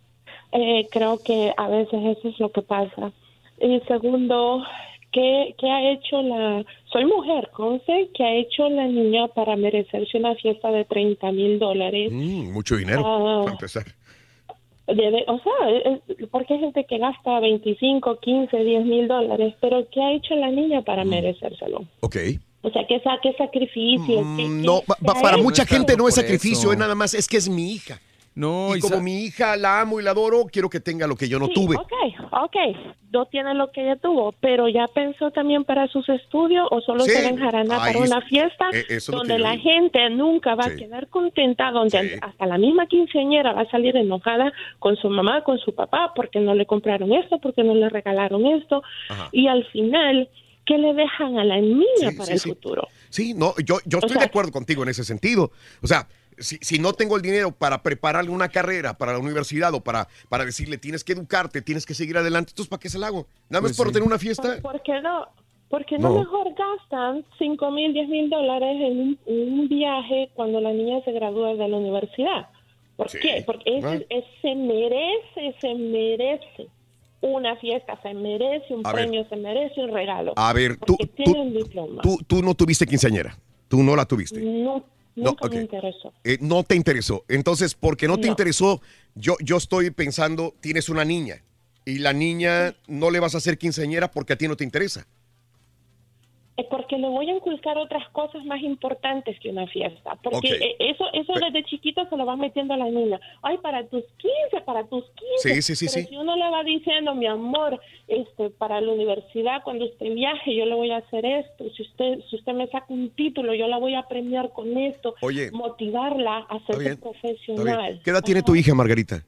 eh, creo que a veces eso es lo que pasa. Y segundo, ¿qué, qué ha hecho la... Soy mujer, conste, ¿qué ha hecho la niña para merecerse una fiesta de treinta mil dólares? Mm, mucho dinero, Ah. para empezar. Debe- o sea, es- porque hay gente que gasta veinticinco, quince, diez mil dólares, pero ¿qué ha hecho la niña para merecérselo? Ok. O sea, ¿qué, sa- qué sacrificio? ¿Qué- qué- No, pa- qué pa- ha para hecho? mucha gente no es por sacrificio, eso. es nada más, es que es mi hija. No, y y como sa- mi hija la amo y la adoro, quiero que tenga lo que yo no Sí, tuve. Ok, ok, no tiene lo que ella tuvo, pero ya pensó también para sus estudios o solo Sí, se va a enjaranar ahí para es- una fiesta eh, eso es lo donde que yo la digo. gente nunca va Sí. a quedar contenta, donde Sí. hasta la misma quinceañera va a salir enojada con su mamá, con su papá, porque no le compraron esto, porque no le regalaron esto, Ajá. y al final, ¿qué le dejan a la niña Sí, para sí, el sí. futuro? Sí, no, yo, yo O estoy sea- de acuerdo contigo en ese sentido. O sea, si, si no tengo el dinero para prepararle una carrera para la universidad o para, para decirle tienes que educarte, tienes que seguir adelante, entonces ¿para qué se la hago? Nada más Pues por sí. tener una fiesta. ¿Por, por qué no? Porque no, No. mejor gastan cinco mil, diez mil dólares en un, en un viaje cuando la niña se gradúe de la universidad. ¿Por Sí. qué? Porque ese, Ah. ese se merece, se merece una fiesta, se merece un A ver. premio, se merece un regalo. A ver, tú, Porque tú, tiene un diploma. tú, tú no tuviste quinceañera. Tú no la tuviste. No, No, nunca ok. me interesó. Eh, no te interesó. Entonces, porque no te No. interesó, yo, yo estoy pensando, tienes una niña y la niña no le vas a hacer quinceañera porque a ti no te interesa. Es porque le voy a inculcar otras cosas más importantes que una fiesta. Porque Ok. eh, eso eso Pe- desde chiquito se lo va metiendo a la niña. Ay, para tus quince, para tus quince. Sí, sí, sí, Pero sí. si uno le va diciendo, mi amor, este, para la universidad, cuando usted viaje, yo le voy a hacer esto. Si usted si usted me saca un título, yo la voy a premiar con esto. Oye. Motivarla a Está ser bien, Está profesional. bien. ¿Qué edad tiene tu hija, Margarita?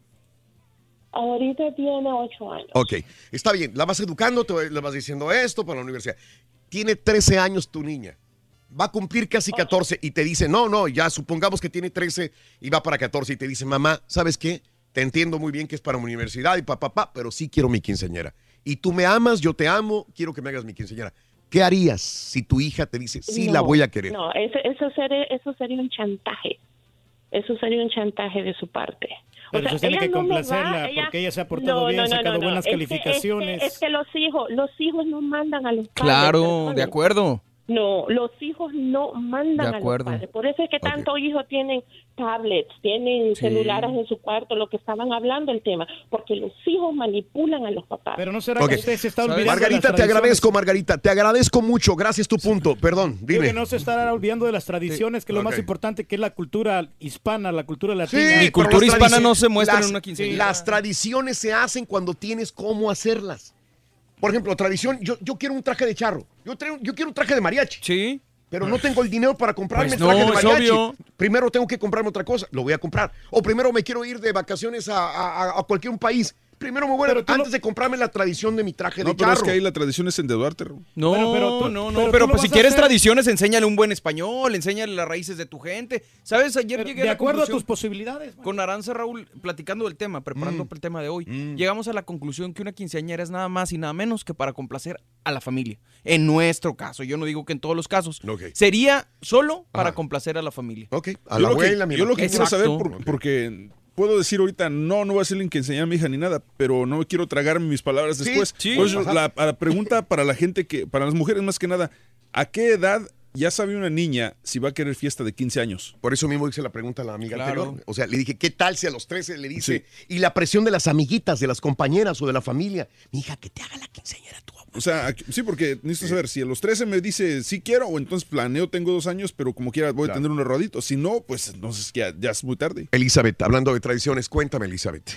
Ahorita tiene ocho años. Ok, está bien. La vas educando, te, le vas diciendo esto para la universidad. Tiene trece años tu niña. Va a cumplir casi catorce y te dice, no, no, ya supongamos que tiene trece y va para catorce y te dice, mamá, ¿sabes qué? Te entiendo muy bien que es para mi universidad y papá, papá, pero sí quiero mi quinceañera. Y tú me amas, yo te amo, quiero que me hagas mi quinceañera. ¿Qué harías si tu hija te dice, sí, No, la voy a querer? No, eso, eso, sería, eso sería un chantaje. Eso sería un chantaje de su parte. Pero eso tiene ella que no me complacerla, va, ella- porque ella se ha portado bien, sacado buenas Es que- calificaciones. Es que, es que los hijos, los hijos no mandan a los padres. Claro, perdone. de acuerdo. No, los hijos no mandan De a acuerdo. los padres. Por eso es que tantos hijos tienen tablets, tienen Sí. celulares en su cuarto, lo que estaban hablando el tema, porque los hijos manipulan a los papás. Pero no será Ok. que usted se está ¿Sabes? olvidando de las Margarita, te tradiciones? agradezco, Margarita, te agradezco mucho. Gracias tu punto. Perdón, Digo dime. que no se estará olvidando de las tradiciones, que es lo más Ok. importante, que es la cultura hispana, la cultura Sí, latina. Mi pero cultura las hispana tradici- no se muestra las- en una quinceañera. Las tradiciones se hacen cuando tienes cómo hacerlas. Por ejemplo, tradición, yo, yo quiero un traje de charro. Yo, traigo- yo quiero un traje de mariachi. Sí. Pero no tengo el dinero para comprarme Pues el traje no, de es mariachi. obvio. Primero tengo que comprarme otra cosa. Lo voy a comprar. O primero me quiero ir de vacaciones a, a- a cualquier un país. Primero me voy a, antes de comprarme la tradición de mi traje No, de pero charro. es que ahí la tradición es endeudarte. Raúl. No, Bueno, pero tú- no, no, pero pero, tú lo pues si vas a quieres hacer- tradiciones, enséñale un buen español, enséñale las raíces de tu gente. ¿Sabes? Ayer Pero llegué de a la acuerdo a conclusión- tus posibilidades. Con Aranza, Raúl, platicando del tema, preparando Mm. el tema de hoy, llegamos a la conclusión que una quinceañera es nada más y nada menos que para complacer a la familia. En nuestro caso, yo no digo que en todos los casos. Ok. Sería solo para Ajá. complacer a la familia. Ok, a Yo la lo que, abuela, mi yo lo que quiero Exacto. saber, por- porque puedo decir ahorita, no, no voy a decirle que enseñar a mi hija ni nada, pero no quiero tragarme mis palabras Sí, después. sí. Por eso, Ajá. la, a la pregunta para la gente, que para las mujeres más que nada, ¿a qué edad ya sabe una niña si va a querer fiesta de quince años? Por eso mismo hice la pregunta a la amiga Claro. anterior. O sea, le dije, ¿qué tal si a los trece le dice? Y la presión de las amiguitas, de las compañeras o de la familia. Mi hija, que te haga la quinceañera tú. O sea, aquí- sí, porque necesito saber si a los trece me dice sí quiero, o entonces planeo, tengo dos años, pero como quiera voy Claro. a tener un erradito. Si no, pues entonces ya, ya es muy tarde. Elizabeth, hablando de tradiciones, cuéntame, Elizabeth.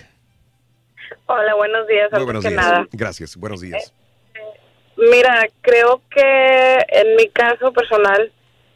Hola, buenos días. Muy Antes buenos que días. nada, Gracias, buenos días. mira, creo que en mi caso personal,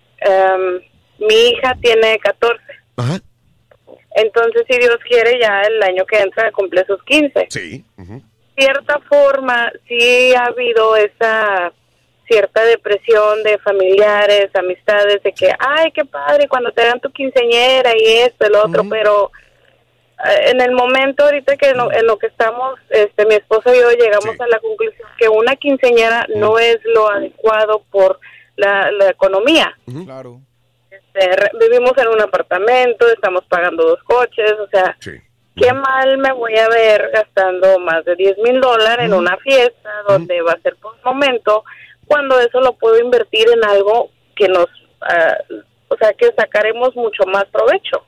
em, mi hija tiene catorce. Ajá. Entonces, si Dios quiere, ya el año que entra cumple sus quince. Sí. ujú. Cierta forma, sí ha habido esa cierta depresión de familiares, amistades, de que, ay, qué padre, cuando te hagan tu quinceañera y esto, el otro, pero eh, en el momento ahorita que no- en lo que estamos, este, mi esposo y yo llegamos a la conclusión que una quinceañera no es lo adecuado por la, la economía. Claro. Este, re- vivimos en un apartamento, estamos pagando dos coches, o sea, qué mal me voy a ver gastando más de diez mil dólares en una fiesta donde va a ser por un momento, cuando eso lo puedo invertir en algo que nos, ah, o sea, que sacaremos mucho más provecho.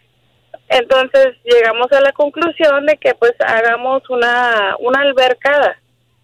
Entonces llegamos a la conclusión de que pues hagamos una, una albercada,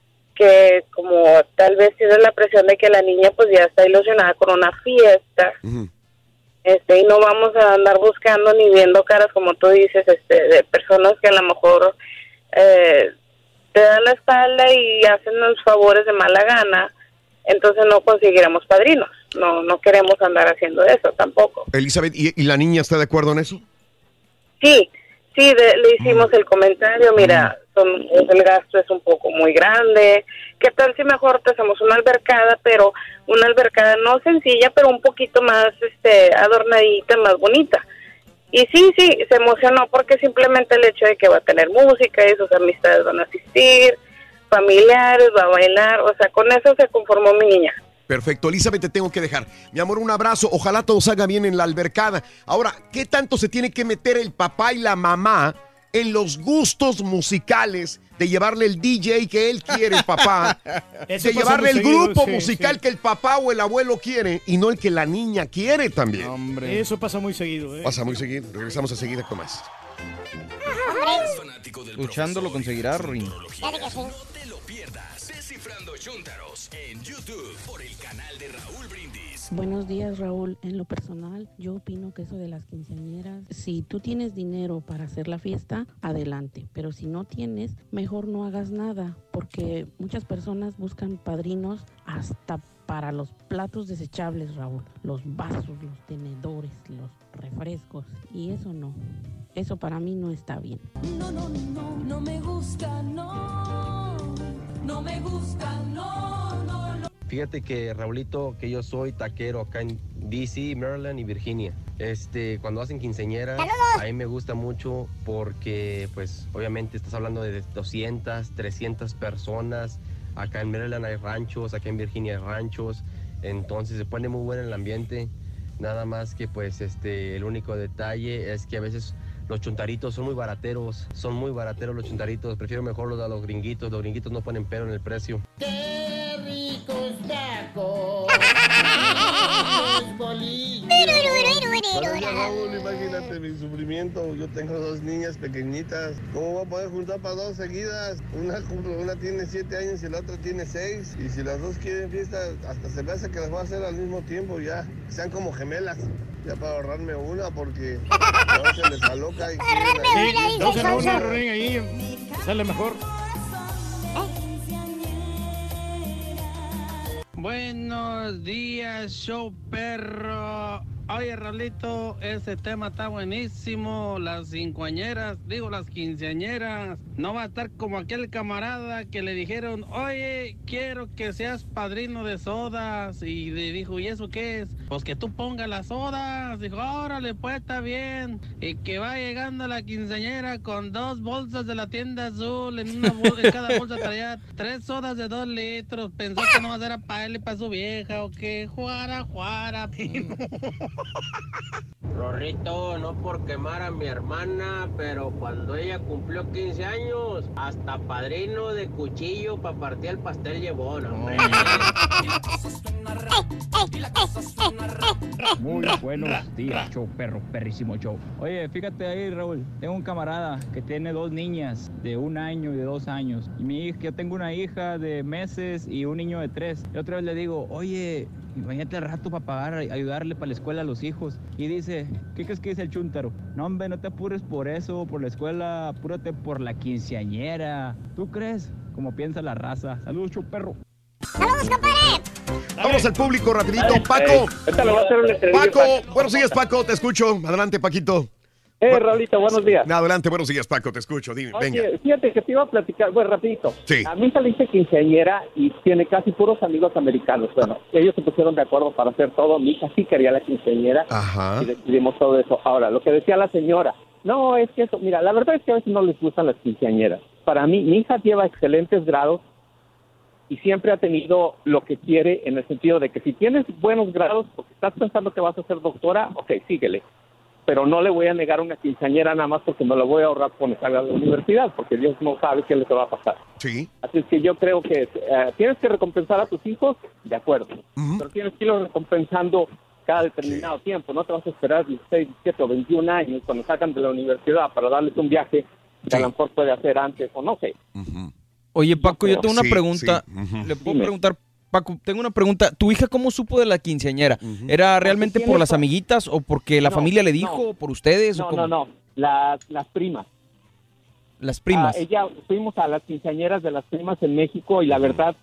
que como tal vez tiene la presión de que la niña pues ya está ilusionada con una fiesta. este, y no vamos a andar buscando ni viendo caras, como tú dices, este, de personas que a lo mejor eh, te dan la espalda y hacen los favores de mala gana, entonces no conseguiremos padrinos. No, no queremos andar haciendo eso tampoco. Elizabeth, ¿y, y la niña está de acuerdo en eso? Sí, sí, de, le hicimos mm. el comentario, mira, son, el gasto es un poco muy grande, ¿qué tal si mejor te hacemos una albercada, pero una albercada no sencilla, pero un poquito más este adornadita, más bonita? Y sí, sí, se emocionó porque simplemente el hecho de que va a tener música y sus amistades van a asistir, familiares, va a bailar, o sea, con eso se conformó mi niña. Perfecto, Elizabeth, te tengo que dejar. Mi amor, un abrazo, ojalá todo salga bien en la albercada. Ahora, ¿qué tanto se tiene que meter el papá y la mamá en los gustos musicales de llevarle el D J que él quiere, el papá, de llevarle el seguido, grupo sí, musical sí. que el papá o el abuelo quiere y no el que la niña quiere también? Hombre. Eso pasa muy seguido, ¿eh? Pasa muy seguido. Regresamos a seguida con más. Luchando lo conseguirá, Rin. Claro que sí. No te lo pierdas. Descifrando Chúntaros en YouTube por el canal de Raúl Brindis. Buenos días, Raúl. En lo personal, yo opino que eso de las quinceañeras, si tú tienes dinero para hacer la fiesta, adelante. Pero si no tienes, mejor no hagas nada, porque muchas personas buscan padrinos hasta para los platos desechables, Raúl. Los vasos, los tenedores, los refrescos. Y eso no. Eso para mí no está bien. No, no, no, no me gusta, no. No me gusta, no, no, no. Fíjate que, Raulito, que yo soy taquero acá en D C, Maryland y Virginia. Este, cuando hacen quinceañeras, a mí me gusta mucho porque, pues, obviamente estás hablando de doscientas, trescientas personas. Acá en Maryland hay ranchos, acá en Virginia hay ranchos. Entonces se pone muy bueno el ambiente. Nada más que, pues, este, el único detalle es que a veces los chuntaritos son muy barateros. Son muy barateros los chuntaritos. Prefiero mejor los de los gringuitos. Los gringuitos no ponen pero en el precio. ¡Qué ricos tacos! Hola, Raúl, imagínate mi sufrimiento. Yo tengo dos niñas pequeñitas. ¿Cómo voy a poder juntar para dos seguidas? Una, una tiene siete años y la otra tiene seis. Y si las dos quieren fiesta, hasta se me hace que las voy a hacer al mismo tiempo ya. Que sean como gemelas. Ya para ahorrarme una porque no se les aloca y quieren ahí. Dos en una, Rorín, ahí sale mejor. Buenos días, show perro. Oye, Raulito, ese tema está buenísimo. Las cincuañeras, digo las quinceañeras. No va a estar como aquel camarada que le dijeron, oye, quiero que seas padrino de sodas. Y le dijo, ¿y eso qué es? Pues que tú pongas las sodas. Dijo, órale, pues está bien. Y que va llegando la quinceañera con dos bolsas de la tienda azul. En, una bol en cada bolsa traía tres sodas de dos litros. Pensó que no era para él y para su vieja. O que juara, juara. Rorrito, no por quemar a mi hermana, pero cuando ella cumplió quince años, hasta padrino de cuchillo para partir el pastel llevó, ¿no, hombre? Muy buenos días, show perro, perrísimo show. Oye, fíjate ahí, Raúl, tengo un camarada que tiene dos niñas de un año y de dos años. Y mi hija, yo tengo una hija de meses y un niño de tres. Y otra vez le digo, oye, imagínate el rato para pagar, ayudarle para la escuela a los hijos. Y dice, ¿qué crees que dice el chúntaro? No, hombre, no te apures por eso, por la escuela, apúrate por la quinceañera. ¿Tú crees? Como piensa la raza. Saludos, show perro. ¡Saludos, compadre! Vamos al público rapidito. Paco. Paco, buenos días, Paco, te escucho. Adelante, Paquito. Eh, Raulito, buenos días. Adelante, buenos días, Paco, te escucho. Dime, Oye, venga. fíjate que te iba a platicar, bueno, rapidito. Sí. A mi hija le hice quinceañera y tiene casi puros amigos americanos. Bueno, ellos se pusieron de acuerdo para hacer todo. Mi hija sí quería la quinceañera. Ajá. Y decidimos todo eso. Ahora, lo que decía la señora, no, es que eso, mira, la verdad es que a veces no les gustan las quinceañeras. Para mí, mi hija lleva excelentes grados y siempre ha tenido lo que quiere en el sentido de que si tienes buenos grados, porque estás pensando que vas a ser doctora, ok, síguele. Pero no le voy a negar una quinceañera nada más porque me lo voy a ahorrar cuando salga de la universidad, porque Dios no sabe qué le va a pasar. Sí. Así es que yo creo que uh, tienes que recompensar a tus hijos, de acuerdo, uh-huh. pero tienes que irlos recompensando cada determinado sí. tiempo. No te vas a esperar dieciséis, diecisiete o veintiún años cuando salgan de la universidad para darles un viaje que sí. a lo mejor puede hacer antes o no sé. Uh-huh. Oye, Paco, yo tengo una sí, pregunta. Sí. Uh-huh. ¿Le puedo Dime. preguntar Paco, tengo una pregunta. ¿Tu hija cómo supo de la quinceañera? Uh-huh. ¿Era realmente por las amiguitas o porque la no, familia le dijo, no. por ustedes? No, o no, no, las, las primas. Las primas. Ah, ella, fuimos a las quinceañeras de las primas en México y la verdad,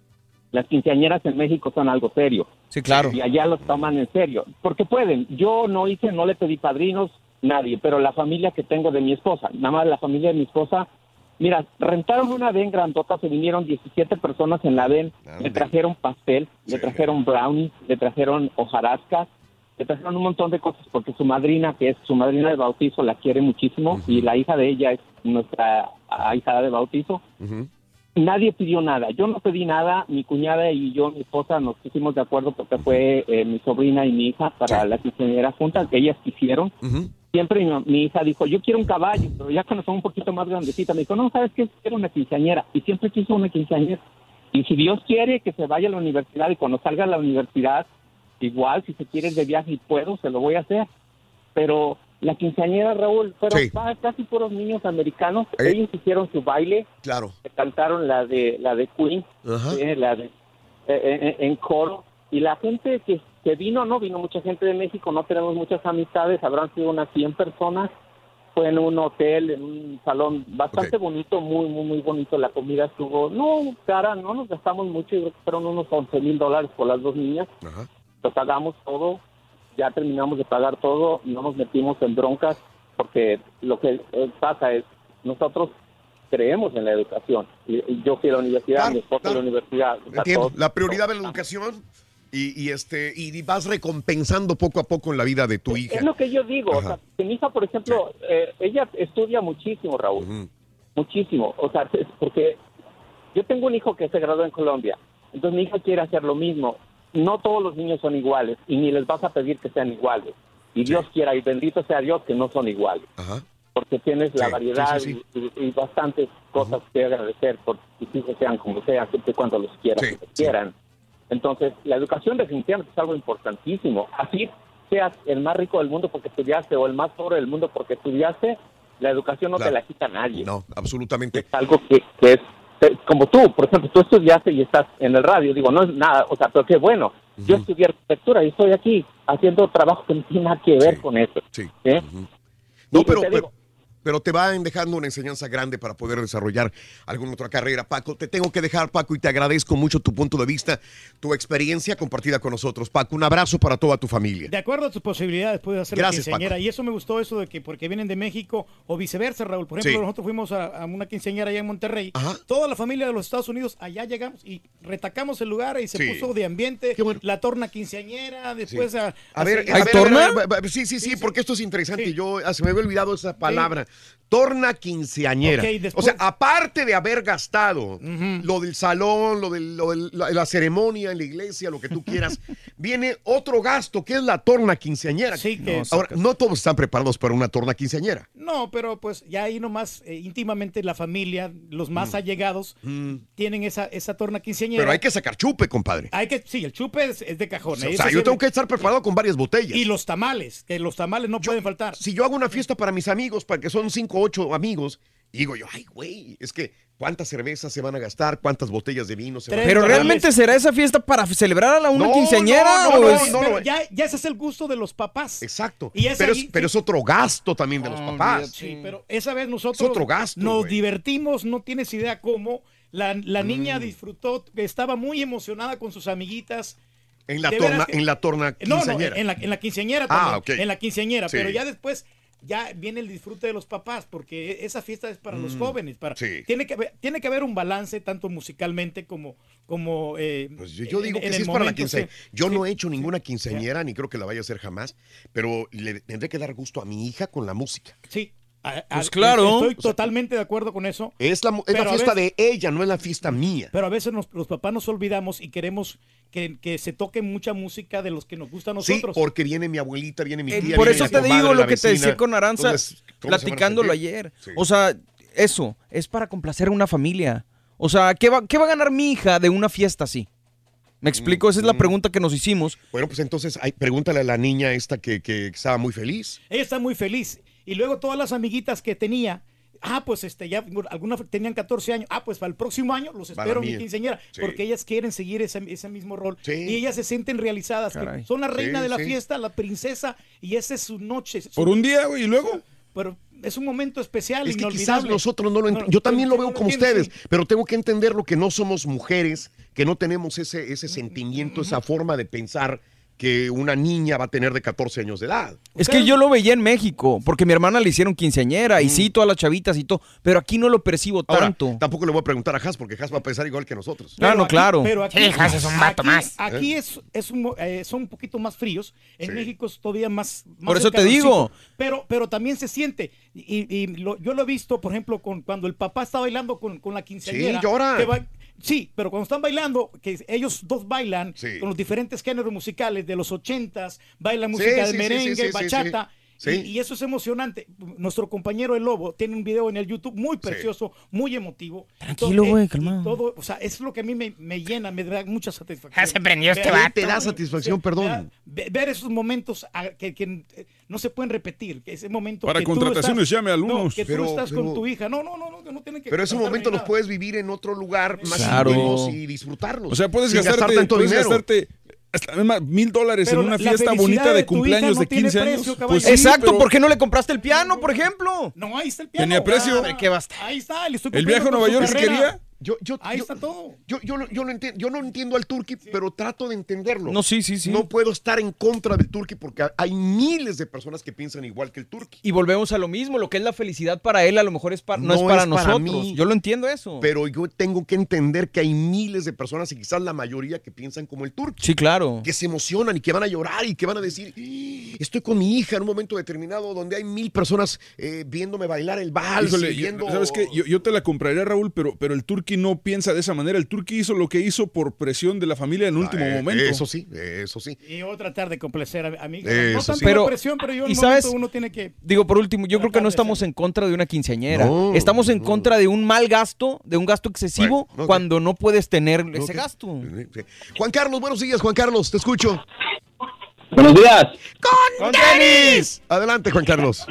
las quinceañeras en México son algo serio. Sí, claro. Y allá los toman en serio, porque pueden. Yo no hice, no le pedí padrinos, nadie, pero la familia que tengo de mi esposa, nada más la familia de mi esposa, mira, rentaron una van grandota, se vinieron diecisiete personas en la van, le trajeron pastel, sí. le trajeron brownies, le trajeron hojarascas, le trajeron un montón de cosas, porque su madrina, que es su madrina de bautizo, la quiere muchísimo, uh-huh. y la hija de ella es nuestra ahijada de bautizo. Uh-huh. Nadie pidió nada, yo no pedí nada, mi cuñada y yo, mi esposa, nos pusimos de acuerdo porque fue eh, mi sobrina y mi hija para sí. la quinceañera juntas, que ellas quisieron. Uh-huh. Siempre mi, mi hija dijo, yo quiero un caballo, pero ya cuando son un poquito más grandecita, me dijo, no, ¿sabes qué? Quiero una quinceañera, y siempre quiso una quinceañera. Y si Dios quiere que se vaya a la universidad, y cuando salga a la universidad, igual, si se quiere de viaje y puedo, se lo voy a hacer. Pero la quinceañera, Raúl, fueron sí. casi puros niños americanos, ¿Eh? ellos hicieron su baile, claro. cantaron la de la de Queen, eh, la de eh, en, en coro, y la gente que, que vino, no vino mucha gente de México, no tenemos muchas amistades, habrán sido unas cien personas, fue en un hotel, en un salón bastante okay. bonito, muy, muy, muy bonito, la comida estuvo, no, cara, no nos gastamos mucho, yo creo que fueron unos once mil dólares por las dos niñas, Ajá. lo pagamos todo, ya terminamos de pagar todo, no nos metimos en broncas, porque lo que pasa es, nosotros creemos en la educación, y yo fui a la universidad, claro, mi esposa claro. a la universidad. O sea, todos, la prioridad de la educación... Y, y este y vas recompensando poco a poco en la vida de tu hija. Es lo que yo digo, o sea, que mi hija, por ejemplo, sí. eh, ella estudia muchísimo, Raúl, uh-huh. muchísimo, o sea, es porque yo tengo un hijo que se graduó en Colombia, entonces mi hija quiere hacer lo mismo. No todos los niños son iguales y ni les vas a pedir que sean iguales. Y sí. Dios quiera, y bendito sea Dios, que no son iguales. Uh-huh. Porque tienes la sí. variedad sí, sí, sí. Y, y bastantes cosas uh-huh. que agradecer por que sus hijos sean como sean, siempre cuando los quieran, sí. que sí. quieran. Entonces, la educación definitivamente es algo importantísimo. Así seas el más rico del mundo porque estudiaste o el más pobre del mundo porque estudiaste, la educación no claro. te la quita nadie. No, absolutamente. Es algo que, que es, como tú, por ejemplo, tú estudiaste y estás en el radio, digo, no es nada, o sea, pero qué bueno. Uh-huh. Yo estudié arquitectura y estoy aquí haciendo trabajo que no tiene nada que ver sí. con eso. Sí. ¿Eh? Uh-huh. No, pero... Te digo, pero te van dejando una enseñanza grande para poder desarrollar alguna otra carrera. Paco, te tengo que dejar, Paco, y te agradezco mucho tu punto de vista, tu experiencia compartida con nosotros. Paco, un abrazo para toda tu familia. De acuerdo a tus posibilidades, puedes hacer Gracias, la quinceañera. Paco. Y eso me gustó, eso de que porque vienen de México o viceversa, Raúl. Por ejemplo, sí. nosotros fuimos a, a una quinceañera allá en Monterrey. Ajá. Toda la familia de los Estados Unidos, allá llegamos y retacamos el lugar y se sí. puso de ambiente. Bueno. La torna quinceañera, después sí. a, a... A ver, a ¿hay ver, torna? A ver, a ver, sí, sí, sí, sí, porque esto es interesante. Sí. Yo se me había olvidado esa palabra. Sí. Torna quinceañera. Okay, después... O sea, aparte de haber gastado uh-huh. lo del salón, lo de lo del, la, la ceremonia en la iglesia, lo que tú quieras, viene otro gasto que es la torna quinceañera. Sí, que no, ahora, no todos están preparados para una torna quinceañera. No, pero pues ya ahí nomás eh, íntimamente la familia, los más mm. allegados, mm. tienen esa, esa torna quinceañera. Pero hay que sacar chupe, compadre. Hay que, sí, el chupe es, es de cajón. O sea, o sea yo tengo que estar preparado con varias botellas. Y los tamales, que los tamales no yo, pueden faltar. Si yo hago una fiesta para mis amigos, para que son cinco o ocho amigos, y digo yo, ay, güey, es que ¿cuántas cervezas se van a gastar? ¿Cuántas botellas de vino se van a gastar? ¿Pero realmente será esa fiesta para celebrar a la una no, quinceañera? No, no, o no, es... no, no, no. Ya, ya ese es el gusto de los papás. Exacto. Y pero, ahí, es, pero es otro gasto también de los oh, papás. Sí, pero esa vez nosotros es otro gasto, nos güey. divertimos, no tienes idea cómo. La, la niña mm. disfrutó, estaba muy emocionada con sus amiguitas. En la, torna, que, en la torna quinceañera. No, no, en la, en la quinceañera también. Ah, okay. En la quinceañera, sí. pero ya después... ya viene el disfrute de los papás, porque esa fiesta es para mm, los jóvenes. Para, sí. tiene, que haber, tiene que haber un balance, tanto musicalmente como... como eh, pues yo, yo digo en, que en sí es momento, para la quinceañera. Sí, yo sí, no he hecho ninguna sí, quinceañera, sí. ni creo que la vaya a hacer jamás, pero le tendré que dar gusto a mi hija con la música. Sí. A, a, pues claro. Estoy totalmente de acuerdo con eso. Es la, es la fiesta veces, de ella, no es la fiesta mía. Pero a veces nos, los papás nos olvidamos y queremos que, que se toque mucha música de los que nos gusta a nosotros. Sí, porque viene mi abuelita, viene mi tía. Eh, por viene eso te comadre, digo lo que vecina. te decía con Aranza, Entonces, platicándolo ayer. Sí. O sea, eso, es para complacer a una familia. O sea, ¿qué va, qué va a ganar mi hija de una fiesta así? ¿Me explico? Esa es la pregunta que nos hicimos. Bueno, pues entonces hay, pregúntale a la niña esta que, que estaba muy feliz. Ella está muy feliz. Y luego todas las amiguitas que tenía ah, pues este, ya algunas tenían catorce años, ah, pues para el próximo año los Para espero mí. mi quinceañera, Sí. porque ellas quieren seguir ese, ese mismo rol. Sí. Y ellas se sienten realizadas, que Caray. son la reina Sí, de la sí. fiesta, la princesa, y esa es su noche. su- Por un día, güey, y luego. Pero es un momento especial, Es que quizás inolvidable. nosotros no lo ent- No, Yo también lo no veo lo como entienden, ustedes, pero tengo que entender lo que no somos mujeres, que no tenemos ese, ese sentimiento, esa forma de pensar que una niña va a tener de catorce años de edad. Es que yo lo veía en México, porque mi hermana le hicieron quinceañera y sí, todas las chavitas y todo, pero aquí no lo percibo Ahora, tanto. tampoco le voy a preguntar a Has, porque Has va a pensar igual que nosotros. Ah, no, aquí- claro. Pero aquí, Sí, Has es un vato aquí- más. Aquí ¿Eh? es, es un, eh, son un poquito más fríos. En Sí. México es todavía más. más Por eso el te digo. calorcito. Pero, pero también se siente. Y, y lo- yo lo he visto, por ejemplo, con, cuando el papá está bailando con, con la quinceañera. Sí, llora. que va- sí, pero cuando están bailando, que ellos dos bailan Sí. con los diferentes géneros musicales de los ochentas, bailan Sí, música sí, de sí, merengue, sí, sí, sí, bachata. sí. Y, y eso es emocionante. Nuestro compañero El Lobo tiene un video en el YouTube muy precioso, muy emotivo. Tranquilo, To- güey, eh, y calmado. todo, o sea, es lo que a mí me, me llena, me da mucha satisfacción. Ya se prendió este Ver- vato. Te da satisfacción, Sí, perdón. ver- Ver esos momentos ah, que, que, eh, no se pueden repetir, que ese momento Para que tú contrataciones, estás- llame al no, unos. que Pero- tú estás pero- con tu hija. No, no, no, no, que no tiene que Pero esos contarle momentos ni los nada. puedes vivir en otro lugar más Claro. íntimos y disfrutarlos. O sea, puedes sin gastarte, gastar tanto puedes dinero. gastarte hasta la misma mil dólares en Pero una la- la fiesta felicidad bonita de de tu hija cumpleaños no de tiene quince precio, años. caballo. Pues sí, Exacto, pero ¿por qué no le compraste el piano, por ejemplo? No, ahí está el piano. Tenía precio. Ah, ¿Qué basta? Ahí está, le estoy El viaje a cumpliendo Nueva con York su se carrera. quería. Yo, yo, Ahí yo- está todo. Yo, yo, lo- yo, lo entiendo, yo no entiendo al turqui, pero trato de entenderlo. No, sí, sí, sí. No puedo estar en contra del turqui porque hay miles de personas que piensan igual que el turqui. Y volvemos a lo mismo, lo que es la felicidad para él a lo mejor es para, no, es para nosotros. mí. Yo lo entiendo eso. Pero yo tengo que entender que hay miles de personas y quizás la mayoría que piensan como el turqui. Sí, claro. Que se emocionan y que van a llorar y que van a decir, "Ah, estoy con mi hija en un momento determinado donde hay mil personas eh, viéndome bailar el vals. Híjole, y yo- viendo... ¿sabes qué? Yo, yo te la compraría, Raúl, pero, pero el turqui no piensa de esa manera. El turqui hizo lo que hizo por presión de la familia en último Eh, momento. Eso sí, eso sí. Y yo voy a tratar de complacer a, a mi hija. Eso No tanto sí. la Pero- presión, pero yo en ¿y un sabes? momento uno tiene que... Digo, por último, yo creo que no Tratar de estamos ser. en contra de una quinceañera. No, estamos en no. contra de un mal gasto, de un gasto excesivo, Bueno, ok. cuando no puedes tener ese Ok. gasto. Sí. Juan Carlos, buenos días, Juan Carlos, te escucho. Buenos días. ¡Con tenis! Adelante, Juan Carlos.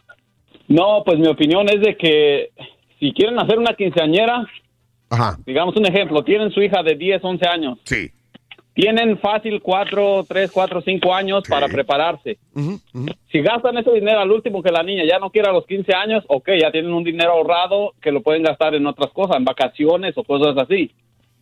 No, pues mi opinión es de que si quieren hacer una quinceañera, Ajá. digamos un ejemplo, tienen su hija de diez, once años. Sí. Tienen fácil cuatro, tres, cuatro, cinco años Sí. para prepararse. Ujú, ujú. Si gastan ese dinero al último que la niña ya no quiere a los quince años, ok, ya tienen un dinero ahorrado que lo pueden gastar en otras cosas, en vacaciones o cosas así.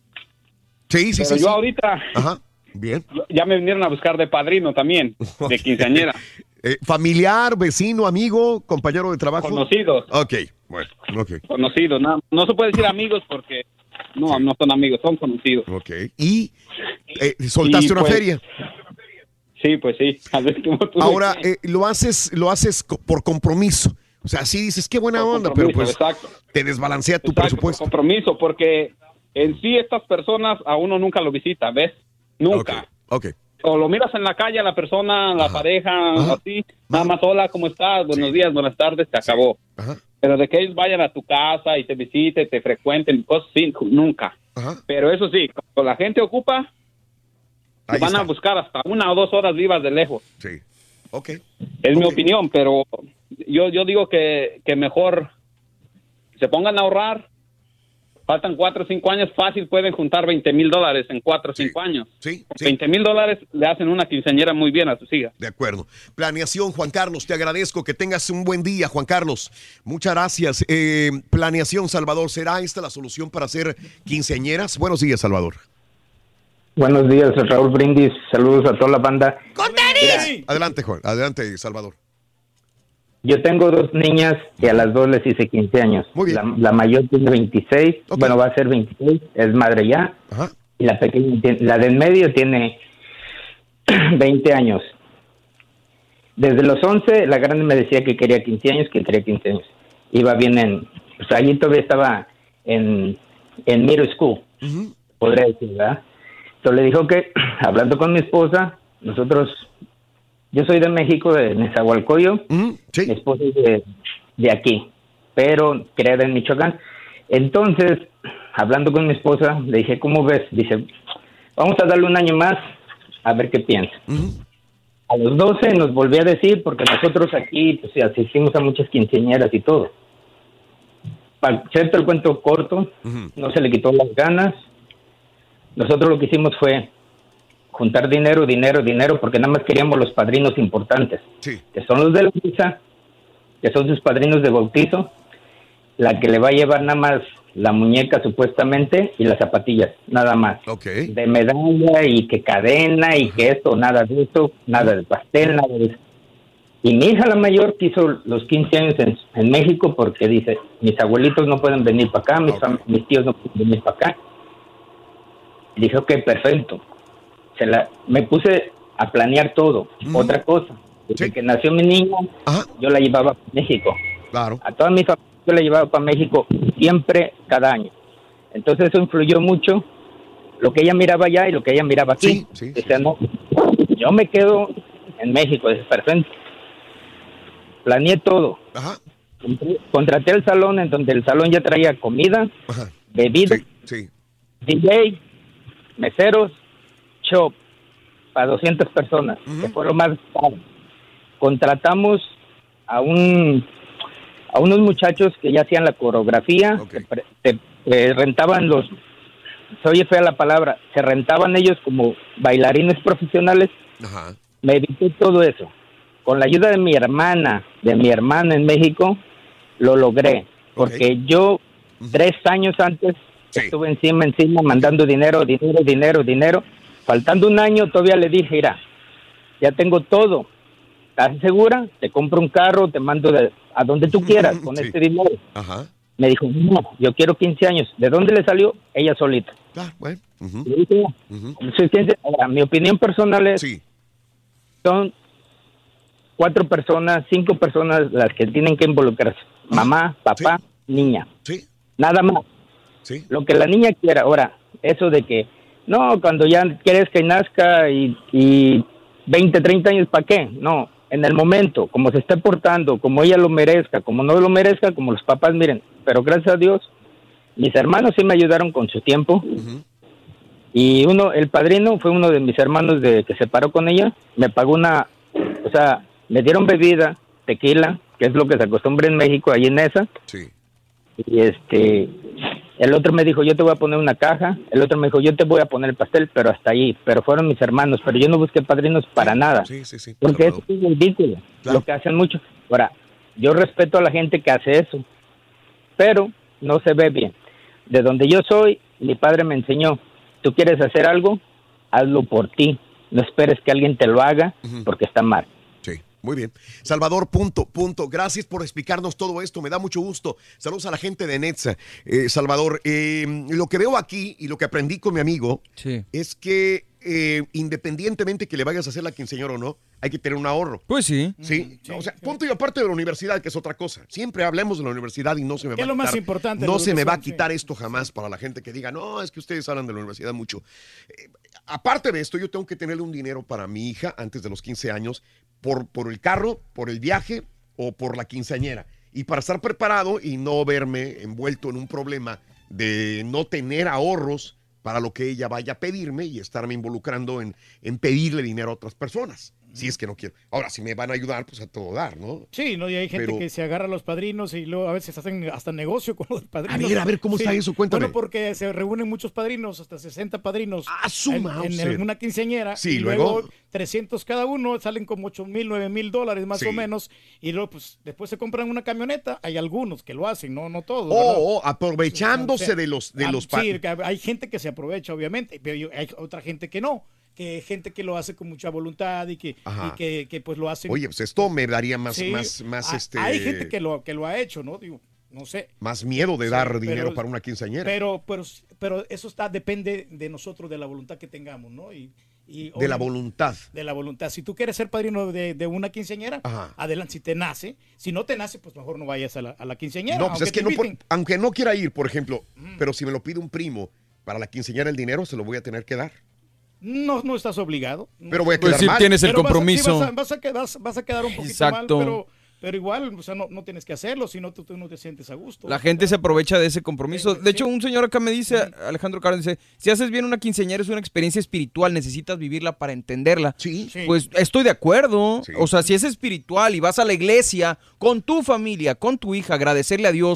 Sí, sí, Pero sí. yo sí. ahorita Ajá. Bien. ya me vinieron a buscar de padrino también, de quinceañera. Eh, familiar, vecino, amigo, compañero de trabajo. Conocidos, Ok, bueno, ok, conocidos. No, no se puede decir amigos porque no, no son amigos, son conocidos. ok. ¿Y eh, soltaste Y, una pues, feria? Sí, pues sí. A ver, como tú Ahora, dices. eh, lo haces lo haces co- por compromiso. O sea, sí dices, qué buena Por onda, pero compromiso, pues exacto. te desbalancea tu Exacto, presupuesto. por compromiso, porque en sí estas personas a uno nunca lo visita, ¿ves? Nunca. Ok, ok. O lo miras en la calle a la persona, la Ajá. pareja, Ajá. así, nada más, hola, ¿cómo estás? Buenos Sí. días, buenas tardes, se acabó. Ajá, Pero de que ellos vayan a tu casa y te visiten, te frecuenten, cosas así, nunca. ajá. Pero eso sí, cuando la gente ocupa, Ahí van está. a buscar hasta una o dos horas vivas de lejos. Sí. Ok. Es mi Ok. opinión, pero yo, yo digo que, que mejor se pongan a ahorrar. Faltan cuatro o cinco años, fácil pueden juntar veinte mil dólares en cuatro o Sí. cinco años. Sí, sí. veinte mil dólares le hacen una quinceañera muy bien a sus hijas. De acuerdo. Planeación, Juan Carlos, te agradezco. Que tengas un buen día, Juan Carlos. Muchas gracias. Eh, planeación, Salvador, ¿será esta la solución para hacer quinceañeras? Buenos días, Salvador. Buenos días, Raúl Brindis. Saludos a toda la banda. ¡Con tenis! Adelante, Juan. Adelante, Salvador. Yo tengo dos niñas y a las dos les hice quince años. Muy bien. La, la mayor tiene veintiséis, Ok. bueno, va a ser veintiséis, es madre ya. Ajá. Y la pequeña, tiene- la del medio tiene veinte años. Desde los once, la grande me decía que quería quince años, que quería quince años. Iba bien en, pues allí todavía estaba en, en middle school, Ujú. podría decir, ¿verdad? Entonces le dijo que, hablando con mi esposa, nosotros, yo soy de México, de Nezahualcóyotl, Ujú. mi Sí. esposa es de, de aquí, pero criada en Michoacán. Entonces, hablando con mi esposa, le dije, ¿cómo ves? Dice, vamos a darle un año más a ver qué piensa. Ujú. A los doce nos volví a decir, porque nosotros aquí pues, sí, asistimos a muchas quinceañeras y todo. para hacerte el cuento corto, uh-huh. no se le quitó las ganas. Nosotros lo que hicimos fue juntar dinero, dinero, dinero, porque nada más queríamos los padrinos importantes, sí. que son los de la misa, que son sus padrinos de bautizo, la que le va a llevar nada más la muñeca supuestamente y las zapatillas, nada más. Okay. De medalla y que cadena y que esto, nada de esto, nada de pastel, nada de eso. Y mi hija la mayor quiso los quince años en, en México porque dice, mis abuelitos no pueden venir para acá, mis, okay. fam- mis tíos no pueden venir para acá. Y dije, ok, perfecto. Se la, me puse a planear todo. Mm. Otra cosa, desde sí. que nació mi niña, Ajá. yo la llevaba a México. Claro. A toda mi familia yo la llevaba para México siempre, cada año. Entonces eso influyó mucho lo que ella miraba allá y lo que ella miraba aquí. Sí, sí, o sea, sí. no, yo me quedo en México, es perfecto. Planeé todo. Ajá. Contraté el salón en donde el salón ya traía comida, Ajá. bebida, sí, sí. D J, meseros, shop para doscientas personas, uh-huh. que fue lo más caro. Contratamos a un a unos muchachos que ya hacían la coreografía, okay. que te, te rentaban los, se oye fea la palabra, se rentaban ellos como bailarines profesionales. Ajá. Me evité todo eso. Con la ayuda de mi hermana, de mi hermana en México, lo logré. Porque okay. yo, uh-huh. tres años antes, sí. estuve encima, encima, mandando dinero, dinero, dinero, dinero. Faltando un año, todavía le dije, mira, ya tengo todo. ¿Estás segura? Te compro un carro, te mando de, a donde tú quieras con sí. este dinero. Ajá. Me dijo, no, yo quiero quince años. ¿De dónde le salió? Ella solita. Ah, bueno. Uh-huh. Le dije, uh-huh. soy quince. Ahora, mi opinión personal es, sí. son cuatro personas, cinco personas las que tienen que involucrarse. Ah, Mamá, papá, sí. niña. Sí. Nada más. Sí. Lo que la niña quiera. Ahora, eso de que, no, cuando ya quieres que nazca y, y veinte, treinta años, ¿para qué? No. En el momento, como se esté portando, como ella lo merezca, como no lo merezca, como los papás, miren, pero gracias a Dios, mis hermanos sí me ayudaron con su tiempo, uh-huh. y uno, el padrino fue uno de mis hermanos de que se paró con ella, me pagó una, o sea, me dieron bebida, tequila, que es lo que se acostumbra en México, ahí en esa, sí. y este, el otro me dijo, yo te voy a poner una caja, el otro me dijo, yo te voy a poner el pastel, pero hasta ahí, pero fueron mis hermanos, pero yo no busqué padrinos para nada, sí, sí, sí, porque claro. es ridículo, claro. lo que hacen mucho. Ahora, yo respeto a la gente que hace eso, pero no se ve bien. De donde yo soy, mi padre me enseñó, tú quieres hacer algo, hazlo por ti, no esperes que alguien te lo haga, uh-huh. porque está mal. Muy bien. Salvador, punto, punto. Gracias por explicarnos todo esto. Me da mucho gusto. Saludos a la gente de Netza. Eh, Salvador, eh, lo que veo aquí y lo que aprendí con mi amigo sí. es que eh, independientemente que le vayas a hacer la quinceañera o no, hay que tener un ahorro. Pues sí. Sí. sí o sea, punto y aparte de la universidad, que es otra cosa. Siempre hablemos de la universidad y no se me va a quitar. Es lo más importante. No se me va a quitar esto jamás para la gente que diga, no, es que ustedes hablan de la universidad mucho. Eh, aparte de esto, yo tengo que tenerle un dinero para mi hija antes de los quince años por, por el carro, por el viaje o por la quinceañera. Y para estar preparado y no verme envuelto en un problema de no tener ahorros para lo que ella vaya a pedirme y estarme involucrando en, en pedirle dinero a otras personas. Si es que no quiero. Ahora, si me van a ayudar, pues a todo dar, ¿no? Sí, no, y hay gente Pero... que se agarra a los padrinos y luego a veces hacen hasta negocio con los padrinos. A ver, a ver, ¿cómo sí. está eso? Cuéntame. Bueno, porque se reúnen muchos padrinos, hasta sesenta padrinos. ¡Ah, su en, Mauser! en una quinceañera. Sí, y luego... luego trescientos cada uno, salen como ocho mil, nueve mil dólares más sí. o menos. Y luego, pues, después se compran una camioneta. Hay algunos que lo hacen, no, no todos. Oh, oh, aprovechándose o sea, de los de ah, los Sí, hay gente que se aprovecha, obviamente, pero hay otra gente que no. Que gente que lo hace con mucha voluntad y que, y que, que pues lo hacen. Oye, pues esto me daría más, sí, más, más a, este. Hay gente que lo, que lo ha hecho, ¿no? Digo, no sé. Más miedo de sí, dar pero, dinero para una quinceañera. Pero, pero, pero eso está, depende de nosotros, de la voluntad que tengamos, ¿no? Y, y de la voluntad. De la voluntad. Si tú quieres ser padrino de, de una quinceañera, Ajá. adelante, si te nace. Si no te nace, pues mejor no vayas a la, a la quinceañera. No, pues es que no, por, aunque no quiera ir, por ejemplo, mm. pero si me lo pide un primo para la quinceañera el dinero, se lo voy a tener que dar. No, no estás obligado. Pero voy a quedar pues sí mal. tienes el pero compromiso. Vas a, sí, vas, a, vas, a quedar, vas a quedar un poquito Exacto. mal, pero, pero igual, o sea, no, no tienes que hacerlo, si no tú, tú no te sientes a gusto. La gente se aprovecha de ese compromiso. De hecho, un señor acá me dice, Alejandro Caro, dice, si haces bien una quinceañera es una experiencia espiritual, necesitas vivirla para entenderla. Sí. Pues estoy de acuerdo. Sí. O sea, si es espiritual y vas a la iglesia con tu familia, con tu hija, agradecerle a Dios,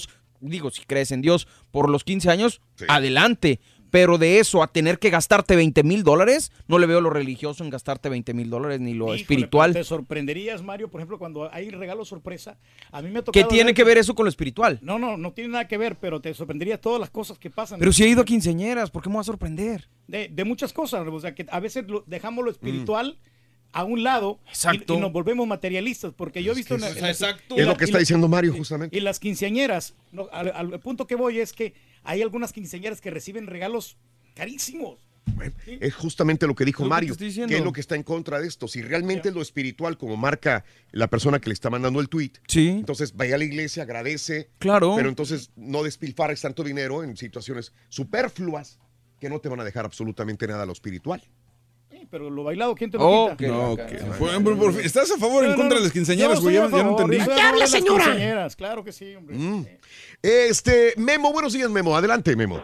digo, si crees en Dios por los quince años, sí. adelante. Pero de eso a tener que gastarte veinte mil dólares, no le veo lo religioso en gastarte veinte mil dólares ni lo Híjole, espiritual. Te sorprenderías, Mario, por ejemplo, cuando hay regalo sorpresa. A mí me ha tocado. ¿Qué tiene ver... que ver eso con lo espiritual? No, no, no tiene nada que ver, pero te sorprendería todas las cosas que pasan. Pero si he ido a quinceañeras, ¿por qué me va a sorprender? De, de muchas cosas, o sea, que a veces lo, dejamos lo espiritual mm. a un lado y, y nos volvemos materialistas, porque yo he visto... Es, en, es, en, exacto. En, es lo que está diciendo Mario, justamente. Y, y las quinceañeras, no, al, al punto que voy es que hay algunas quinceañeras que reciben regalos carísimos. Bueno, ¿sí? Es justamente lo que dijo Mario, que es lo que está en contra de esto. Si realmente es lo espiritual, como marca la persona que le está mandando el tweet, sí. entonces vaya a la iglesia, agradece, claro. pero entonces no despilfarres tanto dinero en situaciones superfluas que no te van a dejar absolutamente nada a lo espiritual. Sí, pero lo bailado, ¿quién te lo oh, quita? No, okay. Por, por, por, ¿Estás a favor o en contra de las quinceañeras, güey? Ya, ya no entendí. ¿Qué habla, señora? Claro que sí, hombre. Mm. Este, Memo, buenos días, Memo. Adelante, Memo.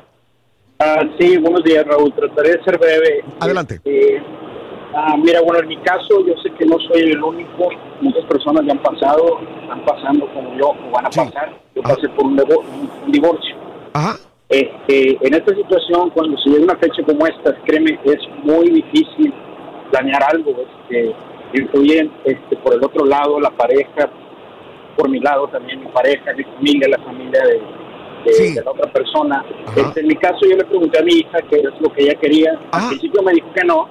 Uh, sí, buenos días, Raúl. Trataré de ser breve. Adelante. Este, uh, mira, bueno, en mi caso, yo sé que no soy el único. Muchas personas ya han pasado, están pasando como yo, o van a sí. pasar. Yo pasé por un, un divorcio. Ajá. Este, en esta situación, cuando se llega una fecha como esta, créeme, es muy difícil planear algo. Este, influyen este, por el otro lado la pareja, por mi lado también mi pareja, mi familia, la familia de... De, sí. de la otra persona. Este, en mi caso yo le pregunté a mi hija qué es lo que ella quería. Ajá. Al principio me dijo que no.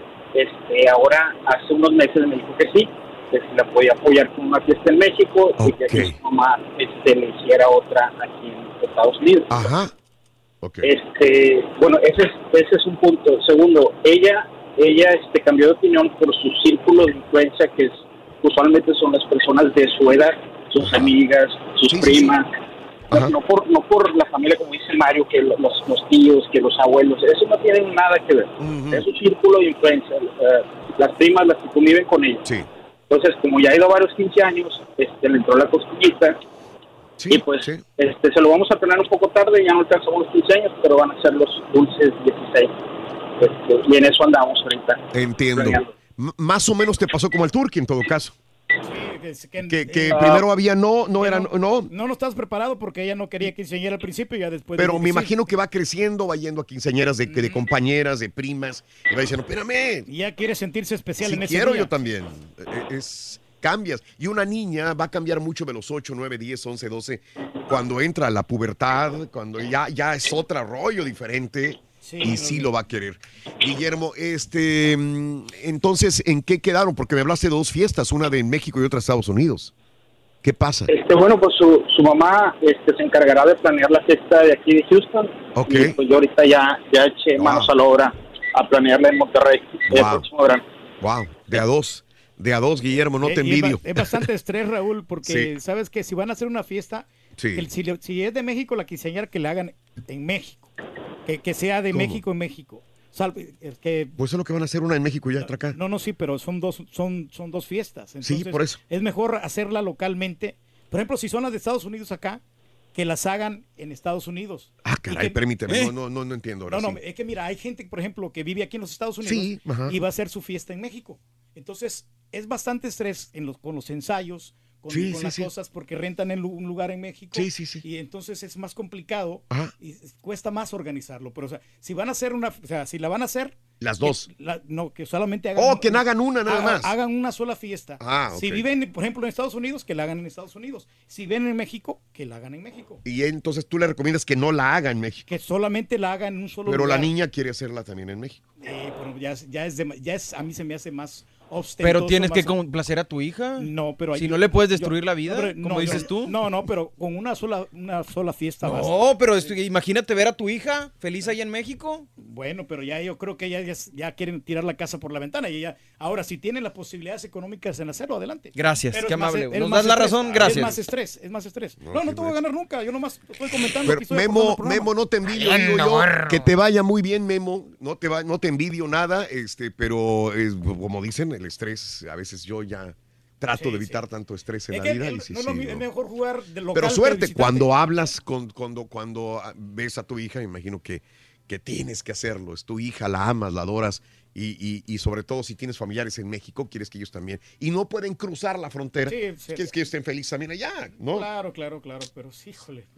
Este, ahora hace unos meses me dijo que sí, que si la podía apoyar con una fiesta en México okay. y que su mamá este, le hiciera otra aquí en Estados Unidos. Ajá. Okay. Este, bueno, ese es, ese es un punto. Segundo, ella ella este, cambió de opinión por su círculo de influencia, que es, usualmente son las personas de su edad, sus Ajá. amigas, sus sí, primas. Sí, sí. No por, no por la familia, como dice Mario, que los, los tíos, que los abuelos, eso no tiene nada que ver. Uh-huh. Es un círculo de influencia. Uh, las primas, las que conviven con ellos. Sí. Entonces, como ya ha ido a varios quince años, este, le entró la cosquillita. Sí, y pues sí. este, se lo vamos a planear un poco tarde, ya no alcanzamos los quince años, pero van a ser los dulces dieciséis. Este, y en eso andamos ahorita. Entiendo. M- más o menos te pasó como al Turqui, en todo caso. Sí, que, que, que uh, primero había no, no era no. No, no, no estás preparado porque ella no quería quinceañera al principio y ya después. Pero me sí. imagino que va creciendo, va yendo a quinceañeras de, de compañeras, de primas, y va diciendo, espérame. Y ya quiere sentirse especial si en ese quiero día. Yo también. Es, cambias. Y una niña va a cambiar mucho de los ocho, nueve, diez, once, doce, cuando entra a la pubertad, cuando ya, ya es otro rollo diferente. Sí, y no, sí no. lo va a querer. Guillermo, este, entonces, ¿en qué quedaron? Porque me hablaste de dos fiestas, una de México y otra de Estados Unidos. ¿Qué pasa? Este, bueno, pues su, su mamá este, se encargará de planear la fiesta de aquí de Houston. Ok. Y pues yo ahorita ya, ya eché wow. manos a la obra a planearla en Monterrey. Wow. Wow, de a dos. De a dos, Guillermo, no te envidio. Es, es bastante estrés, Raúl, porque sí. sabes que si van a hacer una fiesta, sí. que si, si es de México, la quinceañera que la hagan en México. Que, que sea de ¿Cómo? México en México. O sea, que, pues es lo que van a hacer una en México y otra acá. No, no, sí, pero son dos, son, son dos fiestas. Entonces, sí, por eso. Es mejor hacerla localmente. Por ejemplo, si son las de Estados Unidos acá, que las hagan en Estados Unidos. Ah, caray, que, permíteme, ¿eh? no, no, no, no entiendo ahora No, no, sí. es que mira, hay gente, por ejemplo, que vive aquí en los Estados Unidos sí, y va a hacer su fiesta en México. Entonces, es bastante estrés en los, con los ensayos, con, sí, con sí, las sí. cosas, porque rentan en un lugar en México. Sí, sí, sí. Y entonces es más complicado Ajá. y cuesta más organizarlo. Pero, o sea, si van a hacer una, o sea, si la van a hacer. Las dos. Que, la, no, que solamente hagan. Oh, que hagan una nada hagan, más. Hagan una sola fiesta. Ah, okay. Si viven, por ejemplo, en Estados Unidos, que la hagan en Estados Unidos. Si viven en México, que la hagan en México. Y entonces tú le recomiendas que no la haga en México. Que solamente la hagan en un solo Pero lugar. la niña quiere hacerla también en México. Eh, pero ya, ya, es de, ya es, a mí se me hace más. Pero tienes que complacer a tu hija. No, pero si no le puedes destruir yo, la vida, hombre, como no, dices yo, tú. No, no, pero con una sola, una sola fiesta. No, basta. pero esto, imagínate ver a tu hija feliz allá en México. Bueno, pero ya yo creo que ellas ya, ya quieren tirar la casa por la ventana y ella, ahora si tienen las posibilidades económicas en hacerlo, adelante. Gracias, pero qué amable. Más, Nos das la razón, gracias. Es más estrés, es más estrés. No, no, no te voy a ganar nunca, yo nomás estoy comentando. Pero que estoy Memo, Memo, no te envidio, digo yo, que te vaya muy bien, Memo. No te va, no te envidio nada, este, pero eh, como dicen, el estrés, a veces yo ya trato sí, de evitar sí. tanto estrés en es la vida. El, y sí, no, sí, no, no. Es mejor jugar de local. Pero suerte, cuando hablas, con, cuando, cuando ves a tu hija, me imagino que, que tienes que hacerlo. Es tu hija, la amas, la adoras. Y, y, y sobre todo si tienes familiares en México, quieres que ellos también. Y no pueden cruzar la frontera. Sí, sí. Quieres que ellos estén felices también allá, ¿no? Claro, claro, claro. Pero sí, híjole, pues...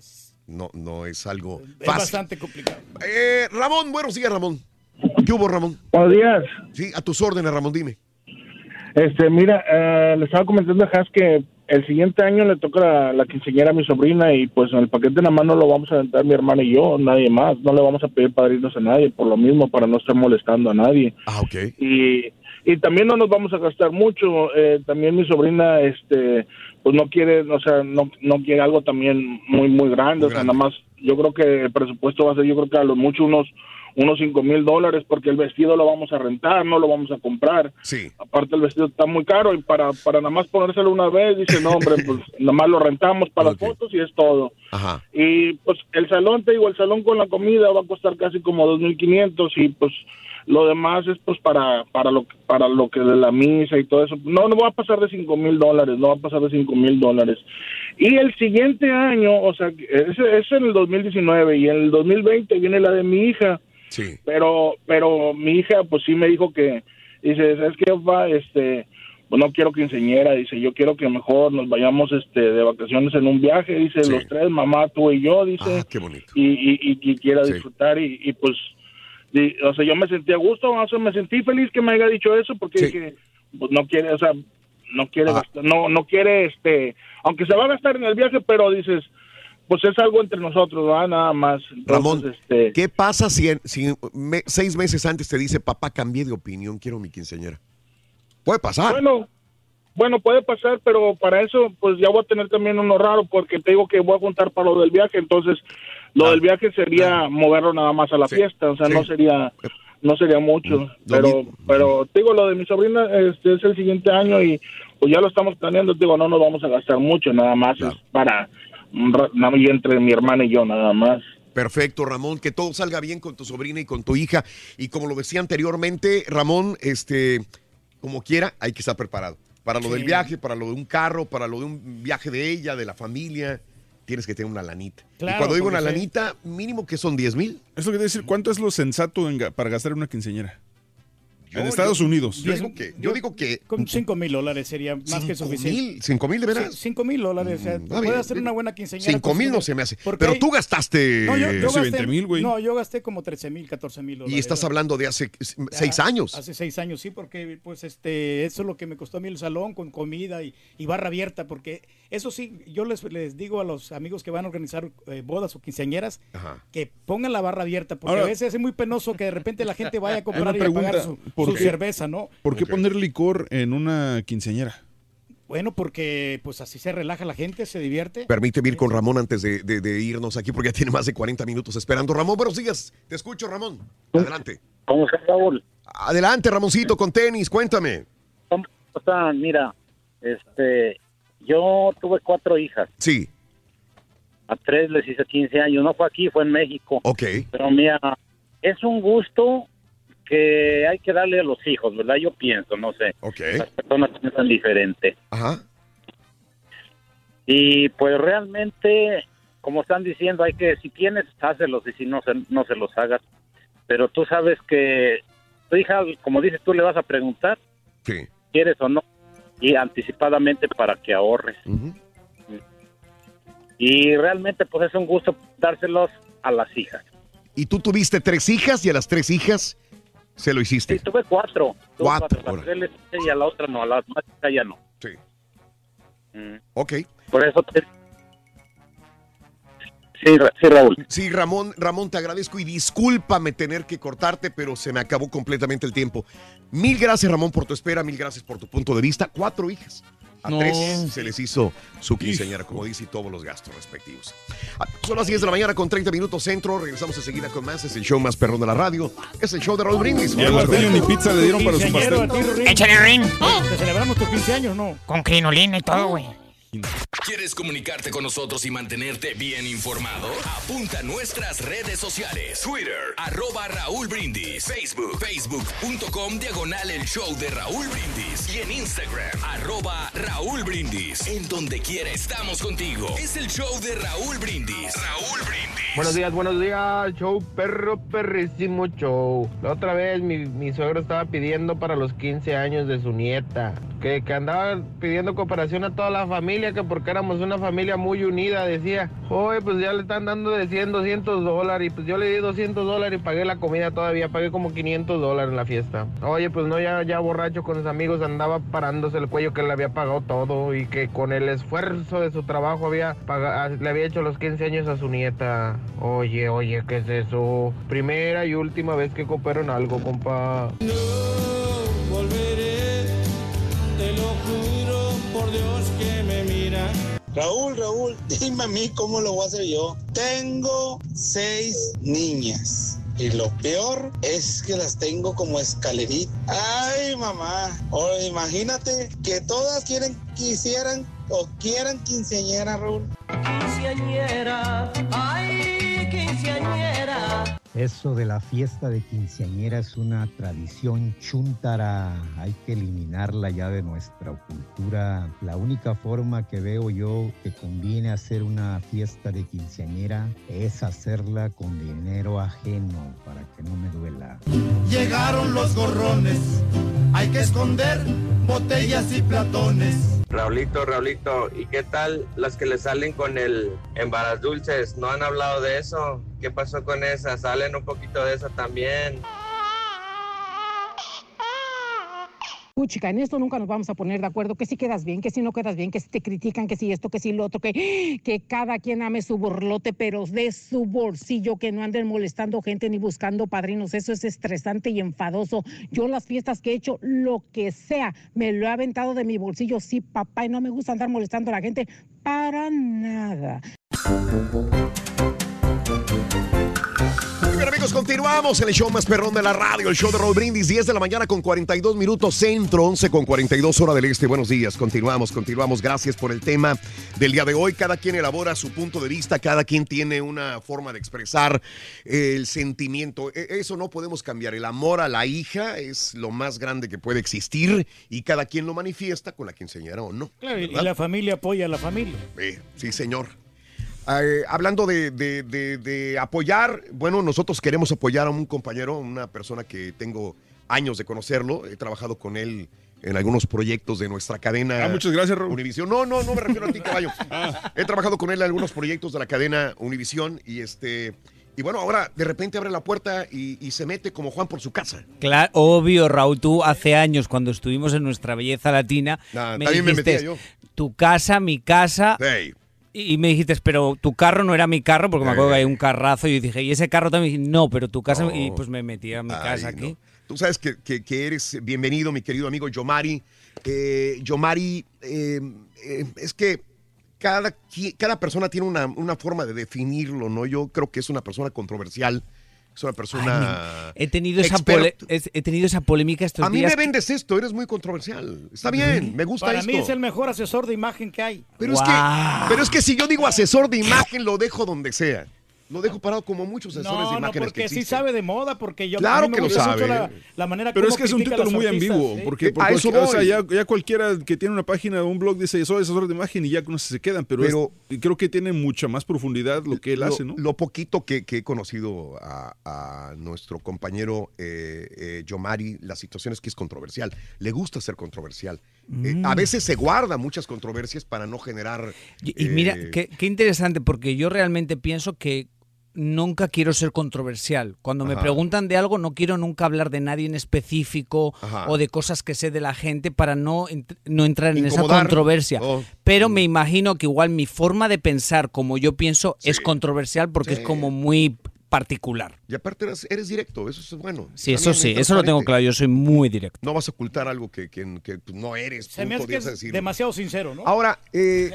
no, no es algo fácil. Es bastante complicado. Eh, Ramón, buenos días, Ramón. ¿Qué hubo, Ramón? Buenos días. Sí, a tus órdenes, Ramón, dime. Este, mira, eh, le estaba comentando a Has que el siguiente año le toca la, la quinceañera a mi sobrina y pues en el paquete nada más no lo vamos a aventar mi hermana y yo, nadie más. No le vamos a pedir padrinos a nadie, por lo mismo, para no estar molestando a nadie. Ah, ok. Y, y también no nos vamos a gastar mucho. Eh, también mi sobrina, este, pues no quiere, o sea, no, no quiere algo también muy, muy grande. Muy o sea, grande. Nada más, yo creo que el presupuesto va a ser, yo creo que a lo mucho unos unos cinco mil dólares, porque el vestido lo vamos a rentar, no lo vamos a comprar. Sí. Aparte el vestido está muy caro y para, para nada más ponérselo una vez, dice, no, hombre, pues nada más lo rentamos para okay. las fotos y es todo. Ajá. Y pues el salón, te digo, el salón con la comida va a costar casi como dos mil quinientos y pues lo demás es pues para para lo para lo que de la misa y todo eso. No, no va a pasar de cinco mil dólares, no va a pasar de cinco mil dólares. Y el siguiente año, o sea, es, es en el dos mil diecinueve y en el dos mil veinte viene la de mi hija. Sí. Pero, pero mi hija, pues sí me dijo que, dice, ¿sabes qué, papá? Este, pues no quiero quinceañera, dice, yo quiero que mejor nos vayamos este de vacaciones en un viaje, dice, sí. los tres, mamá, tú y yo, dice. Ah, qué bonito. Y, y, y, y quiera sí. disfrutar y, y pues, y, o sea, yo me sentí a gusto, o sea, me sentí feliz que me haya dicho eso porque sí. dije, pues no quiere, o sea, no quiere ah. gastar, no, no quiere, este, aunque se va a gastar en el viaje, pero dices, pues es algo entre nosotros, ¿verdad? Nada más. Entonces, Ramón, este... ¿qué pasa si, en, si me, seis meses antes te dice, papá, cambié de opinión, quiero mi quinceañera? Puede pasar. Bueno, bueno, puede pasar, pero para eso, pues ya voy a tener también uno raro, porque te digo que voy a juntar para lo del viaje, entonces lo ah, del viaje sería ah, moverlo nada más a la sí, fiesta, o sea, sí. no sería no sería mucho, mm, pero mismo. pero te digo, lo de mi sobrina este es el siguiente año y pues ya lo estamos planeando, te digo, no nos vamos a gastar mucho, nada más claro. es para... y entre mi hermana y yo nada más. Perfecto, Ramón, que todo salga bien con tu sobrina y con tu hija. Y como lo decía anteriormente, Ramón, este, como quiera, hay que estar preparado. Para lo sí. del viaje, para lo de un carro, para lo de un viaje de ella, de la familia, tienes que tener una lanita. Claro, y cuando digo una sí. lanita, mínimo que son diez mil. Eso quiere decir, ¿cuánto es lo sensato en, para gastar en una quinceañera? Yo, en Estados yo, Unidos. Yo digo que, yo digo que con cinco mil dólares sería más que suficiente. ¿Cinco mil de veras? Cinco mil dólares. O sea, mm, puede hacer una buena quinceañera. Cinco mil no se me hace. Pero hay... tú gastaste no, yo, yo gasté, veinte mil, güey. No, yo gasté como trece mil, catorce mil dólares. Y estás hablando de hace seis años. Hace seis años, sí, porque pues este, eso es lo que me costó a mí el salón con comida y, y barra abierta, porque eso sí, yo les, les digo a los amigos que van a organizar eh, bodas o quinceañeras Ajá. que pongan la barra abierta, porque Ahora, a veces es muy penoso que de repente la gente vaya a comprar y a pagar su, su cerveza, ¿no? ¿Por qué okay. poner licor en una quinceañera? Bueno, porque pues así se relaja la gente, se divierte. Permíteme ir con Ramón antes de, de, de irnos aquí porque ya tiene más de cuarenta minutos esperando. Ramón, buenos días. Te escucho, Ramón. Adelante. ¿Cómo estás, Raúl? Adelante, Ramoncito, con tenis. Cuéntame. ¿Cómo están? Mira, este, yo tuve cuatro hijas. Sí. A tres les hice quince años. No fue aquí, fue en México. Ok. Pero mira, es un gusto que hay que darle a los hijos, ¿verdad? Yo pienso, no sé. Okay. Las personas piensan diferente. Ajá. Y pues realmente, como están diciendo, hay que, si tienes, hácelos y si no, se, no se los hagas. Pero tú sabes que tu hija, como dices, tú le vas a preguntar sí. ¿quieres o no? Y anticipadamente para que ahorres. Uh-huh. Y realmente, pues es un gusto dárselos a las hijas. ¿Y tú tuviste tres hijas y a las tres hijas se lo hiciste? Sí, tuve cuatro. Tuve cuatro. cuatro. A las tres y a la otra no, a la más chica ya no. Sí. Mm. Ok. Por eso te... Sí, sí, Raúl. Sí, Ramón, Ramón, te agradezco y discúlpame tener que cortarte, pero se me acabó completamente el tiempo. Mil gracias, Ramón, por tu espera, mil gracias por tu punto de vista. Cuatro hijas. A no. tres se les hizo su quinceañera, como dice, y todos los gastos respectivos. Son las diez de la mañana con treinta minutos centro. Regresamos enseguida con más. Es el show más perrón de la radio. Es el show de Raúl Brindis. Y al martillo ni pizza le dieron para su pastel. Échale, Rin. Te celebramos tus quince años, ¿no? Con crinolina y todo, güey. ¿Quieres comunicarte con nosotros y mantenerte bien informado? Apunta a nuestras redes sociales. Twitter, arroba Raúl Brindis. Facebook, facebook.com, diagonal el show de Raúl Brindis. Y en Instagram, arroba Raúl Brindis. En donde quiera estamos contigo. Es el show de Raúl Brindis. Raúl Brindis. Buenos días, buenos días. Show perro, perrísimo show. La otra vez mi, mi suegro estaba pidiendo para los quince años de su nieta. que, que andaba pidiendo cooperación a toda la familia, que porque éramos una familia muy unida, decía, oye, pues ya le están dando de cien, doscientos dólares, y pues yo le di doscientos dólares y pagué la comida todavía, pagué como quinientos dólares en la fiesta. Oye, pues no, ya, ya borracho con sus amigos andaba parándose el cuello que le había pagado todo y que con el esfuerzo de su trabajo había pagado, le había hecho los quince años a su nieta. Oye, oye, ¿qué es eso? Primera y última vez que coopero en algo, compa. No volveré, te lo juro por Dios que me mira. Raúl, Raúl, dime a mí cómo lo voy a hacer yo. Tengo seis niñas y lo peor es que las tengo como escalerita. Ay, mamá, ahora imagínate que todas quieren, quisieran o quieran quinceañera, Raúl. Quinceañera, ay, quinceañera. Eso de la fiesta de quinceañera es una tradición chúntara, hay que eliminarla ya de nuestra cultura. La única forma que veo yo que conviene hacer una fiesta de quinceañera es hacerla con dinero ajeno para que no me duela. Llegaron los gorrones, hay que esconder botellas y platones. Raulito, Raulito, ¿y qué tal las que le salen con el embarazo dulces? ¿No han hablado de eso? ¿Qué pasó con esas? Salen un poquito de eso también. Puchica, en esto nunca nos vamos a poner de acuerdo, que si quedas bien, que si no quedas bien, que si te critican, que si esto, que si lo otro, que, que cada quien ame su borlote, pero de su bolsillo, que no anden molestando gente ni buscando padrinos. Eso es estresante y enfadoso. Yo las fiestas que he hecho, lo que sea, me lo he aventado de mi bolsillo, sí, papá, y no me gusta andar molestando a la gente para nada. Muy bien, amigos, continuamos en el show más perrón de la radio, el show de Raúl Brindis, diez de la mañana con cuarenta y dos minutos centro, once con cuarenta y dos hora del este. Buenos días, continuamos, continuamos. Gracias por el tema del día de hoy. Cada quien elabora su punto de vista, cada quien tiene una forma de expresar el sentimiento. Eso no podemos cambiar. El amor a la hija es lo más grande que puede existir y cada quien lo manifiesta con la quinceañera o no. Claro, y la familia apoya a la familia. Eh, sí, señor. Eh, hablando de, de, de, de apoyar, bueno, nosotros queremos apoyar a un compañero, una persona que tengo años de conocerlo, he trabajado con él en algunos proyectos de nuestra cadena. Ah, muchas gracias, Raúl. Univisión. No, no, no me refiero a ti, caballo. Ah. He trabajado con él en algunos proyectos de la cadena Univisión y este... Y bueno, ahora de repente abre la puerta y, y se mete como Juan por su casa. Claro, obvio, Raúl, tú hace años cuando estuvimos en nuestra belleza latina, nah, me también dijiste, me metía yo. Tu casa, mi casa... Hey. Y me dijiste, pero tu carro no era mi carro, porque me acuerdo que hay un carrazo. Y yo dije, ¿y ese carro también? No, pero tu casa. No. Y pues me metí a mi Ay, casa aquí. No. Tú sabes que, que, que eres bienvenido, mi querido amigo Yomari. Eh, Yomari, eh, eh, es que cada, cada persona tiene una, una forma de definirlo, ¿no? Yo creo que es una persona controversial. Es una persona. Ay, he, tenido esa pole, he tenido esa polémica estos A mí días me vendes esto, eres muy controversial. Está bien, me gusta Para esto. mí es el mejor asesor de imagen que hay. Pero, wow. es que, pero es que si yo digo asesor de imagen, lo dejo donde sea. Lo dejo parado como muchos asesores no, de imágenes no, porque que sí sabe de moda, porque yo claro a mí me que lo sabe. La, la manera pero como es que es un título muy ambiguo, ¿sí? porque, porque a eso o sea, ya, ya cualquiera que tiene una página o un blog dice soy asesor de imagen y ya con eso se quedan, pero, pero es, creo que tiene mucha más profundidad lo que él lo, hace, ¿no? Lo poquito que, que he conocido a, a nuestro compañero eh, eh, Yomari, la situación es que es controversial, le gusta ser controversial. Mm. Eh, a veces se guarda muchas controversias para no generar... Y, y eh, mira, qué, qué interesante, porque yo realmente pienso que nunca quiero ser controversial. Cuando Ajá. me preguntan de algo, no quiero nunca hablar de nadie en específico Ajá. o de cosas que sé de la gente para no, no entrar en Incomodar. esa controversia. Oh. Pero me imagino que igual mi forma de pensar, como yo pienso, sí. es controversial porque sí. es como muy particular. Y aparte eres, eres directo, eso es bueno. Sí, eso sí, eso lo tengo claro, yo soy muy directo. No vas a ocultar algo que, que, que no eres. Se me hace que es decirlo. Demasiado sincero, ¿no? Ahora, eh,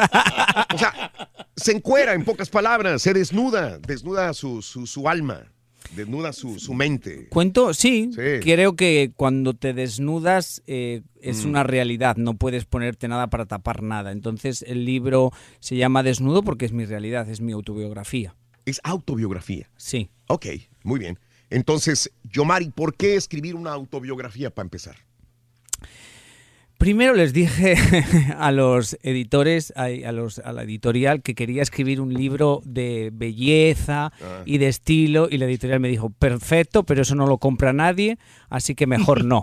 o sea, se encuera, en pocas palabras, se desnuda, desnuda su, su, su alma, desnuda su, su mente. Cuento, sí, sí, creo que cuando te desnudas eh, es mm. una realidad, no puedes ponerte nada para tapar nada. Entonces el libro se llama Desnudo porque es mi realidad, es mi autobiografía. Es autobiografía. Sí. Ok, muy bien. Entonces, Yomari, ¿por qué escribir una autobiografía para empezar? Primero les dije a los editores, a, a, los, a la editorial, que quería escribir un libro de belleza ah. y de estilo, y la editorial me dijo, perfecto, pero eso no lo compra nadie, así que mejor no.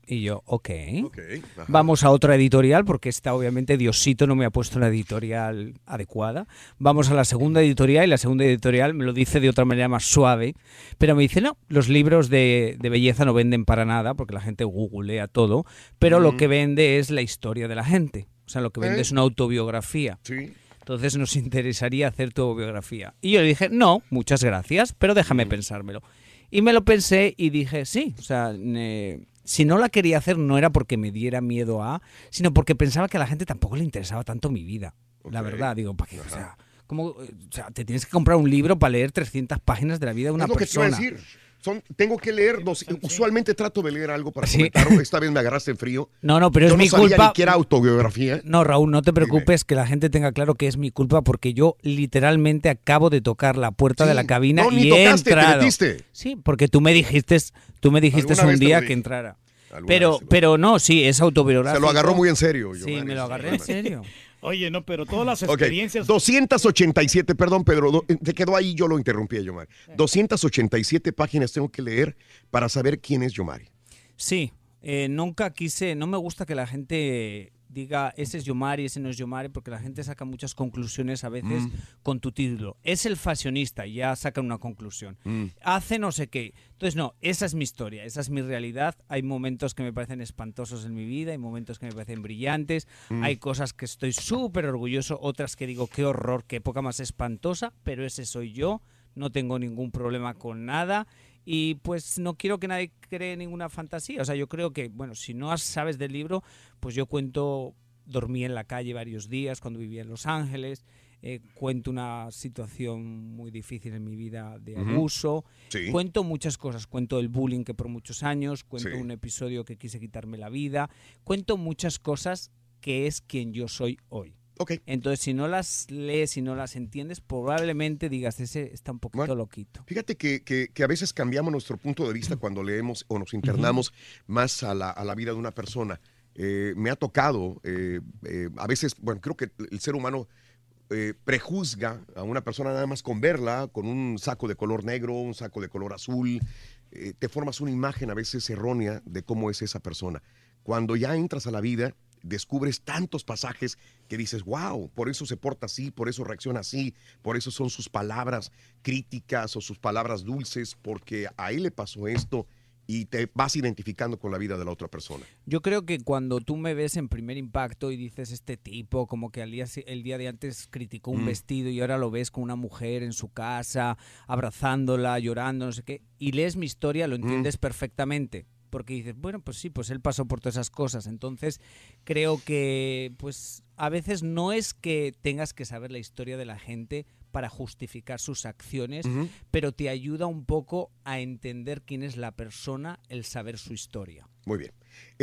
Y yo, ok. Okay, Vamos a otra editorial, porque esta obviamente Diosito no me ha puesto la editorial adecuada. Vamos a la segunda editorial y la segunda editorial me lo dice de otra manera más suave, pero me dice, no, los libros de, de belleza no venden para nada, porque la gente googlea todo, pero mm. lo que vende es la historia de la gente. O sea, lo que vende ¿Eh? es una autobiografía. Sí. Entonces nos interesaría hacer tu biografía. Y yo le dije, no, muchas gracias, pero déjame mm. pensármelo. Y me lo pensé y dije, sí, o sea... Eh, si no la quería hacer no era porque me diera miedo a, sino porque pensaba que a la gente tampoco le interesaba tanto mi vida. Okay. La verdad, digo, ¿para qué? O sea, ¿cómo, o sea, te tienes que comprar un libro para leer trescientas páginas de la vida de una es lo persona. Que te iba a decir. Son, tengo que leer dos. Usualmente trato de leer algo para comentarlo. Sí. Esta vez me agarraste en frío. No, no, pero yo es no mi sabía culpa. Ni que era autobiografía. No, Raúl, no te preocupes, Dime. que la gente tenga claro que es mi culpa porque yo literalmente acabo de tocar la puerta sí. de la cabina no, y ni he tocaste, entrado. Te metiste. Sí, porque tú me dijiste, tú me dijiste un día que entrara. Pero, pero no, sí, es autobiográfico. Se lo agarró muy en serio. Sí, yo, me lo agarré en serio. Oye, no, pero todas las experiencias... Okay. doscientas ochenta y siete, perdón, Pedro, te quedó ahí, yo lo interrumpí a Yomari. doscientas ochenta y siete páginas tengo que leer para saber quién es Yomari. Sí, eh, nunca quise, no me gusta que la gente diga, ese es Yomari, ese no es Yomari, porque la gente saca muchas conclusiones a veces mm. con tu título. Es el fashionista, ya sacan una conclusión. Mm. Hace no sé qué. Entonces, no, esa es mi historia, esa es mi realidad. Hay momentos que me parecen espantosos en mi vida, hay momentos que me parecen brillantes, mm. hay cosas que estoy súper orgulloso, otras que digo, qué horror, qué época más espantosa, pero ese soy yo, no tengo ningún problema con nada. Y pues no quiero que nadie cree ninguna fantasía. O sea, yo creo que, bueno, si no sabes del libro, pues yo cuento, dormí en la calle varios días cuando vivía en Los Ángeles, eh, cuento una situación muy difícil en mi vida de abuso, uh-huh. sí. cuento muchas cosas, cuento el bullying que por muchos años, cuento sí. un episodio que quise quitarme la vida, cuento muchas cosas que es quien yo soy hoy. Okay. Entonces, si no las lees, si no las entiendes, probablemente digas, ese está un poquito bueno, loquito. Fíjate que, que, que a veces cambiamos nuestro punto de vista cuando leemos o nos internamos uh-huh. más a la, a la vida de una persona. Eh, me ha tocado, eh, eh, a veces, bueno, creo que el ser humano eh, prejuzga a una persona nada más con verla, con un saco de color negro, un saco de color azul. Eh, te formas una imagen a veces errónea de cómo es esa persona. Cuando ya entras a la vida, descubres tantos pasajes que dices, wow, por eso se porta así, por eso reacciona así, por eso son sus palabras críticas o sus palabras dulces, porque a él le pasó esto y te vas identificando con la vida de la otra persona. Yo creo que cuando tú me ves en Primer Impacto y dices, este tipo como que al día, el día de antes criticó un mm. vestido y ahora lo ves con una mujer en su casa, abrazándola, llorando, no sé qué, y lees mi historia, lo entiendes mm. perfectamente. Porque dices, bueno, pues sí, pues él pasó por todas esas cosas. Entonces, creo que, pues, a veces no es que tengas que saber la historia de la gente para justificar sus acciones, uh-huh. pero te ayuda un poco a entender quién es la persona, el saber su historia. Muy bien.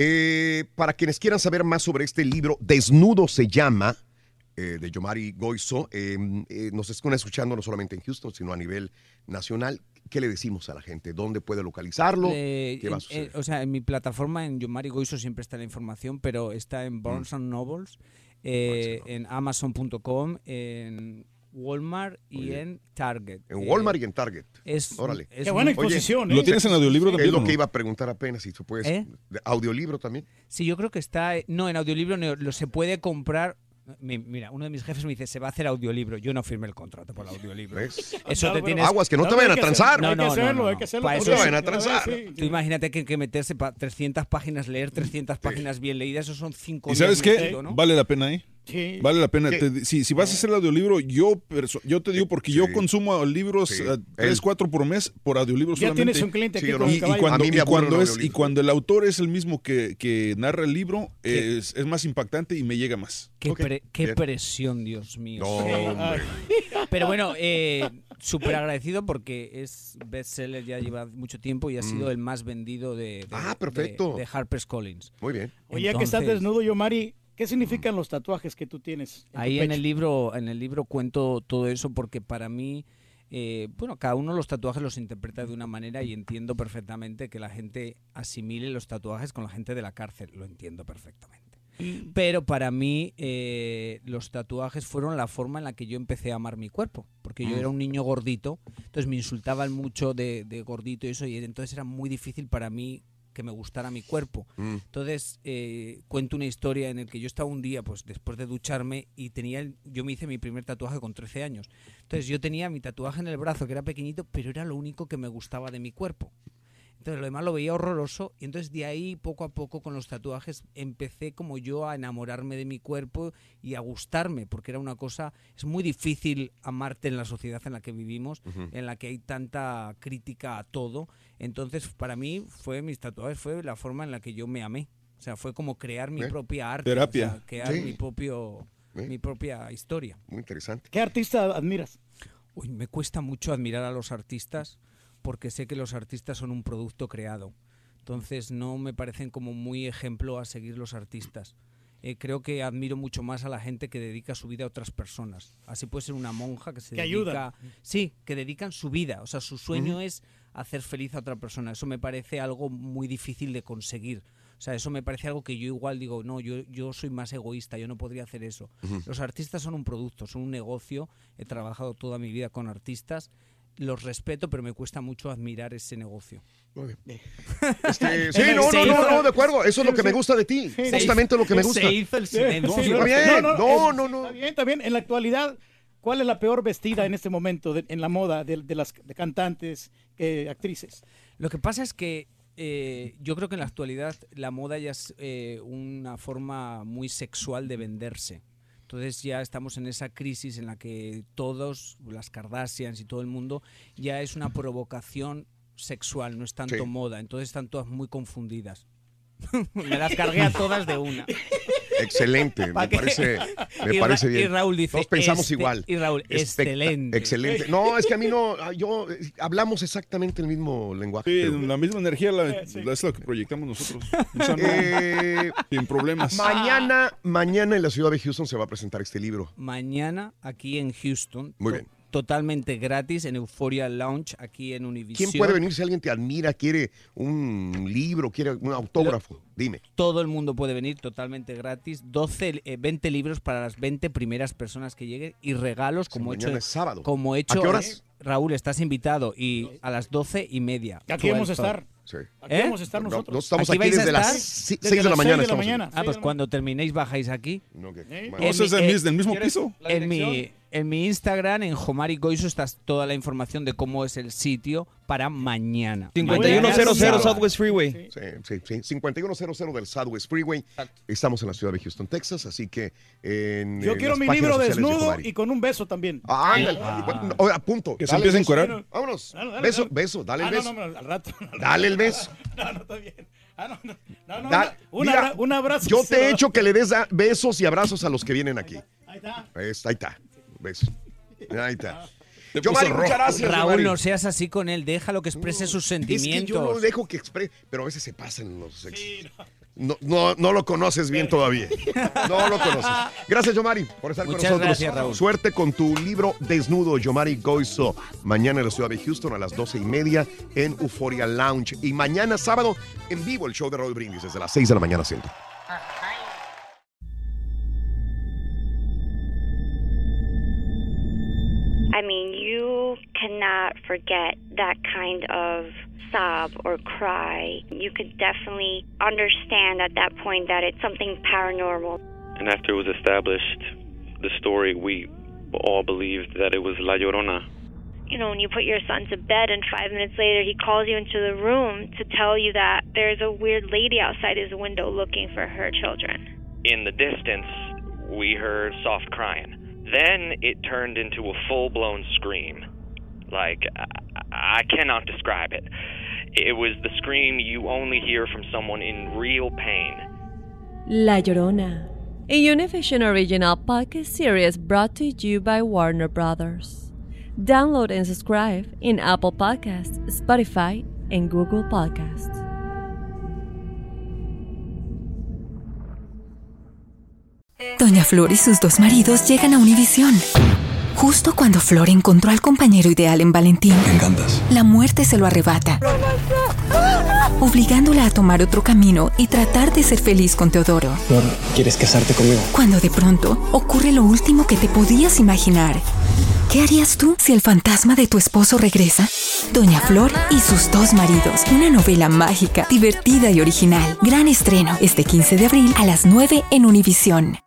Eh, para quienes quieran saber más sobre este libro, Desnudo se llama, eh, de Yomari Goizo, eh, eh, nos están escuchando no solamente en Houston, sino a nivel nacional. ¿Qué le decimos a la gente? ¿Dónde puede localizarlo? Eh, ¿Qué va a suceder? Eh, o sea, en mi plataforma, en Yomari Goizo, siempre está la información, pero está en Barnes mm. and Nobles, eh, en Amazon punto com, en Walmart y en Target. En Walmart eh, y en Target. Es, Órale. Es Qué buena exposición. Oye, ¿lo tienes en audiolibro también? Es lo que iba a preguntar apenas, si tú puedes. ¿Eh? ¿Audiolibro también? Sí, yo creo que está... No, en audiolibro no, lo se puede comprar... Mira, uno de mis jefes me dice, se va a hacer audiolibro. Yo no firmé el contrato por el audiolibro. ¿Ves? Eso te tienes... Aguas, que no te vayan a transar. No, no, hay que hacerlo, no, no. hay que hacerlo. No te vayan a transar. Tú imagínate que, que meterse para trescientas páginas, leer trescientas páginas bien leídas, eso son cinco días. ¿Y sabes qué? Medio, ¿no? Vale la pena, ¿eh? Sí. Vale la pena. Te, si, si vas a hacer el audiolibro, yo, perso, yo te digo, porque sí. yo consumo libros sí. uh, tres, cuatro por mes por audiolibro ya solamente. Tienes un cliente aquí sí, con y, el caballo. y cuando, y cuando, es, y cuando el autor es el mismo que, que narra el libro, es, es más impactante y me llega más. Qué, okay. pre, qué presión, Dios mío. No, hombre. Pero bueno, eh, súper agradecido porque es bestseller, ya lleva mucho tiempo y ha sido mm. el más vendido de, de, ah, perfecto. de, de HarperCollins. Muy bien. Oye, ya que estás desnudo, Yomari, ¿qué significan los tatuajes que tú tienes? En Ahí tu en el libro, en el libro cuento todo eso porque para mí, eh, bueno, cada uno los tatuajes los interpreta de una manera y entiendo perfectamente que la gente asimile los tatuajes con la gente de la cárcel. Lo entiendo perfectamente. Pero para mí eh, los tatuajes fueron la forma en la que yo empecé a amar mi cuerpo, porque yo era un niño gordito, entonces me insultaban mucho de, de gordito y eso, y entonces era muy difícil para mí que me gustara mi cuerpo. Mm. Entonces, eh, cuento una historia en la que yo estaba un día, pues después de ducharme, y tenía el, yo me hice mi primer tatuaje con trece años. Entonces, yo tenía mi tatuaje en el brazo, que era pequeñito, pero era lo único que me gustaba de mi cuerpo. Entonces, lo demás lo veía horroroso, y entonces de ahí, poco a poco, con los tatuajes, empecé como yo a enamorarme de mi cuerpo y a gustarme, porque era una cosa, es muy difícil amarte en la sociedad en la que vivimos, uh-huh. en la que hay tanta crítica a todo. Entonces, para mí, fue mis tatuajes, fue la forma en la que yo me amé. O sea, fue como crear mi ¿Eh? propia arte. Terapia. O sea, crear sí. mi propio, ¿Eh? mi propia historia. Muy interesante. ¿Qué artista admiras? Uy, me cuesta mucho admirar a los artistas, porque sé que los artistas son un producto creado. Entonces no me parecen como muy ejemplo a seguir los artistas. Eh, creo que admiro mucho más a la gente que dedica su vida a otras personas. Así puede ser una monja que se que dedica... ayuda. Sí, que dedican su vida. O sea, su sueño uh-huh. es hacer feliz a otra persona. Eso me parece algo muy difícil de conseguir. O sea, eso me parece algo que yo igual digo, no, yo, yo soy más egoísta, yo no podría hacer eso. Uh-huh. Los artistas son un producto, son un negocio. He trabajado toda mi vida con artistas. Los respeto, pero me cuesta mucho admirar ese negocio. Muy bien. Este, sí, no, no, no, no, de acuerdo. Eso es lo que me gusta de ti. Justamente lo que me gusta. Se hizo el silencio. No, está bien. No, no, no, no. Está bien, está bien. En la actualidad, ¿cuál es la peor vestida en este momento de, en la moda de, de las de cantantes, eh, actrices? Lo que pasa es que eh, yo creo que en la actualidad la moda ya es eh, una forma muy sexual de venderse. Entonces ya estamos en esa crisis en la que todos, las Kardashians y todo el mundo, ya es una provocación sexual, no es tanto sí. moda. Entonces están todas muy confundidas. Me las cargué a todas de una. Excelente, me parece, me y parece Ra bien. Y Raúl dice, todos pensamos este, igual. Y Raúl, excelente. Excelente. No, es que a mí no, yo, hablamos exactamente el mismo lenguaje. Sí, pero... la misma energía la, sí. es lo que proyectamos nosotros. O sea, no, eh, sin problemas. Mañana, mañana en la ciudad de Houston se va a presentar este libro. Mañana aquí en Houston. Muy bien. Totalmente gratis en Euphoria Lounge aquí en Univision. ¿Quién puede venir si alguien te admira, quiere un libro, quiere un autógrafo? Lo, Dime. Todo el mundo puede venir totalmente gratis. doce, eh, veinte libros para las veinte primeras personas que lleguen y regalos como sí, hecho. Mañana es sábado. Como hecho, ¿A qué horas? Eh, Raúl, estás invitado y a las doce y media. Aquí vamos a estar. Sí. Aquí ¿Eh? vamos a estar nosotros. No, no estamos aquí, aquí desde las seis de la mañana. De la mañana. Ah, pues cuando terminéis bajáis aquí. No, okay. ¿Eh? ¿No es en el mismo piso? En mi, en mi Instagram, en Jomari Goizo, está toda la información de cómo es el sitio para mañana. cincuenta y uno cero cero Southwest Freeway. Sí, sí, sí. cincuenta y uno cero cero del Southwest Freeway. Exacto. Estamos en la ciudad de Houston, Texas, así que en Yo en quiero mi libro desnudo y con un beso también. Ah, ándale. Ah. Bueno, a punto. Que dale se empiece a encuerar. Vámonos. Dale, dale, beso, dale. beso, dale el ah, beso. No, no, al rato. No, no, dale el beso. No, no, está bien. Ah, no, no, no, no, da, un, mira, un abrazo. Yo te he hecho que le des besos y abrazos a los que vienen aquí. Ahí está. Ahí está, ahí está. Beso. Ahí está. Yo, Mari, muchas gracias. Raúl, Mari. no seas así con él, déjalo que exprese no, sus sentimientos. Es que yo no dejo que exprese, pero a veces se pasan los sexos. Sí, no. No, no, no lo conoces bien todavía. No lo conoces. Gracias, Yomari, por estar Muchas con nosotros. Gracias, Raúl. Suerte con tu libro Desnudo, Yomari Goizo. Mañana en la ciudad de Houston a las doce y media en Euphoria Lounge. Y mañana sábado en vivo el show de Raúl Brindis desde las seis de la mañana siempre. I mean, you cannot forget that kind of sob or cry. You could definitely understand at that point that it's something paranormal. And after it was established, the story, we all believed that it was La Llorona. You know, when you put your son to bed and five minutes later he calls you into the room to tell you that there's a weird lady outside his window looking for her children. In the distance, we heard soft crying. Then it turned into a full-blown scream. Like, I, I cannot describe it. It was the scream you only hear from someone in real pain. La Llorona, a Univision original podcast series brought to you by Warner Brothers. Download and subscribe in Apple Podcasts, Spotify, and Google Podcasts. Doña Flor y sus dos maridos llegan a Univisión. Justo cuando Flor encontró al compañero ideal en Valentín, me encantas. La muerte se lo arrebata, obligándola a tomar otro camino y tratar de ser feliz con Teodoro. Flor, ¿quieres casarte conmigo? Cuando de pronto ocurre lo último que te podías imaginar. ¿Qué harías tú si el fantasma de tu esposo regresa? Doña Flor y sus dos maridos. Una novela mágica, divertida y original. Gran estreno este quince de abril a las nueve en Univisión.